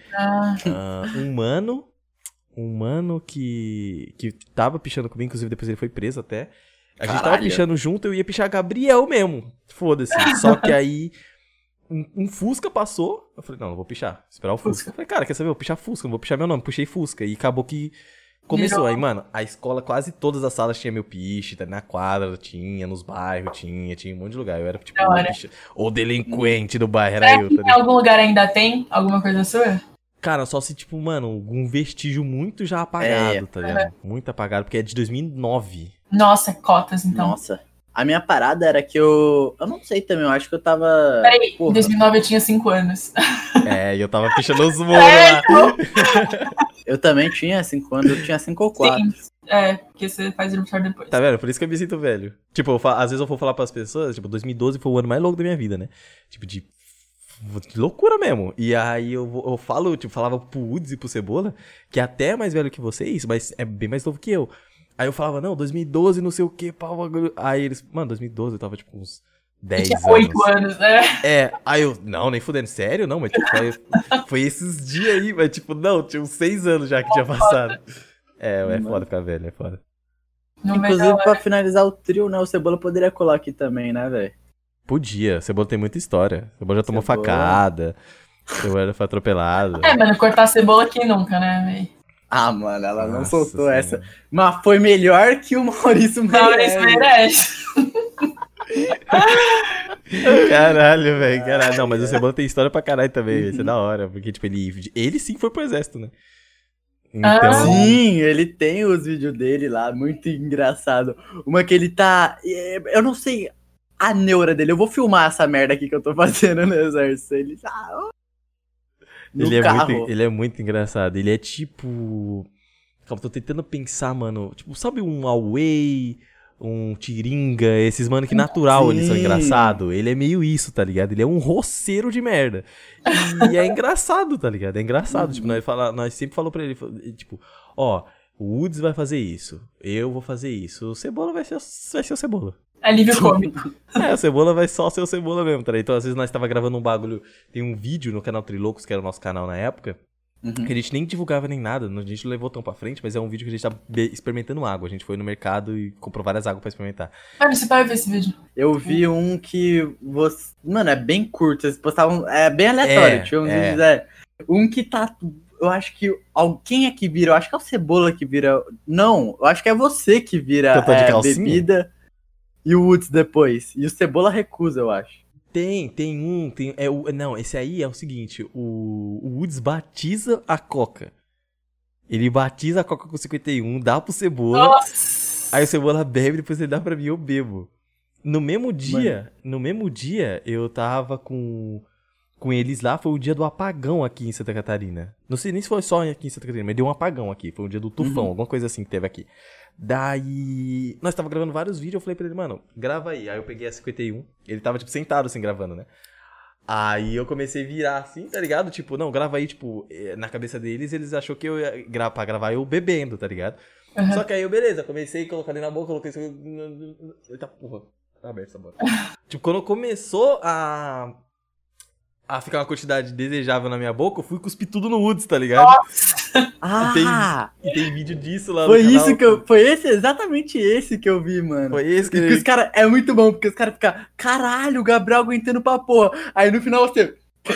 um mano que tava pichando comigo, inclusive depois ele foi preso até. A gente tava pichando junto, eu ia pichar Gabriel mesmo. Foda-se. Só que aí um Fusca passou. Eu falei, não vou pichar. Esperar o Fusca. Eu falei, cara, quer saber? Eu vou pichar Fusca, não vou pichar meu nome. Puxei Fusca. E acabou que começou. Aí, mano, a escola, quase todas as salas tinha meu piche. Tá? Na quadra tinha, nos bairros tinha um monte de lugar. Eu era tipo o delinquente do bairro. Era eu. Em algum lugar ainda tem alguma coisa sua? Cara, só se, tipo, mano, um vestígio muito já apagado, tá ligado? Muito apagado, porque é de 2009. Nossa, cotas, então. Nossa. A minha parada era que eu não sei também, eu acho que eu tava... Peraí, em 2009 eu tinha 5 anos. E eu tava pichando os muros lá. Eu também tinha 5 anos, eu tinha 5 ou 4. Sim, porque você faz aniversário depois. Tá vendo? Por isso que eu me sinto velho. Tipo, às vezes eu vou falar pras pessoas, tipo, 2012 foi o ano mais louco da minha vida, né? Tipo, de loucura mesmo. E aí eu falo, tipo, falava pro Woods e pro Cebola, que é até mais velho que vocês, mas é bem mais novo que eu. Aí eu falava, não, 2012, não sei o que, pau. Aí eles, mano, 2012 eu tava tipo uns 10 anos. 8 anos, né? Aí eu, não, nem fudendo, sério? Não, mas tipo, foi esses dias aí, mas tipo, não, tinha uns 6 anos já que tinha passado. É foda ficar velho, é foda. Inclusive, pra finalizar o trio, né, o Cebola poderia colar aqui também, né, velho? Podia, Cebola tem muita história. Cebola já tomou facada, Cebola foi atropelado. Mano, cortar cebola aqui nunca, né, velho? Mano, ela não soltou essa. Mas foi melhor que o Maurício merece. Caralho, velho, caralho. Não, mas o Cebola tem história pra caralho também, isso é da hora. Porque, tipo, ele sim foi pro exército, né? Então... Sim, ele tem os vídeos dele lá, muito engraçado. Uma que ele tá... Eu não sei a neura dele. Eu vou filmar essa merda aqui que eu tô fazendo no exército. Ele ele é muito engraçado. Ele é tipo... Calma, tô tentando pensar, mano. Tipo, sabe um Away, um Tiringa, esses mano que natural eles são engraçados? Ele é meio isso, tá ligado? Ele é um roceiro de merda. E é engraçado, tá ligado? É engraçado. Tipo, nós sempre falamos pra ele, tipo, ó, o Woods vai fazer isso, eu vou fazer isso, o Cebola vai ser o Cebola. Alívio cômico. O Cebola vai só ser o Cebola mesmo, tá ligado? Então, às vezes, nós tava gravando um bagulho, tem um vídeo no canal Trilocos, que era o nosso canal na época, que a gente nem divulgava nem nada, a gente não levou tão pra frente, mas é um vídeo que a gente tava experimentando água. A gente foi no mercado e comprou várias águas pra experimentar. Mano, você vai ver esse vídeo? Eu vi um que você... Mano, é bem curto, eles postavam... É bem aleatório, tinha uns vídeos, um que tá... Eu acho que alguém aqui vira, eu acho que é o Cebola que vira... Não, eu acho que é você que vira bebida e o Woods depois. E o Cebola recusa, eu acho. Não, esse aí é o seguinte, o Woods batiza a Coca. Ele batiza a Coca com 51, dá pro Cebola. Nossa. Aí o Cebola bebe, depois ele dá pra mim e eu bebo. No mesmo dia, eu tava com com eles lá foi o dia do apagão aqui em Santa Catarina. Não sei nem se foi só aqui em Santa Catarina, mas deu um apagão aqui. Foi um dia do tufão, alguma coisa assim que teve aqui. Daí, nós tava gravando vários vídeos, eu falei pra ele, mano, grava aí. Aí eu peguei a 51, ele tava, tipo, sentado assim, gravando, né? Aí eu comecei a virar assim, tá ligado? Tipo, não, grava aí, tipo, na cabeça deles, eles achou que eu ia pra gravar eu bebendo, tá ligado? Uhum. Só que aí eu, beleza, comecei a colocar ali na boca, coloquei isso. Eita porra, tá aberto essa boca. Tipo, quando começou a ficar uma quantidade desejável na minha boca, eu fui cuspir tudo no Woods, tá ligado? Nossa! E tem vídeo disso lá foi no canal. Isso que eu, foi exatamente esse que eu vi, mano. Foi esse que porque os caras, é muito bom, porque os caras ficam, caralho, o Gabriel aguentando pra porra. Aí no final você...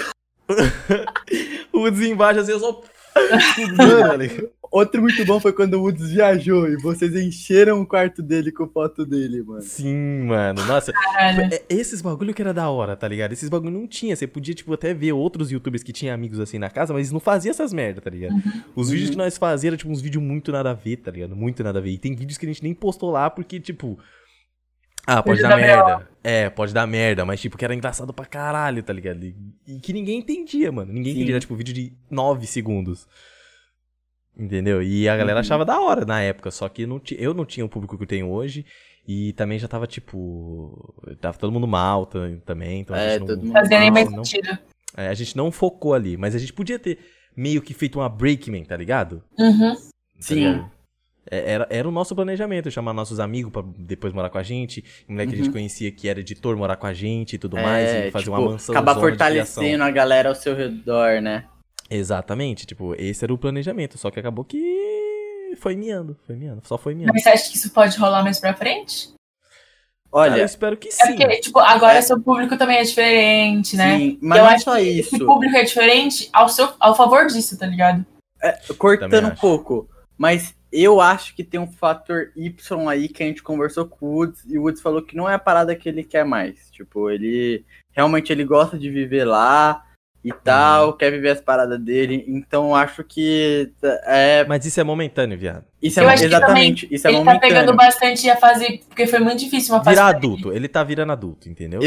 o Woods embaixo assim, eu só... Mano, outro muito bom foi quando o Woods viajou e vocês encheram o quarto dele com foto dele, mano. Sim, mano. Nossa, esses bagulho que era da hora, tá ligado? Esses bagulho não tinha. Você podia, tipo, até ver outros youtubers que tinham amigos assim na casa, mas eles não faziam essas merda, tá ligado? Os vídeos que nós fazíamos eram, tipo, uns vídeos muito nada a ver, tá ligado? Muito nada a ver. E tem vídeos que a gente nem postou lá porque, tipo... Ah, pode dar merda. É, pode dar merda, mas, tipo, que era engraçado pra caralho, tá ligado? E que ninguém entendia, mano. Ninguém entendia, era, tipo, vídeo de 9 segundos. Entendeu? E a galera achava da hora na época, só que eu não tinha o público que eu tenho hoje. E também já tava, tipo... Tava todo mundo mal também. Então a gente não fazia nem mais sentido. A gente não focou ali, mas a gente podia ter meio que feito uma breakman, tá ligado? Uhum. Tá sim. Ligado? Era o nosso planejamento, chamar nossos amigos pra depois morar com a gente. Moleque que a gente conhecia que era editor morar com a gente e tudo mais. E fazer tipo, uma mansão. Acabar fortalecendo a galera ao seu redor, né? Exatamente, tipo, esse era o planejamento. Só que acabou que foi miando. Só foi miando. Mas você acha que isso pode rolar mais pra frente? Olha, eu espero que sim. É porque, tipo, agora seu público também é diferente, né? Sim, mas não é só isso. Esse público é diferente ao favor disso, tá ligado? Cortando um pouco, mas eu acho que tem um fator Y aí que a gente conversou com o Woods, e o Woods falou que não é a parada que ele quer mais. Tipo, ele gosta de viver lá e tal, quer viver as paradas dele, então acho que Mas isso é momentâneo, viado. Isso é exatamente, isso é momentâneo. Ele tá pegando bastante a fase, porque foi muito difícil uma fase. Virar adulto, ele tá virando adulto, entendeu?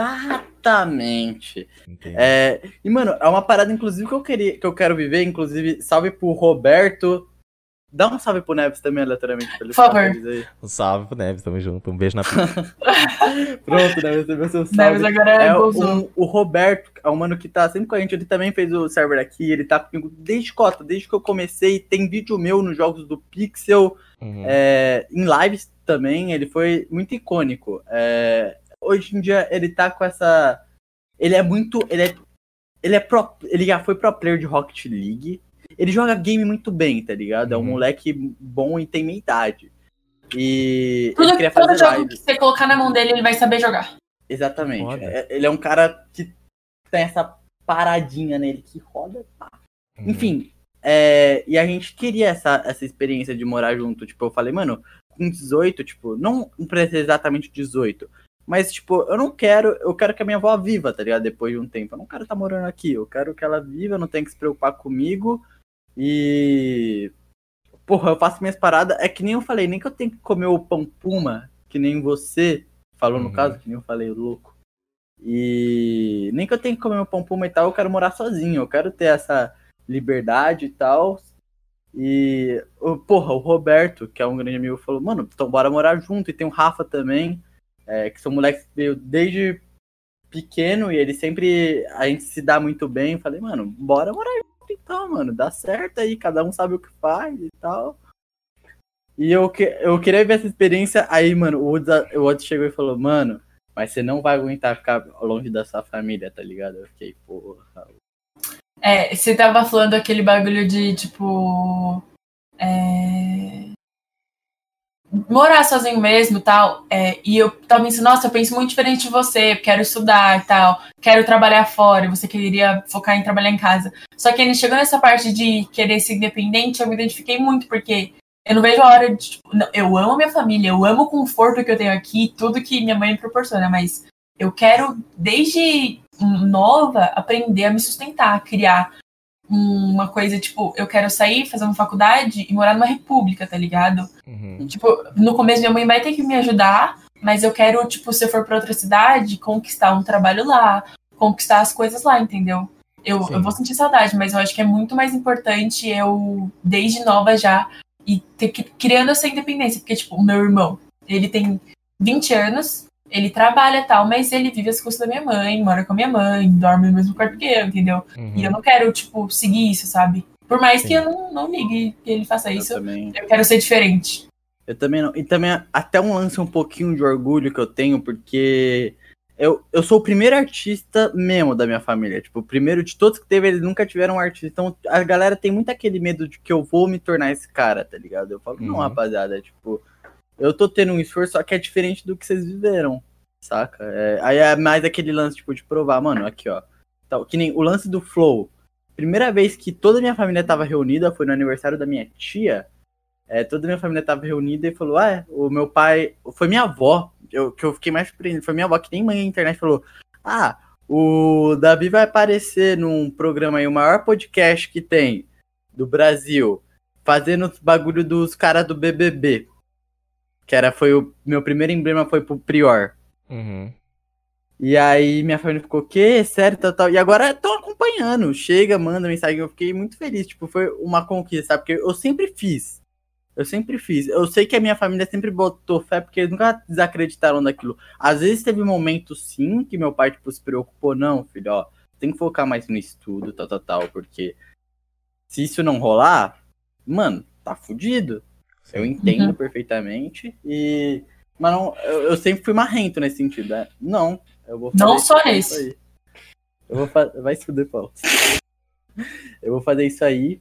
Exatamente. E, mano, é uma parada, inclusive, que eu quero viver, inclusive, salve pro Roberto. Dá um salve pro Neves também, aleatoriamente. Por favor. Aí. Um salve pro Neves, tamo junto. Um beijo na pizza. Pronto, Neves, você viu seu salve. Neves agora o Roberto, é um mano que tá sempre com a gente, ele também fez o server aqui, ele tá comigo desde que eu comecei, tem vídeo meu nos jogos do Pixel, em lives também, ele foi muito icônico. Hoje em dia ele tá com essa... Ele já foi pro player de Rocket League. Ele joga game muito bem, tá ligado? É um moleque bom e tem minha idade. E ele queria fazer todo jogo que você colocar na mão dele, ele vai saber jogar. Exatamente. Ele é um cara que tem essa paradinha nele que roda. Enfim, e a gente queria essa experiência de morar junto. Tipo, eu falei, mano, com 18, tipo, não precisa ser exatamente 18. Mas, tipo, eu quero que a minha avó viva, tá ligado? Depois de um tempo. Eu não quero estar morando aqui. Eu quero que ela viva, não tenha que se preocupar comigo. E... Porra, eu faço minhas paradas. É que nem eu falei, nem que eu tenho que comer o pão puma, que nem você falou no caso, que nem eu falei, louco. E nem que eu tenho que comer o pão puma e tal, eu quero morar sozinho. Eu quero ter essa liberdade e tal. E, porra, o Roberto, que é um grande amigo, falou, mano, então bora morar junto. E tem o Rafa também, que são moleques que veio desde pequeno e ele sempre, a gente se dá muito bem. Eu falei, mano, bora morar junto então, mano, dá certo aí, cada um sabe o que faz e tal. E eu queria ver essa experiência, aí, mano, o Woods chegou e falou, mano, mas você não vai aguentar ficar longe da sua família, tá ligado? Eu fiquei, porra. Você tava falando aquele bagulho de, tipo... morar sozinho mesmo e tal, e eu tava pensando, nossa, eu penso muito diferente de você, quero estudar e tal, quero trabalhar fora, você queria focar em trabalhar em casa. Só que ele chegou nessa parte de querer ser independente, eu me identifiquei muito, porque eu não vejo a hora de, tipo, eu amo a minha família, eu amo o conforto que eu tenho aqui, tudo que minha mãe me proporciona, mas eu quero, desde nova, aprender a me sustentar, criar uma coisa, tipo, eu quero sair, fazer uma faculdade e morar numa república, tá ligado? Tipo, no começo minha mãe vai ter que me ajudar, mas eu quero, tipo, se eu for pra outra cidade, conquistar um trabalho lá, conquistar as coisas lá, entendeu? Eu vou sentir saudade, mas eu acho que é muito mais importante eu, desde nova já, e criando essa independência. Porque, tipo, o meu irmão, ele tem 20 anos, ele trabalha e tal, mas ele vive às custas da minha mãe, mora com a minha mãe, dorme no mesmo quarto que eu, entendeu? E eu não quero, tipo, seguir isso, sabe? Por mais que eu não ligue que ele faça isso, eu quero ser diferente. Eu também não. E também até um lance um pouquinho de orgulho que eu tenho, porque eu sou o primeiro artista mesmo da minha família. Tipo, o primeiro de todos que teve, eles nunca tiveram um artista. Então a galera tem muito aquele medo de que eu vou me tornar esse cara, tá ligado? Eu falo, não, rapaziada, tipo, eu tô tendo um esforço, só que é diferente do que vocês viveram, saca? Aí é mais aquele lance, tipo, de provar, mano, aqui, ó. Então, que nem o lance do Flow. Primeira vez que toda a minha família tava reunida foi no aniversário da minha tia. Toda a minha família tava reunida e falou, o meu pai... Foi minha avó, que eu fiquei mais surpreendido. Foi minha avó, que nem mãe na internet, falou, o Davi vai aparecer num programa aí, o maior podcast que tem do Brasil, fazendo os bagulho dos caras do BBB. Foi o meu primeiro emblema, foi pro Prior. E aí minha família ficou, o quê? Sério, tal. E agora estão acompanhando. Chega, manda mensagem. Eu fiquei muito feliz. Tipo, foi uma conquista, sabe? Porque eu sempre fiz. Eu sei que a minha família sempre botou fé, porque eles nunca desacreditaram daquilo. Às vezes teve momentos, sim, que meu pai, tipo, se preocupou. Não, filho, ó, tem que focar mais no estudo, tal. Porque se isso não rolar, mano, tá fudido. Eu entendo perfeitamente. Mas não, eu sempre fui marrento nesse sentido, né? Não. Eu vou fazer não só nesse. Vai se fuder, Paulo. Eu vou fazer isso aí.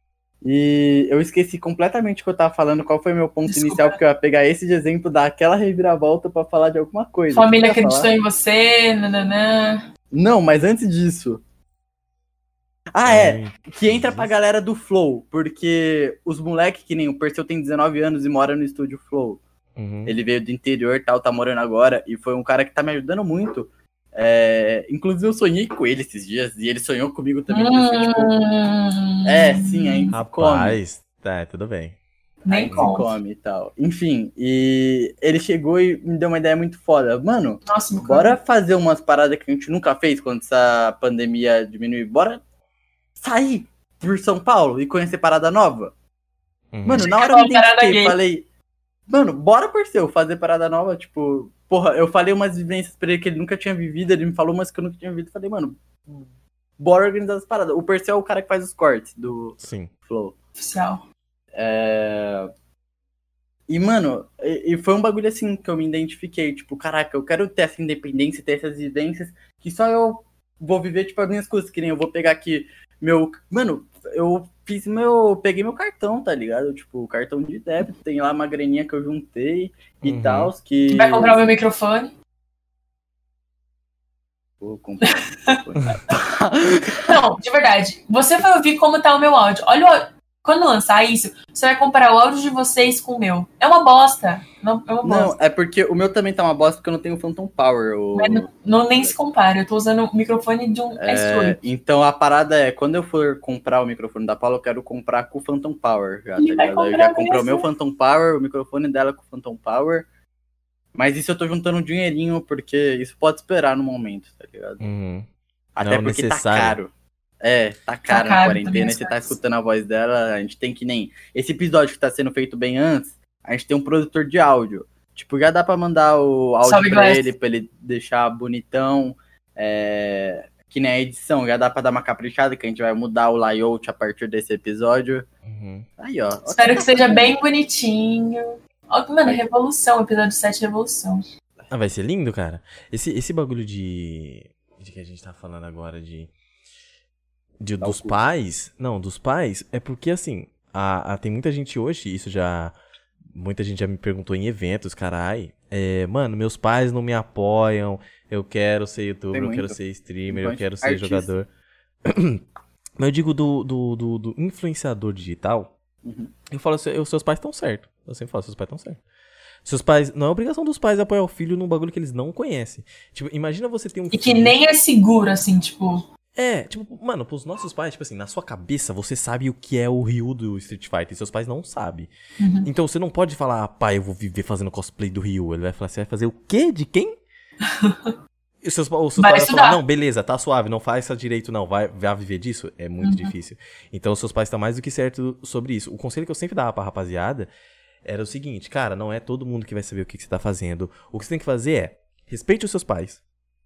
E eu esqueci completamente o que eu tava falando, qual foi meu ponto inicial, porque eu ia pegar esse de exemplo, dar aquela reviravolta pra falar de alguma coisa. Família acreditou em você, nananã. Não, mas antes disso. Que entra pra galera do Flow, porque os moleques, que nem o Perseu tem 19 anos e mora no estúdio Flow. Ele veio do interior e tal, tá morando agora, e foi um cara que tá me ajudando muito. Inclusive eu sonhei com ele esses dias, e ele sonhou comigo também. Sim, aí rapaz, tudo bem. Nem come e tal. Enfim, e ele chegou e me deu uma ideia muito foda. Mano, bora fazer umas paradas que a gente nunca fez quando essa pandemia diminuir. Bora sair por São Paulo e conhecer parada nova. Mano, na hora eu me identifiquei, falei... Mano, bora, Perseu, fazer parada nova, tipo... Porra, eu falei umas vivências pra ele que ele nunca tinha vivido, ele me falou umas que eu nunca tinha vivido, falei, mano, bora organizar as paradas. O Perseu é o cara que faz os cortes do Flow. Oficial. E, mano, foi um bagulho assim que eu me identifiquei, tipo, caraca, eu quero ter essa independência, ter essas vivências, que só eu vou viver, tipo, as minhas coisas, que nem eu vou pegar aqui Mano, eu peguei meu cartão, tá ligado? Tipo, o cartão de débito, tem lá uma graninha que eu juntei e tal, que... Vai comprar o meu microfone? Vou comprar o microfone. Não, de verdade. Você vai ouvir como tá o meu áudio. Olha, quando lançar isso, você vai comparar o áudio de vocês com o meu. É uma bosta. Não, é porque o meu também tá uma bosta, porque eu não tenho Phantom Power. Mas não nem se compara. Eu tô usando o microfone de um S8. Então a parada é, quando eu for comprar o microfone da Paula, eu quero comprar com o Phantom Power. Já, tá ligado? Eu já comprei o meu Phantom Power, o microfone dela com o Phantom Power. Mas isso eu tô juntando um dinheirinho, porque isso pode esperar no momento, tá ligado? Até não porque necessário. Tá caro. Tá caro na quarentena, e você tá escutando a voz dela, a gente tem que nem... Esse episódio que tá sendo feito bem antes, a gente tem um produtor de áudio. Tipo, já dá pra mandar o áudio pra ele deixar bonitão. Que nem a edição, já dá pra dar uma caprichada, que a gente vai mudar o layout a partir desse episódio. Aí, ó. Espero que seja bem bonitinho. Ó, mano, revolução, episódio 7, revolução. Vai ser lindo, cara. Esse bagulho de que a gente tá falando agora dos pais. Não, dos pais, é porque assim, tem muita gente hoje, muita gente já me perguntou em eventos, carai. Mano, meus pais não me apoiam, eu quero ser youtuber, eu quero ser streamer, eu quero ser jogador. Mas eu digo do influenciador digital, eu falo assim, seus pais estão certos. Eu sempre falo, seus pais estão certos. Seus pais, não é obrigação dos pais apoiar o filho num bagulho que eles não conhecem. Tipo, imagina você ter um filho... E que nem é seguro, assim, tipo... Tipo, mano, pros nossos pais, tipo assim, na sua cabeça, você sabe o que é o Ryu do Street Fighter, e seus pais não sabem. Então você não pode falar, pai, eu vou viver fazendo cosplay do Ryu. Ele vai falar, você vai fazer o quê? De quem? E os seus pais vão falar, não, beleza, tá suave, não faz direito não, vai viver disso? É muito difícil. Então os seus pais estão mais do que certos sobre isso. O conselho que eu sempre dava pra rapaziada era o seguinte, cara, não é todo mundo que vai saber o que você tá fazendo. O que você tem que fazer é, respeite os seus pais.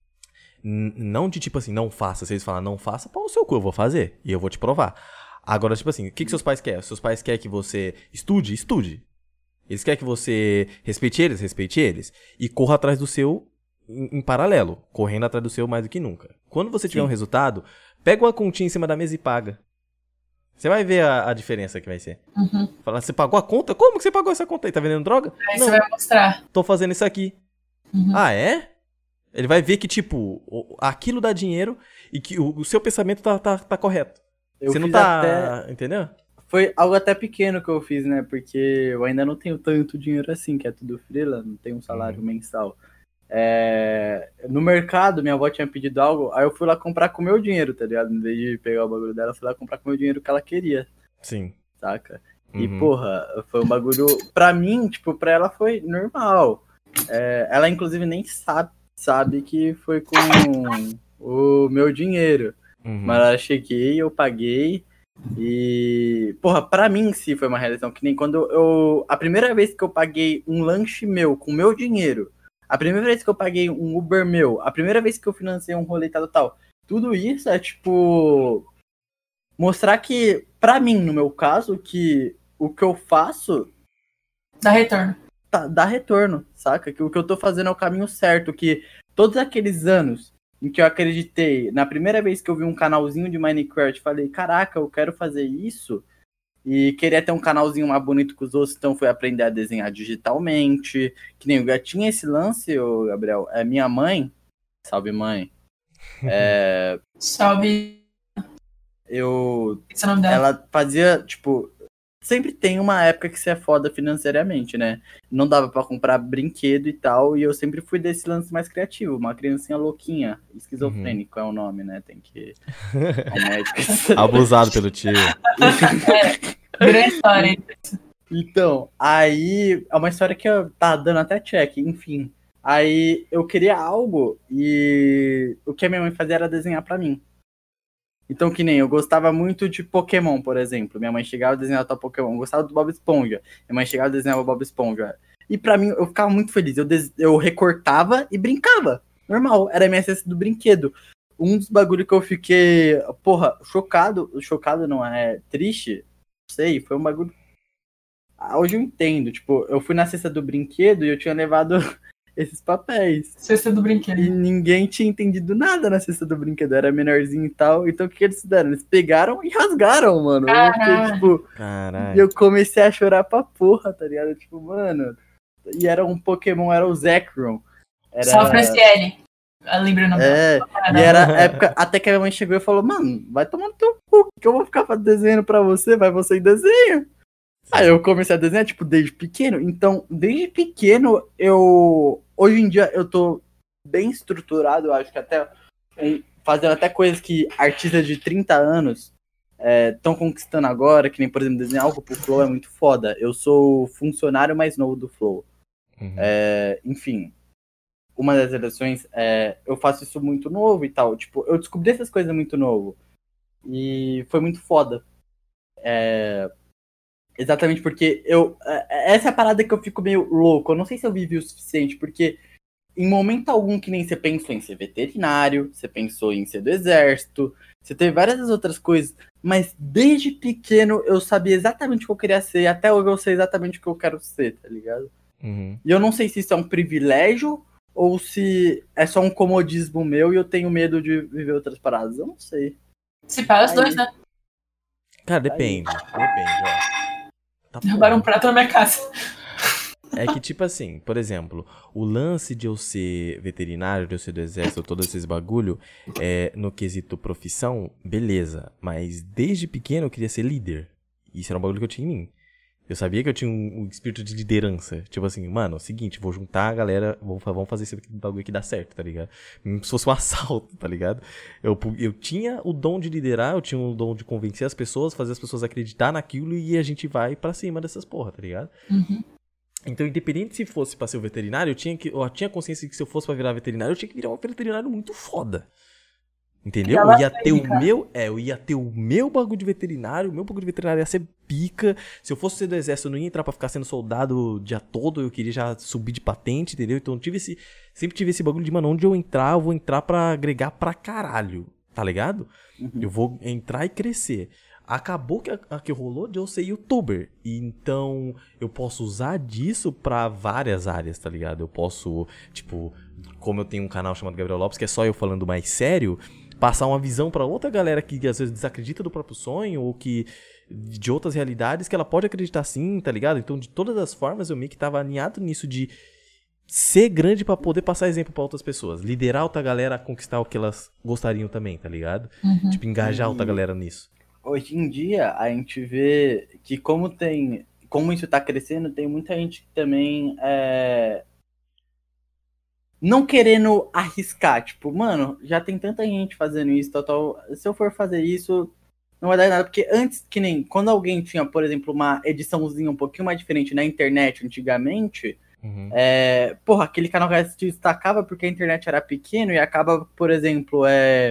Não de tipo assim, não faça. Se eles falarem não faça, pau no seu cu, eu vou fazer. E eu vou te provar. Agora, tipo assim, o que seus pais querem? Seus pais querem que você estude? Estude. Eles querem que você respeite eles? Respeite eles. E corra atrás do seu em paralelo. Correndo atrás do seu mais do que nunca. Quando você tiver um resultado, pega uma continha em cima da mesa e paga. Você vai ver a diferença que vai ser. Fala, você pagou a conta? Como que você pagou essa conta aí? Tá vendendo droga? Aí não, você vai mostrar. Tô fazendo isso aqui. Ah, é? Ele vai ver que, tipo, aquilo dá dinheiro e que o seu pensamento tá correto. Você não tá... Entendeu? Foi algo até pequeno que eu fiz, né? Porque eu ainda não tenho tanto dinheiro assim, que é tudo freela, não tenho um salário mensal. No mercado, minha avó tinha pedido algo, aí eu fui lá comprar com o meu dinheiro, tá ligado? Em vez de pegar o bagulho dela, eu fui lá comprar com o meu dinheiro que ela queria. Sim. Saca? E, porra, foi um bagulho... Pra mim, tipo, pra ela foi normal. Ela, inclusive, nem sabe que foi com o meu dinheiro. Mas ela cheguei, eu paguei. E, porra, pra mim em si foi uma realização. Que nem quando a primeira vez que eu paguei um lanche meu com meu dinheiro, a primeira vez que eu paguei um Uber meu, a primeira vez que eu financei um rolê tal, tudo isso é tipo mostrar que, pra mim, no meu caso, que o que eu faço dá retorno. Dá retorno, saca? Que o que eu tô fazendo é o caminho certo, que todos aqueles anos em que eu acreditei, na primeira vez que eu vi um canalzinho de Minecraft, falei, caraca, eu quero fazer isso, e queria ter um canalzinho mais bonito que os outros, então fui aprender a desenhar digitalmente, que nem eu já tinha esse lance, ô Gabriel, minha mãe, salve mãe, salve, ela fazia, tipo, sempre tem uma época que você é foda financeiramente, né? Não dava pra comprar brinquedo e tal, e eu sempre fui desse lance mais criativo, uma criancinha louquinha, esquizofrênico é o nome, né? Tem que... Abusado pelo tio. Grande história. Então, aí é uma história que tá dando até check, enfim. Aí eu queria algo e o que a minha mãe fazia era desenhar pra mim. Então, que nem eu gostava muito de Pokémon, por exemplo. Minha mãe chegava e desenhava tal Pokémon. Eu gostava do Bob Esponja. Minha mãe chegava e desenhava o Bob Esponja. E pra mim, eu ficava muito feliz. Eu recortava e brincava. Normal, era a minha cesta do brinquedo. Um dos bagulhos que eu fiquei, porra, chocado. Chocado não, triste. Não sei, foi um bagulho... Hoje eu entendo. Tipo, eu fui na cesta do brinquedo e eu tinha levado... esses papéis. Cesta do brinquedo. E ninguém tinha entendido nada na cesta do brinquedo. Era menorzinho e tal. Então o que eles fizeram? Eles pegaram e rasgaram, mano. Eu fiquei, tipo... Caralho. E eu comecei a chorar pra porra, tá ligado? Tipo, mano... E era um Pokémon, era o Zekrom. Só pra SL. Eu lembro o nome. E era a época... Até que a minha mãe chegou e falou, mano, vai tomar no teu cu, que eu vou ficar desenhando pra você, vai você e desenha. Aí eu comecei a desenhar, tipo, desde pequeno. Então, desde pequeno, hoje em dia, eu tô bem estruturado, eu acho que até... Fazendo até coisas que artistas de 30 anos estão conquistando agora, que nem, por exemplo, desenhar algo pro Flow é muito foda. Eu sou o funcionário mais novo do Flow. Enfim, uma das eleições, eu faço isso muito novo e tal. Tipo, eu descobri essas coisas muito novo. E foi muito foda. Exatamente porque essa é a parada que eu fico meio louco. Eu não sei se eu vivi o suficiente, porque em momento algum que nem você pensou em ser veterinário, você pensou em ser do exército, você teve várias outras coisas, mas desde pequeno eu sabia exatamente o que eu queria ser, até hoje eu sei exatamente o que eu quero ser, tá ligado? E eu não sei se isso é um privilégio ou se é só um comodismo meu e eu tenho medo de viver outras paradas. Eu não sei. Se fala os dois, né? Cara, depende, ó. Derrubaram um prato na minha casa. É que, tipo assim, por exemplo, o lance de eu ser veterinário, de eu ser do exército, todos esses bagulho, no quesito profissão, beleza. Mas desde pequeno eu queria ser líder. Isso era um bagulho que eu tinha em mim. Eu sabia que eu tinha um espírito de liderança. Tipo assim, mano, é o seguinte, vou juntar a galera, vamos fazer esse bagulho que dá certo, tá ligado? Se fosse um assalto, tá ligado? Eu tinha o dom de liderar, eu tinha o dom de convencer as pessoas, fazer as pessoas acreditar naquilo e a gente vai pra cima dessas porra, tá ligado? Então, independente se fosse pra ser o veterinário, eu tinha consciência de que se eu fosse pra virar veterinário, eu tinha que virar um veterinário muito foda. Entendeu? Eu ia ter o meu bagulho de veterinário, o meu bagulho de veterinário ia ser pica. Se eu fosse ser do exército, eu não ia entrar pra ficar sendo soldado o dia todo, eu queria já subir de patente, entendeu? Então sempre tive esse bagulho de, mano, onde eu vou entrar pra agregar pra caralho, tá ligado? Eu vou entrar e crescer. Acabou que a que rolou de eu ser youtuber. Então, eu posso usar disso pra várias áreas, tá ligado? Eu posso, tipo, como eu tenho um canal chamado Gabriel Lopes, que é só eu falando mais sério, passar uma visão pra outra galera que às vezes desacredita do próprio sonho ou que de outras realidades que ela pode acreditar sim, tá ligado? Então, de todas as formas, eu meio que tava alinhado nisso de ser grande pra poder passar exemplo pra outras pessoas. Liderar outra galera a conquistar o que elas gostariam também, tá ligado? Tipo, engajar outra galera nisso. Hoje em dia, a gente vê que como isso tá crescendo, tem muita gente que também não querendo arriscar. Tipo, mano, já tem tanta gente fazendo isso, se eu for fazer isso, não vai dar nada. Porque antes, que nem quando alguém tinha, por exemplo, uma ediçãozinha um pouquinho mais diferente na internet antigamente, porra, aquele canal que se destacava porque a internet era pequeno e acaba, por exemplo,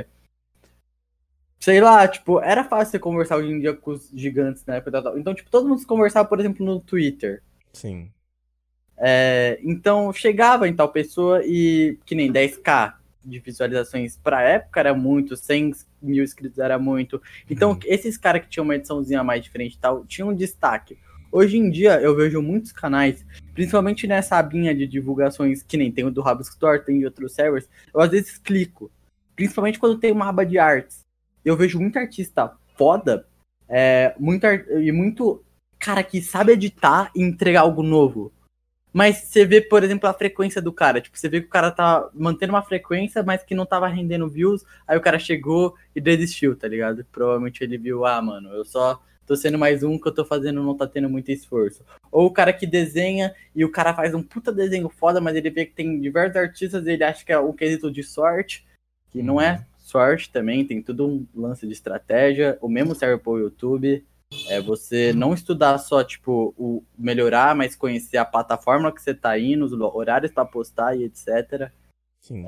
sei lá, tipo, era fácil você conversar hoje em dia com os gigantes na época tal. Então, tipo, todo mundo se conversava, por exemplo, no Twitter. Sim. Então, chegava em tal pessoa e, que nem 10k de visualizações pra época era muito, 100 mil inscritos era muito. Então, esses caras que tinham uma ediçãozinha mais diferente e tal, tinham um destaque. Hoje em dia, eu vejo muitos canais, principalmente nessa abinha de divulgações, que nem tem o do Rabisco Store, tem de outros servers, eu às vezes clico. Principalmente quando tem uma aba de artes. Eu vejo muito artista foda, muito cara que sabe editar e entregar algo novo. Mas você vê, por exemplo, a frequência do cara. Tipo, você vê que o cara tá mantendo uma frequência, mas que não tava rendendo views. Aí o cara chegou e desistiu, tá ligado? Provavelmente ele viu, mano, eu só tô sendo mais um que eu tô fazendo, não tá tendo muito esforço. Ou o cara que desenha e o cara faz um puta desenho foda, mas ele vê que tem diversos artistas e ele acha que é um quesito de sorte, que não é sorte também, tem tudo um lance de estratégia. O mesmo serve pro YouTube. Você não estudar só, tipo, o melhorar, mas conhecer a plataforma que você tá indo, os horários pra postar e etc. Sim.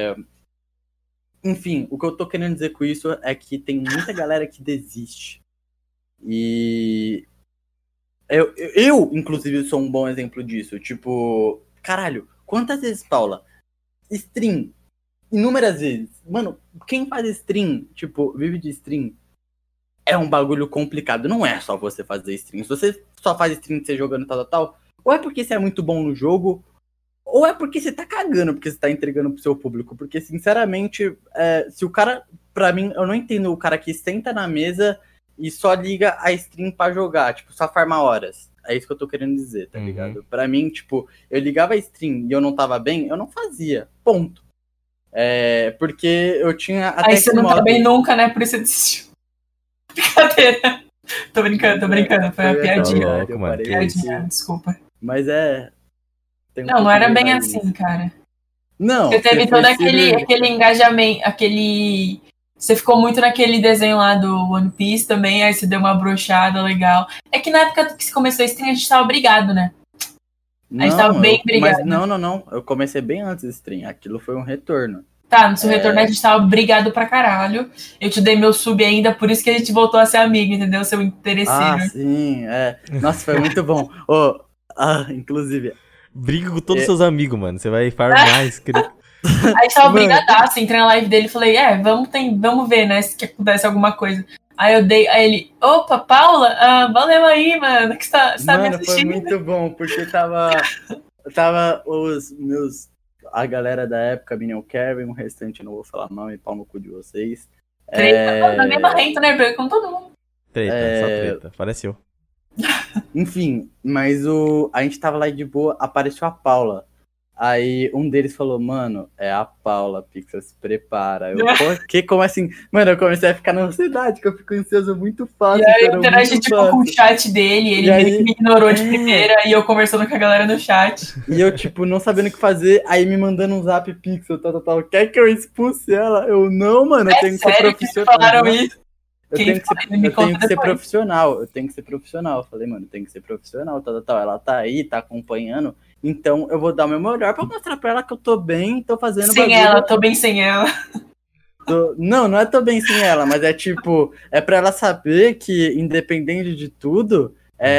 Enfim, o que eu tô querendo dizer com isso é que tem muita galera que desiste. E eu inclusive, sou um bom exemplo disso. Tipo, caralho, quantas vezes, Paula? Stream. Inúmeras vezes. Mano, quem faz stream, tipo, vive de stream, é um bagulho complicado. Não é só você fazer stream. Se você só faz stream de você jogando tal, ou é porque você é muito bom no jogo, ou é porque você tá cagando, porque você tá entregando pro seu público. Porque, sinceramente, se o cara... Pra mim, eu não entendo o cara que senta na mesa e só liga a stream pra jogar. Tipo, só farma horas. É isso que eu tô querendo dizer, tá ligado? Pra mim, tipo, eu ligava a stream e eu não tava bem, eu não fazia. Ponto. Porque eu tinha até aí você não tá bem nunca, né? Por isso você desistiu. Brincadeira. Tô brincando. Foi uma piadinha. Piadinha, desculpa. Mas não era bem assim, cara. Não. Você teve todo aquele engajamento, Você ficou muito naquele desenho lá do One Piece também, aí você deu uma brochada legal. É que na época que você começou a stream, a gente tava brigado, né? A gente tava bem brigado. Mas não. Eu comecei bem antes do stream. Aquilo foi um retorno. Tá, no seu retorno a gente tava brigado pra caralho. Eu te dei meu sub ainda, por isso que a gente voltou a ser amigo, entendeu? Seu interesseiro. Sim, Nossa, foi muito bom. Inclusive... Briga com todos os seus amigos, mano. Você vai farmar inscrito. Aí tava brigadaço, entrei na live dele e falei, vamos ver, né, se acontece alguma coisa. Aí ele, opa, Paula, valeu aí, mano, que você tá me assistindo. Foi muito bom, porque tava a galera da época, Minion Kevin, o restante eu não vou falar nome, pau no cu de vocês. Treta, na mesma renta, né, briga com todo mundo. Treta, só treta, faleceu. Enfim, mas a gente tava lá de boa, apareceu a Paula. Aí um deles falou, mano, é a Paula, Pixel, se prepara. Como assim? Mano, eu comecei a ficar na ansiedade, que eu fico ansioso muito fácil. E aí eu interagi com o chat dele, ele meio que me ignorou de primeira, e eu conversando com a galera no chat. E eu, tipo, não sabendo o que fazer, aí me mandando um zap Pixel, tal. Quer que eu expulse ela? Eu, não, mano, eu tenho que ser profissional. Que falaram isso? eu tenho que ser profissional. Eu tenho que ser profissional. Eu falei, mano, tem que ser profissional, tal. Ela tá aí, tá acompanhando. Então eu vou dar o meu melhor pra mostrar pra ela que eu tô bem, tô fazendo sem ela, tô bem sem ela. Não é tô bem sem ela, mas é tipo, é pra ela saber que, independente de tudo,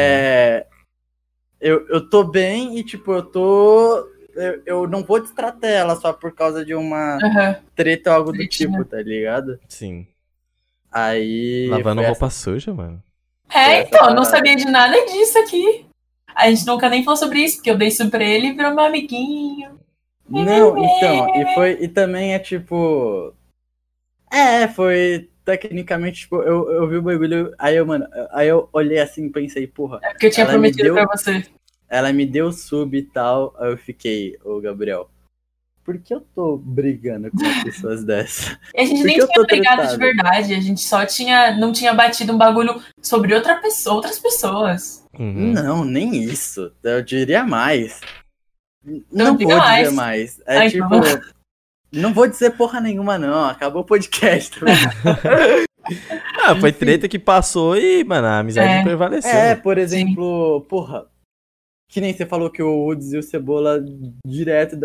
eu tô bem e, tipo, eu não vou destratar ela só por causa de uma treta ou algo do tipo, tá ligado? Sim. Aí. Lavando roupa suja, mano. Então, eu não sabia de nada disso aqui. A gente nunca nem falou sobre isso, porque eu dei isso pra ele e virou meu amiguinho. Não, então, e também é tipo. Foi tecnicamente, tipo, eu vi o bagulho, aí eu olhei assim e pensei, porra. É porque eu tinha prometido pra você. Ela me deu sub e tal, aí eu fiquei, ô Gabriel, por que eu tô brigando com pessoas dessas? E a gente nem tinha brigado de verdade, a gente só não tinha batido um bagulho sobre outras pessoas. Não, nem isso, eu diria mais. Não vou dizer mais. É tipo, não vou dizer porra nenhuma não, acabou o podcast. Foi treta que passou e, mano, a amizade prevaleceu. Por exemplo, porra, que nem você falou que o Woods e o Cebola direto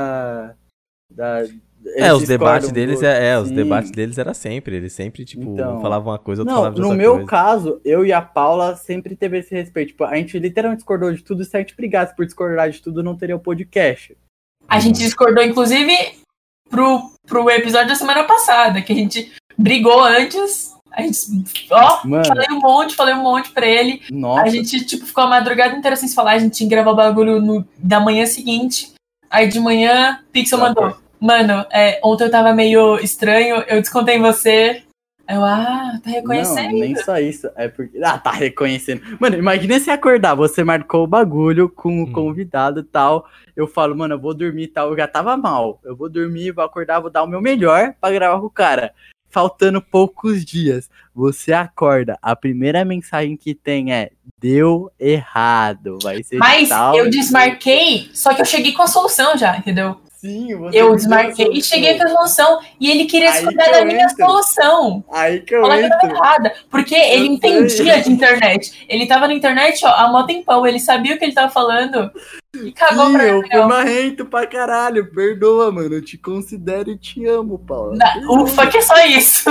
os debates deles os debates deles era sempre, eles sempre, tipo, então, falavam uma coisa, outro falava de outra coisa. No meu caso, eu e a Paula sempre teve esse respeito, tipo, a gente literalmente discordou de tudo, se a gente brigasse por discordar de tudo, não teria o podcast. A gente discordou, inclusive, pro episódio da semana passada, que a gente brigou antes, a gente, falei um monte pra ele. Nossa. A gente, tipo, ficou a madrugada inteira sem se falar, a gente tinha que gravar o bagulho da manhã seguinte, aí de manhã, Pixel mandou, mano, ontem eu tava meio estranho, eu descontei em você. Aí eu, tá reconhecendo? Não, nem só isso, é porque... tá reconhecendo. Mano, imagina se acordar, você marcou o bagulho com o convidado e tal, eu falo, mano, eu vou dormir e tal, eu já tava mal, eu vou dormir, vou acordar, vou dar o meu melhor pra gravar com o cara. Faltando poucos dias, você acorda, a primeira mensagem que tem é, deu errado, vai ser Mas tal... eu desmarquei, só que eu cheguei com a solução já, entendeu? Sim, você eu desmarquei e cheguei com a solução. E ele queria discordar da minha solução. Aí que eu entro. Errada, porque ele entendia de internet. Ele tava na internet, há mó tempão. Ele sabia o que ele tava falando. E cagou pra ele. Eu fui marrento pra caralho. Perdoa, mano. Eu te considero e te amo, Paula. Ufa, que é só isso.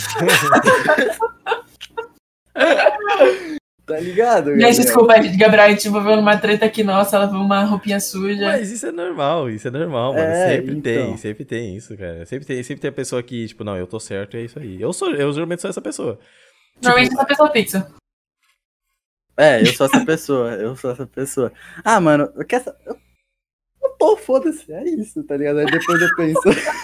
Tá ligado, Gabriel? Gente, desculpa, Gabriel, a gente envolveu numa treta aqui nossa, ela viu uma roupinha suja. Mas isso é normal, mano. Sempre tem isso, cara. Sempre tem a pessoa que, tipo, não, eu tô certo e é isso aí. Eu geralmente sou essa pessoa. Normalmente essa pessoa fixa. Eu sou essa pessoa. Ah, mano, eu tô, foda-se, é isso, tá ligado? Aí depois eu penso.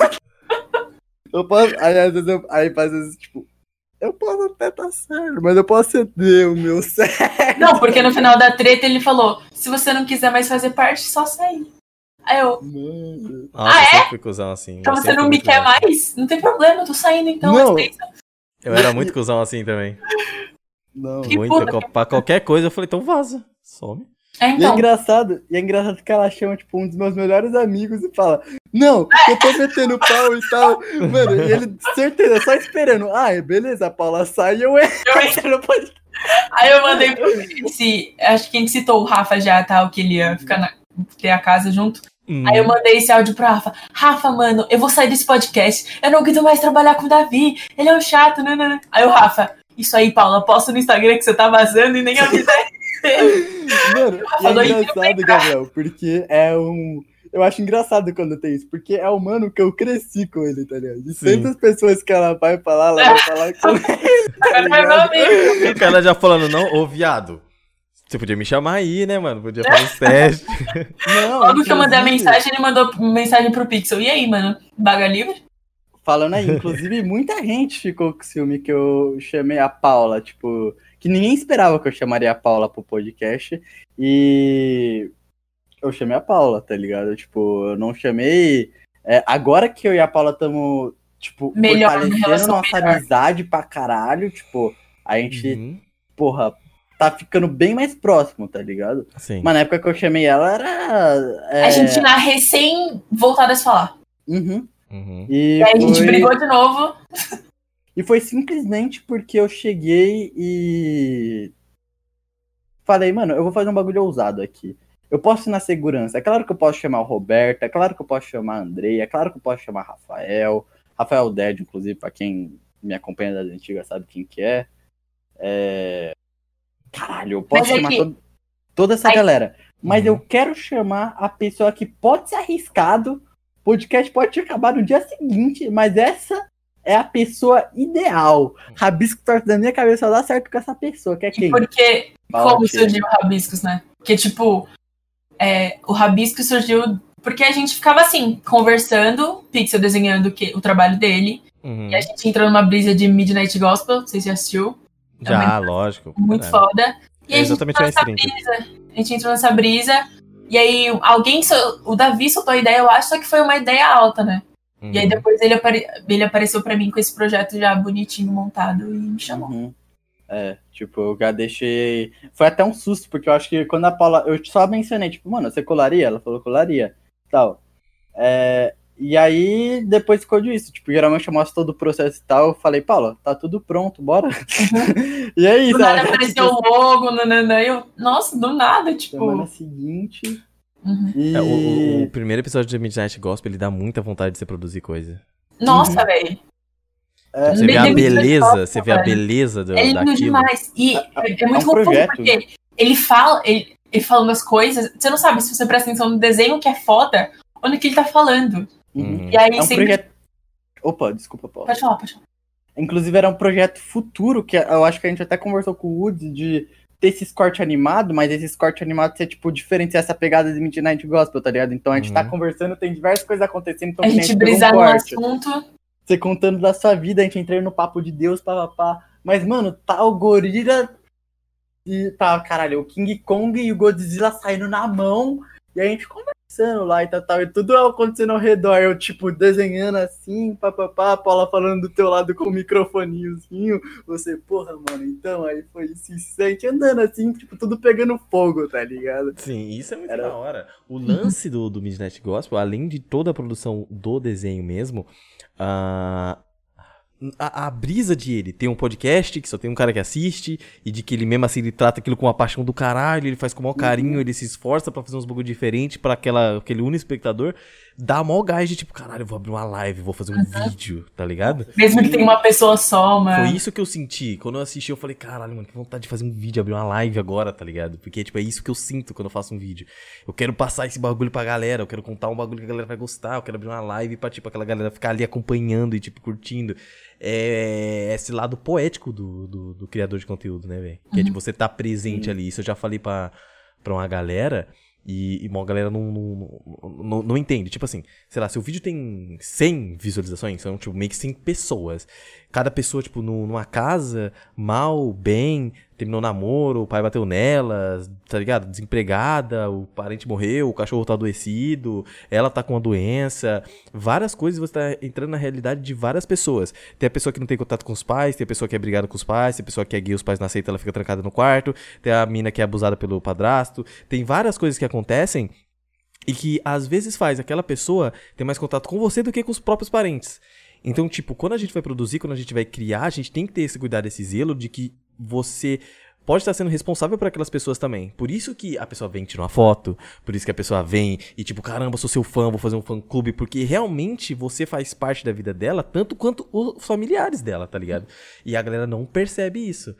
eu posso, aí às vezes, tipo, eu posso até estar certo, mas eu posso ceder o meu certo. Não, porque no final da treta ele falou, se você não quiser mais fazer parte, só sair. Aí eu... Nossa, eu sempre fui cuzão assim. Então você não me quer mais? Não tem problema, eu tô saindo então. Não. Eu era muito cuzão assim também. Não. Muito. Pra qualquer coisa eu falei, então vaza. Some. Então. E é engraçado que ela chama, tipo, um dos meus melhores amigos e fala, não, eu tô metendo pau e tal. Mano, e ele, certeza, só esperando. Beleza, a Paula sai e eu entro. Aí eu mandei pro acho que a gente citou o Rafa já, tal, que ele ia ter a casa junto. Aí eu mandei esse áudio pro Rafa. Rafa, mano, eu vou sair desse podcast. Eu não aguento mais trabalhar com o Davi. Ele é um chato, né? Aí o Rafa, isso aí, Paula, posta no Instagram que você tá vazando e nem avisei. Mano, é engraçado, Gabriel, porque eu acho engraçado quando tem isso, porque é o mano que eu cresci com ele, tá ligado? De tantas pessoas que ela vai falar, ela vai falar com ele, tá ligado? O cara já falando, não, ô viado, você podia me chamar aí, né, mano? Podia fazer os testes. Não, logo que eu mandei a mensagem, ele mandou mensagem pro Pixel. E aí, mano? Baga livre? Falando aí, inclusive, muita gente ficou com ciúme que eu chamei a Paula, tipo... Que ninguém esperava que eu chamaria a Paula pro podcast. E eu chamei a Paula, tá ligado? Tipo, eu não chamei... agora que eu e a Paula estamos, tipo, fortalecendo nossa amizade pra caralho, tipo, a gente, porra, tá ficando bem mais próximo, tá ligado? Sim. Mas na época que eu chamei ela, era... A gente tinha recém voltado a se falar. Uhum. E aí a gente brigou de novo. E foi simplesmente porque eu cheguei e falei, mano, eu vou fazer um bagulho ousado aqui. Eu posso ir na segurança. É claro que eu posso chamar o Roberto, é claro que eu posso chamar a Andrei, é claro que eu posso chamar Rafael Ded, inclusive, pra quem me acompanha das antigas sabe quem que é. Caralho, eu posso chamar toda essa galera. Mas eu quero chamar a pessoa que pode ser arriscado. O podcast pode acabar no dia seguinte, mas essa é a pessoa ideal. Rabisco torto da minha cabeça dá certo com essa pessoa, que é quem? Porque, como surgiu o Rabiscos, né? Porque, tipo, o Rabisco surgiu porque a gente ficava assim, conversando, Pixel desenhando o trabalho dele, e a gente entrou numa brisa de Midnight Gospel, não sei se você assistiu. Já, lógico. Muito foda. E a gente entrou nessa brisa, e aí o Davi soltou a ideia, eu acho, só que foi uma ideia alta, né? E aí depois ele apareceu pra mim com esse projeto já bonitinho, montado, e me chamou. Tipo, eu já deixei... Foi até um susto, porque eu acho que quando a Paula... Eu só mencionei, tipo, mano, você colaria? Ela falou colaria, tal. E aí, depois ficou disso. Tipo, geralmente eu mostro todo o processo e tal. Eu falei, Paula, tá tudo pronto, bora. E é isso. Do nada apareceu o logo, eu... Nossa, do nada, tipo... Semana seguinte... O primeiro episódio de Midnight Gospel, ele dá muita vontade de você produzir coisa. Nossa, velho. Você vê a beleza, daquilo. É lindo demais. E é muito confuso, porque ele fala umas coisas, você não sabe se você presta atenção no desenho que é foda ou no que ele tá falando. E aí projeto... Opa, desculpa, Paulo. Pode falar. Inclusive era um projeto futuro, que eu acho que a gente até conversou com o Woods de ter esses cortes animados, mas esses cortes animados ser, tipo, diferenciar essa pegada de Midnight Gospel, tá ligado? Então a gente tá conversando, tem diversas coisas acontecendo. Então a gente brisar no assunto. Você contando da sua vida, a gente entrando no papo de Deus, papapá. Mas, mano, tá o gorila e tá, caralho, o King Kong e o Godzilla saindo na mão, e a gente conversando lá e tal, e tudo acontecendo ao redor, eu, tipo, desenhando assim, papapá, a Paula falando do teu lado com o microfoninhozinho, você, porra, mano, então, aí foi isso, a gente andando assim, tipo, tudo pegando fogo, tá ligado? Sim, isso é muito da hora. O lance do Midnight Gospel, além de toda a produção do desenho mesmo, a brisa de ele ter um podcast que só tem um cara que assiste e de que ele mesmo assim ele trata aquilo com uma paixão do caralho, ele faz com o maior carinho, ele se esforça pra fazer uns bagulho diferente pra aquele único espectador, dá maior gás de tipo, caralho, eu vou abrir uma live, vou fazer um vídeo, tá ligado? Mesmo que tenha uma pessoa só, mano. Foi isso que eu senti. Quando eu assisti, eu falei, caralho, mano, que vontade de fazer um vídeo, abrir uma live agora, tá ligado? Porque, tipo, é isso que eu sinto quando eu faço um vídeo. Eu quero passar esse bagulho pra galera, eu quero contar um bagulho que a galera vai gostar, eu quero abrir uma live pra, tipo, aquela galera ficar ali acompanhando e, tipo, curtindo. É esse lado poético do criador de conteúdo, né, velho? Que é, tipo, você tá presente ali. Isso eu já falei pra uma galera... E uma galera não entende. Tipo assim, sei lá, se o vídeo tem 100 visualizações, são tipo meio que 100 pessoas. Cada pessoa, tipo, numa casa, mal, bem, terminou o namoro, o pai bateu nela, tá ligado? Desempregada, o parente morreu, o cachorro tá adoecido, ela tá com uma doença. Várias coisas, você tá entrando na realidade de várias pessoas. Tem a pessoa que não tem contato com os pais, tem a pessoa que é brigada com os pais, tem a pessoa que é gay, os pais não aceitam, ela fica trancada no quarto, tem a mina que é abusada pelo padrasto. Tem várias coisas que acontecem e que às vezes faz aquela pessoa ter mais contato com você do que com os próprios parentes. Então, tipo, quando a gente vai produzir, quando a gente vai criar, a gente tem que ter esse cuidado, esse zelo de que você pode estar sendo responsável por aquelas pessoas também. Por isso que a pessoa vem tirar uma foto, por isso que a pessoa vem e tipo, caramba, sou seu fã, vou fazer um fã-clube, porque realmente você faz parte da vida dela, tanto quanto os familiares dela, tá ligado? E a galera não percebe isso.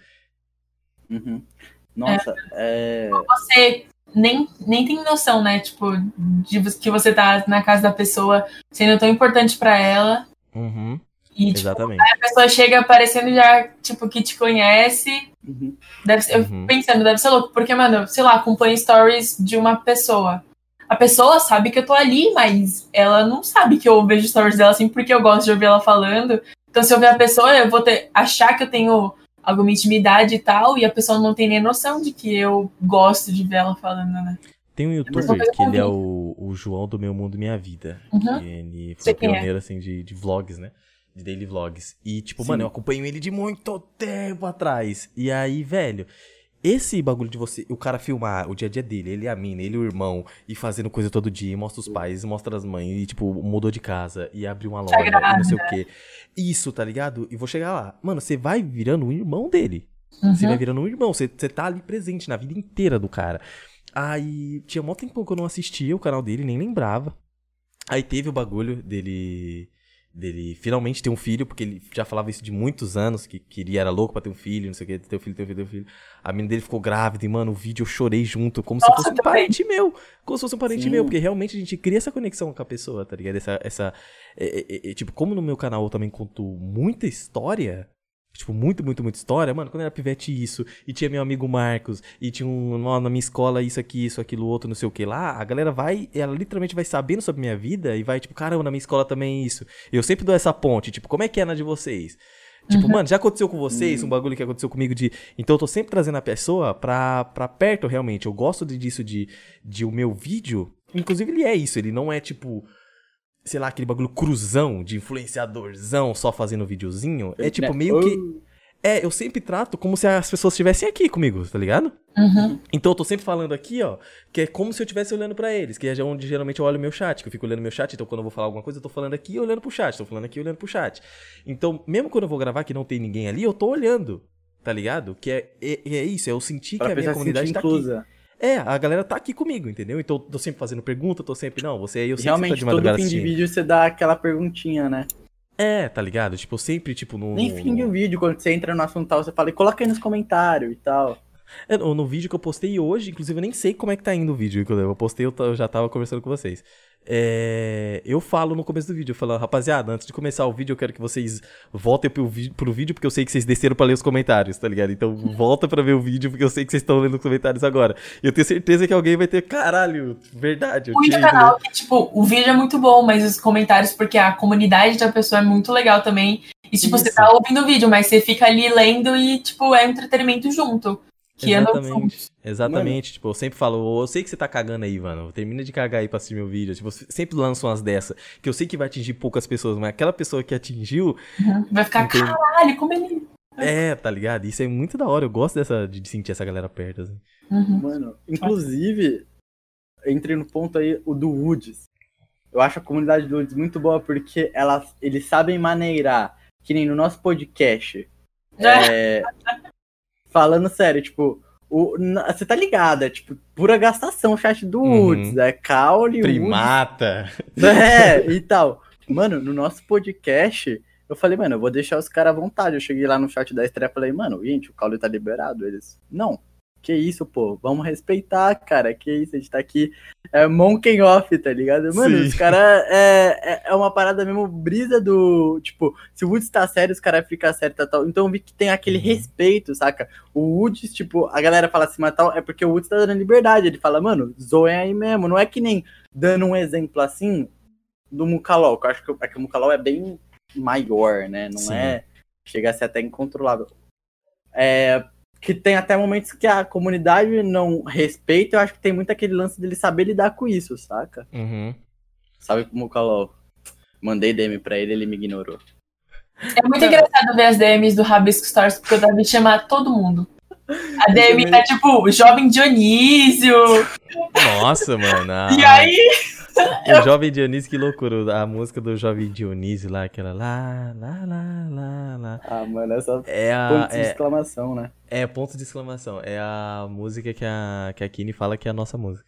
Nossa, Você nem tem noção, né, tipo, de que você tá na casa da pessoa sendo tão importante pra ela. E, tipo, exatamente. Aí a pessoa chega aparecendo já, tipo, que te conhece. Deve ser, eu fico pensando, deve ser louco, porque, mano, sei lá, acompanho stories de uma pessoa. A pessoa sabe que eu tô ali, mas ela não sabe que eu vejo stories dela assim, porque eu gosto de ouvir ela falando. Então, se eu ver a pessoa, eu vou achar que eu tenho alguma intimidade e tal, e a pessoa não tem nem noção de que eu gosto de ver ela falando, né? Tem um youtuber que ele é o João do Meu Mundo Minha Vida. Ele foi pioneiro, assim, de vlogs, né? De daily vlogs. E, tipo, mano, eu acompanho ele de muito tempo atrás. E aí, velho, esse bagulho de você, o cara filmar o dia a dia dele, ele e a mina, ele e o irmão, e fazendo coisa todo dia, e mostra os pais, mostra as mães, e tipo, mudou de casa, e abriu uma loja, e não sei o quê. Isso, tá ligado? E vou chegar lá. Mano, você vai virando um irmão dele. Você vai virando um irmão, você tá ali presente na vida inteira do cara. Aí, tinha mó tempão que eu não assistia o canal dele, nem lembrava. Aí teve o bagulho dele finalmente ter um filho, porque ele já falava isso de muitos anos, que queria, era louco pra ter um filho, não sei o que, ter um filho. A menina dele ficou grávida e, mano, o vídeo eu chorei junto, como se fosse um parente meu. Como se fosse um parente meu, porque realmente a gente cria essa conexão com a pessoa, tá ligado? Tipo, como no meu canal eu também conto muita história, tipo, muita história, mano, quando eu era pivete isso, e tinha meu amigo Marcos, e tinha na minha escola isso aqui, isso, aquilo, outro, não sei o que lá, a galera ela literalmente vai sabendo sobre minha vida, e vai, tipo, caramba, na minha escola também é isso. Eu sempre dou essa ponte, tipo, como é que é na de vocês? Tipo, mano, já aconteceu com vocês um bagulho que aconteceu comigo de... Então eu tô sempre trazendo a pessoa pra perto, realmente. Eu gosto disso, de o meu vídeo, inclusive ele é isso, ele não é, tipo... sei lá, aquele bagulho cruzão de influenciadorzão só fazendo videozinho. É tipo meio que... eu sempre trato como se as pessoas estivessem aqui comigo, tá ligado? Então eu tô sempre falando aqui, ó, que é como se eu estivesse olhando pra eles, que é onde geralmente eu olho o meu chat, que eu fico olhando meu chat, então quando eu vou falar alguma coisa eu tô falando aqui olhando pro chat, tô falando aqui olhando pro chat. Então, mesmo quando eu vou gravar que não tem ninguém ali, eu tô olhando, tá ligado? Que é isso, eu sentir que a minha comunidade tá aqui. A galera tá aqui comigo, entendeu? Então eu tô sempre fazendo pergunta, tô sempre, não, você aí, eu sei realmente, que você tá de madrugada todo fim de vídeo você dá aquela perguntinha, né? Tá ligado? Tipo, sempre, tipo, Nem fim de um vídeo, quando você entra no assunto tal, você fala, coloca aí nos comentários e tal. No vídeo que eu postei hoje, inclusive eu nem sei como é que tá indo o vídeo que eu postei, eu já tava conversando com vocês. Eu falo no começo do vídeo, eu falo, rapaziada, antes de começar o vídeo eu quero que vocês voltem pro vídeo, porque eu sei que vocês desceram pra ler os comentários, tá ligado? Então volta pra ver o vídeo, porque eu sei que vocês estão lendo os comentários agora. E eu tenho certeza que alguém vai ter, caralho, verdade. Muito canal que, tipo, o vídeo é muito bom, mas os comentários, porque a comunidade da pessoa é muito legal também. E, tipo, você tá ouvindo o vídeo, mas você fica ali lendo e, tipo, é entretenimento junto. Exatamente. Tipo, eu sempre falo, eu sei que você tá cagando aí, mano. Termina de cagar aí pra assistir meu vídeo. Tipo, eu sempre lanço umas dessas, que eu sei que vai atingir poucas pessoas, mas aquela pessoa que atingiu... vai ficar, caralho, como ele... tá ligado? Isso é muito da hora, eu gosto de sentir essa galera perto, assim. Mano, inclusive, entrei no ponto aí, o do Woods. Eu acho a comunidade do Woods muito boa, porque eles sabem maneirar, que nem no nosso podcast. Falando sério, tipo, você tá ligado, é tipo, pura gastação o chat do Woods, caule, primata. E tal. Mano, no nosso podcast, eu falei, mano, eu vou deixar os caras à vontade. Eu cheguei lá no chat da estreia e falei, mano, gente, o caule tá liberado. Eles, não, que isso, pô, vamos respeitar, cara, que isso, a gente tá aqui, monkey off, tá ligado? Mano, os caras, é uma parada mesmo, brisa do, tipo, se o Woods tá sério, os caras ficam sério, tal. Então eu vi que tem aquele respeito, saca? O Woods, tipo, a galera fala assim, mas tal, é porque o Woods tá dando liberdade, ele fala, mano, zoem aí mesmo, não é que nem, dando um exemplo assim, do Mukalol, que eu acho que o Mukalol é bem maior, né, não chega a ser até incontrolável. Que tem até momentos que a comunidade não respeita, eu acho que tem muito aquele lance dele saber lidar com isso, saca? Sabe como o Mukalol? Mandei DM pra ele me ignorou. É muito engraçado ver as DMs do Rabisco Stars, porque o Davi chama todo mundo. A DM tá tipo, Jovem Dionísio. Nossa, mano. E aí... O Jovem Dionísio, que loucura. A música do Jovem Dionísio lá, aquela lá. Mano, essa ponto de exclamação, né? Ponto de exclamação. É a música que a Kini fala que é a nossa música.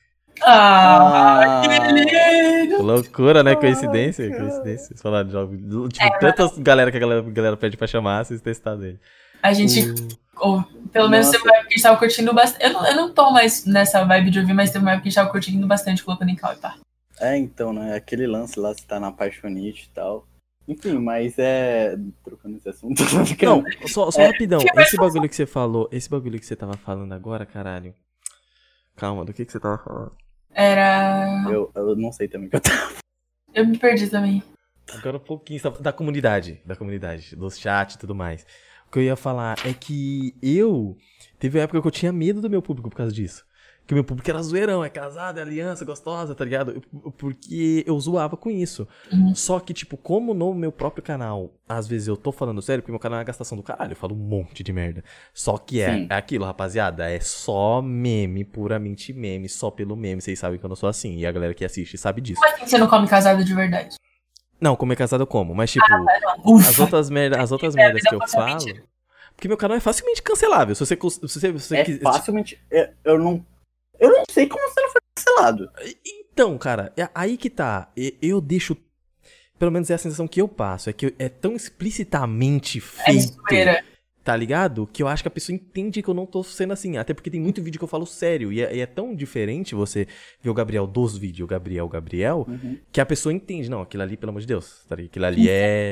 Que lindo! Loucura, né? Coincidência. Vocês falaram de Jovem. Tipo, tantas galera que a galera pede pra chamar, vocês testaram dele. A gente... pelo menos teve uma época que a gente tava curtindo bastante. Eu não tô mais nessa vibe de ouvir, mas teve uma época que a gente tava curtindo bastante, colocando em cal e pá. Então, né? Aquele lance lá, você tá na Apaixonite e tal. Enfim, mas trocando esse assunto. Não, só rapidão. Esse bagulho que você falou, esse bagulho que você tava falando agora, caralho. Calma, do que você tava falando? Era... Eu não sei também o que eu tava. Eu me perdi também. Agora um pouquinho, da comunidade, dos chats e tudo mais. O que eu ia falar é que teve uma época que eu tinha medo do meu público por causa disso. Que o meu público era zoeirão, é casado, é aliança, gostosa, tá ligado? Porque eu zoava com isso. Só que, tipo, como no meu próprio canal, às vezes eu tô falando sério, porque meu canal é uma gastação do caralho, eu falo um monte de merda. Só que é aquilo, rapaziada, é só meme, puramente meme, só pelo meme, vocês sabem que eu não sou assim, e a galera que assiste sabe disso. Como assim você não come casado de verdade? Não, comer casado eu como, mas tipo, as outras merdas que eu falo... Porque meu canal é facilmente cancelável, se você quiser... Facilmente... Eu não sei como você não foi cancelado. Então, cara, aí que tá. Eu deixo... Pelo menos é a sensação que eu passo. É que é tão explicitamente feito, tá ligado? Que eu acho que a pessoa entende que eu não tô sendo assim. Até porque tem muito vídeo que eu falo sério. E é tão diferente você ver o Gabriel dos vídeos, o Gabriel, que a pessoa entende. Não, aquilo ali, pelo amor de Deus. Tá ligado? Aquilo ali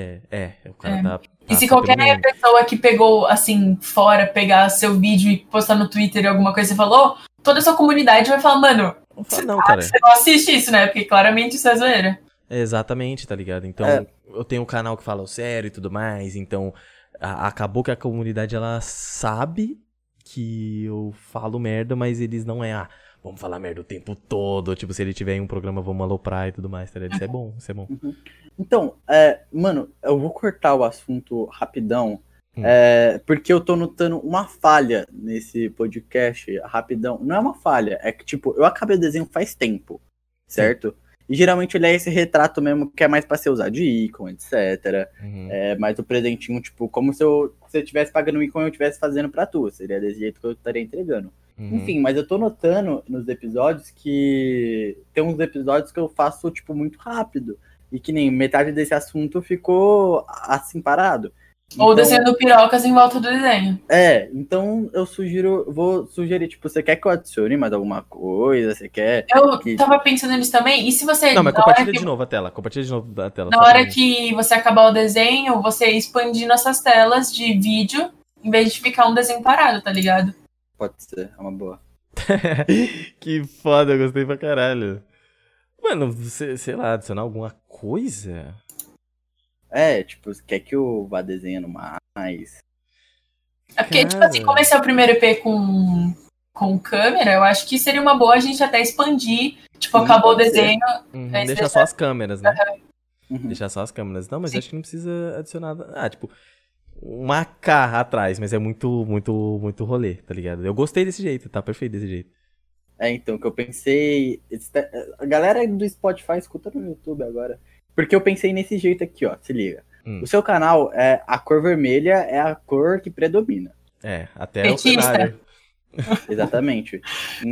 o cara tá... E se qualquer pessoa que pegou, assim, fora, pegar seu vídeo e postar no Twitter alguma coisa que você falou, toda a sua comunidade vai falar, mano, cara. Você não assiste isso, né? Porque claramente isso é zoeira. Exatamente, tá ligado? Então, eu tenho um canal que fala sério e tudo mais, então acabou que a comunidade, ela sabe que eu falo merda, mas eles não vamos falar merda o tempo todo, tipo, se ele tiver em um programa, vamos aloprar e tudo mais, tá ligado? Isso é bom, isso é bom. Então, mano, eu vou cortar o assunto rapidão, porque eu tô notando uma falha nesse podcast, rapidão. Não é uma falha, é que, tipo, eu acabei o desenho faz tempo, certo? E geralmente ele é esse retrato mesmo que é mais pra ser usado de ícone, etc. Mais o presentinho, tipo, como se eu estivesse pagando um ícone e eu estivesse fazendo pra tu. Seria desse jeito que eu estaria entregando. Enfim, mas eu tô notando nos episódios que tem uns episódios que eu faço, tipo, muito rápido. E que nem metade desse assunto ficou assim parado. Ou descendo pirocas em volta do desenho. Então vou sugerir, tipo, você quer que eu adicione mais alguma coisa? Você quer... Eu tava pensando nisso também, e se você... Não, mas compartilha de novo a tela, Na hora que você acabar o desenho, você expandir nossas telas de vídeo, em vez de ficar um desenho parado, tá ligado? Pode ser, é uma boa. Que foda, eu gostei pra caralho. Mano, sei lá, adicionar alguma coisa? Tipo, você quer que eu vá desenhando mais? É porque, tipo assim, como esse é o primeiro EP com câmera, eu acho que seria uma boa a gente até expandir. Tipo, acabou o desenho. Deixar só as câmeras, né? Deixar só as câmeras. Não, mas acho que não precisa adicionar. Tipo, uma K atrás, mas é muito, muito, muito rolê, tá ligado? Eu gostei desse jeito, tá perfeito desse jeito. Então, que eu pensei... A galera do Spotify escuta no YouTube agora. Porque eu pensei nesse jeito aqui, ó, se liga. O seu canal, a cor vermelha é a cor que predomina. Até o cenário. Exatamente.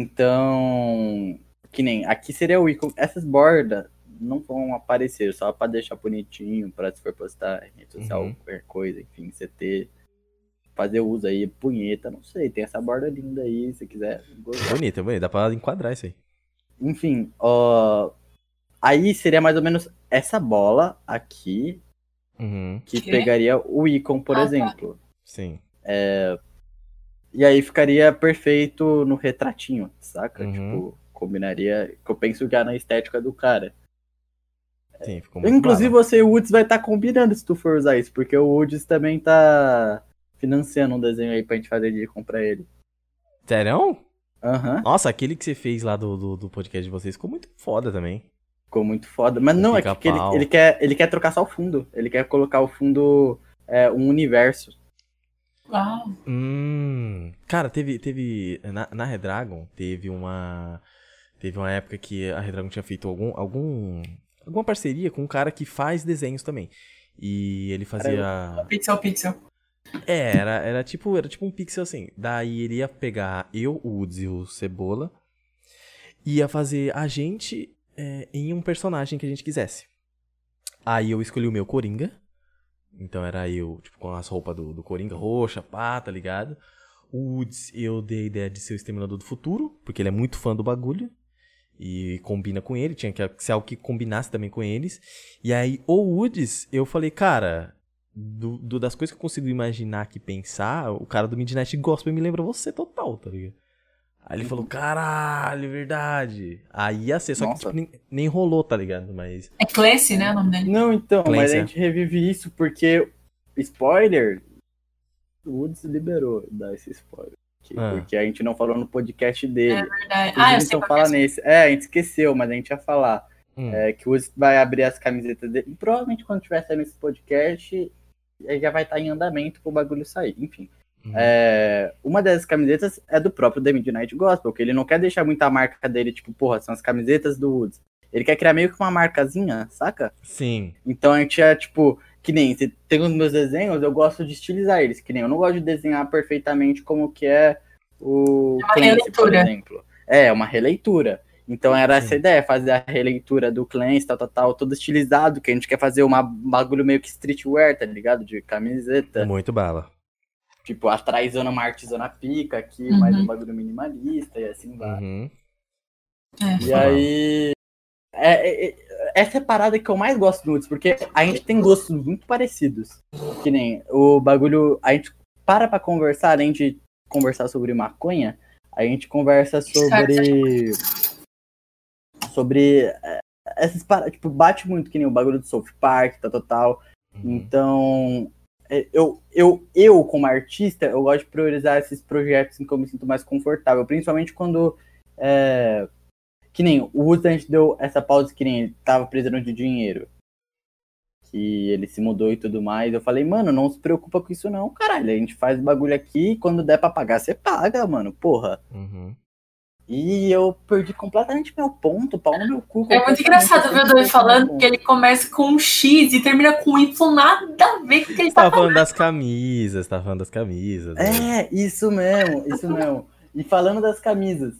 Então, que nem, aqui seria o ícone. Essas bordas não vão aparecer, só pra deixar bonitinho, pra se for postar em rede social, qualquer coisa, enfim, você ter... Fazer uso aí, punheta, não sei, tem essa borda linda aí, se quiser. Bonita, dá pra enquadrar isso aí. Enfim, aí seria mais ou menos essa bola aqui, que pegaria o ícone, por exemplo. Sim. E aí ficaria perfeito no retratinho, saca? Tipo, combinaria, que eu penso já na estética do cara. Sim, ficou muito Inclusive você e o Woods vai estar combinando se tu for usar isso, porque o Woods também tá financiando um desenho aí pra gente fazer de ícone pra ele. Sério? Nossa, aquele que você fez lá do podcast de vocês ficou muito foda também. Ficou muito foda. Mas não, é que ele quer trocar só o fundo. Ele quer colocar o fundo um universo. Uau. Cara, teve na Redragon, teve uma época que a Redragon tinha feito alguma parceria com um cara que faz desenhos também. E ele fazia... Pixel. Era tipo um pixel assim. Daí ele ia pegar o Woods e o Cebola, ia fazer a gente em um personagem que a gente quisesse. Aí eu escolhi o meu Coringa. Então era eu, tipo, com as roupas do Coringa, roxa, pá, tá ligado? O Woods, eu dei a ideia de ser o Exterminador do Futuro, porque ele é muito fã do bagulho. E combina com ele, tinha que ser algo que combinasse também com eles. E aí, o Woods, eu falei, cara... das coisas que eu consigo imaginar aqui, pensar, o cara do Midnight Gospel me lembra você total, tá ligado? Aí ele falou, caralho, verdade. Aí ia ser, só que tipo, nem rolou, tá ligado? Mas... É Clancy, né, o nome dele? Não, então, Clancy, mas a gente revive isso porque, spoiler, o Woods liberou dar esse spoiler. porque a gente não falou no podcast dele. É verdade. Eu sei então fala nesse. A gente esqueceu, mas a gente ia falar. Que o Woods vai abrir as camisetas dele. E provavelmente quando tiver saindo esse podcast, já vai estar em andamento pro bagulho sair. Enfim. Uma dessas camisetas é do próprio The Midnight Gospel, que ele não quer deixar muita marca dele, tipo, porra, são as camisetas do Woods. Ele quer criar meio que uma marcazinha, saca? Sim. Então a gente tipo, que nem, tem os meus desenhos, eu gosto de estilizar eles, que nem, eu não gosto de desenhar perfeitamente como que é o Clancy, por exemplo. Uma releitura. Então era essa ideia, fazer a releitura do Clancy, tal, todo estilizado, que a gente quer fazer um bagulho meio que streetwear, tá ligado? De camiseta. Muito bala. Tipo, atrás uma artesana pica, aqui mais um bagulho minimalista, e assim vai. E aí... essa é a parada que eu mais gosto do Woods, porque a gente tem gostos muito parecidos. Que nem o bagulho... A gente pra conversar, além de conversar sobre maconha, a gente conversa sobre essas paradas, tipo, bate muito que nem o bagulho do South Park, tal. Então, eu como artista, eu gosto de priorizar esses projetos em que eu me sinto mais confortável, principalmente quando que nem o Woods, a gente deu essa pausa que nem ele tava precisando de dinheiro, que ele se mudou e tudo mais. Eu falei, mano, não se preocupa com isso não, caralho, a gente faz o bagulho aqui, quando der pra pagar, você paga, mano, porra. E eu perdi completamente meu ponto, pau no meu cu. É muito engraçado ver o Doi falando que ele começa com um X e termina com um Y, nada a ver com o que ele tá falando das camisas, Né? Isso mesmo. E falando das camisas,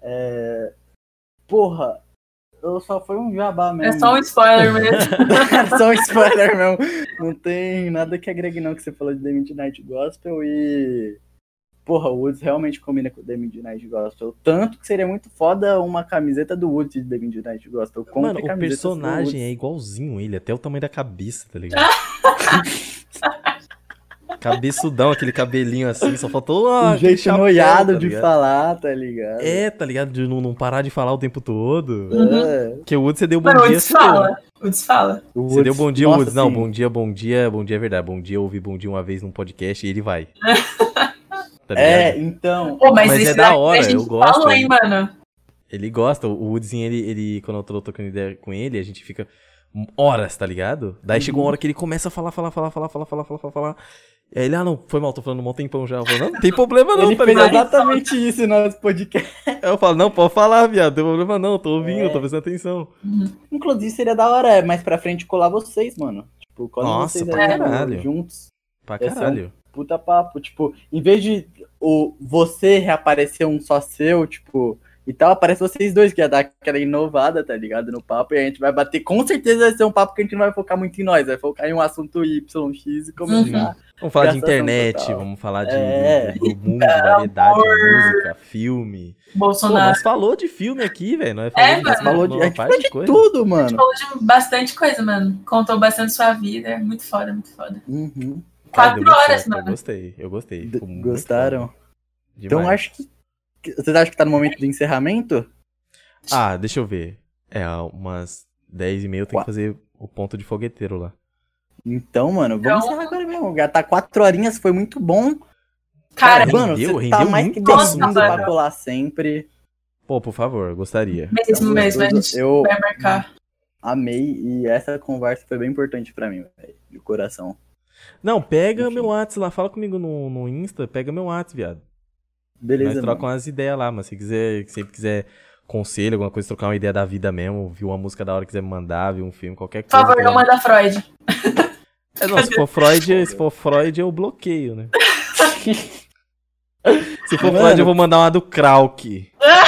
porra, só foi um jabá mesmo. É só um spoiler mesmo. Não tem nada que agregue não, que você falou de The Midnight Gospel e... Porra, o Woods realmente combina com o The Midnight Gospel. Tanto que seria muito foda uma camiseta do Woods de The Midnight Gospel. Mano, o personagem é igualzinho ele, até o tamanho da cabeça, tá ligado? Cabeçudão, aquele cabelinho assim, só faltou um jeito noiado de falar, tá ligado? Tá ligado? De não parar de falar o tempo todo. Porque o Woods, você deu bom dia. O Woods fala. Você deu bom dia, o Woods. Não, bom dia é verdade. Bom dia, eu ouvi bom dia uma vez num podcast e ele vai. Tá então... Pô, mas é da hora, eu gosto. Falou, hein, mano? Ele gosta, o Woodzinho, ele quando eu tô trocando ideia com ele, a gente fica horas, tá ligado? Daí chega uma hora que ele começa a falar. Aí ele, não, foi mal, tô falando um tempão já. Eu falo, não tem problema não, tá ligado? Ele fez exatamente isso no nosso podcast. Eu falo, não, pode falar, viado, não tem problema não, tô ouvindo, tô prestando atenção. Inclusive seria da hora, mais pra frente colar vocês, mano. Tipo, colar vocês juntos. Pra caralho. Puta papo, tipo, em vez de você reaparecer um só seu, tipo, e tal, aparece vocês dois, que ia dar aquela inovada, tá ligado, no papo, e a gente vai bater, com certeza vai ser um papo que a gente não vai focar muito em nós, vai focar em um assunto YX e começar. Vamos falar de internet, vamos falar do mundo, variedade, música, filme. Bolsonaro. Nós falou de filme aqui, velho, nós falou de tudo, mano. A gente falou de bastante coisa, mano, contou bastante sua vida, muito foda. 4 horas, mano. Eu gostei. Gostaram? Então acho que... Vocês acham que tá no momento do encerramento? Deixa eu ver. Umas 10h30 eu tenho que fazer o ponto de fogueteiro lá. Então, mano, vamos encerrar agora mesmo. Já tá 4 horinhas, foi muito bom. Cara, mano, você tá mais que bem-vindo pra colar sempre. Pô, por favor, eu gostaria. Mesmo, a gente vai marcar. Amei, e essa conversa foi bem importante pra mim, velho, de coração. Não, pega meu WhatsApp lá, fala comigo no Insta, pega meu WhatsApp, viado. Beleza, nós trocamos umas ideias lá, mas se sempre quiser conselho, alguma coisa, trocar uma ideia da vida mesmo, viu uma música da hora, quiser me mandar, viu um filme, qualquer coisa. Por favor, não manda Freud. Não, se for Freud, eu bloqueio, né? Se for Freud, eu vou mandar uma do Krauk.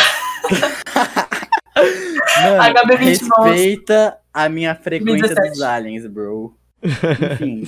Mano, respeita a minha frequência dos aliens, bro. Enfim.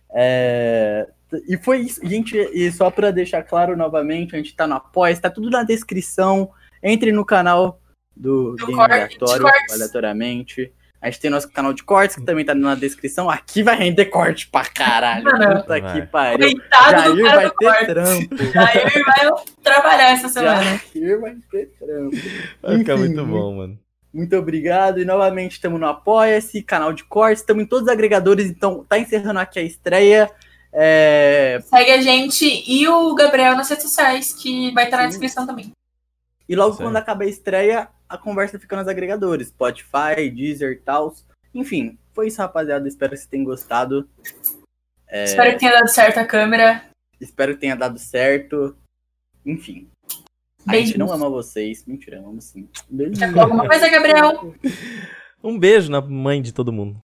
E foi isso, gente, e só pra deixar claro novamente, a gente tá no Apoia, tá tudo na descrição, entre no canal do Game Aleatório, aleatoriamente, a gente tem nosso canal de cortes, que também tá na descrição, aqui vai render corte pra caralho, puta que pariu, Jair vai ter trampo. Jair vai trabalhar essa semana. Jair vai ter trampo. Vai ficar muito bom, mano. Muito obrigado, e novamente estamos no Apoia-se, canal de cortes, estamos em todos os agregadores, então tá encerrando aqui a estreia. Segue a gente e o Gabriel nas redes sociais, que vai estar na descrição também. E logo quando acabar a estreia, a conversa fica nos agregadores. Spotify, Deezer e tal. Enfim, foi isso, rapaziada. Espero que vocês tenham gostado. Espero que tenha dado certo a câmera. Espero que tenha dado certo. Enfim. A gente não ama vocês. Mentira, amamos sim. Beijo. Alguma coisa, Gabriel? Um beijo na mãe de todo mundo.